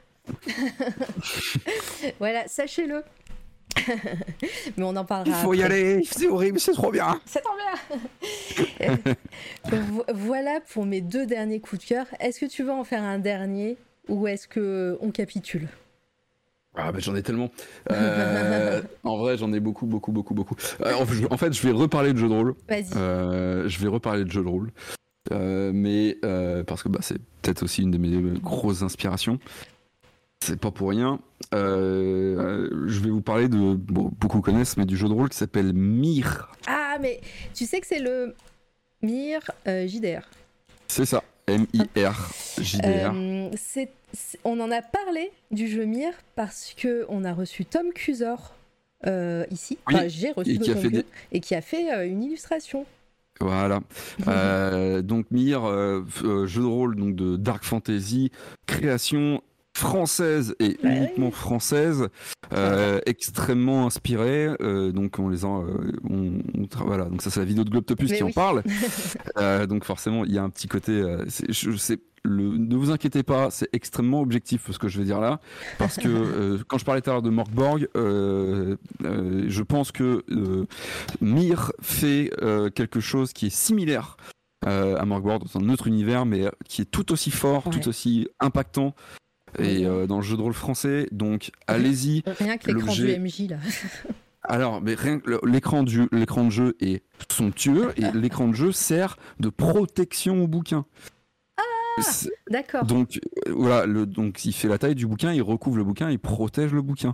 Voilà, sachez-le. Mais on en parlera. Il faut y aller, c'est horrible, c'est trop bien. C'est trop bien. Voilà pour mes 2 derniers coups de cœur. Est-ce que tu veux en faire un dernier ou est-ce qu'on capitule ? J'en ai tellement. En vrai, j'en ai beaucoup. En fait, je vais reparler de jeux de rôle. Vas-y. Je vais reparler de jeux de rôle. Mais parce que c'est peut-être aussi une de mes grosses inspirations. C'est pas pour rien. Je vais vous parler beaucoup connaissent, mais du jeu de rôle qui s'appelle Myr. Ah, mais tu sais que c'est le Myr JDR. C'est ça, MIR JDR. On en a parlé du jeu Myr parce qu'on a reçu Tom Cusor ici. Oui, j'ai reçu Tom et qui a fait une illustration. Voilà. Donc Myr, jeu de rôle donc de Dark Fantasy, création française et uniquement française, extrêmement inspirée. Donc on les a, voilà. Donc ça c'est la vidéo de Globtopus qui en parle. Donc forcément il y a un petit côté. Ne vous inquiétez pas, c'est extrêmement objectif ce que je vais dire là, parce que quand je parlais tout à l'heure de Mork Borg, je pense que Myr fait quelque chose qui est similaire à Mork Borg dans un autre univers, mais qui est tout aussi fort, tout aussi impactant. Et dans le jeu de rôle français, donc allez-y. Rien que l'écran du MJ là. Alors, mais rien que l'écran de jeu est somptueux et l'écran de jeu sert de protection au bouquin. D'accord. Donc voilà, donc il fait la taille du bouquin, il recouvre le bouquin, il protège le bouquin.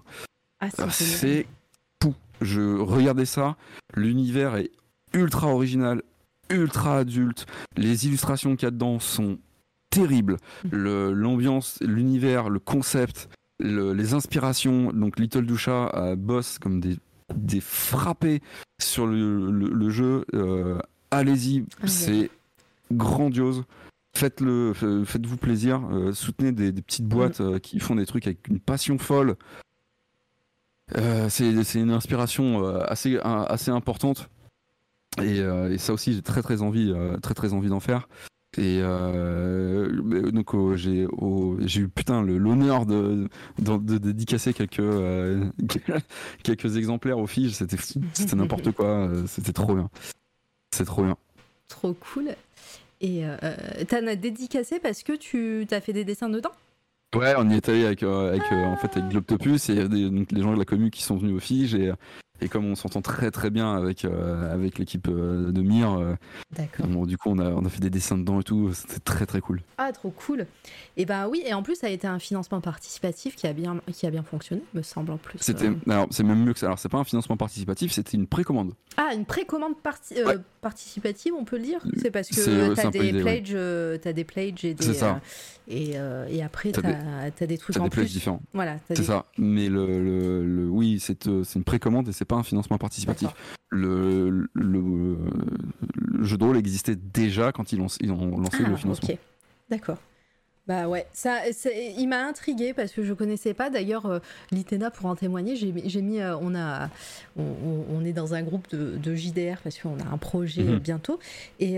C'est fou. Regardez ça, l'univers est ultra original, ultra adulte. Les illustrations qu'il y a dedans sont terribles. L'ambiance, l'univers, le concept, les inspirations. Donc Little Dusha bosse comme des frappés sur le jeu. Allez-y, c'est grandiose. Faites-vous plaisir. Soutenez des petites boîtes qui font des trucs avec une passion folle. C'est une inspiration assez importante. Et ça aussi, j'ai très envie d'en faire. Et donc j'ai eu l'honneur de dédicacer quelques exemplaires aux filles. C'était n'importe quoi. C'était trop bien. C'est trop bien. Trop cool. Et t'en as dédicacé parce que tu t'as fait des dessins dedans? Ouais, on y est allé avec Globtopus et donc les gens de la commu qui sont venus aux Figes et comme on s'entend très bien avec l'équipe de Mir, du coup on a fait des dessins dedans et tout, c'était très cool. Ah, trop cool. Et bah oui, et en plus ça a été un financement participatif qui a bien fonctionné, me semble en plus. Alors c'est même mieux que ça. Alors c'est pas un financement participatif, c'était une précommande. Ah, une précommande participative, on peut le dire. C'est parce que t'as des pledges et des. C'est ça. Et après t'as des trucs en plus. Différents. Voilà. C'est ça. Mais oui, c'est une précommande et c'est pas un financement participatif. Le jeu de rôle existait déjà quand ils ont lancé le financement. Ok. D'accord. Bah ouais, il m'a intriguée parce que je connaissais pas. D'ailleurs, Litena pour en témoigner, j'ai mis, on est dans un groupe de JDR parce qu'on a un projet bientôt et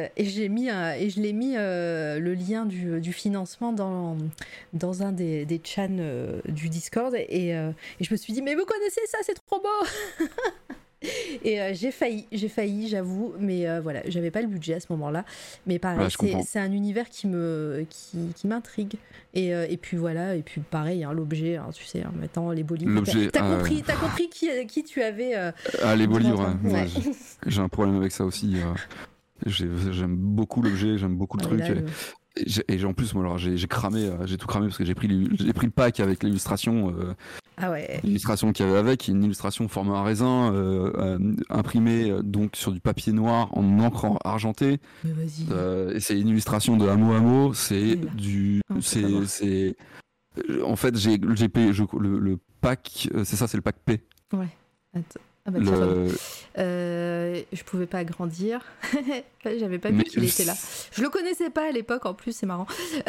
je l'ai mis le lien du financement dans un des chats du Discord et je me suis dit mais vous connaissez ça, c'est trop beau. Et j'ai failli, j'avoue, mais voilà, j'avais pas le budget à ce moment-là. Mais pareil, c'est un univers qui m'intrigue. Et puis voilà, et puis pareil, hein, l'objet, hein, tu sais, maintenant les beaux livres. T'as compris qui tu avais. Les beaux livres, ouais. J'ai un problème avec ça aussi. J'aime beaucoup l'objet, j'aime beaucoup le truc. Et en plus, moi, alors, j'ai tout cramé parce que j'ai pris le pack avec l'illustration. L'illustration qu'il y avait avec, une illustration format à raisin, imprimée donc sur du papier noir en encre argentée. Mais vas-y. Et c'est une illustration de Amo Amo. C'est en fait, j'ai payé le pack. C'est ça, c'est le pack P. Ouais. Attends. Ah bah je pouvais pas agrandir. J'avais pas vu qu'il était là. Je le connaissais pas à l'époque en plus, c'est marrant.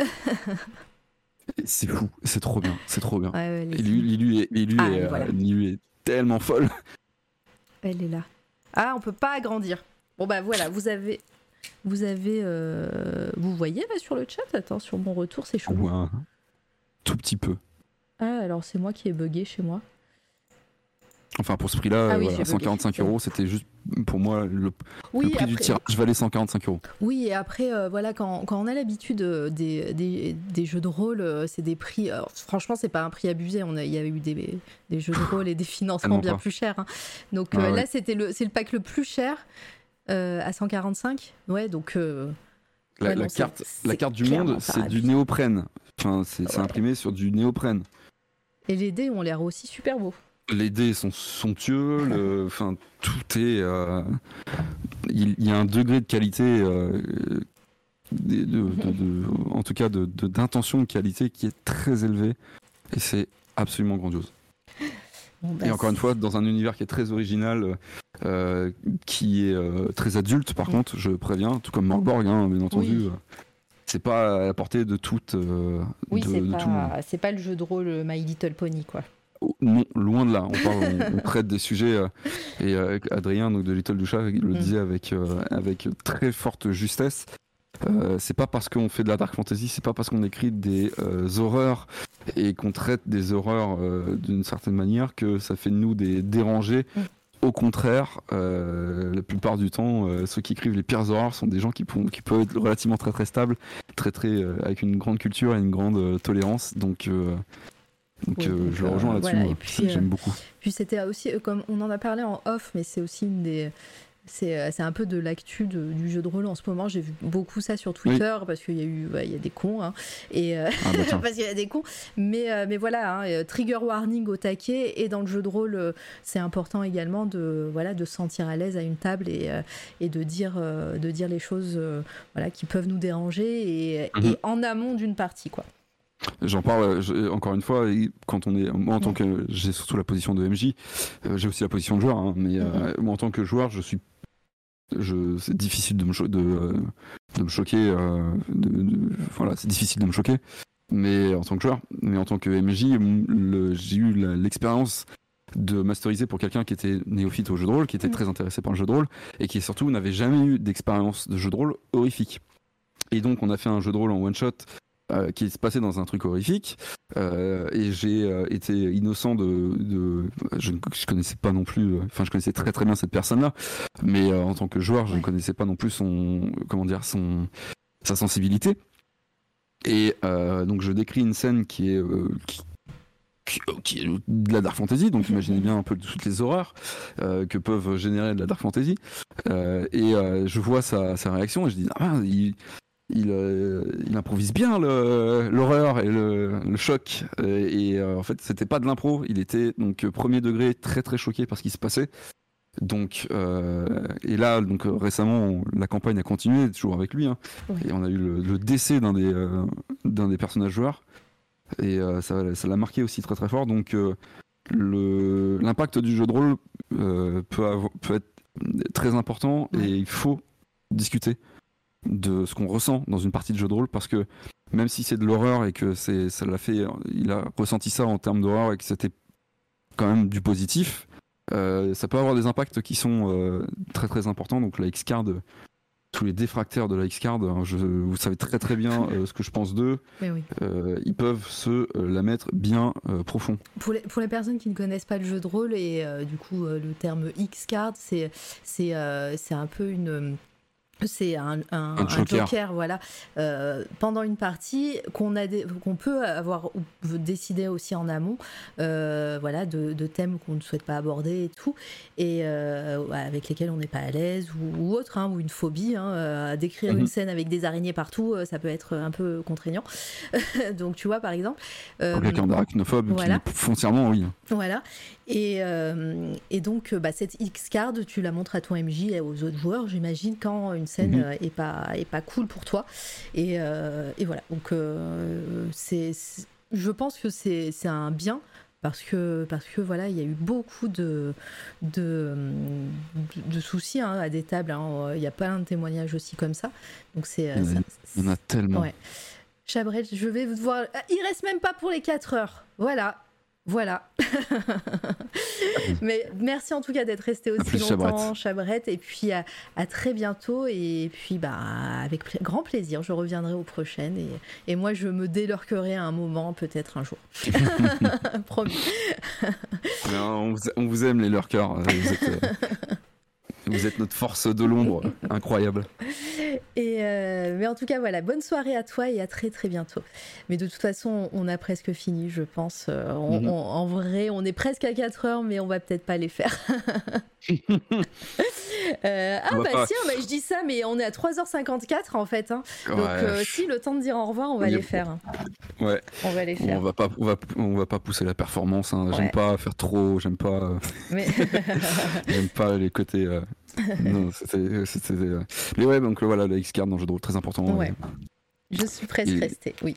C'est fou, c'est trop bien. Ouais, Lilu est tellement folle. Elle est là. Ah, on peut pas agrandir. Bon bah voilà, vous voyez là sur le chat. Attends, sur mon retour, c'est chaud. Ouais, tout petit peu. Ah, alors c'est moi qui ai bugué chez moi. Enfin, pour ce prix-là, 145 €, c'était juste pour moi le prix du tirage valait 145 €. Oui, et après, voilà, quand on a l'habitude des jeux de rôle, c'est des prix. Franchement, c'est pas un prix abusé. Il y avait eu des jeux de rôle et des financements bien plus chers. Hein. Donc là, c'est le pack le plus cher à 145. Ouais, donc. La carte du monde, c'est du néoprène. Enfin, c'est imprimé sur du néoprène. Et les dés ont l'air aussi super beaux. Les dés sont somptueux, tout est. Il y a un degré de qualité, en tout cas d'intention de qualité qui est très élevé et c'est absolument grandiose. Et encore une fois, dans un univers qui est très original, qui est très adulte, par contre, je préviens, tout comme Morborg, hein, bien entendu. C'est pas à la portée de toute. C'est pas le jeu de rôle My Little Pony, quoi. Non, loin de là. On traite des sujets et Adrien donc de Little Dusha le disait avec très forte justesse. C'est pas parce qu'on fait de la dark fantasy, c'est pas parce qu'on écrit des horreurs et qu'on traite des horreurs d'une certaine manière que ça fait de nous des dérangés. Au contraire, la plupart du temps, ceux qui écrivent les pires horreurs sont des gens qui peuvent être relativement très stables, très avec une grande culture et une grande tolérance. Donc je le rejoins là-dessus, voilà, et puis, j'aime beaucoup. Puis c'était aussi, comme on en a parlé en off, mais c'est aussi une c'est un peu de l'actu du jeu de rôle en ce moment. J'ai vu beaucoup ça sur Twitter parce qu'il y a il y a des cons, hein, et parce qu'il y a des cons. Mais voilà, hein, trigger warning au taquet. Et dans le jeu de rôle, c'est important également de se sentir à l'aise à une table et de dire les choses qui peuvent nous déranger et en amont d'une partie, quoi. J'en parle encore une fois, quand on est, moi en tant que, j'ai surtout la position de MJ, j'ai aussi la position de joueur, hein, mais moi en tant que joueur, c'est difficile de me choquer, voilà, c'est difficile de me choquer, mais en tant que joueur, mais en tant que MJ, j'ai eu l'expérience de masteriser pour quelqu'un qui était néophyte au jeu de rôle, qui était très intéressé par le jeu de rôle et qui surtout n'avait jamais eu d'expérience de jeu de rôle horrifique. Et donc on a fait un jeu de rôle en one shot qui se passait dans un truc horrifique, et j'ai été innocent je connaissais pas non plus, je connaissais très très bien cette personne-là, mais en tant que joueur, je ne connaissais pas non plus sa sensibilité. Et donc je décris une scène qui est de la dark fantasy, donc imaginez bien un peu toutes les horreurs que peuvent générer de la dark fantasy, et je vois sa réaction et je dis il improvise bien l'horreur et le choc, et en fait c'était pas de l'impro, il était donc premier degré très très choqué par ce qui se passait. Donc et là donc récemment la campagne a continué toujours avec lui, hein, et on a eu le décès d'un des personnages joueurs, et ça l'a marqué aussi très très fort. Donc l'impact du jeu de rôle peut être très important, et il faut discuter de ce qu'on ressent dans une partie de jeu de rôle, parce que même si c'est de l'horreur et que il a ressenti ça en termes d'horreur et que c'était quand même du positif, ça peut avoir des impacts qui sont très très importants. Donc la X-Card, tous les défracteurs de la X-Card, hein, vous savez très très bien ce que je pense d'eux. Ils peuvent se la mettre bien profond. Pour les personnes qui ne connaissent pas le jeu de rôle, et du coup le terme X-Card, c'est un peu une... C'est un joker, voilà, pendant une partie qu'on peut avoir décidé aussi en amont, de thèmes qu'on ne souhaite pas aborder et tout, et avec lesquels on n'est pas à l'aise ou autre, hein, ou une phobie, hein, décrire une scène avec des araignées partout, ça peut être un peu contraignant. Donc tu vois, par exemple, pour quelqu'un d'arachnophobe, qui foncièrement, oui. Voilà. Et donc cette X-Card, tu la montres à ton MJ et aux autres joueurs, j'imagine, quand une scène est pas cool pour toi, et voilà. Donc je pense que c'est un bien, parce que voilà, il y a eu beaucoup de soucis, hein, à des tables, hein. Il y a plein de témoignages aussi comme ça, donc il y en a tellement. Ouais. Chabret, je vais vous voir, il reste même pas pour les 4 heures, voilà. Mais merci en tout cas d'être resté aussi longtemps, Chabret, et puis à très bientôt, et puis avec grand plaisir, je reviendrai aux prochaines, et moi je me délurquerai à un moment, peut-être un jour. Promis. Non, on vous aime les lurkers, vous êtes notre force de l'ombre, incroyable. Mais en tout cas, voilà, bonne soirée à toi et à très très bientôt. Mais de toute façon, on a presque fini, je pense. En vrai, on est presque à 4 heures, mais on va peut-être pas les faire. Je dis ça, mais on est à 3h54 en fait, hein. Donc si, le temps de dire au revoir, on va les faire, hein. Ouais. On va les faire. On va pas pousser la performance, hein. J'aime pas faire trop, j'aime pas j'aime pas les côtés non, c'était mais ouais, donc voilà, la X-Card dans le jeu de rôle, très important. Ouais. Je suis presque restée, oui.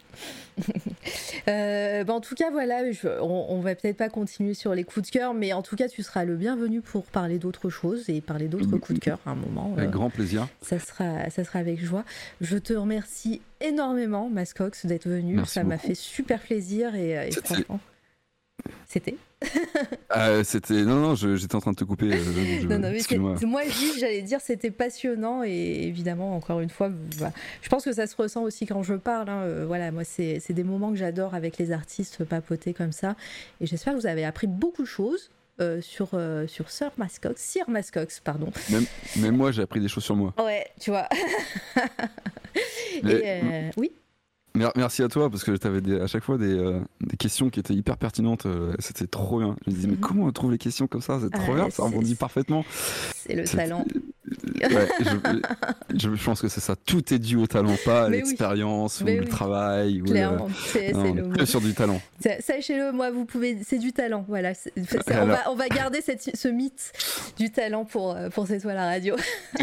En tout cas, voilà, on va peut-être pas continuer sur les coups de cœur, mais en tout cas, tu seras le bienvenu pour parler d'autres choses et parler d'autres coups de cœur à un moment. Avec grand plaisir. Ça sera avec joie. Je te remercie énormément, Mascox, d'être venu. Merci ça beaucoup. m'a fait super plaisir, et franchement... C'était non, j'étais en train de te couper. Non, mais moi j'allais dire c'était passionnant, et évidemment encore une fois, je pense que ça se ressent aussi quand je parle, hein. Voilà, moi c'est des moments que j'adore avec les artistes, papoter comme ça, et j'espère que vous avez appris beaucoup de choses sur Sir Mascox, pardon. Même moi j'ai appris des choses sur moi. Ouais, tu vois. Oui. Merci à toi, parce que tu avais à chaque fois des questions qui étaient hyper pertinentes. C'était trop bien. Je me disais, mais comment on trouve les questions comme ça? C'est trop bien, ça rebondit parfaitement. C'est le talent. Ouais, je pense que c'est ça. Tout est dû au talent, pas à Mais l'expérience ou Mais le oui. travail. Clairement, c'est Non, le mot. que sur du talent. Sachez-le, moi, vous pouvez, c'est du talent. Voilà, on va garder ce mythe du talent pour C'est toi la radio.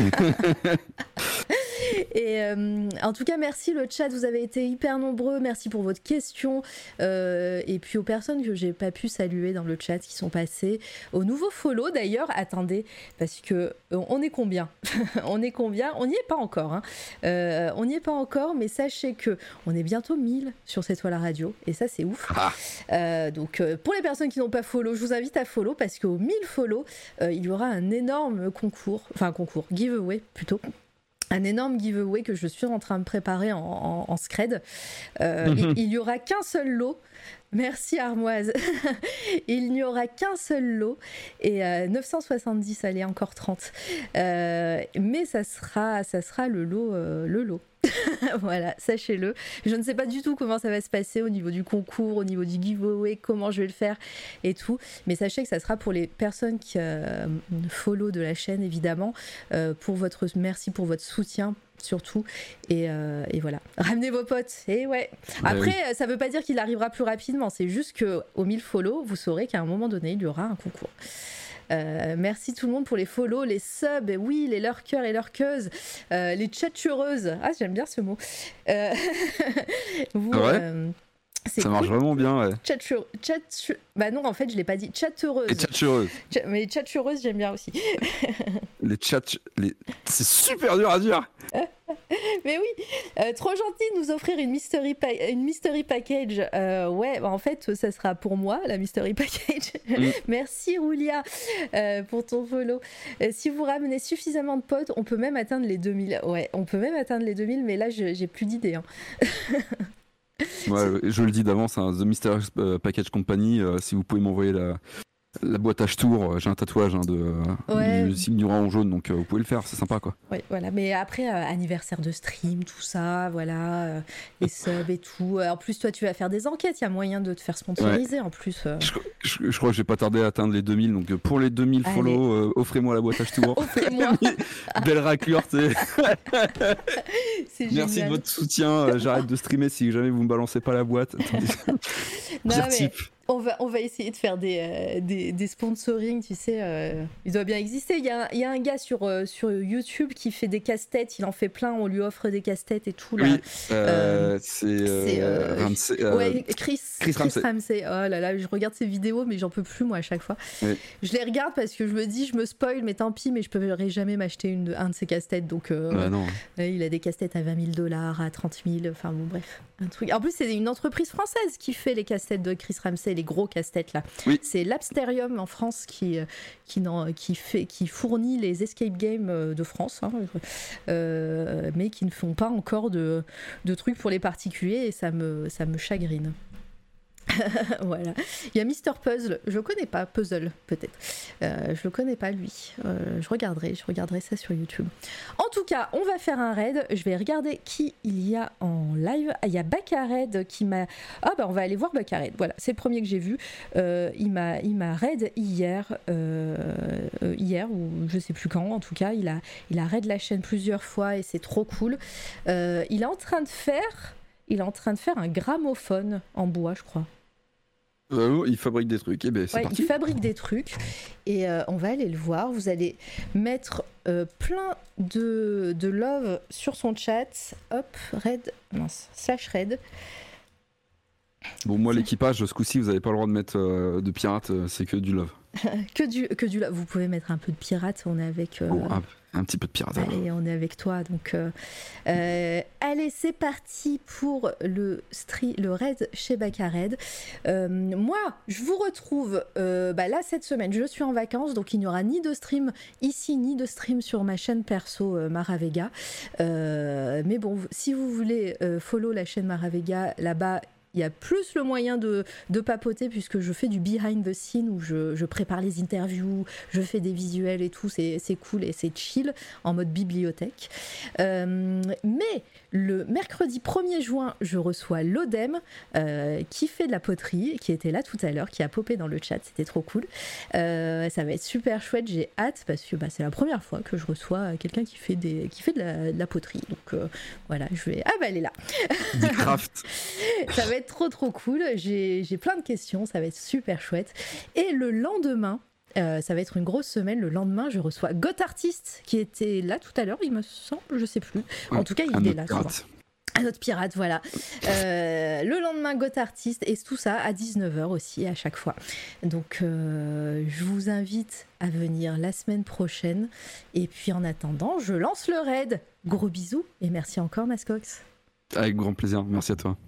Et en tout cas, merci le chat, vous avez été hyper nombreux, merci pour votre question. Et puis aux personnes que j'ai pas pu saluer dans le chat qui sont passées, aux nouveaux follow d'ailleurs, attendez, parce que on est combien On est combien? On n'y est pas encore, hein. On n'y est pas encore, mais sachez que on est bientôt 1000 sur C'est toi la radio, et ça c'est ouf. Donc pour les personnes qui n'ont pas follow, je vous invite à follow, parce qu'aux 1000 follow, il y aura un énorme giveaway plutôt. Un énorme giveaway que je suis en train de préparer en scred. Il n'y aura qu'un seul lot. Merci Armoise. Il n'y aura qu'un seul lot et 970, allez encore 30. Mais ça sera le lot. Voilà, sachez-le. Je ne sais pas du tout comment ça va se passer au niveau du concours, au niveau du giveaway, comment je vais le faire et tout. Mais sachez que ça sera pour les personnes qui follow de la chaîne, évidemment. Merci pour votre soutien. Surtout et voilà, ramenez vos potes et ouais. Après ça veut pas dire qu'il arrivera plus rapidement, c'est juste que aux 1000 follow vous saurez qu'à un moment donné il y aura un concours. Merci tout le monde pour les follow, les subs, et oui, les lurkers et lurkeuses, les chattureuses, j'aime bien ce mot. Ça marche vraiment bien, ouais. Bah non, en fait, je l'ai pas dit. Chatteureuses. Les chattureuses. Mais chattureuses, j'aime bien aussi. C'est super dur à dire. Mais oui, trop gentil de nous offrir une mystery package. Ouais, en fait, ça sera pour moi, la mystery package. Merci Roulia pour ton follow. Si vous ramenez suffisamment de potes, on peut même atteindre les 2000. Ouais, on peut même atteindre les 2000, mais là, j'ai plus d'idées. Hein. Ouais, je le dis d'avance, hein, The Mysterious Package Company, si vous pouvez m'envoyer la boîte H-Tour, j'ai un tatouage du signe du rang jaune, donc vous pouvez le faire, c'est sympa quoi. Oui, voilà, mais après, anniversaire de stream, tout ça, voilà, les subs et tout. En plus, toi, tu vas faire des enquêtes, il y a moyen de te faire sponsoriser en plus. Je crois que je vais pas tarder à atteindre les 2000, donc pour les 2000 follow, offrez-moi la boîte H-Tour. Offrez-moi. Belle raclure, c'est Merci de votre soutien, j'arrête de streamer si jamais vous me balancez pas la boîte. Non, mais... On va essayer de faire des sponsoring, tu sais, il doit bien exister. Il y a un gars sur YouTube qui fait des casse-têtes, il en fait plein, on lui offre des casse-têtes et tout. Là. Oui, c'est Ramsey. Chris Ramsey. Oh là là, je regarde ses vidéos, mais j'en peux plus moi à chaque fois. Oui. Je les regarde parce que je me dis, je me spoil, mais tant pis, mais je ne pourrais jamais m'acheter un de ses casse-têtes. Donc, non. Il a des casse-têtes à $20 000, à 30 000, enfin bon, bref. Un truc. En plus, c'est une entreprise française qui fait les casse-têtes de Chris Ramsey, les gros casse-têtes là. Oui. C'est l'Absterium en France qui fournit les escape games de France, hein, mais qui ne font pas encore de trucs pour les particuliers et ça me chagrine. Voilà. Il y a Mister Puzzle, je le connais pas, Puzzle peut-être. Je le connais pas lui. Je regarderai ça sur YouTube. En tout cas, on va faire un raid. Je vais regarder qui il y a en live. Il y a Bakared qui m'a. On va aller voir Bakared. Voilà, c'est le premier que j'ai vu. Il m'a raid hier ou je sais plus quand. En tout cas, il a raid la chaîne plusieurs fois et c'est trop cool. Il est en train de faire un gramophone en bois, je crois. Il fabrique des trucs. C'est parti. Il fabrique des trucs et on va aller le voir. Vous allez mettre plein de love sur son chat. Hop, /raid. Bon, moi, l'équipage, ce coup-ci, vous n'avez pas le droit de mettre de pirate, c'est que du love. que du love. Vous pouvez mettre un peu de pirate, on est avec... un petit peu de pirate. Allez, on est avec toi. Donc, allez, c'est parti pour le raid chez Bakared. Moi, je vous retrouve là cette semaine. Je suis en vacances, donc il n'y aura ni de stream ici, ni de stream sur ma chaîne perso Maravega. Mais bon, si vous voulez follow la chaîne Maravega, là-bas, il y a plus le moyen de papoter puisque je fais du behind the scene où je prépare les interviews, je fais des visuels et tout, c'est cool et c'est chill en mode bibliothèque. Mais le mercredi 1er juin, je reçois l'Odem qui fait de la poterie, qui était là tout à l'heure, qui a popé dans le chat, c'était trop cool. Ça va être super chouette, j'ai hâte parce que c'est la première fois que je reçois quelqu'un qui fait de la poterie. Donc voilà, je vais... Ah bah elle est là. Du craft. Ça va être trop cool, j'ai plein de questions, ça va être super chouette. Et le lendemain, ça va être une grosse semaine. Le lendemain, je reçois Goth Artist qui était là tout à l'heure, il me semble, je sais plus. En tout cas, il est là. Un autre pirate, voilà. Le lendemain, Goth Artist et tout ça à 19h aussi à chaque fois. Donc, je vous invite à venir la semaine prochaine. Et puis en attendant, je lance le raid. Gros bisous et merci encore, Mascox. Avec grand plaisir, merci à toi.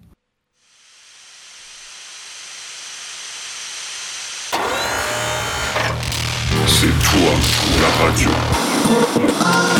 C'est toi, la radio.